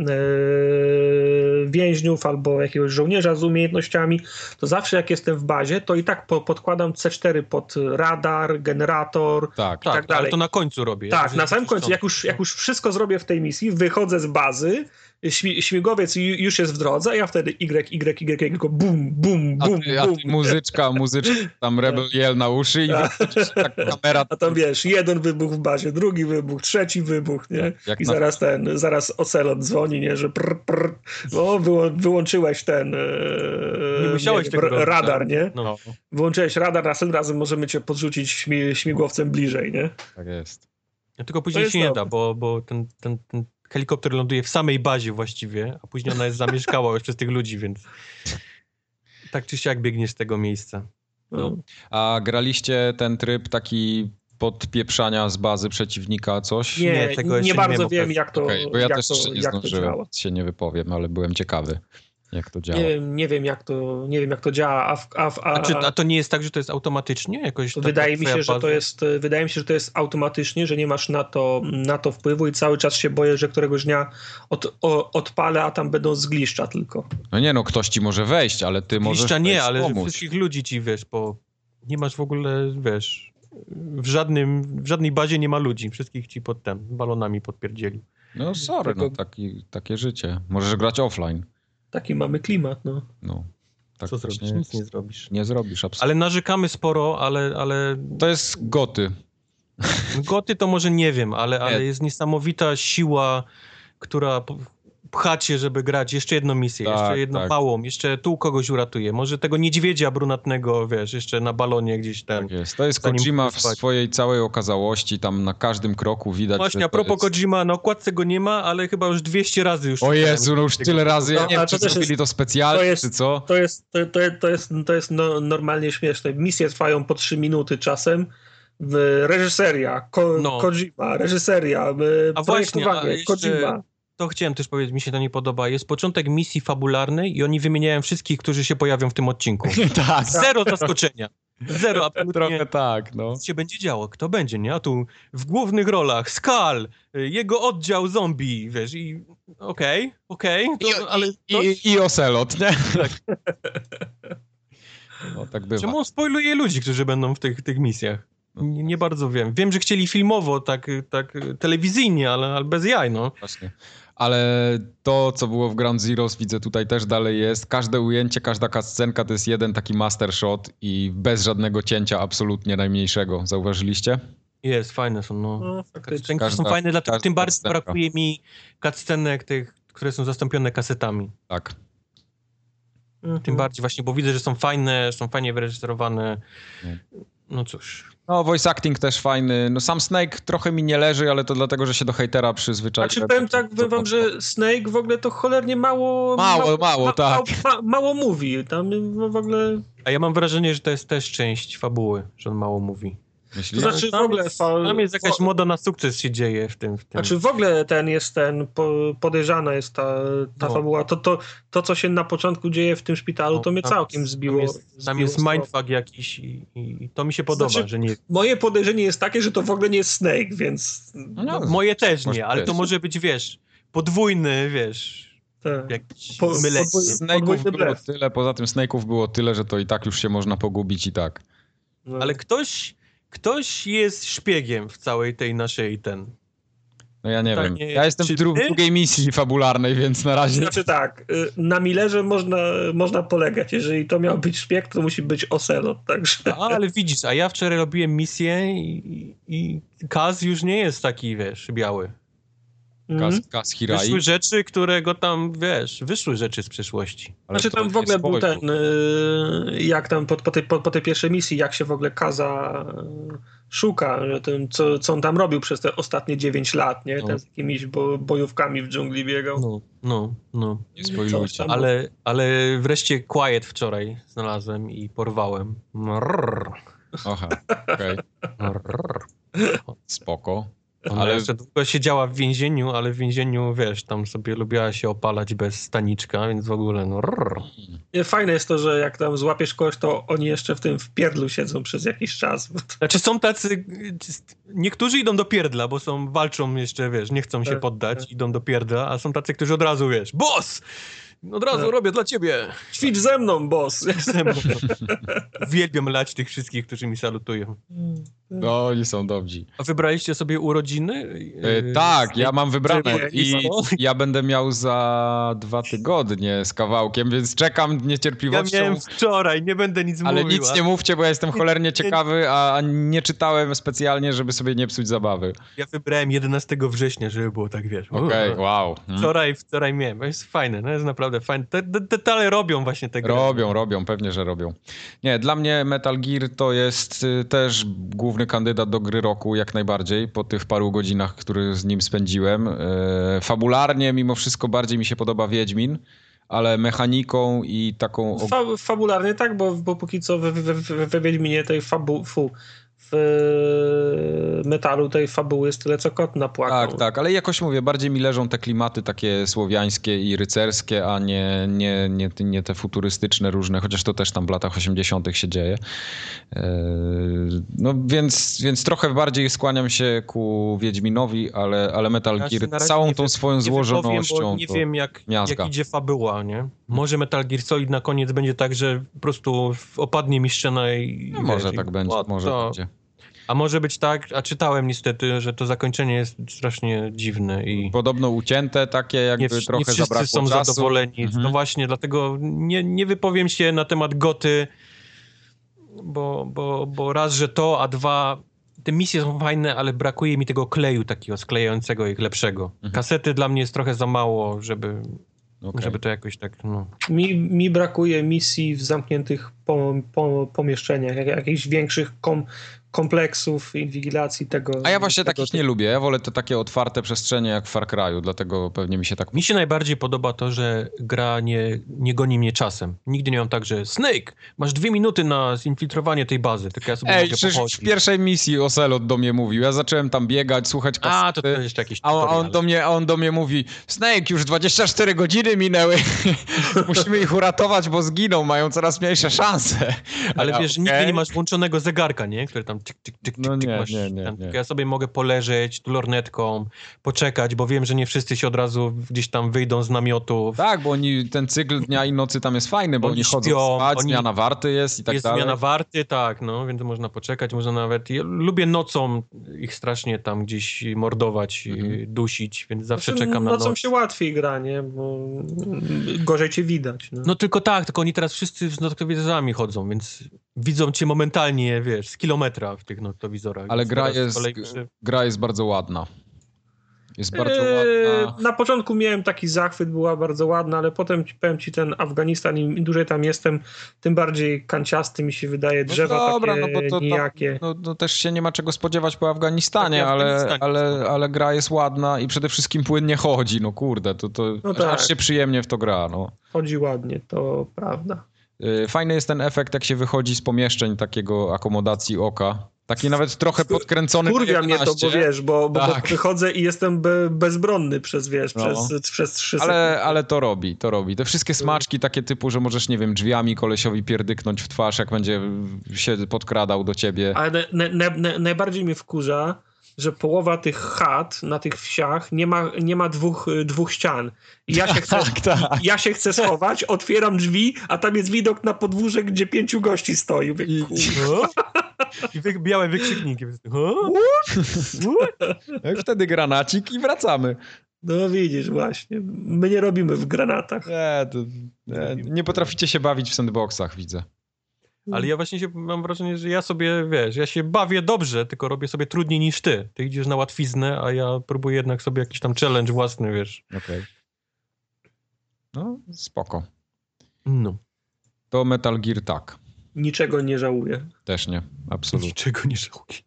więźniów albo jakiegoś żołnierza z umiejętnościami, to zawsze jak jestem w bazie, to i tak po, podkładam C cztery pod radar, generator. Tak. Tak, tak dalej. ale to na końcu robię. Tak, Jak na już samym jest końcu, jak początek. już, jak już wszystko zrobię w tej misji, wychodzę z bazy śmi, śmigłowiec już jest w drodze, a ja wtedy Y, Y, Y, Y, tylko bum, bum, A bum, ty, a bum. ty muzyczka, muzyczka, tam Rebel Yell na uszy i A. tak kamera... A tam wiesz, jeden wybuch w bazie, drugi wybuch, trzeci wybuch, nie? Jak I na- zaraz ten, zaraz Ocelot dzwoni, nie? Że prr, prr, o, wyłą, wyłączyłeś ten e, Nie musiałeś wiem, tego r- robić, radar, tak? nie? No. Wyłączyłeś radar, następnym razem możemy cię podrzucić śmi, śmigłowcem bliżej, nie? Tak jest. Tylko później jest się nie dobre. da, bo, bo ten, ten, ten helikopter ląduje w samej bazie właściwie, a później ona jest zamieszkała już przez tych ludzi, więc tak czy siak biegniesz z tego miejsca. No. A graliście ten tryb taki podpieprzania z bazy przeciwnika, coś? Nie, Nie, nie, tego jeszcze nie bardzo miałem wiem, okazji. jak to, Okej, bo ja jak też to, jeszcze nie jak to zdążyłem, działa. się nie wypowiem, ale byłem ciekawy, jak to działa. Nie wiem, nie wiem, jak to, nie wiem, jak to działa, a, w- a, w- a, A, czy, a to nie jest tak, że to jest automatycznie? Jakoś To taka wydaje mi twoja się, że to baza? jest, wydaje mi się, że to jest automatycznie, że nie masz na to, na to wpływu i cały czas się boję, że któregoś dnia od, o, odpalę, a tam będą zgliszcza tylko. No nie no, ktoś ci może wejść, ale ty możesz Liszcza nie, wejść ale pomóc. wszystkich ludzi ci, wiesz, bo nie masz w ogóle, wiesz, w, żadnym, w żadnej bazie nie ma ludzi. Wszystkich ci pod ten, balonami podpierdzieli. No sorry, no taki, takie życie. Możesz grać offline. Taki mamy klimat, no. No. Tak Co właśnie zrobisz? Nic jest. nie zrobisz. Nie zrobisz, absolutnie. Ale narzekamy sporo, ale, ale To jest goty. goty to może nie wiem, ale, ale Nie. jest niesamowita siła, która p- pcha cię, żeby grać jeszcze jedną misję, Tak, jeszcze jedną tak. małą, jeszcze tu kogoś uratuje. Może tego niedźwiedzia brunatnego, wiesz, jeszcze na balonie gdzieś tam. Tak jest. To jest zanim Kojima w pójdę spać. swojej całej okazałości, tam na każdym kroku widać, Właśnie, że a to propos jest... Kojima, na okładce go nie ma, ale chyba już dwieście razy już O szukałem. Jezu, no już tyle razy, ja No, nie wiem, ale czy to też zrobili jest- to specjalnie, to jest- czy co? To jest, to, to, to jest, to jest no, normalnie śmieszne. Misje trwają po trzy minuty czasem. W reżyseria, ko, No. Kojima, reżyseria, A właśnie, projektowanie, a jeszcze- Kojima. To chciałem też powiedzieć, mi się to nie podoba. Jest początek misji fabularnej i oni wymieniają wszystkich, którzy się pojawią w tym odcinku. Tak, Zero zaskoczenia. Zero, absolutnie. trochę tak, no. Co się będzie działo? Kto będzie, nie? A tu w głównych rolach Skull, y, jego oddział zombie, wiesz, i okej, okej, to- ale to, I, i Ocelot, nie? No tak bywa. czemu on spoiluje ludzi, którzy będą w tych, tych misjach? Nie, nie bardzo wiem. Wiem, że chcieli filmowo, tak, tak telewizyjnie, ale, ale bez jaj, no. Właśnie. Ale to, co było w Ground Zeroes, widzę tutaj też dalej jest. Każde ujęcie, każda cutscenka to jest jeden taki master shot i bez żadnego cięcia absolutnie najmniejszego. Zauważyliście? Jest, fajne są, no. No, faktycznie. Cutscenki są Każda- fajne, dlatego każda tym bardziej cutscenka. brakuje mi cutscenek tych, które są zastąpione kasetami. Tak. Mhm. Tym bardziej właśnie, bo widzę, że są fajne, są fajnie wyreżyserowane. No. No cóż. No, voice acting też fajny. No sam Snake trochę mi nie leży, ale to dlatego, że się do hejtera przyzwyczaiłem. Znaczy powiem tak, powiem wam, że Snake w ogóle to cholernie mało... Mało, mało, tak. Mało, ma, mało mówi. Tam w ogóle... A ja mam wrażenie, że to jest też część fabuły, że on mało mówi. Myślisz? To znaczy w Tam ogóle... jest, fa- tam jest jakaś fa- moda na sukces się dzieje w tym. W tym. Znaczy w ogóle ten jest ten, po, podejrzana jest ta, ta No. fabuła. To, to, to, co się na początku dzieje w tym szpitalu, No, to mnie tam całkiem jest- zbiło. Tam jest, tam zbiło jest z tropu. mindfuck jakiś i, i, i to mi się podoba, Znaczy- że nie... Moje podejrzenie jest takie, że to w ogóle nie jest Snake, więc... No, no, Moje też może nie, ale to być. może być, wiesz, podwójny, wiesz, tak. jakiś Po- mylenie. podwójny- Snake'ów podwójny było blef. tyle, poza tym Snake'ów było tyle, że to i tak już się można pogubić i tak. No. Ale ktoś, ktoś jest szpiegiem w całej tej naszej ten... No ja nie Tak, wiem. nie- Ja jestem w czy dru- ty? drugiej misji fabularnej, więc na razie... Znaczy tak, y, na Millerze można, można polegać. Jeżeli to miał być szpieg, to musi być Ocelot, także... A, ale widzisz, a ja wczoraj robiłem misję i, i Kaz już nie jest taki, wiesz, biały. Mhm. Kaz, Kaz Hirai. Wyszły rzeczy, które go tam, wiesz, wyszły rzeczy z przeszłości. Ale Znaczy to tam w nie ogóle był spoiler. ten, y, jak tam po, po, tej, po, po tej pierwszej misji, jak się w ogóle Kaza y, szuka, że tym, co, co on tam robił przez te ostatnie dziewięć lat, nie? No. Ten z jakimiś bo, bojówkami w dżungli biegał. No, no, no. Nie spoilujcie. Tam- Ale, ale wreszcie Quiet wczoraj znalazłem i porwałem. Mrrr, Aha, okej. mrrr. Spoko. Ona Ale- jeszcze długo siedziała w więzieniu, ale w więzieniu, wiesz, tam sobie lubiła się opalać bez staniczka, więc w ogóle no... rrr. Nie, Fajne jest to, że jak tam złapiesz kogoś, to oni jeszcze w tym w pierdlu siedzą przez jakiś czas. Bo to, Znaczy są tacy... Niektórzy idą do pierdla, bo są, walczą jeszcze, wiesz, nie chcą się Tak, poddać, tak. idą do pierdla, a są tacy, którzy od razu, wiesz, boss! Od razu No. robię dla ciebie. Ćwicz ze mną, boss. Ze mną. Uwielbiam lać tych wszystkich, którzy mi salutują. No, oni są dobrzy. A wybraliście sobie urodziny? E, tak, ja mam wybrane Żeby- i ja będę miał za dwa tygodnie z kawałkiem, więc czekam Ja niecierpliwością. miałem wczoraj, nie będę nic Ale mówił. nic a nie mówcie, bo ja jestem cholernie ciekawy, a nie czytałem specjalnie, żeby sobie nie psuć zabawy. Ja wybrałem jedenastego września, żeby było tak, wiesz. Okej, Uuu. wow. Hmm. Wczoraj, wczoraj miałem. To jest fajne, no jest naprawdę fajne. Te, te detale robią właśnie te gry. Robią, robią, pewnie, że robią. Nie, dla mnie Metal Gear to jest y, też główny kandydat do gry roku, jak najbardziej, po tych paru godzinach, które z nim spędziłem. E, fabularnie mimo wszystko bardziej mi się podoba Wiedźmin, ale mechaniką i taką... Fa fabularnie tak, bo, bo póki co we, we, we, we Wiedźminie tej fabu... Fu, w Metalu tej fabuły jest tyle, co kot napłakał. Tak, tak, ale jakoś mówię, bardziej mi leżą te klimaty takie słowiańskie i rycerskie, a nie, nie, nie, nie te futurystyczne różne, chociaż to też tam w latach osiemdziesiątych się dzieje. No więc, więc trochę bardziej skłaniam się ku Wiedźminowi, ale, ale Metal Ja się Gear na razie całą nie tą wy- swoją nie złożonością... wypowiem, bo nie to wiem, jak, miazga. jak idzie fabuła, nie? Może Metal Gear Solid na koniec będzie tak, że po prostu opadnie mi szczena i... No może wiesz, tak i- będzie, o, może to- będzie. A może być tak, a czytałem niestety, że to zakończenie jest strasznie dziwne i Podobno ucięte takie, jakby nie, w- trochę nie wszyscy zabrakło są czasu. zadowoleni. Mhm. No właśnie, dlatego nie, nie wypowiem się na temat Goty, bo, bo, bo raz, że to, a dwa, te misje są fajne, ale brakuje mi tego kleju takiego sklejającego ich lepszego. Mhm. Kasety dla mnie jest trochę za mało, żeby, Okej. żeby to jakoś tak, no... Mi, mi brakuje misji w zamkniętych po, po, pomieszczeniach, jak, jakichś większych kom, kompleksów, inwigilacji tego. A ja właśnie tego takich nie lubię. Ja wolę te takie otwarte przestrzenie jak w Far Cry'u, dlatego pewnie mi się tak... Mi się najbardziej podoba to, że gra nie, nie goni mnie czasem. Nigdy nie mam tak, że Snake, masz dwie minuty na zinfiltrowanie tej bazy, tylko ja sobie Ej, mogę przecież pochodzić. w pierwszej misji Ocelot do mnie mówił. Ja zacząłem tam biegać, słuchać kasety. A, to, to jeszcze jakieś A on, a, on tutoriale. do mnie, a on do mnie mówi: Snake, już dwadzieścia cztery godziny minęły. Musimy ich uratować, bo zginą, mają coraz mniejsze szanse. Ale ja, wiesz, okej. nigdy nie masz włączonego zegarka, nie? Który tam tyk, tyk, tyk, No tyk, tyk nie, masz. nie, nie, tam, nie. tylko ja sobie mogę poleżeć tu lornetką, poczekać, bo wiem, że nie wszyscy się od razu gdzieś tam wyjdą z namiotów. Tak, bo oni, ten cykl dnia i nocy tam jest fajny, bo Oni oni chodzą śpią, spać, oni- zmiana warty jest i tak jest dalej. zmiana warty, tak, no, więc można poczekać, można nawet... Ja lubię nocą ich strasznie tam gdzieś mordować, Mhm. y, dusić, więc zawsze Znaczy, czekam na nocą noc. się łatwiej gra, nie? Bo gorzej cię widać. No. No tylko tak, tylko oni teraz wszyscy z noktowizorami chodzą, więc widzą cię momentalnie, wiesz, z kilometra w tych noktowizorach. Ale więc gra teraz z jest, kolei przy- gra jest bardzo ładna. Jest bardzo Eee, ładna. Na początku miałem taki zachwyt, była bardzo ładna, ale potem ci powiem ci, ten Afganistan, im, im dłużej tam jestem, tym bardziej kanciasty mi się wydaje, drzewa no dobra, takie no bo to tam, nijakie. no, no też się nie ma czego spodziewać po Afganistanie, Tak, ale, Afganistanie, ale, no. ale gra jest ładna i przede wszystkim płynnie chodzi, no kurde, to, to No aż tak. się przyjemnie w to gra, no. Chodzi ładnie, to prawda. Y, Fajny jest ten efekt, jak się wychodzi z pomieszczeń takiego akomodacji oka. Taki nawet trochę podkręcony. Kurwia mnie to, bo jedenaście, wiesz, bo, bo, Tak. bo wychodzę i jestem be, bezbronny przez, wiesz, No. przez, przez trzy ale, sekundy. ale to robi, to robi. Te wszystkie smaczki takie typu, że możesz, nie wiem, drzwiami kolesiowi pierdyknąć w twarz, jak będzie się podkradał do ciebie. Ale na, na, na, najbardziej mnie wkurza, że połowa tych chat na tych wsiach nie ma, nie ma dwóch, dwóch ścian. I ja się, chcę, Tak, tak. ja się chcę schować, otwieram drzwi, a tam jest widok na podwórze, gdzie pięciu gości stoi. Mówię, I- kurwa. I wy, białe wykrzykniki. O? Jak wtedy granacik i wracamy. No widzisz, właśnie. My nie robimy w granatach. Nie, to, nie, nie potraficie się bawić w sandboxach, widzę. Ale ja właśnie się, mam wrażenie, że ja sobie, wiesz, ja się bawię dobrze, tylko robię sobie trudniej niż ty. Ty idziesz na łatwiznę, a ja próbuję jednak sobie jakiś tam challenge własny, wiesz. Okej. No, spoko. No. To Metal Gear tak. Niczego nie żałuję. Też nie, absolutnie. Niczego nie żałuję.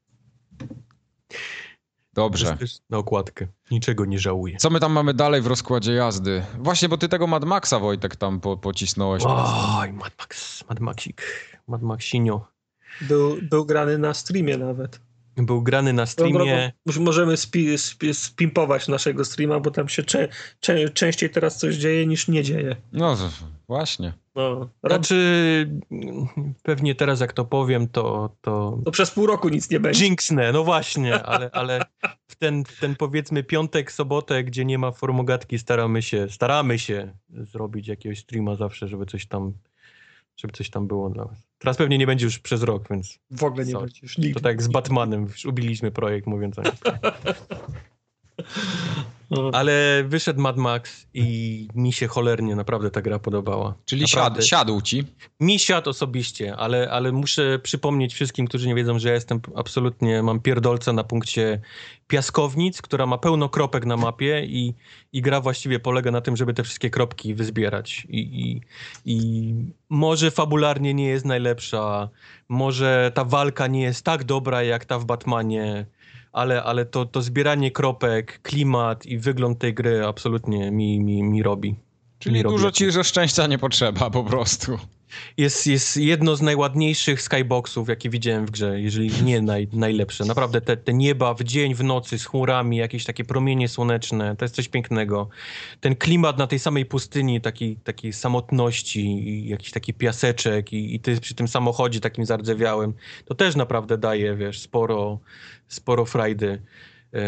Dobrze. To jest też na okładkę. Niczego nie żałuję. Co my tam mamy dalej w rozkładzie jazdy? Właśnie, bo ty tego Mad Maxa, Wojtek, tam po, pocisnąłeś. Oj, Mad Max, Mad Maxik, Mad Maxinio. Był, był grany na streamie nawet. był grany na streamie. Już możemy spi, spi, spimpować naszego streama, bo tam się cze, cze, częściej teraz coś dzieje niż nie dzieje. No właśnie. No, znaczy, pewnie teraz jak to powiem, to... To, to przez pół roku nic nie będzie. Jinxnę, no właśnie, ale, ale w, ten, w ten powiedzmy piątek, sobotę, gdzie nie ma formogatki, staramy się, staramy się zrobić jakiegoś streama zawsze, żeby coś tam, żeby coś tam było dla was. Teraz pewnie nie będzie już przez rok, więc... W ogóle nie będzie już nigdy. To tak jak z Batmanem, już ubiliśmy projekt, mówiąc o nim. Ale wyszedł Mad Max i mi się cholernie naprawdę ta gra podobała. Czyli siadł, siadł ci? Mi siadł osobiście, ale, ale muszę przypomnieć wszystkim, którzy nie wiedzą, że ja jestem absolutnie, mam pierdolca na punkcie piaskownic, która ma pełno kropek na mapie i, i gra właściwie polega na tym, żeby te wszystkie kropki wyzbierać. I, i, i może fabularnie nie jest najlepsza, może ta walka nie jest tak dobra jak ta w Batmanie, ale, ale to, to zbieranie kropek, klimat i wygląd tej gry absolutnie mi, mi, mi robi. Czyli mi dużo robi. ci że szczęścia nie potrzeba po prostu. Jest, jest jedno z najładniejszych skyboxów, jakie widziałem w grze, jeżeli nie naj, najlepsze. Naprawdę te, te nieba w dzień, w nocy z chmurami, jakieś takie promienie słoneczne, to jest coś pięknego. Ten klimat na tej samej pustyni, takiej taki samotności i jakiś taki piaseczek i, i ty przy tym samochodzie takim zardzewiałym, to też naprawdę daje, wiesz, sporo, sporo frajdy. Yy...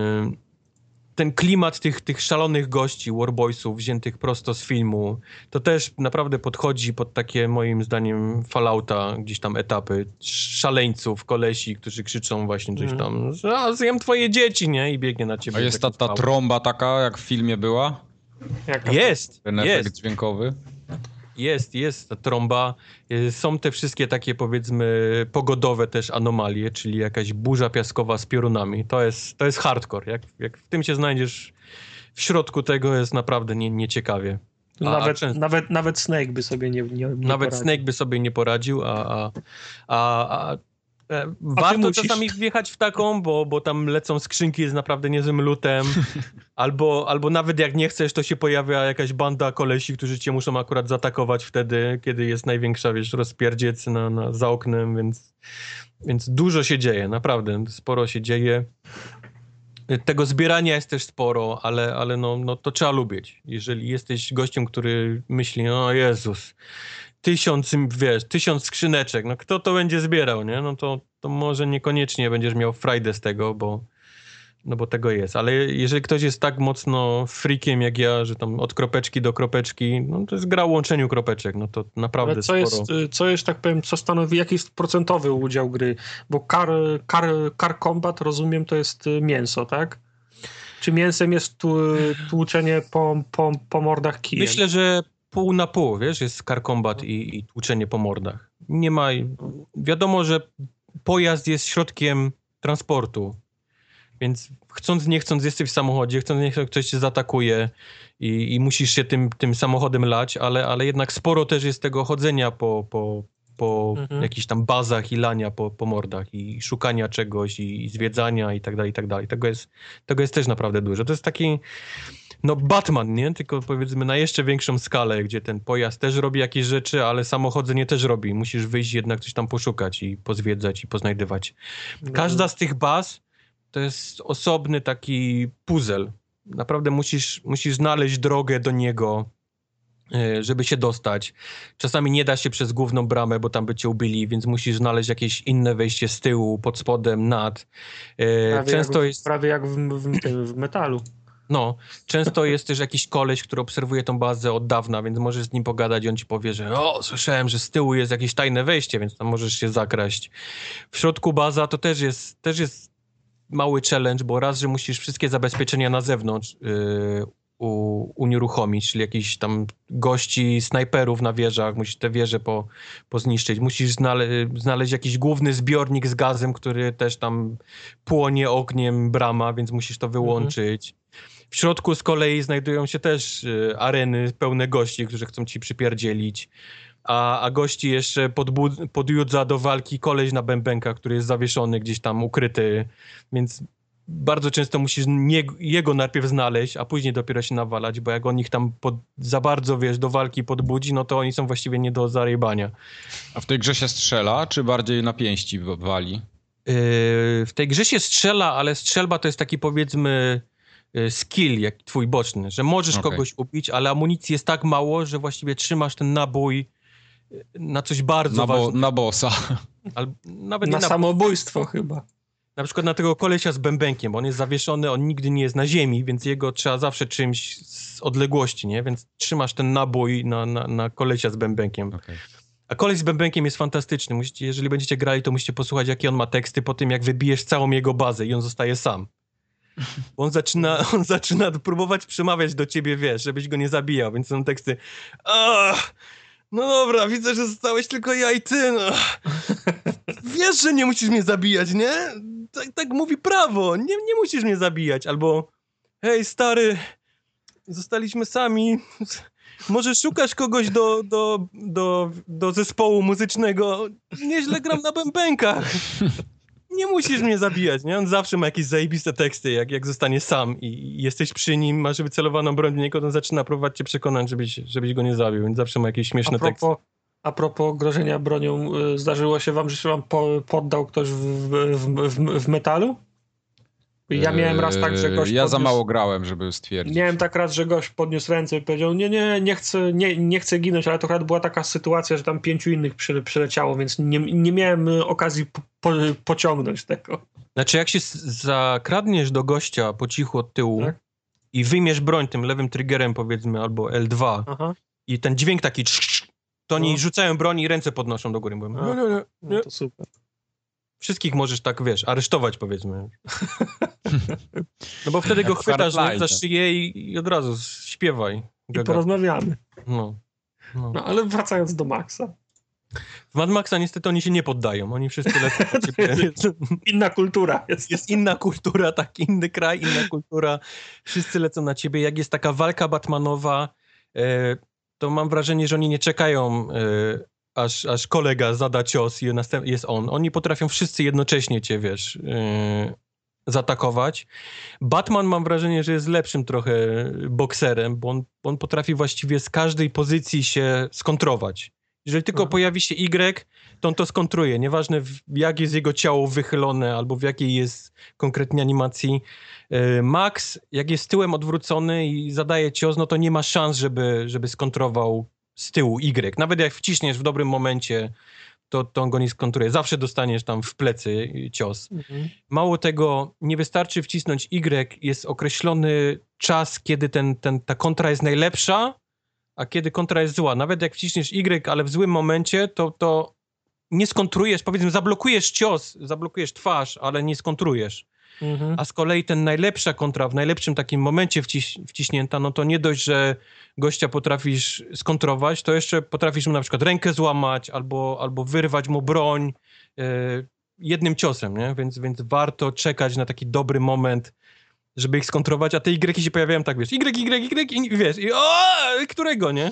Ten klimat tych, tych szalonych gości, Warboysów, wziętych prosto z filmu, to też naprawdę podchodzi pod takie, moim zdaniem, Fallouta, gdzieś tam etapy. Szaleńców, kolesi, którzy krzyczą właśnie coś tam, że a, zjem twoje dzieci, nie? I biegnie na ciebie. A jest ta, ta trąba taka, jak w filmie była? Jaka jest, Ten efekt jest. dźwiękowy? Jest, jest ta trąba. Są te wszystkie takie, powiedzmy, pogodowe też anomalie, czyli jakaś burza piaskowa z piorunami. To jest, to jest hardcore. Jak, jak w tym się znajdziesz, w środku tego jest naprawdę nie, nieciekawie. A, nawet, a często, nawet, nawet Snake by sobie nie, nie, nie Nawet poradził. Snake by sobie nie poradził, a... a, a, a E, warto musisz. czasami wjechać w taką, bo, bo tam lecą skrzynki z naprawdę niezłym lutem, albo, albo nawet jak nie chcesz, to się pojawia jakaś banda kolesi, którzy cię muszą akurat zaatakować wtedy, kiedy jest największa, wiesz, rozpierdziec na, na, za oknem, więc, więc dużo się dzieje, naprawdę, sporo się dzieje. Tego zbierania jest też sporo, ale, ale no, no to trzeba lubić. Jeżeli jesteś gościem, który myśli, no Jezus, tysiąc, wiesz, tysiąc skrzyneczek, no kto to będzie zbierał, nie? No to, to może niekoniecznie będziesz miał frajdę z tego, bo, no bo tego jest. Ale jeżeli ktoś jest tak mocno freakiem jak ja, że tam od kropeczki do kropeczki, no to jest gra o łączeniu kropeczek, no to naprawdę Ale co sporo. jest, co jest, tak powiem, co stanowi, jaki jest procentowy udział gry? Bo car, car, car combat, rozumiem, to jest mięso, tak? Czy mięsem jest tu, tłuczenie po, po, po mordach kijem? Myślę, że pół na pół, wiesz, jest car combat i, i tłuczenie po mordach. Nie ma... Wiadomo, że pojazd jest środkiem transportu, więc chcąc, nie chcąc jesteś w samochodzie, chcąc, nie chcąc ktoś cię zaatakuje i, i musisz się tym, tym samochodem lać, ale, ale jednak sporo też jest tego chodzenia po, po, po mhm. jakichś tam bazach i lania po, po mordach i szukania czegoś i, i zwiedzania i tak dalej, i tak dalej. Tego jest, tego jest też naprawdę dużo. To jest taki... No Batman, nie? Tylko powiedzmy na jeszcze większą skalę, gdzie ten pojazd też robi jakieś rzeczy, ale samochodzenie też robi. Musisz wyjść jednak coś tam poszukać i pozwiedzać i poznajdywać. Każda z tych baz to jest osobny taki puzzle. Naprawdę musisz, musisz znaleźć drogę do niego, żeby się dostać. Czasami nie da się przez główną bramę, bo tam by cię ubili, więc musisz znaleźć jakieś inne wejście z tyłu, pod spodem, nad. Prawie Często jak, jest... Prawie jak w, w, w metalu. No, często jest też jakiś koleś, który obserwuje tą bazę od dawna, więc możesz z nim pogadać i on ci powie, że o, słyszałem, że z tyłu jest jakieś tajne wejście, więc tam możesz się zakraść. W środku baza to też jest, też jest mały challenge, bo raz, że musisz wszystkie zabezpieczenia na zewnątrz yy, u, unieruchomić, czyli jakichś tam gości, snajperów na wieżach, musisz te wieże po, pozniszczyć. Musisz znale- znaleźć jakiś główny zbiornik z gazem, który też tam płonie ogniem brama, więc musisz to wyłączyć. Mhm. W środku z kolei znajdują się też y, areny pełne gości, którzy chcą ci przypierdzielić, a, a gości jeszcze podbud- podjudza do walki koleś na bębenkach, który jest zawieszony gdzieś tam, ukryty, więc bardzo często musisz nie, jego najpierw znaleźć, a później dopiero się nawalać, bo jak on ich tam pod, za bardzo, wiesz, do walki podbudzi, no to oni są właściwie nie do zarejbania. A w tej grze się strzela, czy bardziej na pięści wali? w tej grze się strzela, ale strzelba to jest taki, powiedzmy, skill, jak twój boczny, że możesz okay. kogoś ubić, ale amunicji jest tak mało, że właściwie trzymasz ten nabój na coś bardzo na bo, ważnego. Na bossa. Al, nawet na, na samobójstwo chyba. Na przykład na tego kolesia z bębenkiem, bo on jest zawieszony, on nigdy nie jest na ziemi, więc jego trzeba zawsze czymś z odległości, nie? Więc trzymasz ten nabój na, na, na kolesia z bębenkiem. Okay. A koleś z bębenkiem jest fantastyczny. Musicie, jeżeli będziecie grali, to musicie posłuchać, jakie on ma teksty po tym, jak wybijesz całą jego bazę i on zostaje sam. Bo on zaczyna, on zaczyna próbować przemawiać do ciebie, wiesz, żebyś go nie zabijał, więc są teksty Ach, no dobra, widzę, że zostałeś tylko ja i ty, no. Wiesz, że nie musisz mnie zabijać, nie? Tak, tak mówi prawo, nie, nie musisz mnie zabijać. Albo hej, stary, zostaliśmy sami, może szukasz kogoś do, do, do, do zespołu muzycznego? Nieźle gram na bębenkach. Nie musisz mnie zabijać, nie? On zawsze ma jakieś zajebiste teksty, jak, jak zostanie sam i, i jesteś przy nim, masz wycelowaną broń do niego, to on zaczyna próbować cię przekonać, żebyś, żebyś go nie zabił, więc zawsze ma jakieś śmieszne a propos, teksty. A propos grożenia bronią, zdarzyło się wam, że się wam po, poddał ktoś w, w, w, w metalu? Ja miałem raz tak, że gość Ja podniósł, za mało grałem, żeby stwierdzić. Miałem tak raz, że gość podniósł ręce i powiedział, nie, nie, nie chcę, nie, nie chcę ginąć, ale to akurat była taka sytuacja, że tam pięciu innych przy, przyleciało, więc nie, nie miałem okazji po, po, pociągnąć tego. Znaczy, jak się zakradniesz do gościa po cichu od tyłu tak? i wyjmiesz broń tym lewym triggerem, powiedzmy, albo L dwa Aha. i ten dźwięk taki to oni no. rzucają broń i ręce podnoszą do góry. Mówią, no, no, no, no to super. Wszystkich możesz tak, wiesz, aresztować, powiedzmy. No bo wtedy go chwytasz nie, za szyję i, i od razu śpiewaj. I porozmawiamy. No. No. no, ale wracając do Maxa. W Mad Maxa niestety oni się nie poddają. Oni wszyscy lecą na ciebie. Inna kultura. Jest. jest inna kultura, tak, inny kraj, inna kultura. Wszyscy lecą na ciebie. Jak jest taka walka Batmanowa, e, to mam wrażenie, że oni nie czekają... E, Aż, aż kolega zada cios i jest on. Oni potrafią wszyscy jednocześnie cię, wiesz, yy, zaatakować. Batman mam wrażenie, że jest lepszym trochę bokserem, bo on, on potrafi właściwie z każdej pozycji się skontrować. Jeżeli tylko mhm. pojawi się Y, to on to skontruje. Nieważne w, jak jest jego ciało wychylone albo w jakiej jest konkretnie animacji. Yy, Max, jak jest tyłem odwrócony i zadaje cios, no to nie ma szans, żeby, żeby skontrował z tyłu Y. Nawet jak wciśniesz w dobrym momencie, to, to on go nie skontruje. Zawsze dostaniesz tam w plecy cios. Mhm. Mało tego, nie wystarczy wcisnąć Y, jest określony czas, kiedy ten, ten, ta kontra jest najlepsza, a kiedy kontra jest zła. Nawet jak wciśniesz Y, ale w złym momencie, to, to nie skontrujesz, powiedzmy, zablokujesz cios, zablokujesz twarz, ale nie skontrujesz. Mhm. A z kolei ten najlepsza kontra w najlepszym takim momencie wciś, wciśnięta, no to nie dość, że gościa potrafisz skontrować, to jeszcze potrafisz mu na przykład rękę złamać albo, albo wyrwać mu broń yy, jednym ciosem, nie? Więc, więc warto czekać na taki dobry moment, żeby ich skontrować, a te Y się pojawiają tak, wiesz, Y, Y, Y i wiesz, i o, którego, nie?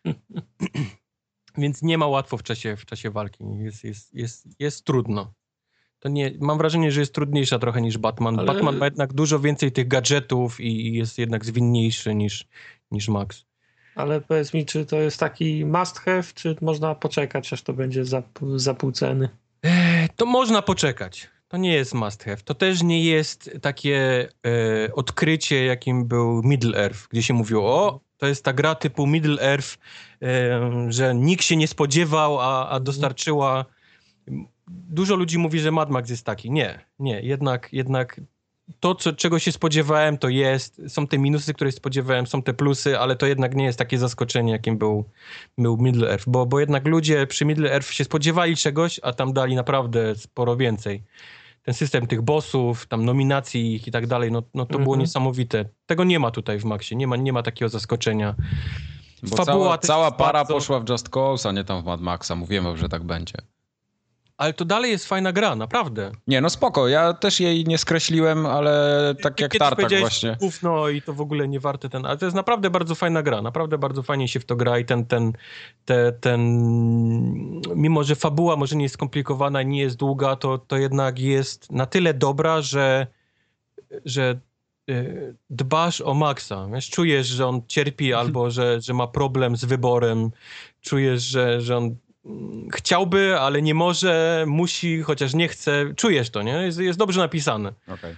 Więc nie ma łatwo w czasie, w czasie walki, jest, jest, jest, jest trudno. To nie, mam wrażenie, że jest trudniejsza trochę niż Batman. Ale... Batman ma jednak dużo więcej tych gadżetów i jest jednak zwinniejszy niż, niż Max. Ale powiedz mi, czy to jest taki must have, czy można poczekać, aż to będzie za, za pół ceny? Eee, to można poczekać. To nie jest must have. To też nie jest takie e, odkrycie, jakim był Middle-earth, gdzie się mówiło, o, to jest ta gra typu Middle-earth, e, że nikt się nie spodziewał, a, a dostarczyła... Dużo ludzi mówi, że Mad Max jest taki. Nie, nie. Jednak, jednak to, co, czego się spodziewałem, to jest. Są te minusy, które się spodziewałem, są te plusy, ale to jednak nie jest takie zaskoczenie, jakim był, był Middle-earth. Bo, bo jednak ludzie przy Middle-earth się spodziewali czegoś, a tam dali naprawdę sporo więcej. Ten system tych bossów, tam nominacji ich i tak dalej, no, no to mm-hmm. było niesamowite. Tego nie ma tutaj w Maxie. Nie ma, nie ma takiego zaskoczenia. Bo Fabuła cała, cała para bardzo... poszła w Just Cause, a nie tam w Mad Maxa. Mówiłem, że tak będzie. Ale to dalej jest fajna gra, naprawdę. Nie, no spoko, ja też jej nie skreśliłem, ale tak jak Tartak właśnie. Gówno i to w ogóle nie warte ten... Ale to jest naprawdę bardzo fajna gra, naprawdę bardzo fajnie się w to gra i ten, ten, te, ten... Mimo, że fabuła może nie jest skomplikowana i nie jest długa, to, to jednak jest na tyle dobra, że, że yy, dbasz o Maxa. Wiesz, czujesz, że on cierpi albo że, że ma problem z wyborem, czujesz, że, że on chciałby, ale nie może, musi, chociaż nie chce. Czujesz to, nie? Jest, jest dobrze napisane. Okay.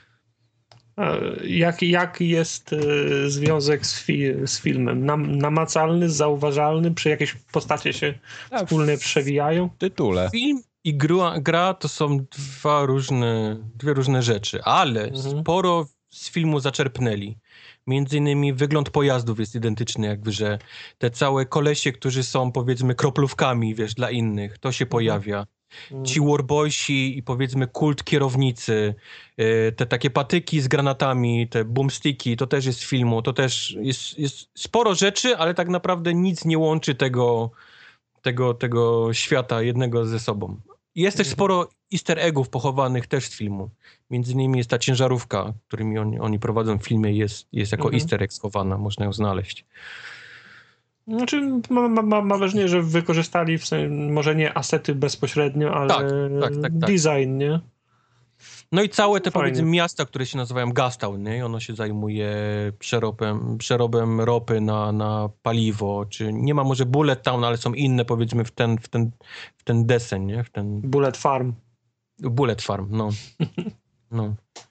Jaki jak jest y, związek z, fi z filmem? Nam, namacalny, zauważalny? Przy jakieś postacie się Ja, wspólnie przewijają? W tytule. Film i gra, gra to są dwa różne, dwie różne rzeczy, ale Mhm. sporo z filmu zaczerpnęli. Między innymi wygląd pojazdów jest identyczny, jakby, że te całe kolesie, którzy są, powiedzmy, kroplówkami, wiesz, dla innych, to się pojawia. Ci warboysi i, powiedzmy, kult kierownicy, yy, te takie patyki z granatami, te boomsticki, to też jest z filmu, to też jest, jest sporo rzeczy, ale tak naprawdę nic nie łączy tego, tego, tego świata jednego ze sobą. Jest też sporo easter eggów pochowanych też z filmu. Między innymi jest ta ciężarówka, którymi oni, oni prowadzą w filmie, jest, jest jako Mhm. easter egg schowana, można ją znaleźć. Znaczy, ma, ma, ma, ma wrażenie, że wykorzystali w sensie, może nie asety bezpośrednio, ale Tak, tak, tak, tak. design, nie? No i całe te, Fajnie. powiedzmy, miasta, które się nazywają Gastown, nie? Ono się zajmuje przerobem, przerobem ropy na, na paliwo, czy nie ma może Bullet Town, ale są inne, powiedzmy, w ten, w ten, w ten desen, nie? W ten Bullet Farm. Bullet Farm, no. no.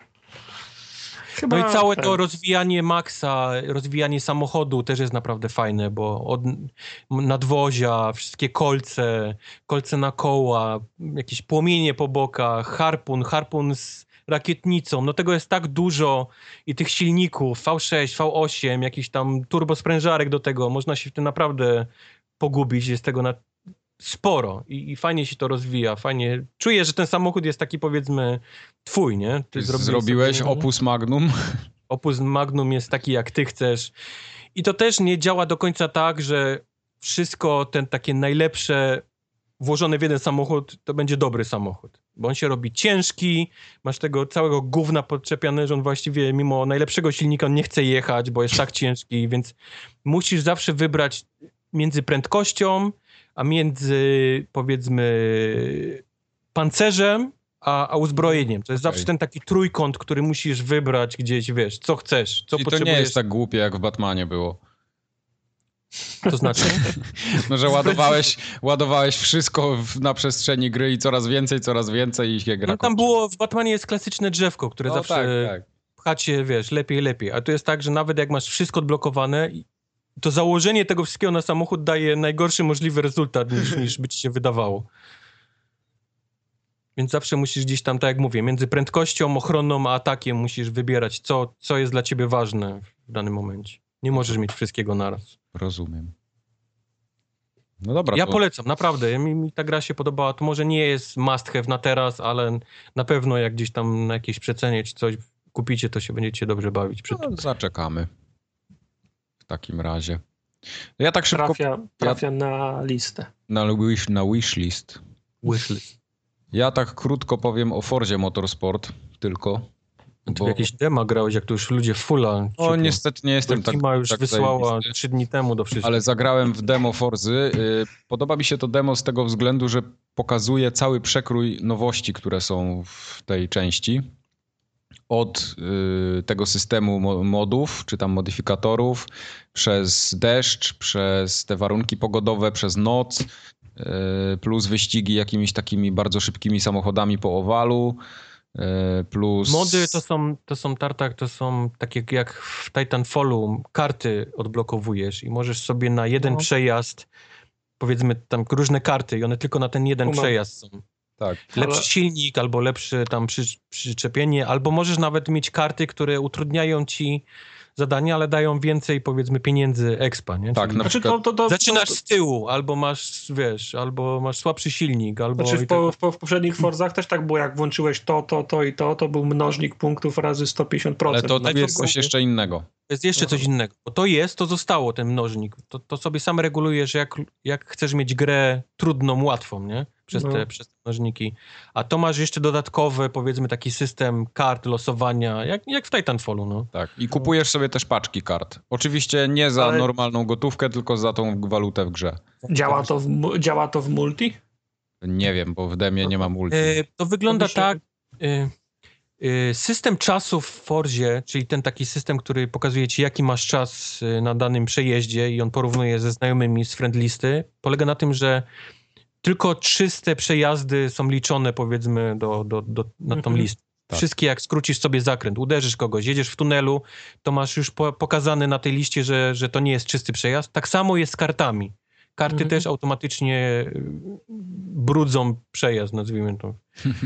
Chyba No i całe ten. to rozwijanie Maxa, rozwijanie samochodu też jest naprawdę fajne, bo od nadwozia, wszystkie kolce, kolce na koła, jakieś płomienie po bokach, harpun, harpun z rakietnicą, no tego jest tak dużo i tych silników V sześć, V osiem, jakiś tam turbosprężarek do tego, można się w tym naprawdę pogubić, jest tego na sporo i, i fajnie się to rozwija, fajnie, czuję, że ten samochód jest taki, powiedzmy, twój, nie? Ty zrobiłeś Zrobiłeś sobie- opus magnum. Opus Magnum jest taki, jak ty chcesz. I to też nie działa do końca tak, że wszystko ten takie najlepsze włożone w jeden samochód, to będzie dobry samochód. Bo on się robi ciężki, masz tego całego gówna podczepiane, że on właściwie mimo najlepszego silnika on nie chce jechać, bo jest tak ciężki, więc musisz zawsze wybrać między prędkością, a między, powiedzmy, pancerzem, a, a uzbrojeniem. To jest Okej. zawsze ten taki trójkąt, który musisz wybrać gdzieś, wiesz, co chcesz, co I to nie potrzebujesz. jest tak głupie, jak w Batmanie było. To znaczy? No, że ładowałeś, ładowałeś wszystko w, na przestrzeni gry i coraz więcej, coraz więcej i się gra No tam kończy. było, w Batmanie jest klasyczne drzewko, które No, zawsze tak, tak. pchacie, wiesz, lepiej, lepiej. A tu jest tak, że nawet jak masz wszystko odblokowane, to założenie tego wszystkiego na samochód daje najgorszy możliwy rezultat, niż, niż by ci się wydawało. Więc zawsze musisz gdzieś tam, tak jak mówię, między prędkością, ochroną, a atakiem musisz wybierać, co, co jest dla ciebie ważne w danym momencie. Nie możesz mieć wszystkiego naraz. Rozumiem. No dobra. Ja to... polecam, naprawdę. Mi, mi ta gra się podobała. To może nie jest must have na teraz, ale na pewno jak gdzieś tam na jakieś przecenie czy coś kupicie, to się będziecie dobrze bawić przy tym. No, zaczekamy. W takim razie. Ja tak szybko Trafia, trafia na listę. na, wish, na wishlist. Wishlist. Ja tak krótko powiem o Fordzie Motorsport tylko. Ty Bo... w jakieś dema grałeś, jak to już ludzie fulla. O, niestety nie jestem tak, Ultima już tak wysłała zajebisty, trzy dni temu do wszystkich. ale zagrałem w demo Forzy. Podoba mi się to demo z tego względu, że pokazuje cały przekrój nowości, które są w tej części. Od y, tego systemu mo- modów, czy tam modyfikatorów, przez deszcz, przez te warunki pogodowe, przez noc, y, plus wyścigi jakimiś takimi bardzo szybkimi samochodami po owalu, y, plus... Mody to są, to są tartak, to są takie jak w Titanfallu, karty odblokowujesz i możesz sobie na jeden No. przejazd, powiedzmy tam różne karty i one tylko na ten jeden Kumam. przejazd są. Tak. Lepszy Ale- silnik, albo lepszy tam przy, przyczepienie, albo możesz nawet mieć karty, które utrudniają ci zadania, ale dają więcej, powiedzmy, pieniędzy expa, nie? Tak, Czyli na Znaczy, przykład... to, to, to, zaczynasz to, z tyłu, albo masz, wiesz, albo masz słabszy silnik, albo... Znaczy i w, tak- po, w, po, w poprzednich Forzach też tak było, jak włączyłeś to, to, to i to, to był mnożnik punktów razy sto pięćdziesiąt procent. Ale to, to na jest przykład, coś nie? jeszcze innego. To jest jeszcze coś innego. Bo to jest, to zostało, ten mnożnik. To, to sobie sam regulujesz, jak, jak chcesz mieć grę trudną, łatwą, nie? Przez te, No. przez te mnożniki. A to masz jeszcze dodatkowe, powiedzmy, taki system kart, losowania, jak, jak w Titanfallu, no. Tak. I kupujesz sobie też paczki kart. Oczywiście nie za Ale- normalną gotówkę, tylko za tą walutę w grze. Działa to, w, mu- działa to w multi? Nie wiem, bo w demie nie ma multi. E, to wygląda To by się- tak... E, e, system czasu w Forzie, czyli ten taki system, który pokazuje ci, jaki masz czas e, na danym przejeździe i on porównuje ze znajomymi z friendlisty, polega na tym, że tylko czyste przejazdy są liczone, powiedzmy, do, do, do, na tą Mhm. listę. Tak. Wszystkie, jak skrócisz sobie zakręt, uderzysz kogoś, jedziesz w tunelu, to masz już po, pokazane na tej liście, że, że to nie jest czysty przejazd. Tak samo jest z kartami. Karty Mhm. też automatycznie brudzą przejazd, nazwijmy to.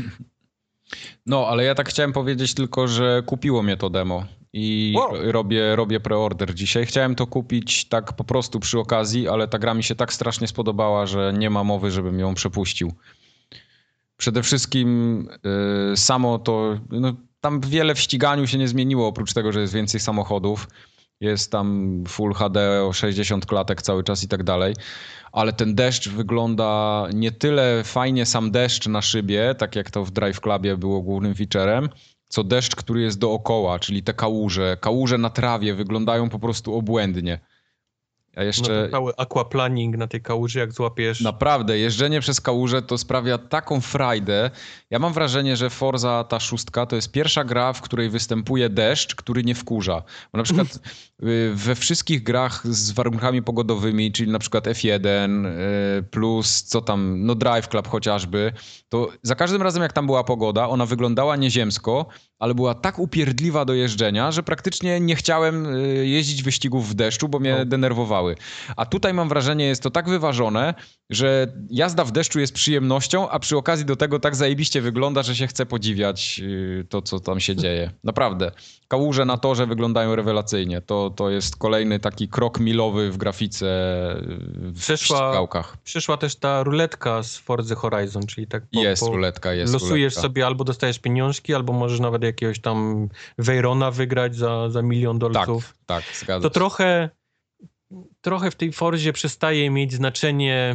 No, ale ja tak chciałem powiedzieć tylko, że kupiło mnie to demo i Wow. robię, robię preorder dzisiaj. Chciałem to kupić tak po prostu przy okazji, ale ta gra mi się tak strasznie spodobała, że nie ma mowy, żebym ją przepuścił. Przede wszystkim y, samo to, no, tam wiele w ściganiu się nie zmieniło, oprócz tego, że jest więcej samochodów. Jest tam Full H D o sześćdziesiąt klatek cały czas i tak dalej. Ale ten deszcz wygląda nie tyle fajnie sam deszcz na szybie, tak jak to w Drive Clubie było głównym featurem, co deszcz, który jest dookoła, czyli te kałuże. Kałuże na trawie wyglądają po prostu obłędnie. A No jeszcze... to cały aquaplaning na tej kałuży, jak złapiesz... Naprawdę, jeżdżenie przez kałużę to sprawia taką frajdę. Ja mam wrażenie, że Forza ta szóstka to jest pierwsza gra, w której występuje deszcz, który nie wkurza. Bo na przykład we wszystkich grach z warunkami pogodowymi, czyli na przykład F jeden plus co tam, no Drive Club chociażby, to za każdym razem jak tam była pogoda, ona wyglądała nieziemsko, ale była tak upierdliwa do jeżdżenia, że praktycznie nie chciałem jeździć wyścigów w deszczu, bo mnie No. denerwowały. A tutaj mam wrażenie, jest to tak wyważone, że jazda w deszczu jest przyjemnością, a przy okazji do tego tak zajebiście wygląda, że się chce podziwiać to, co tam się dzieje. Naprawdę. Kałuże na torze wyglądają rewelacyjnie. To, to jest kolejny taki krok milowy w grafice w Przeszła- ścigałkach. Przyszła też ta ruletka z Forza Horizon, czyli tak po, Jest po, ruletka, jest losujesz ruletka. sobie, albo dostajesz pieniążki, albo możesz nawet jakiegoś tam Veyrona wygrać za, za milion Tak, dolców. tak, zgadzam To się. trochę, trochę w tej Forzie przestaje mieć znaczenie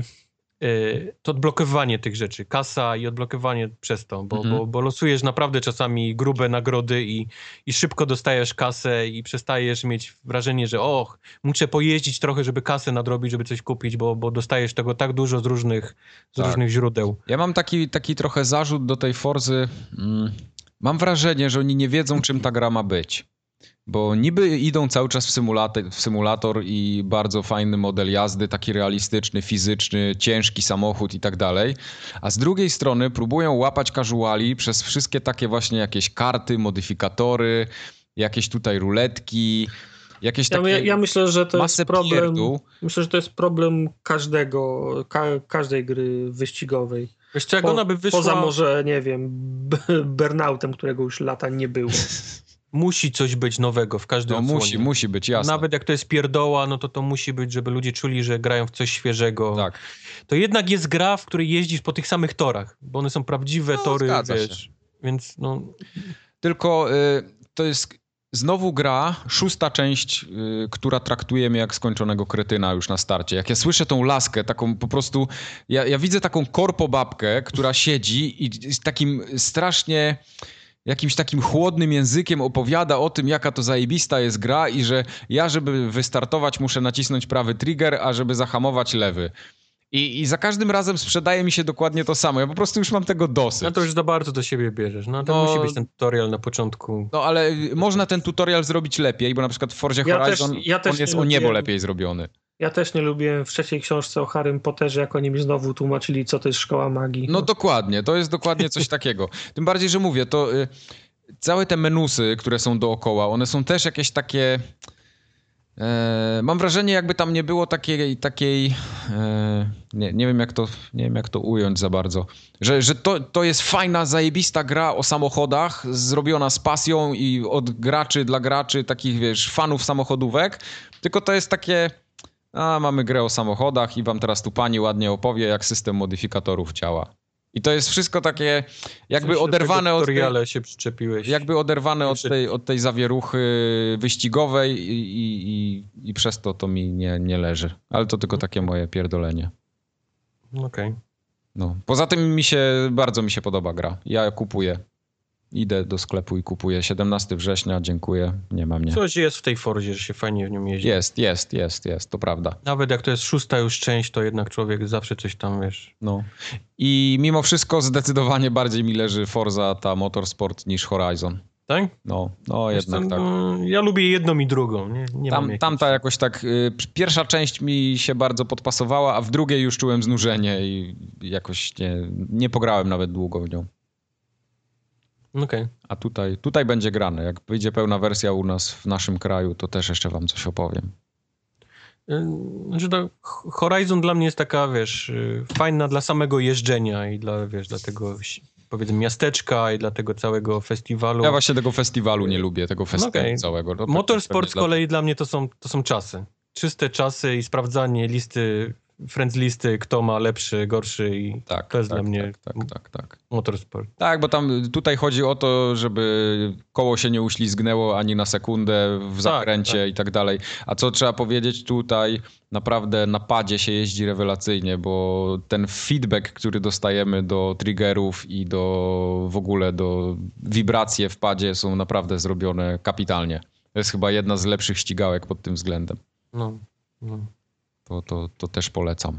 y, to odblokowywanie tych rzeczy, kasa i odblokowanie przez to, bo, Mhm. bo, bo losujesz naprawdę czasami grube nagrody i, i szybko dostajesz kasę i przestajesz mieć wrażenie, że och, muszę pojeździć trochę, żeby kasę nadrobić, żeby coś kupić, bo, bo dostajesz tego tak dużo z różnych, z Tak. różnych źródeł. Ja mam taki, taki trochę zarzut do tej Forzy. Mm, mam wrażenie, że oni nie wiedzą, czym ta gra ma być. Bo niby idą cały czas w symulator, w symulator i bardzo fajny model jazdy, taki realistyczny, fizyczny, ciężki samochód i tak dalej. A z drugiej strony próbują łapać casuali przez wszystkie takie właśnie jakieś karty, modyfikatory, jakieś tutaj ruletki, jakieś Ja, takie ja, ja myślę, że to jest masę problem. pierdół. Myślę, że to jest problem każdego, ka, każdej gry wyścigowej. Wiesz co, jak Po, ona by wyszła, Poza może, nie wiem, b- Burnoutem, którego już lata nie było. musi coś być nowego w każdym No odsłonie. musi, musi być, jasne. Nawet jak to jest pierdoła, no to to musi być, żeby ludzie czuli, że grają w coś świeżego. Tak. To jednak jest gra, w której jeździsz po tych samych torach, bo one są prawdziwe No, tory, zgadza się. wiesz. Więc no, Tylko y, to jest znowu gra, szósta część, y, która traktuje mnie jak skończonego kretyna już na starcie. Jak ja słyszę tą laskę, taką po prostu... Ja, ja widzę taką korpobabkę, która siedzi i z takim strasznie... jakimś takim chłodnym językiem opowiada o tym, jaka to zajebista jest gra i że ja, żeby wystartować, muszę nacisnąć prawy trigger, a żeby zahamować lewy. I, I za każdym razem sprzedaje mi się dokładnie to samo. Ja po prostu już mam tego dosyć. no to już za bardzo do siebie bierzesz. No to No- musi być ten tutorial na początku. No ale można ten tutorial zrobić lepiej, bo na przykład w Forzie Ja też- Horizon ja też on jest nie o niebo lubiłem- lepiej zrobiony. Ja też nie lubiłem w trzeciej książce o Harrym Potterze, jak oni mi znowu tłumaczyli, co to jest szkoła magii. No dokładnie, to jest dokładnie coś takiego. Tym bardziej, że mówię, to y, całe te menusy, które są dookoła, one są też jakieś takie... E, mam wrażenie, jakby tam nie było takiej, takiej e, nie, nie wiem jak to, nie wiem jak to ująć za bardzo, że, że to, to jest fajna, zajebista gra o samochodach, zrobiona z pasją i od graczy dla graczy, takich wiesz, fanów samochodówek, tylko to jest takie, a mamy grę o samochodach i wam teraz tu pani ładnie opowie, jak system modyfikatorów działa. I to jest wszystko takie jakby Coś do oderwane tego od tej, tutoriale się przyczepiłeś. jakby oderwane od Jeszcze- tej, od tej zawieruchy wyścigowej i, i, i, i przez to to mi nie, nie leży. Ale to tylko takie moje pierdolenie. Okej. No. Poza tym mi się, bardzo mi się podoba gra. Ja kupuję. Idę do sklepu i kupuję. siedemnastego września, dziękuję, nie ma mnie. Coś jest w tej Forzie, że się fajnie w nią jeździ. Jest, jest, jest, jest, to prawda. Nawet jak to jest szósta już część, to jednak człowiek zawsze coś tam, wiesz... No. I mimo wszystko zdecydowanie bardziej mi leży Forza ta Motorsport niż Horizon. Tak? No, no jednak Wiesz co, tak. no, ja lubię jedną i drugą. Nie, nie Tam, mam jakiejś... Tamta jakoś tak, y, pierwsza część mi się bardzo podpasowała, a w drugiej już czułem znużenie i jakoś nie, nie pograłem nawet długo w nią. Okej. Okay. A tutaj, tutaj będzie grane. Jak wyjdzie pełna wersja u nas w naszym kraju, to też jeszcze wam coś opowiem. Znaczy to Horizon dla mnie jest taka, wiesz, fajna dla samego jeżdżenia i dla, wiesz, dla tego, powiedzmy, miasteczka i dla tego całego festiwalu. Ja właśnie tego festiwalu nie lubię, tego festiwalu okay. całego. No, Motorsport z kolei dla mnie to są, to są czasy. Czyste czasy i sprawdzanie listy, friends listy, kto ma lepszy, gorszy i tak, to jest tak, dla mnie tak, tak, tak, tak. motorsport. Tak, bo tam tutaj chodzi o to, żeby koło się nie uślizgnęło ani na sekundę w zakręcie tak, tak. i tak dalej. A co trzeba powiedzieć tutaj, naprawdę na padzie się jeździ rewelacyjnie, bo ten feedback, który dostajemy do triggerów i do w ogóle do wibracje w padzie są naprawdę zrobione kapitalnie. To jest chyba jedna z lepszych ścigałek pod tym względem. No, no. To, to, to też polecam.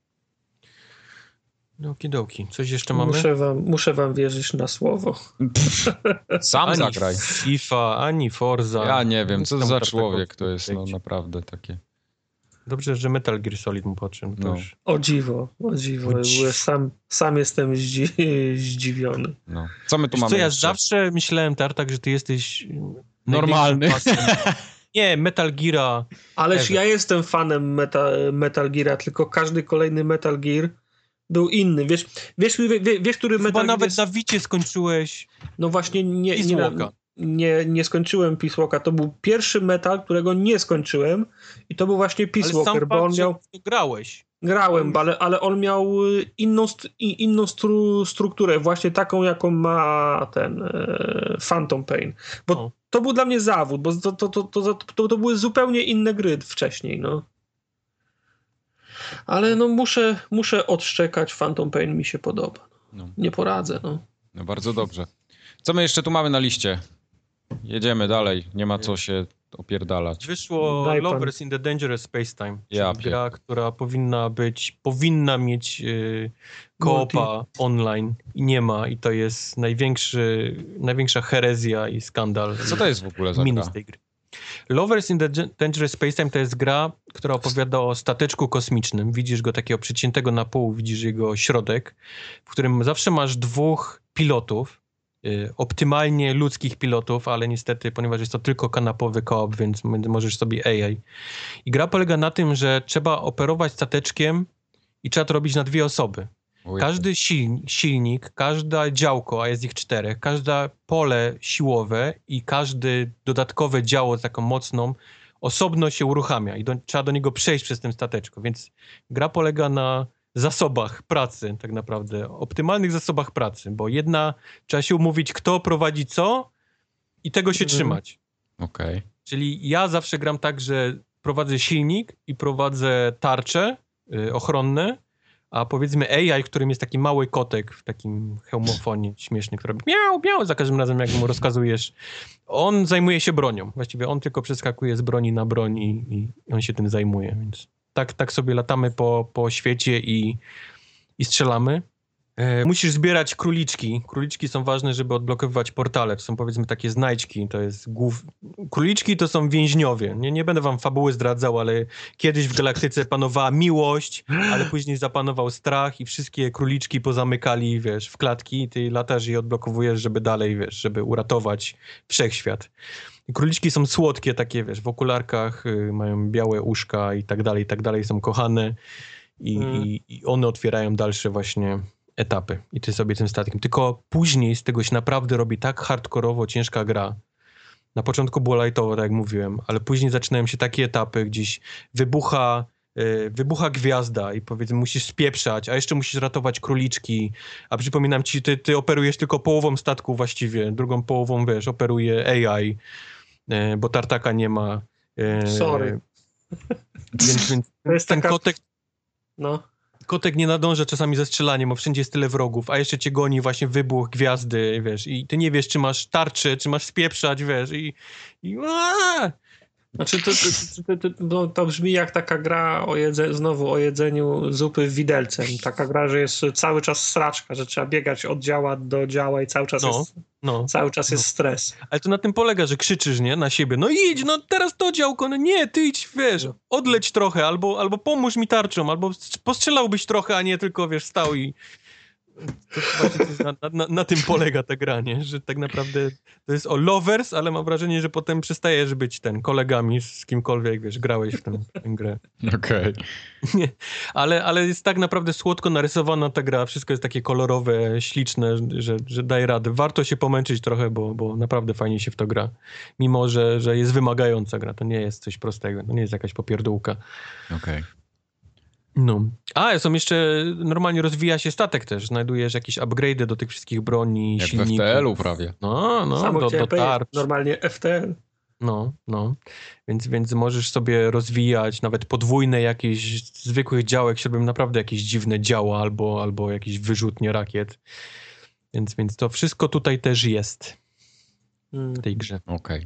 Okidoki. Coś jeszcze mamy? Muszę wam, muszę wam wierzyć na słowo. Sam ani zagraj. FIFA, ani Forza. Ja nie wiem, co za człowiek to jest, no naprawdę takie. Dobrze, że Metal Gear Solid mu poczyn. No. Już... O dziwo, o dziwo. O dziwo. Sam, sam jestem zdzi zdziwiony. No. Co my tu Wiesz mamy co, ja jeszcze? zawsze myślałem, Tartak, że ty jesteś normalny. Nie, Metal Geara. Ależ ever. ja jestem fanem meta, Metal Geara, tylko każdy kolejny Metal Gear był inny. Wiesz, wiesz, wiesz, wiesz który Chyba Metal Gear nawet jest... na Wicie skończyłeś. No właśnie nie, Peace nie, Walka. nie, nie skończyłem Peace Walka. To był pierwszy metal, którego nie skończyłem i to był właśnie Peace Ale Walker, sam bo fakt, on miał... że grałeś. Grałem, ale, ale on miał inną, st inną stru strukturę, właśnie taką, jaką ma ten e, Phantom Pain. Bo o. to był dla mnie zawód, bo to, to, to, to, to, to były zupełnie inne gry wcześniej, no. Ale no muszę, muszę odszczekać, Phantom Pain mi się podoba. No. Nie poradzę, no. No bardzo dobrze. Co my jeszcze tu mamy na liście? Jedziemy dalej, nie ma co się opierdalać. Wyszło Daj Lovers pan. in the Dangerous Space-Time, czyli Ja gra, która powinna być, powinna mieć yy, koopa Multi. online i nie ma i to jest największy, największa herezja i skandal. Co to jest w ogóle za minus gra? tej gry. Lovers in the Dangerous Space-Time to jest gra, która opowiada o stateczku kosmicznym. Widzisz go takiego przeciętego na pół, widzisz jego środek, w którym zawsze masz dwóch pilotów, optymalnie ludzkich pilotów, ale niestety, ponieważ jest to tylko kanapowy koop, więc możesz sobie A I. I gra polega na tym, że trzeba operować stateczkiem i trzeba to robić na dwie osoby. Każdy silnik, silnik, każda działko, a jest ich czterech, każde pole siłowe i każdy dodatkowe działo z taką mocną osobno się uruchamia i do, trzeba do niego przejść przez ten stateczko, więc gra polega na zasobach pracy, tak naprawdę, optymalnych zasobach pracy, bo jedna, trzeba się umówić, kto prowadzi co i tego się mm. trzymać. Okej. Okay. Czyli ja zawsze gram tak, że prowadzę silnik i prowadzę tarcze y, ochronne, a powiedzmy A I, którym jest taki mały kotek w takim hełmofonie śmieszny, który robi miau, miau za każdym razem, jak mu rozkazujesz, on zajmuje się bronią. Właściwie on tylko przeskakuje z broni na broń i, i on się tym zajmuje, więc tak, tak sobie latamy po, po świecie i, i strzelamy. E, musisz zbierać króliczki. Króliczki są ważne, żeby odblokowywać portale. To są powiedzmy takie znajdźki. To jest głów... Króliczki to są więźniowie. Nie, nie będę wam fabuły zdradzał, ale kiedyś w galaktyce panowała miłość, ale później zapanował strach i wszystkie króliczki pozamykali, wiesz, w klatki i ty latasz i odblokowujesz, żeby dalej, wiesz, żeby uratować wszechświat. Króliczki są słodkie takie, wiesz, w okularkach, y, mają białe uszka i tak dalej, i tak dalej, są kochane i, mm. i, i one otwierają dalsze właśnie etapy i ty sobie tym statkiem. Tylko później z tego się naprawdę robi tak hardkorowo ciężka gra. Na początku było lightowo, tak jak mówiłem, ale później zaczynają się takie etapy, gdzieś wybucha y, wybucha gwiazda i powiedzmy musisz spieprzać, a jeszcze musisz ratować króliczki, a przypominam ci, ty, ty operujesz tylko połową statku właściwie, drugą połową, wiesz, operuje A I, y, bo Tartaka nie ma. Y, Sorry. Więc, więc to jest ten taka... kotek No. Kotek nie nadąża czasami ze strzelaniem, bo wszędzie jest tyle wrogów, a jeszcze cię goni właśnie wybuch gwiazdy, wiesz, i ty nie wiesz, czy masz tarczę, czy masz spieprzać, wiesz, i... i Znaczy to, to, to, to, no, to brzmi jak taka gra o jedze, znowu o jedzeniu zupy widelcem. Taka gra, że jest cały czas sraczka, że trzeba biegać od działa do działa i cały czas, No, jest, no, cały czas no. jest stres. Ale to na tym polega, że krzyczysz, nie? Na siebie. No idź, no teraz to działko, no nie, ty idź, wiesz, odleć trochę, albo, albo pomóż mi tarczą, albo postrzelałbyś trochę, a nie tylko, wiesz, stał i... To właśnie to na, na, na tym polega ta gra, nie? Że tak naprawdę to jest o lovers, ale mam wrażenie, że potem przestajesz być ten kolegami z kimkolwiek, wiesz, grałeś w tę, w tę grę. Okej. Nie, ale, ale jest tak naprawdę słodko narysowana ta gra, wszystko jest takie kolorowe, śliczne, że, że daje radę. Warto się pomęczyć trochę, bo, bo naprawdę fajnie się w to gra. Mimo, że, że jest wymagająca gra, to nie jest coś prostego, to nie jest jakaś popierdółka. Okej. No. A, są jeszcze, normalnie rozwija się statek też, znajdujesz jakieś upgrade'y do tych wszystkich broni, Jak w silników. F T L-u prawie. No, no, Samo do, do chciałem powiedzieć, tarcz. normalnie F T L. No, no. Więc, więc możesz sobie rozwijać nawet podwójne jakieś zwykłych działek, się robią naprawdę jakieś dziwne działa albo, albo jakieś wyrzutnie rakiet. Więc, więc to wszystko tutaj też jest w tej grze. Okej.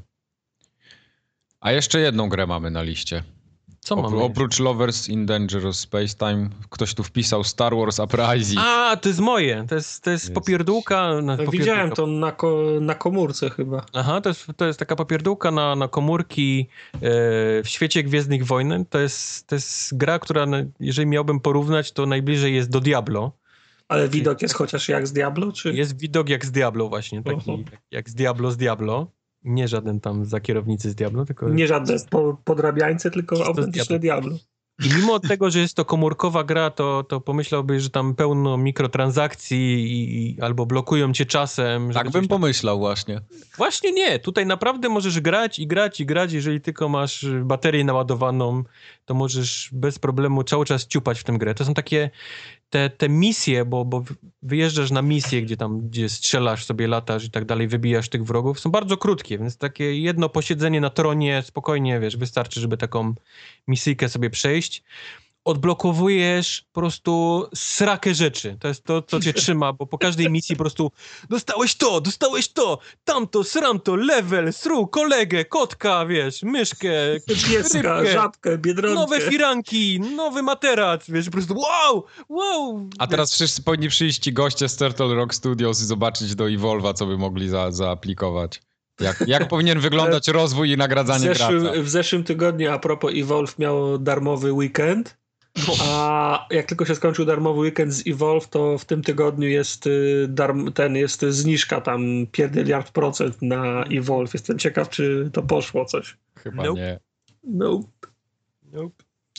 A jeszcze jedną grę mamy na liście. Co Opró- mamy? oprócz Lovers in Dangerous Space Time, ktoś tu wpisał Star Wars Uprising. A, to jest moje. To jest, to jest Jest. popierdółka. No, No, popierdółka. widziałem to na, ko, na komórce chyba. Aha, to jest, to jest taka popierdółka na, na komórki e, w świecie Gwiezdnych Wojen. To jest, to jest gra, która, no, jeżeli miałbym porównać, to najbliżej jest do Diablo. Ale widok jest chociaż jak z Diablo, czy? Jest widok jak z Diablo właśnie, taki Oho. jak z Diablo z Diablo. Nie żaden tam za kierownicy z Diablo, tylko... Nie żadne po, podrabiańce, tylko To autentyczne Diablo. I mimo tego, że jest to komórkowa gra, to, to pomyślałbyś, że tam pełno mikrotransakcji i, i albo blokują cię czasem. Tak bym pomyślał właśnie. Właśnie nie. Tutaj naprawdę możesz grać i grać i grać. Jeżeli tylko masz baterię naładowaną, to możesz bez problemu cały czas ciupać w tę grę. To są takie te, te misje, bo, bo wyjeżdżasz na misję, gdzie tam gdzie strzelasz sobie, latasz i tak dalej, wybijasz tych wrogów. Są bardzo krótkie, więc takie jedno posiedzenie na tronie spokojnie, wiesz, wystarczy, żeby taką misyjkę sobie przejść. Odblokowujesz po prostu srakę rzeczy. To jest to, co cię trzyma, bo po każdej misji po prostu dostałeś to, dostałeś to, tamto, sramto, level, sru, kolegę, kotka, wiesz, myszkę, Pieska, rybkę, żabkę, biedronkę. nowe firanki, nowy materac, wiesz, po prostu wow, wow. A teraz wszyscy powinni przyjść ci goście z Turtle Rock Studios i zobaczyć do Evolve'a, co by mogli za, zaaplikować. Jak, jak powinien wyglądać rozwój i W nagradzanie gracza. zeszłym, w zeszłym tygodniu, a propos Evolve, miało darmowy weekend. A jak tylko się skończył darmowy weekend z Evolve, to w tym tygodniu jest y, darm, ten jest zniżka tam pierdyliard procent na Evolve. Jestem ciekaw, czy to poszło coś. Chyba Nope. nie. Nope. Nope.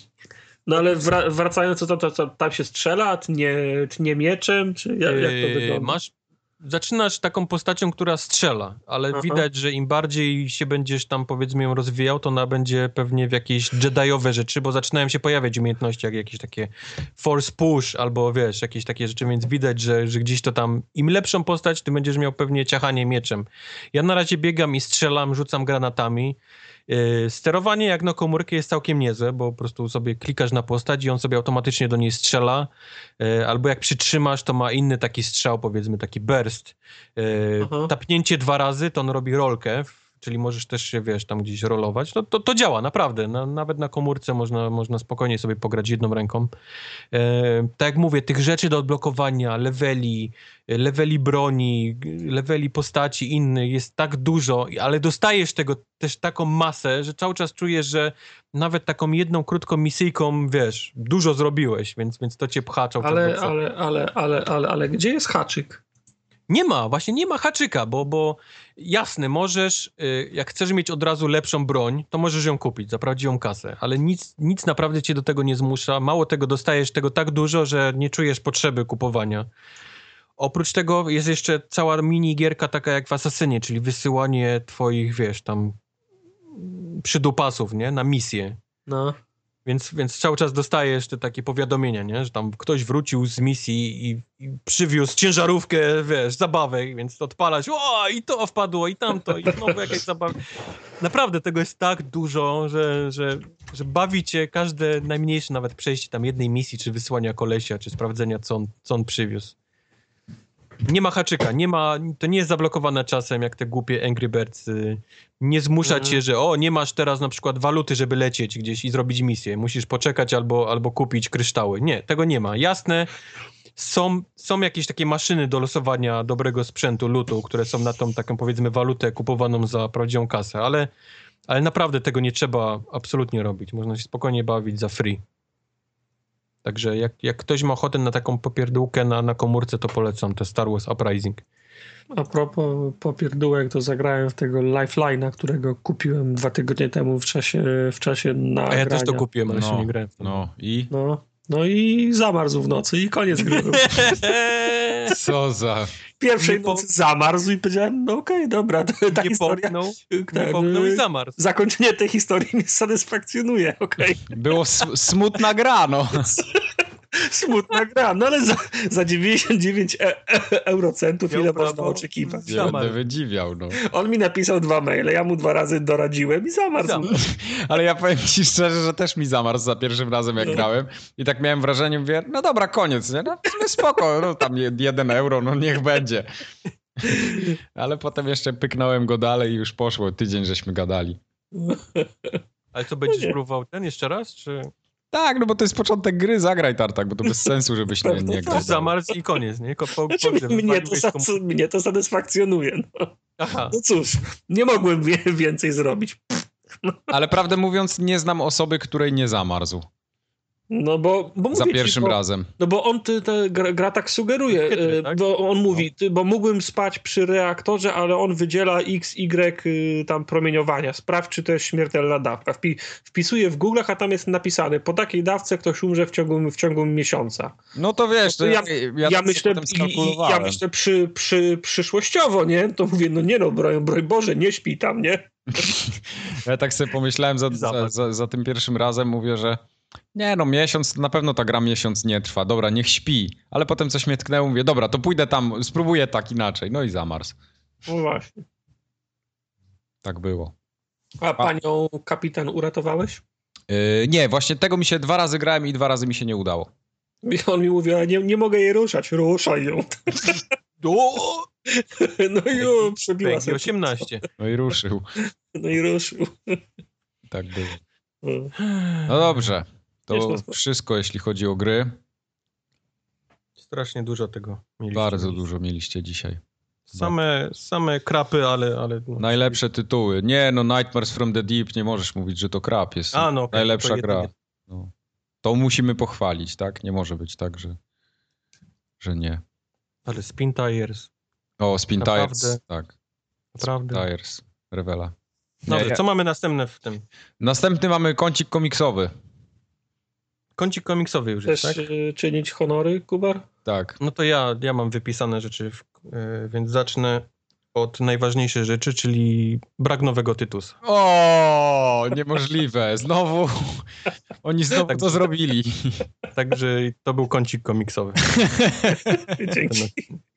No ale wra- wracając, to, to, to tam się strzela, tnie, tnie mieczem, czy jak, jak to Yy, wygląda? Masz, zaczynasz taką postacią, która strzela, ale Aha. widać, że im bardziej się będziesz tam, powiedzmy, ją rozwijał, to ona będzie pewnie w jakieś jediowe rzeczy, bo zaczynają się pojawiać umiejętności, jak jakieś takie force push, albo wiesz, jakieś takie rzeczy, więc widać, że, że gdzieś to tam, im lepszą postać, tym będziesz miał pewnie ciachanie mieczem. Ja na razie biegam i strzelam, rzucam granatami. Yy, sterowanie jak na komórkę jest całkiem niezłe, bo po prostu sobie klikasz na postać i on sobie automatycznie do niej strzela, yy, albo jak przytrzymasz, to ma inny taki strzał, powiedzmy taki burst. Yy, Aha. tapnięcie dwa razy, to on robi rolkę, czyli możesz też się, wiesz, tam gdzieś rolować. No to, to działa, naprawdę. Na, nawet na komórce można, można spokojnie sobie pograć jedną ręką. E, tak jak mówię, tych rzeczy do odblokowania, leveli, leveli broni, leveli postaci innych jest tak dużo, ale dostajesz tego też taką masę, że cały czas czujesz, że nawet taką jedną krótką misyjką, wiesz, dużo zrobiłeś, więc, więc to cię pcha cały czas do Ale, przodu. ale, ale, ale, ale, ale gdzie jest haczyk? Nie ma, właśnie nie ma haczyka, bo, bo jasne, możesz, y, jak chcesz mieć od razu lepszą broń, to możesz ją kupić za prawdziwą kasę, ale nic, nic naprawdę cię do tego nie zmusza. Mało tego, dostajesz tego tak dużo, że nie czujesz potrzeby kupowania. Oprócz tego jest jeszcze cała minigierka taka jak w Asasynie, czyli wysyłanie twoich, wiesz, tam przydupasów, nie, na misję. No. Więc, więc cały czas dostajesz te takie powiadomienia, nie? Że tam ktoś wrócił z misji i, i przywiózł ciężarówkę, wiesz, zabawek, więc odpalać, o, i to wpadło, i tamto, i znowu jakaś zabawa. Naprawdę tego jest tak dużo, że, że, że bawi cię każde najmniejsze nawet przejście tam jednej misji, czy wysłania kolesia, czy sprawdzenia, co on, co on przywiózł. Nie ma haczyka, nie ma, to nie jest zablokowane czasem, jak te głupie Angry Birds. Nie zmusza cię, że o, nie masz teraz na przykład waluty, żeby lecieć gdzieś i zrobić misję. Musisz poczekać albo, albo kupić kryształy. Nie, tego nie ma. Jasne, są, są jakieś takie maszyny do losowania dobrego sprzętu, lootu, które są na tą taką, powiedzmy, walutę kupowaną za prawdziwą kasę, ale, ale naprawdę tego nie trzeba absolutnie robić. Można się spokojnie bawić za free. Także jak, jak ktoś ma ochotę na taką popierdółkę na, na komórce, to polecam te Star Wars Uprising. A propos popierdółek, to zagrałem w tego Lifeline'a, którego kupiłem dwa tygodnie temu w czasie, w czasie nagrania. A ja też to kupiłem, ale no, się nie grałem. No i? No, no i zamarzł w nocy i koniec gry. Co za... Pierwszej Nie po- nocy zamarzł i powiedziałem, no okej, okay, dobra, to, ta Nie historia... popchnął, tak, nie popchnął i zamarzł. Zakończenie tej historii mnie satysfakcjonuje, okej. Okay. Było s- smutna gra, no. Smutna gra, no ale za, za dziewięćdziesiąt dziewięć e- e- eurocentów Miał ile prawo można oczekiwać? Nie Zamarł. będę wydziwiał, no. On mi napisał dwa maile, ja mu dwa razy doradziłem i zamarzł. Zamarzł. Ale ja powiem ci szczerze, że też mi zamarzł za pierwszym razem, jak No. grałem. I tak miałem wrażenie, mówię, no dobra, koniec, nie? No, w sumie spoko, no tam je- jeden euro, no niech będzie. Ale potem jeszcze pyknąłem go dalej i już poszło. Tydzień żeśmy gadali. Ale co, będziesz nie. próbował ten jeszcze raz, czy Tak, no bo to jest początek gry, zagraj Tartak, bo to bez sensu, żebyś nie, Pewno nie tak. grał. zamarzł i koniec, nie? Ko, po, Znaczy, pogrzeb, mnie, to, wywaliłeś sa- komu- mnie to satysfakcjonuje. No, Aha, no cóż, nie mogłem wie- więcej zrobić. Ale prawdę mówiąc, nie znam osoby, której nie zamarzł. No bo, bo mówię Za ci, pierwszym bo, razem. No bo on, ty, ta gra, gra tak sugeruje, Chytry, e, tak? bo on mówi, ty, bo mógłbym spać przy reaktorze, ale on wydziela X, Y y, tam promieniowania. Sprawdź, czy to jest śmiertelna dawka. Wpi, wpisuję w Google'ach, a tam jest napisane, po takiej dawce ktoś umrze w ciągu, w ciągu miesiąca. No to wiesz, to ja, ja, ja, ja, tak sobie myślę, potem i, i, ja skalkulowałem. myślę przy, przy, przyszłościowo, nie? To mówię, no nie no, broń, broń Boże, nie śpi tam, nie? Ja tak sobie pomyślałem za, za, Zobacz. za, za tym pierwszym razem, mówię, że nie no, miesiąc, na pewno ta gra miesiąc nie trwa, dobra, niech śpi. Ale potem coś mnie tknęło, mówię, dobra, to pójdę tam, spróbuję tak inaczej. No i zamarzł. No właśnie. Tak było. A panią kapitan uratowałeś? Yy, nie, właśnie tego mi się dwa razy grałem i dwa razy mi się nie udało. I on mi mówi, ale nie, nie mogę jej ruszać. Ruszaj ją. O! No i o, przebiła Peggy sobie. osiemnaście. No i ruszył. No i ruszył. Tak było. No. No dobrze. To Wiesz, no- wszystko, jeśli chodzi o gry. Strasznie dużo tego mieliście. Bardzo dużo mieliście dzisiaj. Same, same krapy, ale... ale no. Najlepsze tytuły. Nie, no Nightmares from the Deep, nie możesz mówić, że to krap jest. A, no, okej, najlepsza to gra. jedynie- No. To musimy pochwalić, tak? Nie może być tak, że, że nie. Ale Spin Tires, O, Spin Naprawdę? Tires, tak. naprawdę. Tires, rewela. Nie, Dobrze, ja- co mamy następne w tym? Następny mamy kącik komiksowy. Kącik komiksowy już jest, Chcesz tak? y, czynić honory, Kubar? Tak. No to ja, ja mam wypisane rzeczy, w, y, więc zacznę od najważniejszej rzeczy, czyli brak nowego Tytusa. O, niemożliwe. Znowu. Oni znowu Tak. to zrobili. Także to był kącik komiksowy. Dzięki.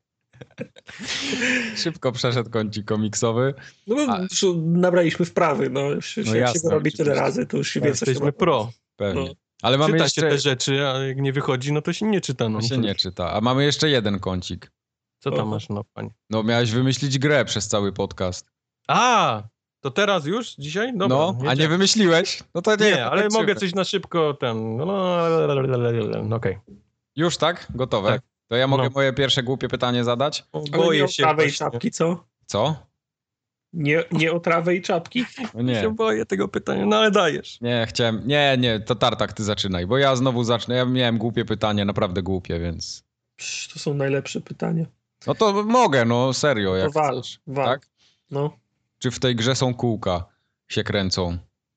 Szybko przeszedł kącik komiksowy. No bo A- już nabraliśmy wprawy, no. Już, No jak jasne, się go robi tyle oczywiście. razy, to już się wie, co się Jesteśmy ma. pro. Pewnie. No. Ale mamy Czyta jeszcze... się te rzeczy, a jak nie wychodzi, no to się nie czyta. No, To się to- nie czyta. A mamy jeszcze jeden kącik. Co tam Oho. masz, no panie? No miałeś wymyślić grę przez cały podcast. A, to teraz już? Dzisiaj? Dobra, No, a nie jedziemy. wymyśliłeś? No to nie. Nie, to ale tak mogę szybko. coś na szybko ten. No, no okej. Już tak? Gotowe. Tak. To ja mogę No. moje pierwsze głupie pytanie zadać? O, Ale nie Boję o się. trawę i właśnie. czapki, co? Co? Nie, nie o trawę i czapki? No Nie. się nie. boję tego pytania, no ale dajesz. Nie, chciałem... Nie, nie, to Tartak, ty zaczynaj, bo ja znowu zacznę. Ja miałem głupie pytanie, naprawdę głupie, więc... Psz, to są najlepsze pytania. No to mogę, no serio, jak To wal, chcesz. wal. Tak? No. Czy w tej grze są kółka? Się kręcą.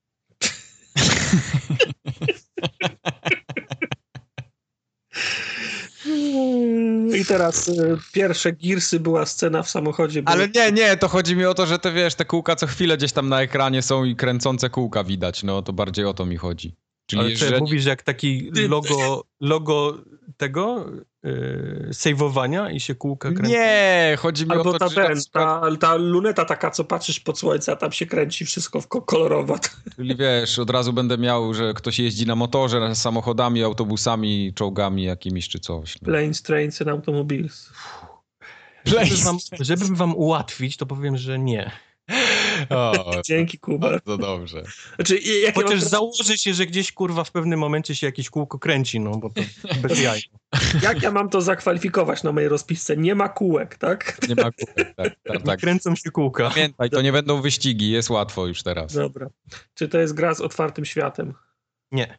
I teraz y, pierwsze Gearsy była scena w samochodzie. Ale były- nie, nie, to chodzi mi o to, że te, wiesz, te kółka co chwilę gdzieś tam na ekranie są i kręcące kółka widać, no to bardziej o to mi chodzi. Czyli Ale co, jeżeli... mówisz, jak taki logo, logo tego yy, sejwowania i się kółka kręcą? Nie, chodzi mi Albo o to, ta, że na ten, przykład, ta, ta luneta taka, co patrzysz pod słońce, a tam się kręci wszystko w ko- kolorowo. czyli wiesz, od razu będę miał, że ktoś jeździ na motorze, samochodami, autobusami, czołgami jakimiś czy coś. No. Planes, trains and automobiles. Żeby wam, żeby wam ułatwić, to powiem, że nie. O, Dzięki, Kuba. bardzo dobrze. Znaczy, jak ja Chociaż mam teraz, założy się, że gdzieś kurwa w pewnym momencie się jakieś kółko kręci, no bo to bez jaj. jak ja mam to zakwalifikować na mojej rozpisce? Nie ma kółek, tak? Nie ma kółek, tak, tak, Nie tak. kręcą się kółka. Pamiętaj, to nie będą wyścigi, jest łatwo już teraz. Dobra. Czy to jest gra z otwartym światem? Nie.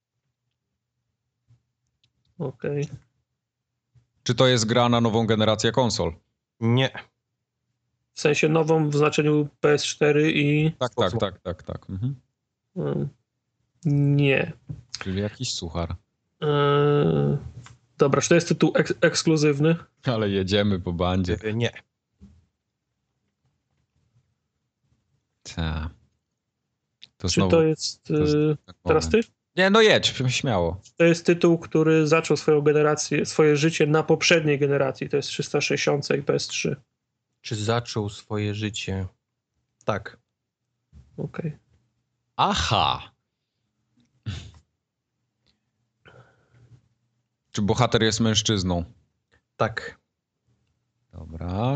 Okej. Czy to jest gra na nową generację konsol? Nie. W sensie nową w znaczeniu P S cztery i... Tak, tak, tak, tak, tak. Mhm. Mm, nie. Czyli jakiś suchar. Eee, dobra, czy to jest tytuł ek- ekskluzywny? Ale jedziemy po bandzie. Nie. Ta. To Czy znowu... to jest... to jest Yy, tak teraz ty? Nie, no jedź, śmiało. To jest tytuł, który zaczął swoją generację, swoje życie na poprzedniej generacji. To jest trzysta sześćdziesiąt i P S trzy. Czy zaczął swoje życie? Tak. Okej. Aha. Czy bohater jest mężczyzną? Tak. Dobra.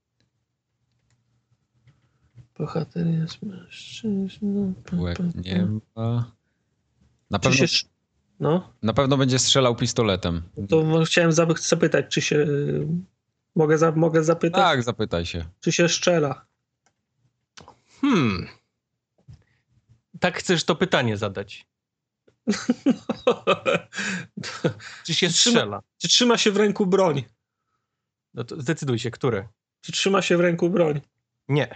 Bohater jest mężczyzną. Kółek nie ma. Na Czy pewno, się... No, na pewno będzie strzelał pistoletem. to chciałem zap- zapytać, czy się... Mogę, za- mogę zapytać? Tak, zapytaj się. Czy się szczela? Hmm. Tak chcesz to pytanie zadać. Czy się Trzyma- strzela? Czy trzyma się w ręku broń? No to zdecyduj się, które? Czy trzyma się w ręku broń? Nie.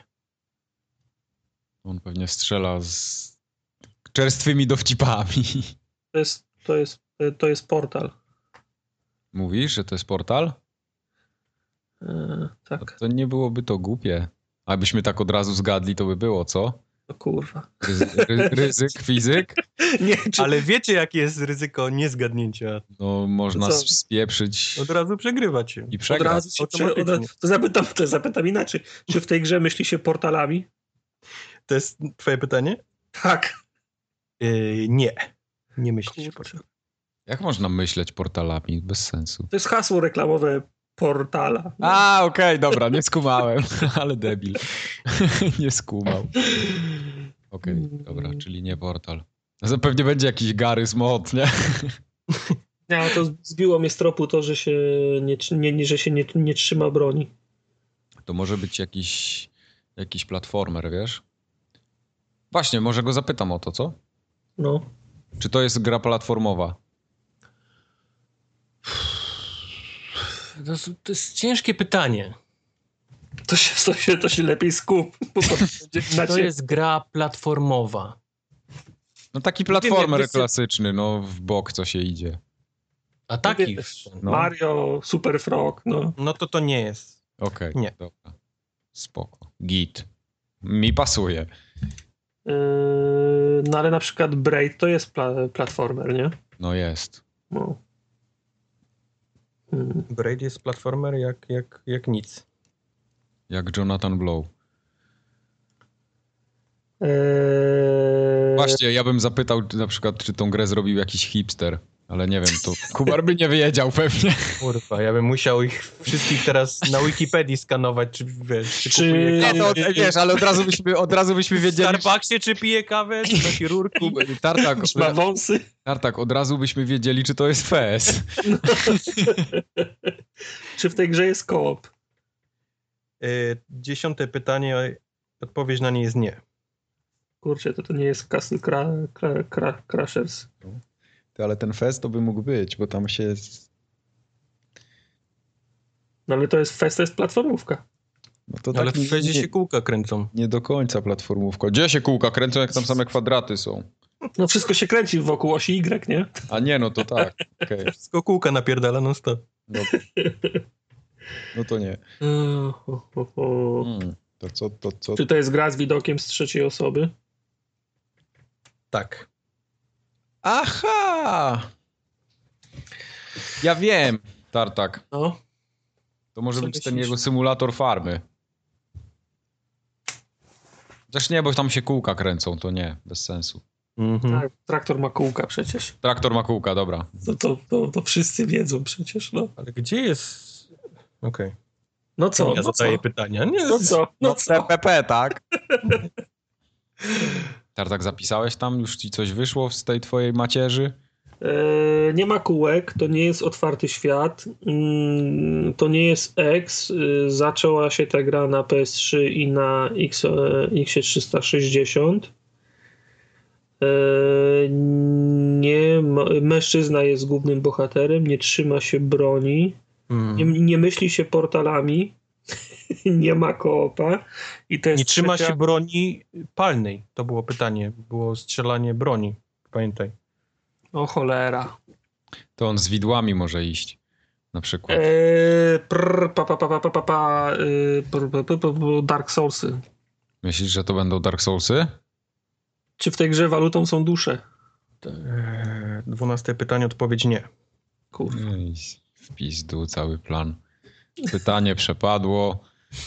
On pewnie strzela z czerstwymi dowcipami. To jest, to jest, to jest portal. Mówisz, że to jest portal? Eee, No tak, to nie byłoby to głupie. A jakbyśmy tak od razu zgadli, to by było, co? to kurwa. Ryzy, ry, ryzyk, fizyk? Nie, czy... Ale wiecie, jakie jest ryzyko niezgadnięcia? No można To co? spieprzyć Od razu przegrywać. i Od przegrać. razu się prze... od... automatycznie. to, zapytam, to zapytam inaczej. Czy w tej grze myśli się portalami? To jest twoje pytanie? Tak. Yy, nie. Nie myślisz. Kurczę. Jak można myśleć portalami? Bez sensu. To jest hasło reklamowe portala. No. A, okej, dobra, nie skumałem. Ale debil. Nie skumał. Okej, dobra, czyli nie portal. No pewnie będzie jakiś Garry's Mod, nie? Nie, to zbiło mnie z tropu to, że się nie, nie, nie, że się nie, nie trzyma broni. To może być jakiś, jakiś platformer, wiesz? Właśnie, może go zapytam o to, co? No. Czy to jest gra platformowa? To jest, to jest ciężkie pytanie. To się, to się, to się lepiej skup. Bo to będzie na To ciebie. jest gra platformowa. No taki Wiem, platformer jakby- klasyczny, no w bok co się idzie. A taki. No. Mario, Super Frog, no. No to to nie jest. Okej, Nie. dobra. Spoko. Git. Mi pasuje. Yy, no ale na przykład Braid to jest pla- platformer, nie? No jest. No. Hmm. Braid jest platformer jak, jak, jak nic. Jak Jonathan Blow. Eee, Właśnie, ja bym zapytał na przykład, czy tą grę zrobił jakiś hipster. Ale nie wiem, to Kubar by nie wiedział pewnie. Kurwa, ja bym musiał ich wszystkich teraz na Wikipedii skanować, czy wiesz, czy, Czy- kupuje Nie, kawę. no wiesz, ale od razu byśmy, od razu byśmy W wiedzieli... Starbucksie czy pije kawę, czy na chirurgii. Tartak, ma wąsy. Tartak, od razu byśmy wiedzieli, czy to jest F E S. Czy w tej grze jest koop? Y, Dziesiąte pytanie, odpowiedź na nie jest nie. Kurczę, to to nie jest Castle Cra- Cra- Cra- Crashers. Ale ten F E S to by mógł być, bo tam się... No ale to jest Fest, to jest platformówka. No to Ale tak w Fezie nie, się kółka kręcą. nie do końca platformówka. Gdzie się kółka kręcą, jak tam same kwadraty są? No wszystko się kręci wokół osi Y, nie? A nie, no to tak. Okej. Wszystko kółka napierdala non stop. No, no to nie. Uh, ho, ho, ho. Hmm. To co, to co? Czy to jest gra z widokiem z trzeciej osoby? Tak. Aha! Ja wiem, Tartak. No. To może Co być ten myślisz? jego symulator farmy. Chociaż nie, bo tam się kółka kręcą, to nie, bez sensu. Mhm. Tak, traktor ma kółka przecież. Traktor ma kółka, dobra. To, to, to, to wszyscy wiedzą przecież, no. Ale gdzie jest... Okej. No co? Ja No zadaję co? pytania. Nie, No co? P P P, tak? No co? P P P, tak? Tartak, zapisałeś tam? Już ci coś wyszło z tej twojej macierzy? E, nie ma kółek, to nie jest otwarty świat, mm, to nie jest X. Y, zaczęła się ta gra na P S trzy i na X, e, X trzysta sześćdziesiąt. E, nie ma, mężczyzna jest głównym bohaterem, nie trzyma się broni, Hmm. nie, nie myśli się portalami, nie ma koopa. I to jest Nie trzyma trzecia... się broni palnej. To było pytanie. Było strzelanie broni. Pamiętaj. O cholera. To on z widłami może iść, na przykład. Eee, prr, pa, pa, pa, pa, pa, pa, pa, yy, prr, prr, prr, prr, Dark Soulsy. Myślisz, że to będą Dark Soulsy? Czy w tej grze walutą są dusze? Eee, Dwunaste pytanie, odpowiedź nie. Kurwa. Ej, w pizdu cały plan. Pytanie przepadło.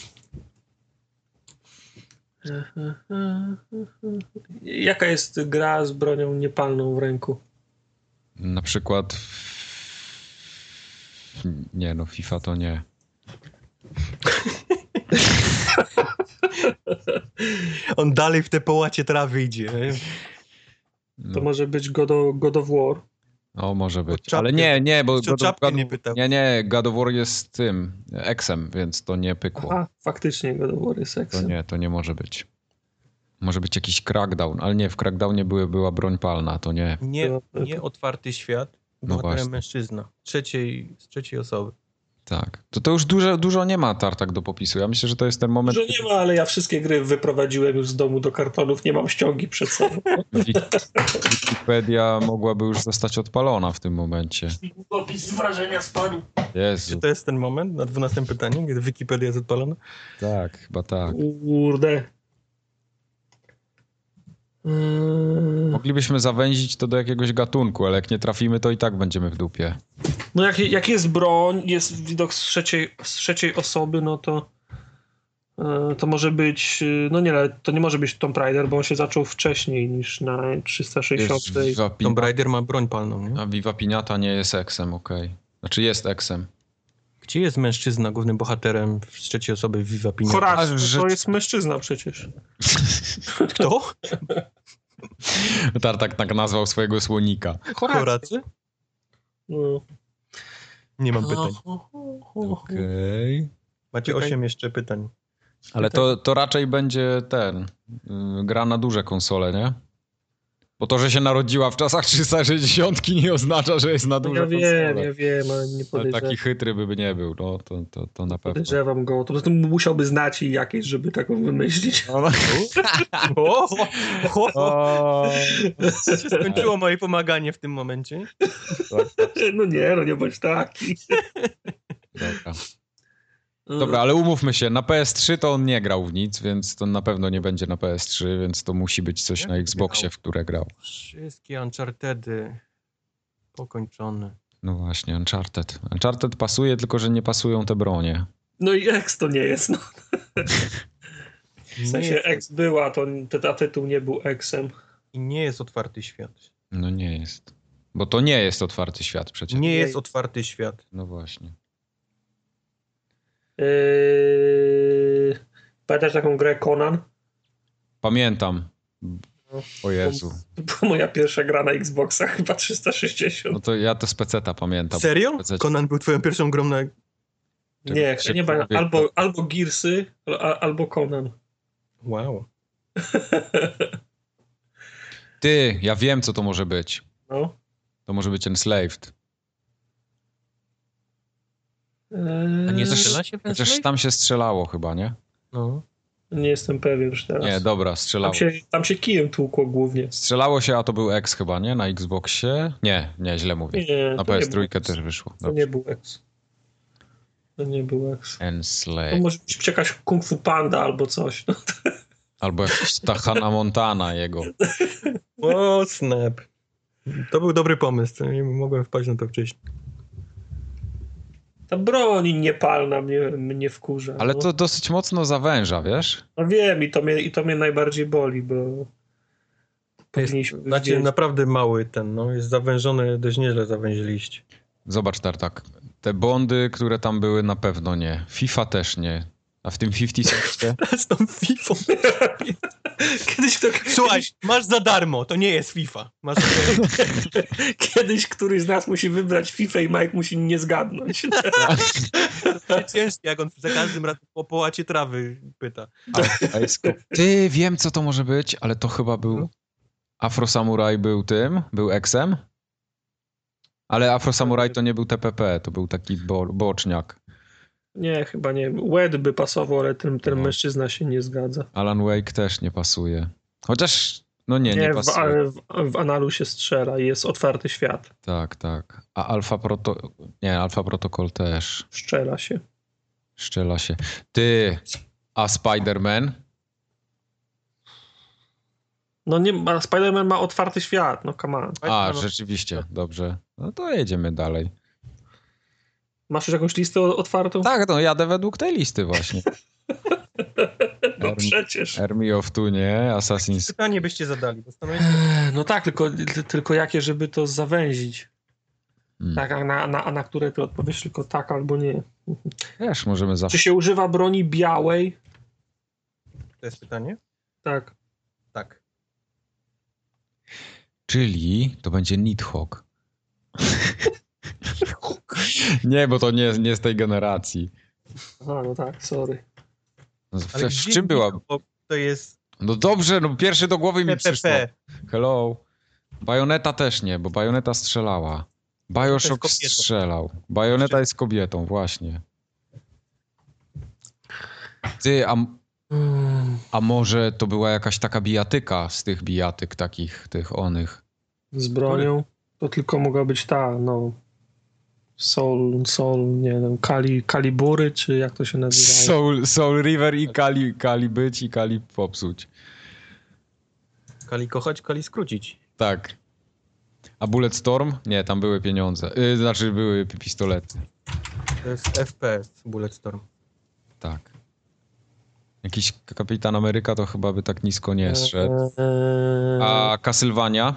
Jaka jest gra z bronią niepalną w ręku? Na przykład... Nie no, FIFA to nie. On dalej w te połacie trawy idzie. No. To może być God of, God of War. O, może być. czapkę- Ale nie, nie, bo jeszcze o God of, czapkę God, nie pytał. nie, nie, God of War jest tym, Xem, więc to nie pykło. Aha, faktycznie God of War jest To seksem. nie, to nie może być. Może być jakiś Crackdown, ale nie, w Crackdownie były, była broń palna, to nie. Nie, To- nie otwarty świat. No Bohaterem właśnie. mężczyzna. Trzeciej, z trzeciej osoby. Tak. To to już dużo, dużo nie ma Tartak do popisu. Ja myślę, że to jest ten moment... Że nie ma, ale ja wszystkie gry wyprowadziłem już z domu do kartonów, nie mam ściągi przed sobą. Wik- Wikipedia mogłaby już zostać odpalona w tym momencie. Opis z wrażenia spadł. Czy Jezu, to jest ten moment na dwunastym pytaniu, kiedy Wikipedia jest odpalona? tak, chyba tak. Kurde. Eee, Moglibyśmy zawęzić to do jakiegoś gatunku, ale jak nie trafimy, to i tak będziemy w dupie. No jak, jak jest broń, jest widok z trzeciej, z trzeciej osoby, no to e, to może być, e, no nie, to nie może być Tomb Raider, bo on się zaczął wcześniej niż na trzysta sześćdziesiąt. Jest Viva, Tomb Pin- Raider ma broń palną, nie? a Viva Pinata nie jest Xem, okej. Znaczy jest Xem. Gdzie jest mężczyzna głównym bohaterem z trzeciej osoby Viva Pinata? Horace, A, że- to jest mężczyzna przecież. Kto? Tartak tak nazwał swojego słonika. Horacy? No. Nie mam pytań. Okej. Macie Pytań? osiem jeszcze pytań. Ale to, to raczej będzie ten, y, gra na duże konsole, nie? Bo to, że się narodziła w czasach trzysta sześćdziesiąt nie oznacza, że jest na duże Ja wiem, konsole. ja wiem, ale nie Ale podejrzewam, taki chytry by nie był, no to, to, to na pewno. podejrzewam go. To po prostu musiałby znać i jakieś, żeby taką wymyślić. No, O, o, o, o, się skończyło moje pomaganie w tym momencie. No nie, no nie bądź taki. Dobra. Dobra, ale umówmy się, na P S trzy to on nie grał w nic, więc to na pewno nie będzie na P S trzy, więc to musi być coś Jak na Xboxie, grał? w które grał. Wszystkie Unchartedy pokończone. No właśnie, Uncharted. Uncharted pasuje, tylko że nie pasują te bronie. No i X to nie jest, no. W Nie sensie jest, X była, to a tytuł nie był Xem. I nie jest otwarty świat. No nie jest. Bo to nie jest otwarty świat przecież. Nie jest otwarty świat. No właśnie. Yy... Pamiętasz taką grę Conan? Pamiętam. O Jezu. To była moja pierwsza gra na Xboxach, chyba trzysta sześćdziesiąt. No to ja to z peceta pamiętam. Serio? P C. Conan był twoją pierwszą grą na... Nie, Szybko nie pamiętam. biegł. Albo, albo Gearsy, al- albo Conan. Wow. Ty, ja wiem, co to może być. No. To może być Enslaved. A nie Eee, strzela się w Chociaż Enslaved? tam się strzelało chyba, nie? No. Nie jestem pewien już teraz. Nie, dobra, strzelało. Tam się, tam się kijem tłukło głównie. Strzelało się, a to był X chyba, nie? Na Xboxie? Nie, nie, źle mówię. Nie, Na to nie P S trzy był- też wyszło. To Dobrze. nie był X. To nie był X. To Enslaved. może być jakaś Kung Fu Panda albo coś. No. Albo jakiś ta Hannah Montana jego. O, snap. To był dobry pomysł. Nie mogłem wpaść na to wcześniej. Ta broń niepalna mnie, mnie wkurza. Ale no. to dosyć mocno zawęża, wiesz? No wiem i to mnie, i to mnie najbardziej boli, bo Jest, powinniśmy znaczy wiedzieć. naprawdę mały ten, no. Jest zawężony, dość nieźle zawęźliście. Zobacz, Tartak. Te bondy, które tam były, na pewno nie. FIFA też nie. A w tym pięćdziesiąt Cent Z tą Fifą. Kiedyś, kto, Słuchaj, masz za darmo, to nie jest FIFA. Masz kiedyś któryś z nas musi wybrać FIFA i Mike musi nie zgadnąć. to jest ciężkie, jak on za każdym razem po połacie trawy pyta. Ty, wiem co to może być, ale to chyba był... Afro Samurai był tym, był Xem. Ale Afro Samurai to nie był T P P, to był taki bo, boczniak. Nie, chyba nie. Wed by pasował, ale ten, ten No. mężczyzna się nie zgadza. Alan Wake też nie pasuje. Chociaż, no nie, nie, Nie, w, pasuje. w, w analu się strzela i jest otwarty świat. Tak, tak. A Alpha Proto... Nie, Alpha Protocol też. Strzela się. Szczela się. Ty, a Spider-Man? No nie, a Spider-Man ma otwarty świat, no come on. A, rzeczywiście, dobrze. No to jedziemy dalej. Masz już jakąś listę o- otwartą? Tak, no jadę według tej listy właśnie. No Army- przecież. Army of Two, nie? Assassin's... Pytanie byście zadali. Zastanawiam się, Eee, No tak, tylko, tylko jakie, żeby to zawęzić. Hmm. Tak, a na, na, a na które ty odpowiesz tylko tak albo nie. Wiesz, możemy Czy zawsze... się używa broni białej? to jest pytanie? Tak. Tak. Czyli to będzie Nidhogg. Nie, bo to nie, nie z tej generacji. Aha, no tak, sorry. No, Ale w, w gdzie czym była? Nidhogg To jest No dobrze, no pierwszy do głowy mi P P przyszło. P. Hello. Bajoneta też nie, bo Bajoneta strzelała. Bioshock kobietą. strzelał. Bajoneta jest kobietą, właśnie. Ty, a, Mm, a może to była jakaś taka bijatyka z tych bijatyk takich, tych onych? z bronią? To tylko mogła być ta, no... Soul, Soul, nie wiem, Kali, Kalibury, czy jak to się nazywa? Soul, Soul River i Kali, Kali być i Kali popsuć. Kali kochać, Kali skrócić. Tak. A Bulletstorm? Nie, tam były pieniądze. Yy, znaczy były pistolety. To jest F P S, Bulletstorm. Tak. Jakiś Kapitan Ameryka to chyba by tak nisko nie zszedł. Eee, A Castlevania?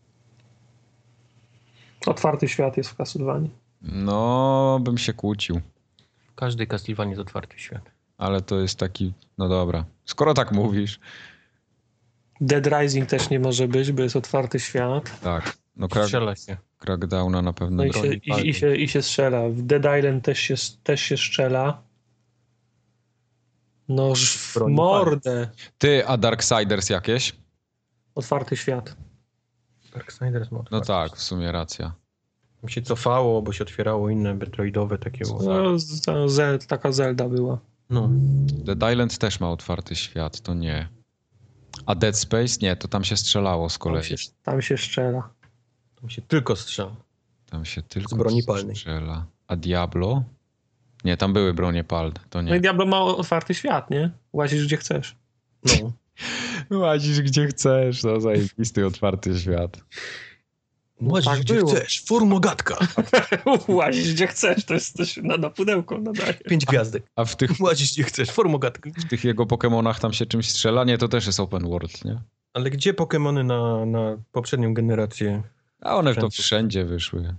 Otwarty świat jest w Castlevanii. No, bym się kłócił. Każdy Castlevania jest otwarty świat. Ale to jest taki... No dobra. Skoro tak mówisz. Dead Rising też nie może być, bo jest otwarty świat. Tak. No Crack, Strzela się. Crackdowna na pewno No i nie. się, broni i, i, się, i się strzela. W Dead Island też się, też się strzela. No w Broni mordę. Ty, a Darksiders jakieś? Otwarty świat. Darksiders ma No otwarty. tak, w sumie racja. Tam się cofało, bo się otwierało inne Metroidowe takie. No, z- ta Zel, taka Zelda była. No. Dead Island też ma otwarty świat, to nie. A Dead Space? Nie, to tam się strzelało z Tam kolei. się, tam się strzela. Tam się tylko strzela. Tam się tylko Z broni palnej. strzela. A Diablo? Nie, tam były bronie palne, to No i nie. Diablo ma otwarty świat, nie? Łazisz gdzie chcesz. No. Łazisz gdzie chcesz, no zajebisty otwarty świat. Łazisz tak gdzie było. chcesz, formogatka. Łazisz gdzie chcesz, to jest coś na, na pudełko nadaje. Pięć gwiazdek. A w tych, Łazisz gdzie chcesz, formogatka. w tych jego Pokemonach tam się czymś strzela? Nie, to też jest open world, nie? Ale gdzie Pokemony na, na poprzednią generację? A one to Wszędzie. wszędzie wyszły.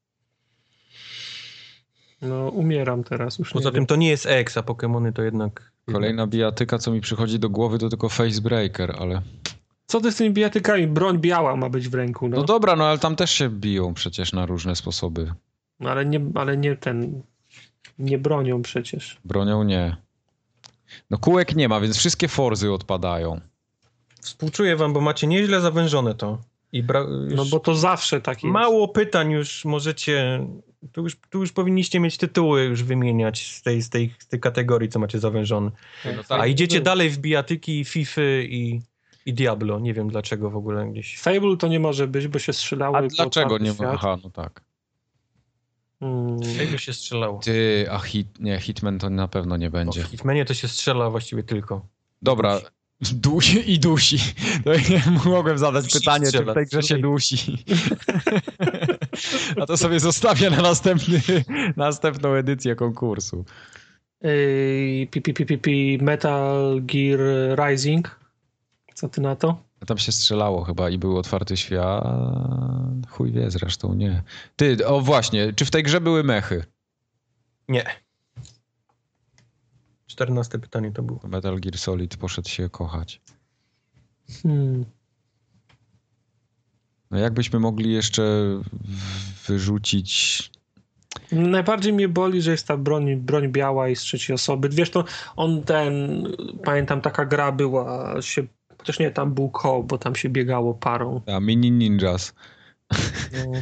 No umieram teraz już. Poza nie tym wiem. to nie jest X, a Pokemony to jednak... Kolejna bijatyka, co mi przychodzi do głowy, to tylko Facebreaker, ale... Co ty z tymi bijatykami? Broń biała ma być w ręku, no. No dobra, no ale tam też się biją przecież na różne sposoby. No, ale, nie, ale nie ten... Nie bronią przecież. Bronią nie. No kółek nie ma, więc wszystkie Forzy odpadają. Współczuję wam, bo macie nieźle zawężone to. I bra- już No bo to zawsze tak jest. mało pytań już możecie... Tu już, tu już powinniście mieć tytuły już wymieniać z tej, z tej, z tej kategorii, co macie zawężone. No tak. A idziecie dalej w bijatyki, Fify i, i Diablo. Nie wiem dlaczego w ogóle gdzieś. Fable to nie może być, bo się strzelały. A w dlaczego otwarty nie ma? świat. Aha, no tak. Hmm. Jakby się strzelało. Ty, a hit, nie, Hitman to na pewno nie będzie. W Hitmanie to się strzela właściwie tylko. Dobra, dusi i dusi. To nie mogłem zadać Dusi pytanie, czy strzela. w tej grze się dusi. A to sobie zostawię na następny, następną edycję konkursu. Yy, pi, pi, pi, pi, pi, Metal Gear Rising. Co ty na to? A tam się strzelało chyba i był otwarty świat. Chuj wie, zresztą nie. Ty, o właśnie, czy w tej grze były mechy? Nie. Czternaste pytanie to było. Metal Gear Solid poszedł się kochać. Hmm. No jakbyśmy mogli jeszcze wyrzucić... Najbardziej mnie boli, że jest ta broń, broń biała i z trzeciej osoby. Wiesz, to on ten, pamiętam, taka gra była, się, też nie, tam był koop, bo tam się biegało parą. A, Mini Ninjas. No.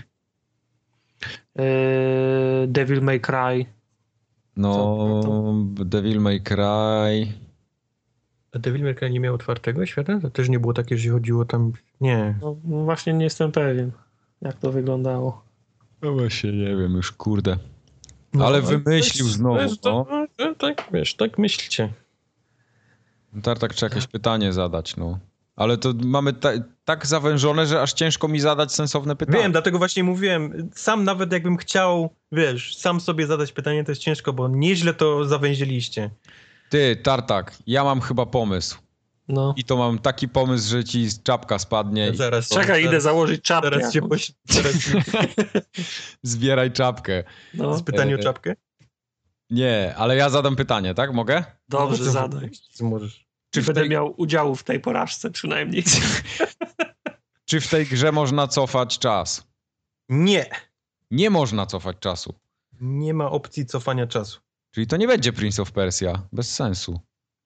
Eee, Devil May Cry. No, Co? Devil May Cry... A Devil May Cry nie miał otwartego świata? To też nie było takie, że chodziło tam... Nie. No, właśnie nie jestem pewien, jak to wyglądało. No właśnie, nie wiem już, kurde. No, ale wymyślił to jest, znowu, to jest, no. to, to, tak, wiesz, tak myślcie. Tartak trzeba jakieś pytanie zadać, no. Ale to mamy ta, tak zawężone, że aż ciężko mi zadać sensowne pytanie. Wiem, dlatego właśnie mówiłem, sam nawet jakbym chciał, wiesz, sam sobie zadać pytanie, to jest ciężko, bo nieźle to zawęziliście. Ty, Tartak, ja mam chyba pomysł. No. I to mam taki pomysł, że ci czapka spadnie. Zaraz, i... Czekaj, zaraz, idę założyć czapkę. Teraz się poś... teraz Zbieraj czapkę. No. z pytanie o E, czapkę? Nie, ale ja zadam pytanie, tak? Mogę? Dobrze, No, zadaj. Co możesz? Czy w będę tej- miał udziału w tej porażce przynajmniej? Czy w tej grze można cofać czas? Nie. Nie można cofać czasu. Nie ma opcji cofania czasu. Czyli to nie będzie Prince of Persia. Bez sensu.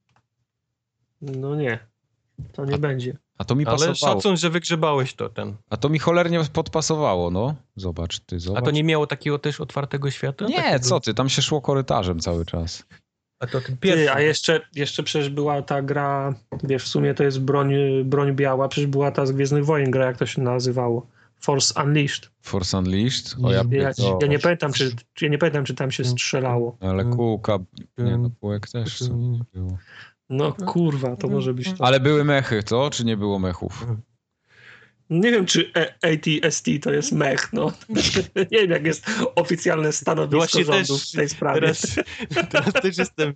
No nie, to nie będzie. A to mi Ale pasowało. szacun, że wygrzebałeś to ten. A to mi cholernie podpasowało, no. Zobacz, ty, A zobacz. to nie miało takiego też otwartego świata? Nie, Takiego... co ty, tam się szło korytarzem cały czas. A to ten pierwszy. Ty, a jeszcze, jeszcze przecież była ta gra, wiesz, w sumie to jest broń, broń biała, przecież była ta z Gwiezdnych Wojen gra, jak to się nazywało. Force Unleashed. Force Unleashed? O, ja, Ja, to... ja nie pamiętam, czy, czy ja nie pamiętam, czy tam się strzelało. Ale kółka... Nie, no kółek też w sumie było. No kurwa, to może być to. Ale były mechy, co? Czy nie było mechów? Nie wiem, czy A T S T to jest mech, no. Nie wiem, jak jest oficjalne stanowisko Właśnie rządu też w tej sprawie. Teraz, teraz też jestem...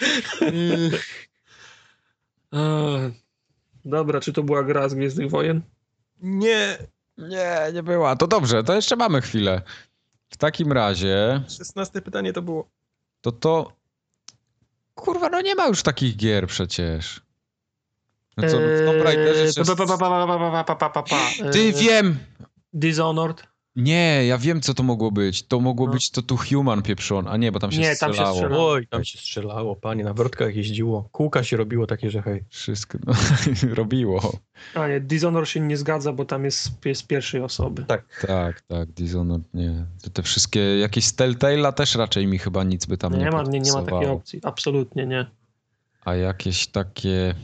Eee, Dobra, czy to była gra z Gwiezdnych Wojen? Nie. Nie, nie była. To dobrze, to jeszcze mamy chwilę. W takim razie, szesnaste pytanie to było. to to... Kurwa, no nie ma już takich gier przecież. No co, w Tomb Raiderze Eee, jeszcze... pa, pa, pa, pa, pa, pa, pa, pa, pa. Eee, Ty, wiem! Dishonored? Nie, ja wiem, co to mogło być. To mogło No. być to tu Human pieprzon, a nie, bo tam się Nie, tam się strzelało. strzelało. Oj, tam się strzelało, panie, na wrotkach jeździło. Kółka się robiło takie, że hej. Wszystko no, robiło. A nie, Dishonored się nie zgadza, bo tam jest, jest pierwszej osoby. Tak. Tak, tak, Dishonored, nie. To te wszystkie, jakieś z Telltale'a też raczej mi chyba nic by tam nie nie, ma, nie, nie ma takiej podpasowało. opcji, absolutnie nie. A jakieś takie...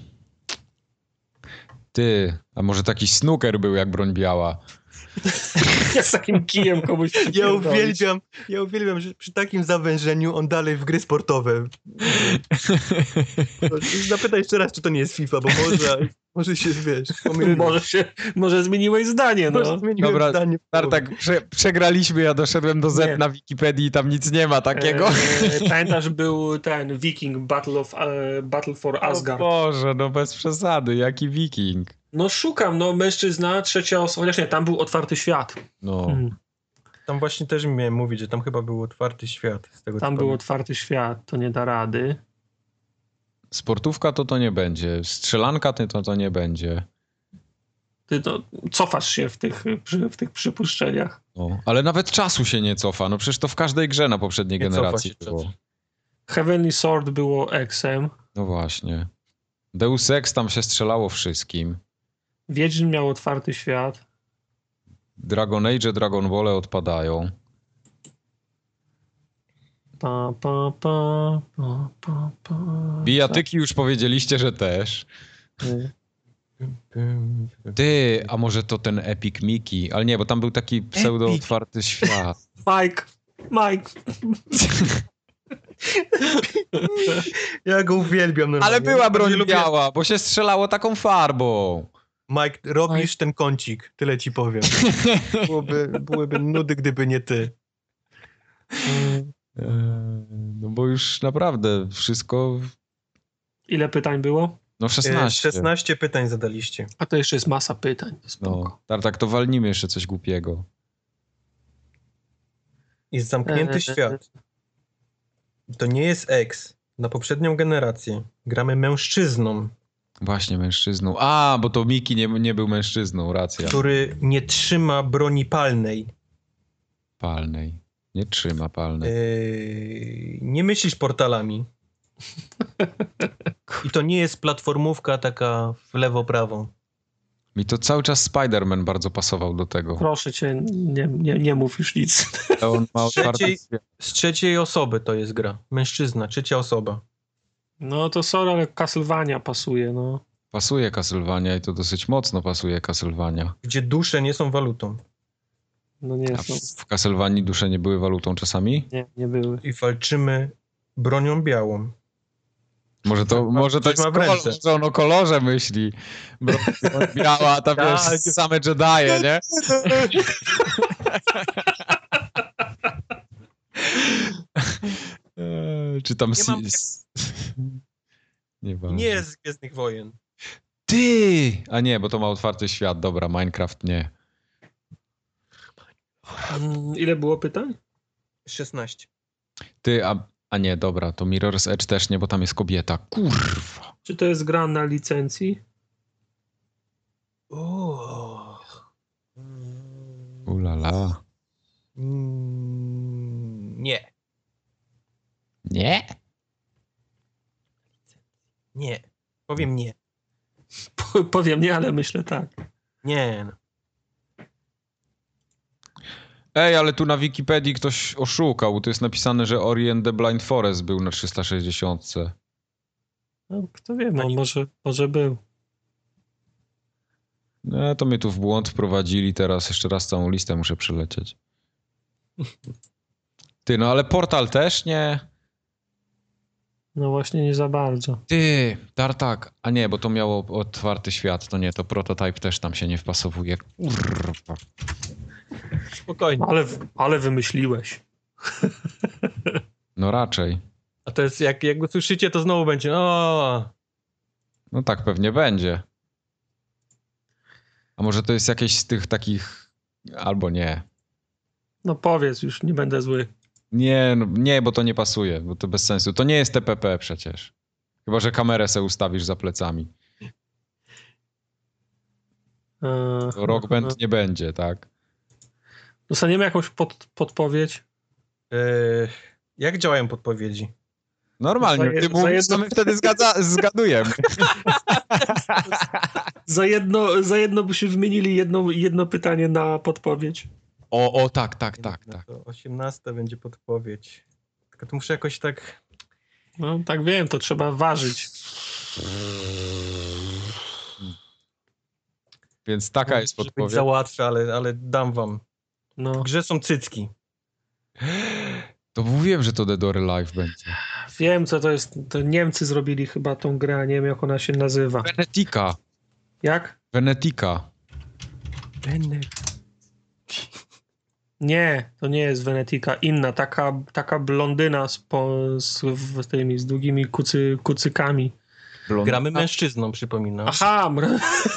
Ty, a może taki snooker był jak broń biała? Ja z takim kijem komuś Ja przypierdolić. uwielbiam, ja uwielbiam, że przy takim zawężeniu on dalej w gry sportowe. Zapytaj jeszcze raz, czy to nie jest FIFA, bo może, może się, wiesz, pomyliłem. Może się, może zmieniłeś zdanie, Może no. zmieniłem Dobra, zdanie. Tartak, prze, przegraliśmy, ja doszedłem do Z Nie. na Wikipedii i tam nic nie ma takiego. Eee, pamiętasz, był ten Viking Battle, of, e, Battle for O Asgard. Boże, no bez przesady, jaki wiking. No szukam, no mężczyzna, trzecia osoba, chociaż nie, tam był otwarty świat. No, Hmm. Tam właśnie też miałem mówić, że tam chyba był otwarty świat. Z tego, co Tam był pamiętam. otwarty świat, to nie da rady. sportówka to to nie będzie, strzelanka to to, to nie będzie. Ty to cofasz się w tych, przy, w tych przypuszczeniach. No, ale nawet czasu się nie cofa, no przecież to w każdej grze na poprzedniej Nie cofa generacji się było. czas. Heavenly Sword było Exem. No właśnie. Deus Ex tam się strzelało wszystkim. Wiedźmin miał otwarty świat. Dragon Age, Dragon Ball odpadają. Pa, pa, pa, pa, pa, pa. Bijatyki już powiedzieliście, że też. Ty, a może to ten Epic Mickey? Ale nie, bo tam był taki pseudo otwarty świat. Mike, Mike. Ja go uwielbiam normalnie. Ale była broń Lubię- biała, bo się strzelało taką farbą. Mike, robisz ten kącik, tyle ci powiem. Byłoby, byłyby nudy, gdyby nie ty. Eee, No bo już naprawdę wszystko... Ile pytań było? No E, szesnaście. szesnaście pytań zadaliście. A to jeszcze jest masa pytań. Spoko. No, Tartak, to walnijmy jeszcze coś głupiego. Jest zamknięty Eee, świat. To nie jest X. Na poprzednią generację gramy mężczyzną, Właśnie mężczyzną. A, bo to Miki nie, nie był mężczyzną, racja. który nie trzyma broni palnej. Palnej. Nie trzyma palnej. Yy, nie myślisz portalami. I to nie jest platformówka taka w lewo-prawo. Mi to cały czas Spider-Man bardzo pasował do tego. Proszę cię, nie, nie, nie mów już nic. To on ma otwarty Trzeciej- świat. Z trzeciej osoby to jest gra. Mężczyzna, trzecia osoba. No to sorry, ale Castlevania pasuje, no. Pasuje Castlevania i to dosyć mocno pasuje Castlevania. Gdzie dusze nie są walutą. No nie A są. w Castlevanii dusze nie były walutą czasami? Nie, nie były. I walczymy bronią białą. Może to, Ma- może to coś jest ma w kolor, ręce. może on o kolorze myśli. Broń biała, a tam wiesz, Tak. same Jedi'e, nie? Eee, Czy tam... Nie si- mam- s- Nie, ważne. Nie jest z Gwiezdnych Wojen. Ty! A nie, bo to ma otwarty świat. Dobra, Minecraft nie. Mm, Ile było pytań? szesnaście. Ty, a, a nie, dobra, to Mirror's Edge też nie, bo tam jest kobieta. Kurwa. Czy to jest gra na licencji? O. Ulala. Mm, Nie. Nie? Nie. Powiem nie. Po- Powiem nie, ale myślę tak. Nie. no. Ej, ale tu na Wikipedii ktoś oszukał. Tu jest napisane, że Ori and the Blind Forest był na trzysta sześćdziesiąt. No, kto wie, no, może, może był. No, to mnie tu w błąd wprowadzili. Teraz jeszcze raz całą listę muszę przelecieć. Ty, no ale Portal też nie? No właśnie nie za bardzo. Ty, Tartak. A nie, bo to miało otwarty świat. To nie, to Prototype też tam się nie wpasowuje. Kurwa. Spokojnie. Ale, ale wymyśliłeś. No raczej. A to jest, jak, jak go słyszycie, to znowu będzie o. No tak pewnie będzie. A może to jest jakieś z tych takich... Albo nie. No powiedz już, nie będę zły. Nie, no, nie, bo to nie pasuje, bo to bez sensu. To nie jest T P P przecież. Chyba że kamerę se ustawisz za plecami. Eee, To Rock Band nie będzie, tak? Dostaniemy jakąś pod, podpowiedź? Yy, jak działają podpowiedzi? Normalnie, Za je- ty za mówisz, jedno- to my wtedy zgadza, zgadujemy. Za jedno, za jedno byśmy wymienili jedno, jedno pytanie na podpowiedź. O, o, tak, tak, tak, No tak. to osiemnasta będzie podpowiedź. Tylko to muszę jakoś tak... No tak wiem, to trzeba ważyć. Więc taka jest Może być podpowiedź. za łatwe, ale, ale dam wam. W No, grze są cycki. To mówiłem, że to Dead or Alive będzie. wiem co to jest. To Niemcy zrobili chyba tą grę, a nie wiem jak ona się nazywa. Venetica. Jak? Venetica. Nie, to nie jest Venetica. Inna, taka, taka blondyna z, po, z, z tymi z długimi kucy, kucykami. Gramy mężczyzną, przypominam. Aha! mr-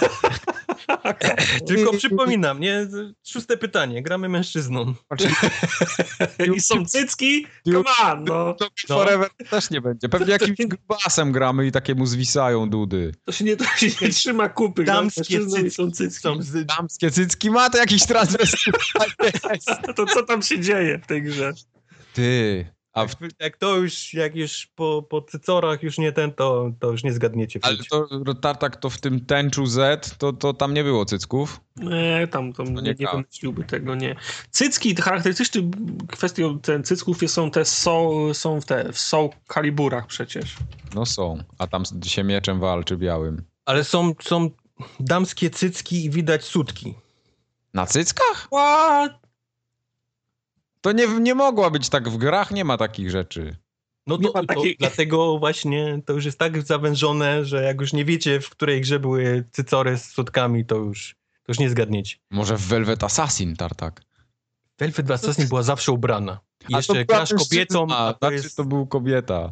Tylko przypominam, nie? Szóste pytanie. Gramy mężczyzną. I są cycki? Come on, no. To Forever też nie będzie. Pewnie jakimś grubasem gramy i takie mu zwisają dudy. To się nie, to się nie trzyma kupy. Damskie mężczyzną i są cycki. Są z... Damskie cycki ma to jakiś transvestit. To co tam się dzieje w tej grze? Ty, a w, Jak, jak to już, jak już po, po cycorach już nie ten, to, to już nie zgadniecie. ale to Tartak to w tym tęczu Z, to, to tam nie było cycków? Nie, tam, tam nie nie, nie grałem. wymyśliłby tego, nie. Cycki, charakterystyczną kwestią ten cycków jest- są te są, są w te w są kaliburach przecież. No są, a tam się mieczem walczy białym. Ale są, są damskie cycki i widać sutki. Na cyckach? What? To nie, nie mogła być tak w grach, nie ma takich rzeczy. No Nie to, ma to takiej- dlatego właśnie to już jest tak zawężone, że jak już nie wiecie, w której grze były cycory z sutkami, to już, to już nie zgadniecie. Może w Velvet Assassin, Tartak. Velvet Assassin była zawsze ubrana. I A jeszcze to była grasz kobietą, mężczyzna, a to znaczy jest... to był kobieta.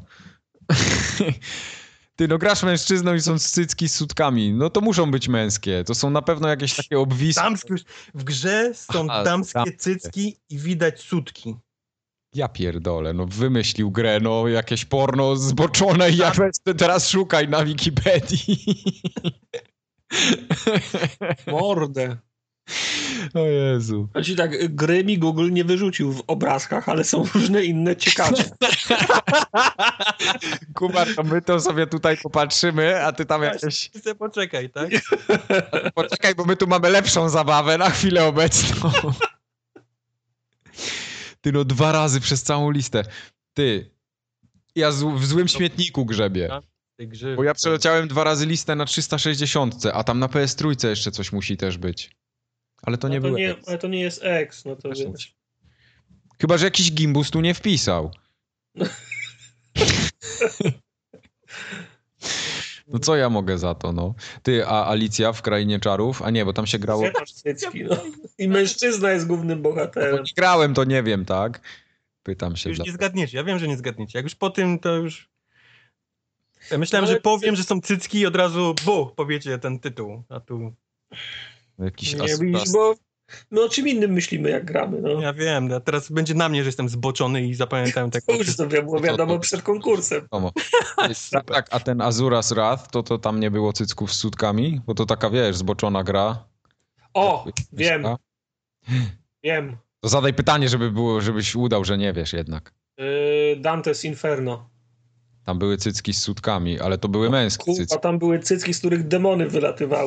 Ty, no grasz mężczyzną i są cycki z sutkami. No to muszą być męskie. To są na pewno jakieś takie obwisłe. Damskie, w grze są Aha, damskie damskie. cycki i widać sutki. Ja pierdolę, no wymyślił grę, no jakieś porno zboczone i ja teraz szukaj na Wikipedii. Mordę. O Jezu. Znaczy tak, gry mi Google nie wyrzucił w obrazkach, ale są różne inne ciekawe. Kubar, to my to sobie tutaj popatrzymy, a ty tam jakieś... Ty poczekaj, tak? Poczekaj, bo my tu mamy lepszą zabawę na chwilę obecną. Ty no dwa razy przez całą listę. Ty, ja z, w złym śmietniku grzebię. Bo ja przeleciałem dwa razy listę na trzysta sześćdziesiąt, a tam na P S trzy jeszcze coś musi też być. Ale to nie no to było. nie, ale to nie jest X, no to wiesz. Chyba, że jakiś gimbus tu nie wpisał. No co ja mogę za to, no. Ty, a Alicja w Krainie Czarów? A nie, bo tam się grało... Cycki, no. I mężczyzna jest głównym bohaterem. No, nie grałem, to nie wiem, tak? Pytam się. Już dla... nie zgadniecie, ja wiem, że nie zgadniecie. Jak już po tym, to już... Ja myślałem, No, że powiem, że są cycki i od razu bu, powiecie ten tytuł, a tu... Jakiś Nie, as... widzisz, bo my o czym innym myślimy, jak gramy, no. Ja wiem, a teraz będzie na mnie, że jestem zboczony i zapamiętałem tak... To już sobie było wiadomo przed konkursem. Tak, tak, a ten Azuras Wrath, to, to tam nie było cycków z sutkami? Bo to taka, wiesz, zboczona gra. O, wiem, wiem. To zadaj pytanie, żeby było, żebyś udał, że nie wiesz jednak. Yy, Dante's Inferno. Tam były cycki z sutkami, ale to były męskie Kurwa, cycki. tam były cycki, z których demony wylatywały.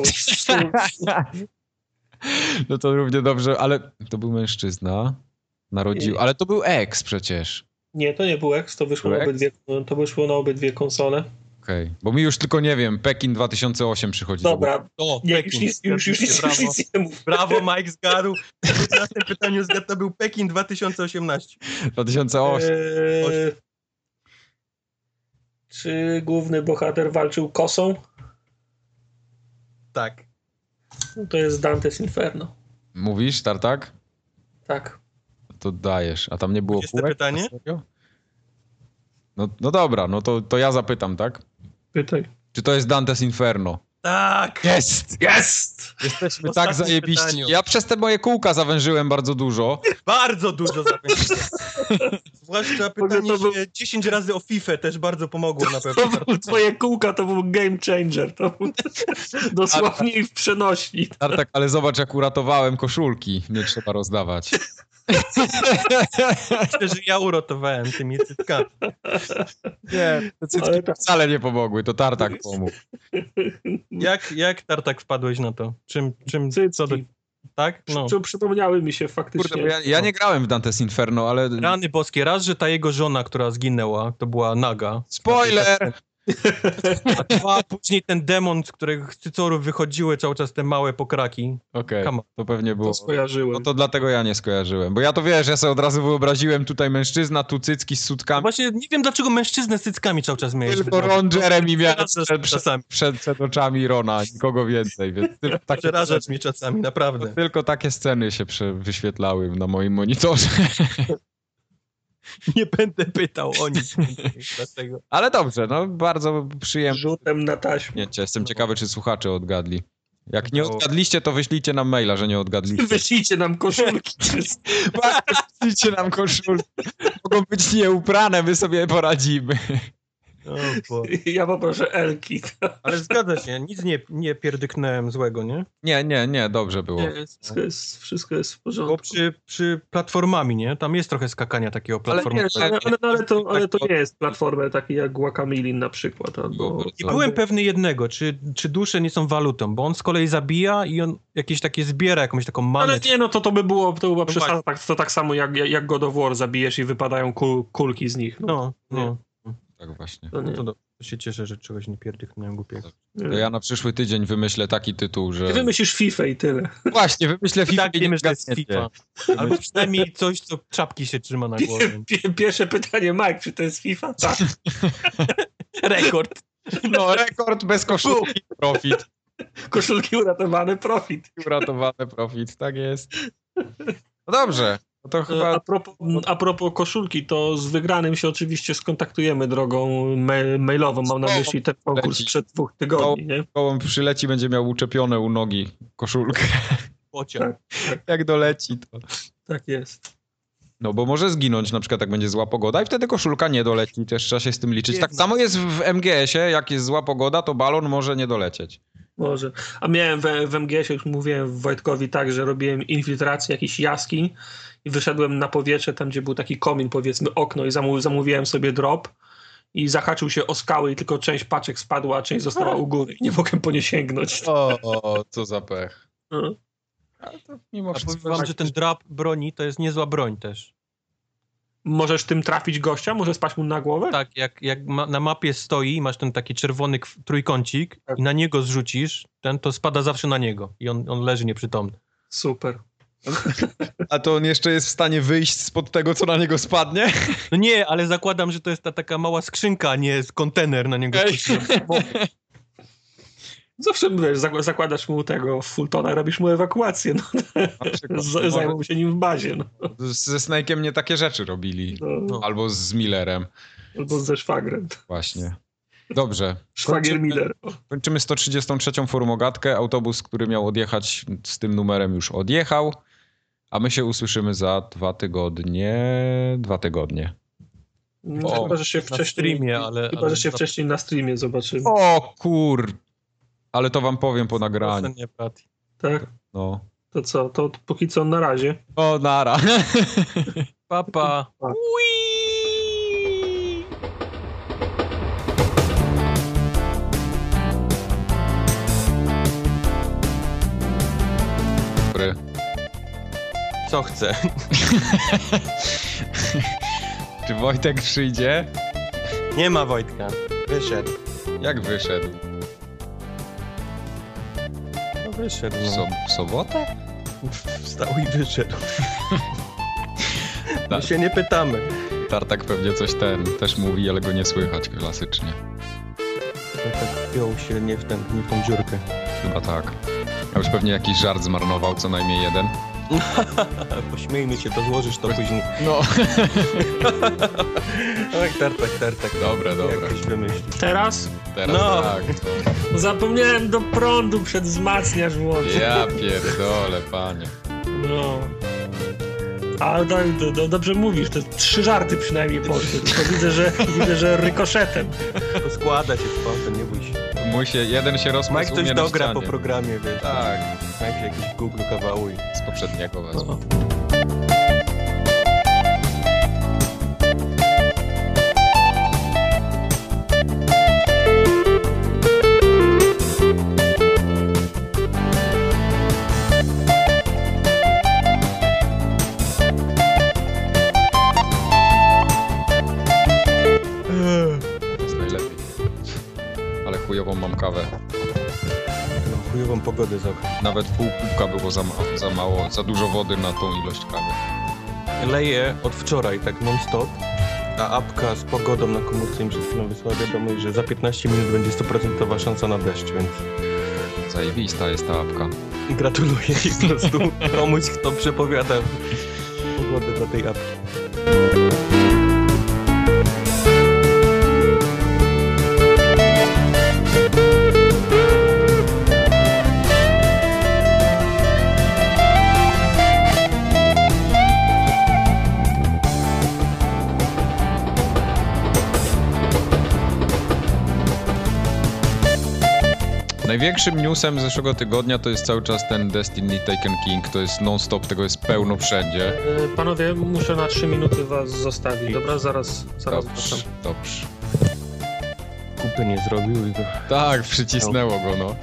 No to równie dobrze, ale to był mężczyzna. Narodził, ale to był ex przecież. Nie, to nie był X, to wyszło, Był na X? obydwie, to wyszło na obydwie konsole. Okej, okay. Bo mi już tylko nie wiem, Pekin dwa tysiące osiem przychodzi. Dobra, O, nie, już, nic, już, już, nic, już nic nie mów. Brawo, Mike zgadł. Na tym pytaniu zgadł, to był Pekin dwa tysiące osiemnaście. dwa tysiące osiem. Eee, czy główny bohater walczył kosą? Tak. No to jest Dante's Inferno. Mówisz, Tartak? Tak. To dajesz. A tam nie było dwudzieste kółek? pytanie? No, no dobra, no to, to ja zapytam, tak? Pytaj. Czy to jest Dante's Inferno? Tak! Jest! Jest! Jesteśmy Ostatnie tak zajebiści. pytaniu. Ja przez te moje kółka zawężyłem bardzo dużo. Bardzo dużo zapędziłem. Zwłaszcza pytanie to był- się dziesięć razy o FIFA też bardzo pomogło na pewno. To był, twoje kółka to był game changer. To był dosłownie i w przenośni. Tartak, ale zobacz, jak uratowałem koszulki. Nie trzeba rozdawać. Myślę, że ja uratowałem tymi cyckami. Nie, te cycki Ale tak. wcale nie pomogły. To Tartak pomógł. Jak, jak Tartak wpadłeś na to? Czym, czym Cycki. co do... Tak? No. Przy- Przypomniały mi się faktycznie. Kurde, bo ja, ja nie grałem w Dante's Inferno, ale... Rany boskie, raz, że ta jego żona, która zginęła, to była naga. Spoiler! A dwa, później ten demon, z którego z cycorów wychodziły cały czas te małe pokraki. Okej, Come on. to pewnie było... To skojarzyłem. No to dlatego ja nie skojarzyłem. Bo ja to wiesz, ja sobie od razu wyobraziłem tutaj mężczyzna, tu cycki z No sutkami. właśnie nie wiem, dlaczego mężczyznę z cyckami cały czas miałeś. Tylko Ron Jeremy miałem Przerażasz przed, mnie czasami. przed, przed oczami Rona, nikogo więcej. Więc tylko takie, Przerażasz mnie czasami, naprawdę. tylko takie sceny się prze, wyświetlały na moim monitorze. Nie będę pytał o nic. Dlatego. Ale dobrze, no bardzo przyjemnie. Rzutem na taśmę. Jestem ciekawy, czy słuchacze odgadli. Jak nie No. odgadliście, to wyślijcie nam maila, że nie odgadliście. Wyślijcie nam koszulki. Wyślijcie nam koszulki. Mogą być nieuprane, my sobie poradzimy. O, bo... Ja poproszę Elki. Ale zgadza się, nic nie, nie pierdyknąłem złego, nie? Nie, nie, nie, dobrze było. Nie, wszystko jest, wszystko jest w Bo porządku. przy, przy platformami, nie? Tam jest trochę skakania takiego Ale platformowego. wiesz, Ale, ale, ale, to, ale to nie jest platformer taki jak Guacamilin na przykład. Albo, I byłem pewny jednego, czy, czy dusze nie są walutą, bo on z kolei zabija i on jakieś takie zbiera jakąś taką manę. Ale nie, no to to by było, to była No przesada. Tak, to tak samo jak, jak God of War zabijesz i wypadają kul, kulki z nich. No, No, no. Tak właśnie. to nie. To, dobrze, to się cieszę, że czegoś nie pierdyknąłem głupiego. To ja na przyszły tydzień wymyślę taki tytuł, że... Ty wymyślisz FIFA i tyle. Właśnie, wymyślę FIFA Tak, i nie wiemy, że to jest zgadniecie. FIFA. Albo przynajmniej coś, co czapki się trzyma na głowie. Pie- Pierwsze pytanie, Mike, czy to jest FIFA? Tak. Rekord. No, rekord bez koszulki, profit. Koszulki uratowane, profit. Uratowane profit, tak jest. No dobrze, no to A chyba... propos, a propos koszulki, to z wygranym się oczywiście skontaktujemy drogą ma- mailową. Mam na myśli ten konkurs sprzed dwóch tygodni, nie? Koło przyleci, będzie miał uczepione u nogi koszulkę. Pociąg. Jak doleci to. Tak jest. No bo może zginąć na przykład jak będzie zła pogoda i wtedy koszulka nie doleci, też trzeba się z tym liczyć. Tak samo jest w M G S-ie, jak jest zła pogoda, to balon może nie dolecieć. Może. A miałem w, w M G S-ie, już mówiłem Wojtkowi tak, że robiłem infiltrację jakichś jaskiń i wyszedłem na powietrze, tam gdzie był taki komin, powiedzmy okno i zamówi, zamówiłem sobie drop i zahaczył się o skały i tylko część paczek spadła, a część została u góry i nie mogłem po nie sięgnąć. O, o co za pech. No. Ale to mimo A wszystko... powiem wam, że ten drap broni to jest niezła broń też. Możesz tym trafić gościa? Może spaść mu na głowę? Tak, jak, jak ma, na mapie stoi i masz ten taki czerwony kw- trójkącik Tak. i na niego zrzucisz, ten to spada zawsze na niego i on, on leży nieprzytomny. Super. A to on jeszcze jest w stanie wyjść spod tego, co na niego spadnie? No nie, ale zakładam, że to jest ta taka mała skrzynka, a nie kontener na niego. Ej. Zawsze wiesz, zak- zakładasz mu tego Fultona, robisz mu ewakuację. No. Na przykład. Z- Zajmą się nim w bazie. No. Ze Snake'em nie takie rzeczy robili. No. Albo z Millerem. Albo ze szwagrem. Właśnie. Dobrze. Szwagier Miller. Kończymy sto trzydziestą trzecią formogatkę. Autobus, który miał odjechać z tym numerem, już odjechał. A my się usłyszymy za dwa tygodnie. Dwa tygodnie. No, O, chyba, że się na wcześniej, streamie, ale- chyba, ale że się za- wcześniej na streamie zobaczymy. O kur... Ale to wam powiem po nagraniu. Proszę nie, Patty. Tak? No. To co? To póki co na razie. O, nara. Papa. Pa. Dobry. Co chce? Czy Wojtek przyjdzie? Nie ma Wojtka. Wyszedł. Jak wyszedł? No wyszedł. W, No. so w sobotę? Wstał i wyszedł. My Tak. się nie pytamy. Tartak pewnie coś ten też mówi, ale go nie słychać klasycznie. No tak wpiął się nie w, ten, nie w tą dziurkę. Chyba tak. A już pewnie jakiś żart zmarnował, co najmniej jeden. Pośmiejmy się, to złożysz to później. No. Tak, tartak, tartak. Dobre, dobre. Jak ktoś wymyśli. Teraz? Teraz No. tak. Zapomniałem do prądu przed wzmacniacz włączyć. Ja pierdolę, panie. No. Ale do, do, do, dobrze mówisz, to trzy żarty przynajmniej poszły. Tylko widzę, że widzę, że rykoszetem. To składa się z kątem, nie bój się. Mój się, jeden się Mike rozpasł coś na dogra po ścianie. programie, wiesz. Tak, Mike jakiś Google kawału i... z poprzedniego wezmę. No. To jest najlepiej. Ale chujową mam kawę. Mam chujową pogodę za oknem. Nawet pół kubka było za, ma za mało, za dużo wody na tą ilość kawy. Leję od wczoraj tak non-stop, a apka z pogodą na komórce im przed chwilą wysłała wiadomość, że za piętnaście minut będzie sto procent szansa na deszcz, więc Zajebista jest ta apka. gratuluję i po prostu komuś, kto przepowiada pogodę dla tej apki. Największym newsem zeszłego tygodnia to jest cały czas ten Destiny Taken King. To jest non-stop, tego jest pełno wszędzie. E, Panowie, muszę na trzy minuty was zostawić, dobra? Zaraz, zaraz Dobrze, wracam. dobrze. Kupy nie zrobił i go... Tak, przycisnęło go, no.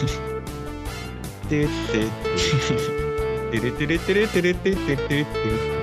Ty, ty, ty. Ty, ty, ty, ty, ty, ty, ty, ty, ty, ty.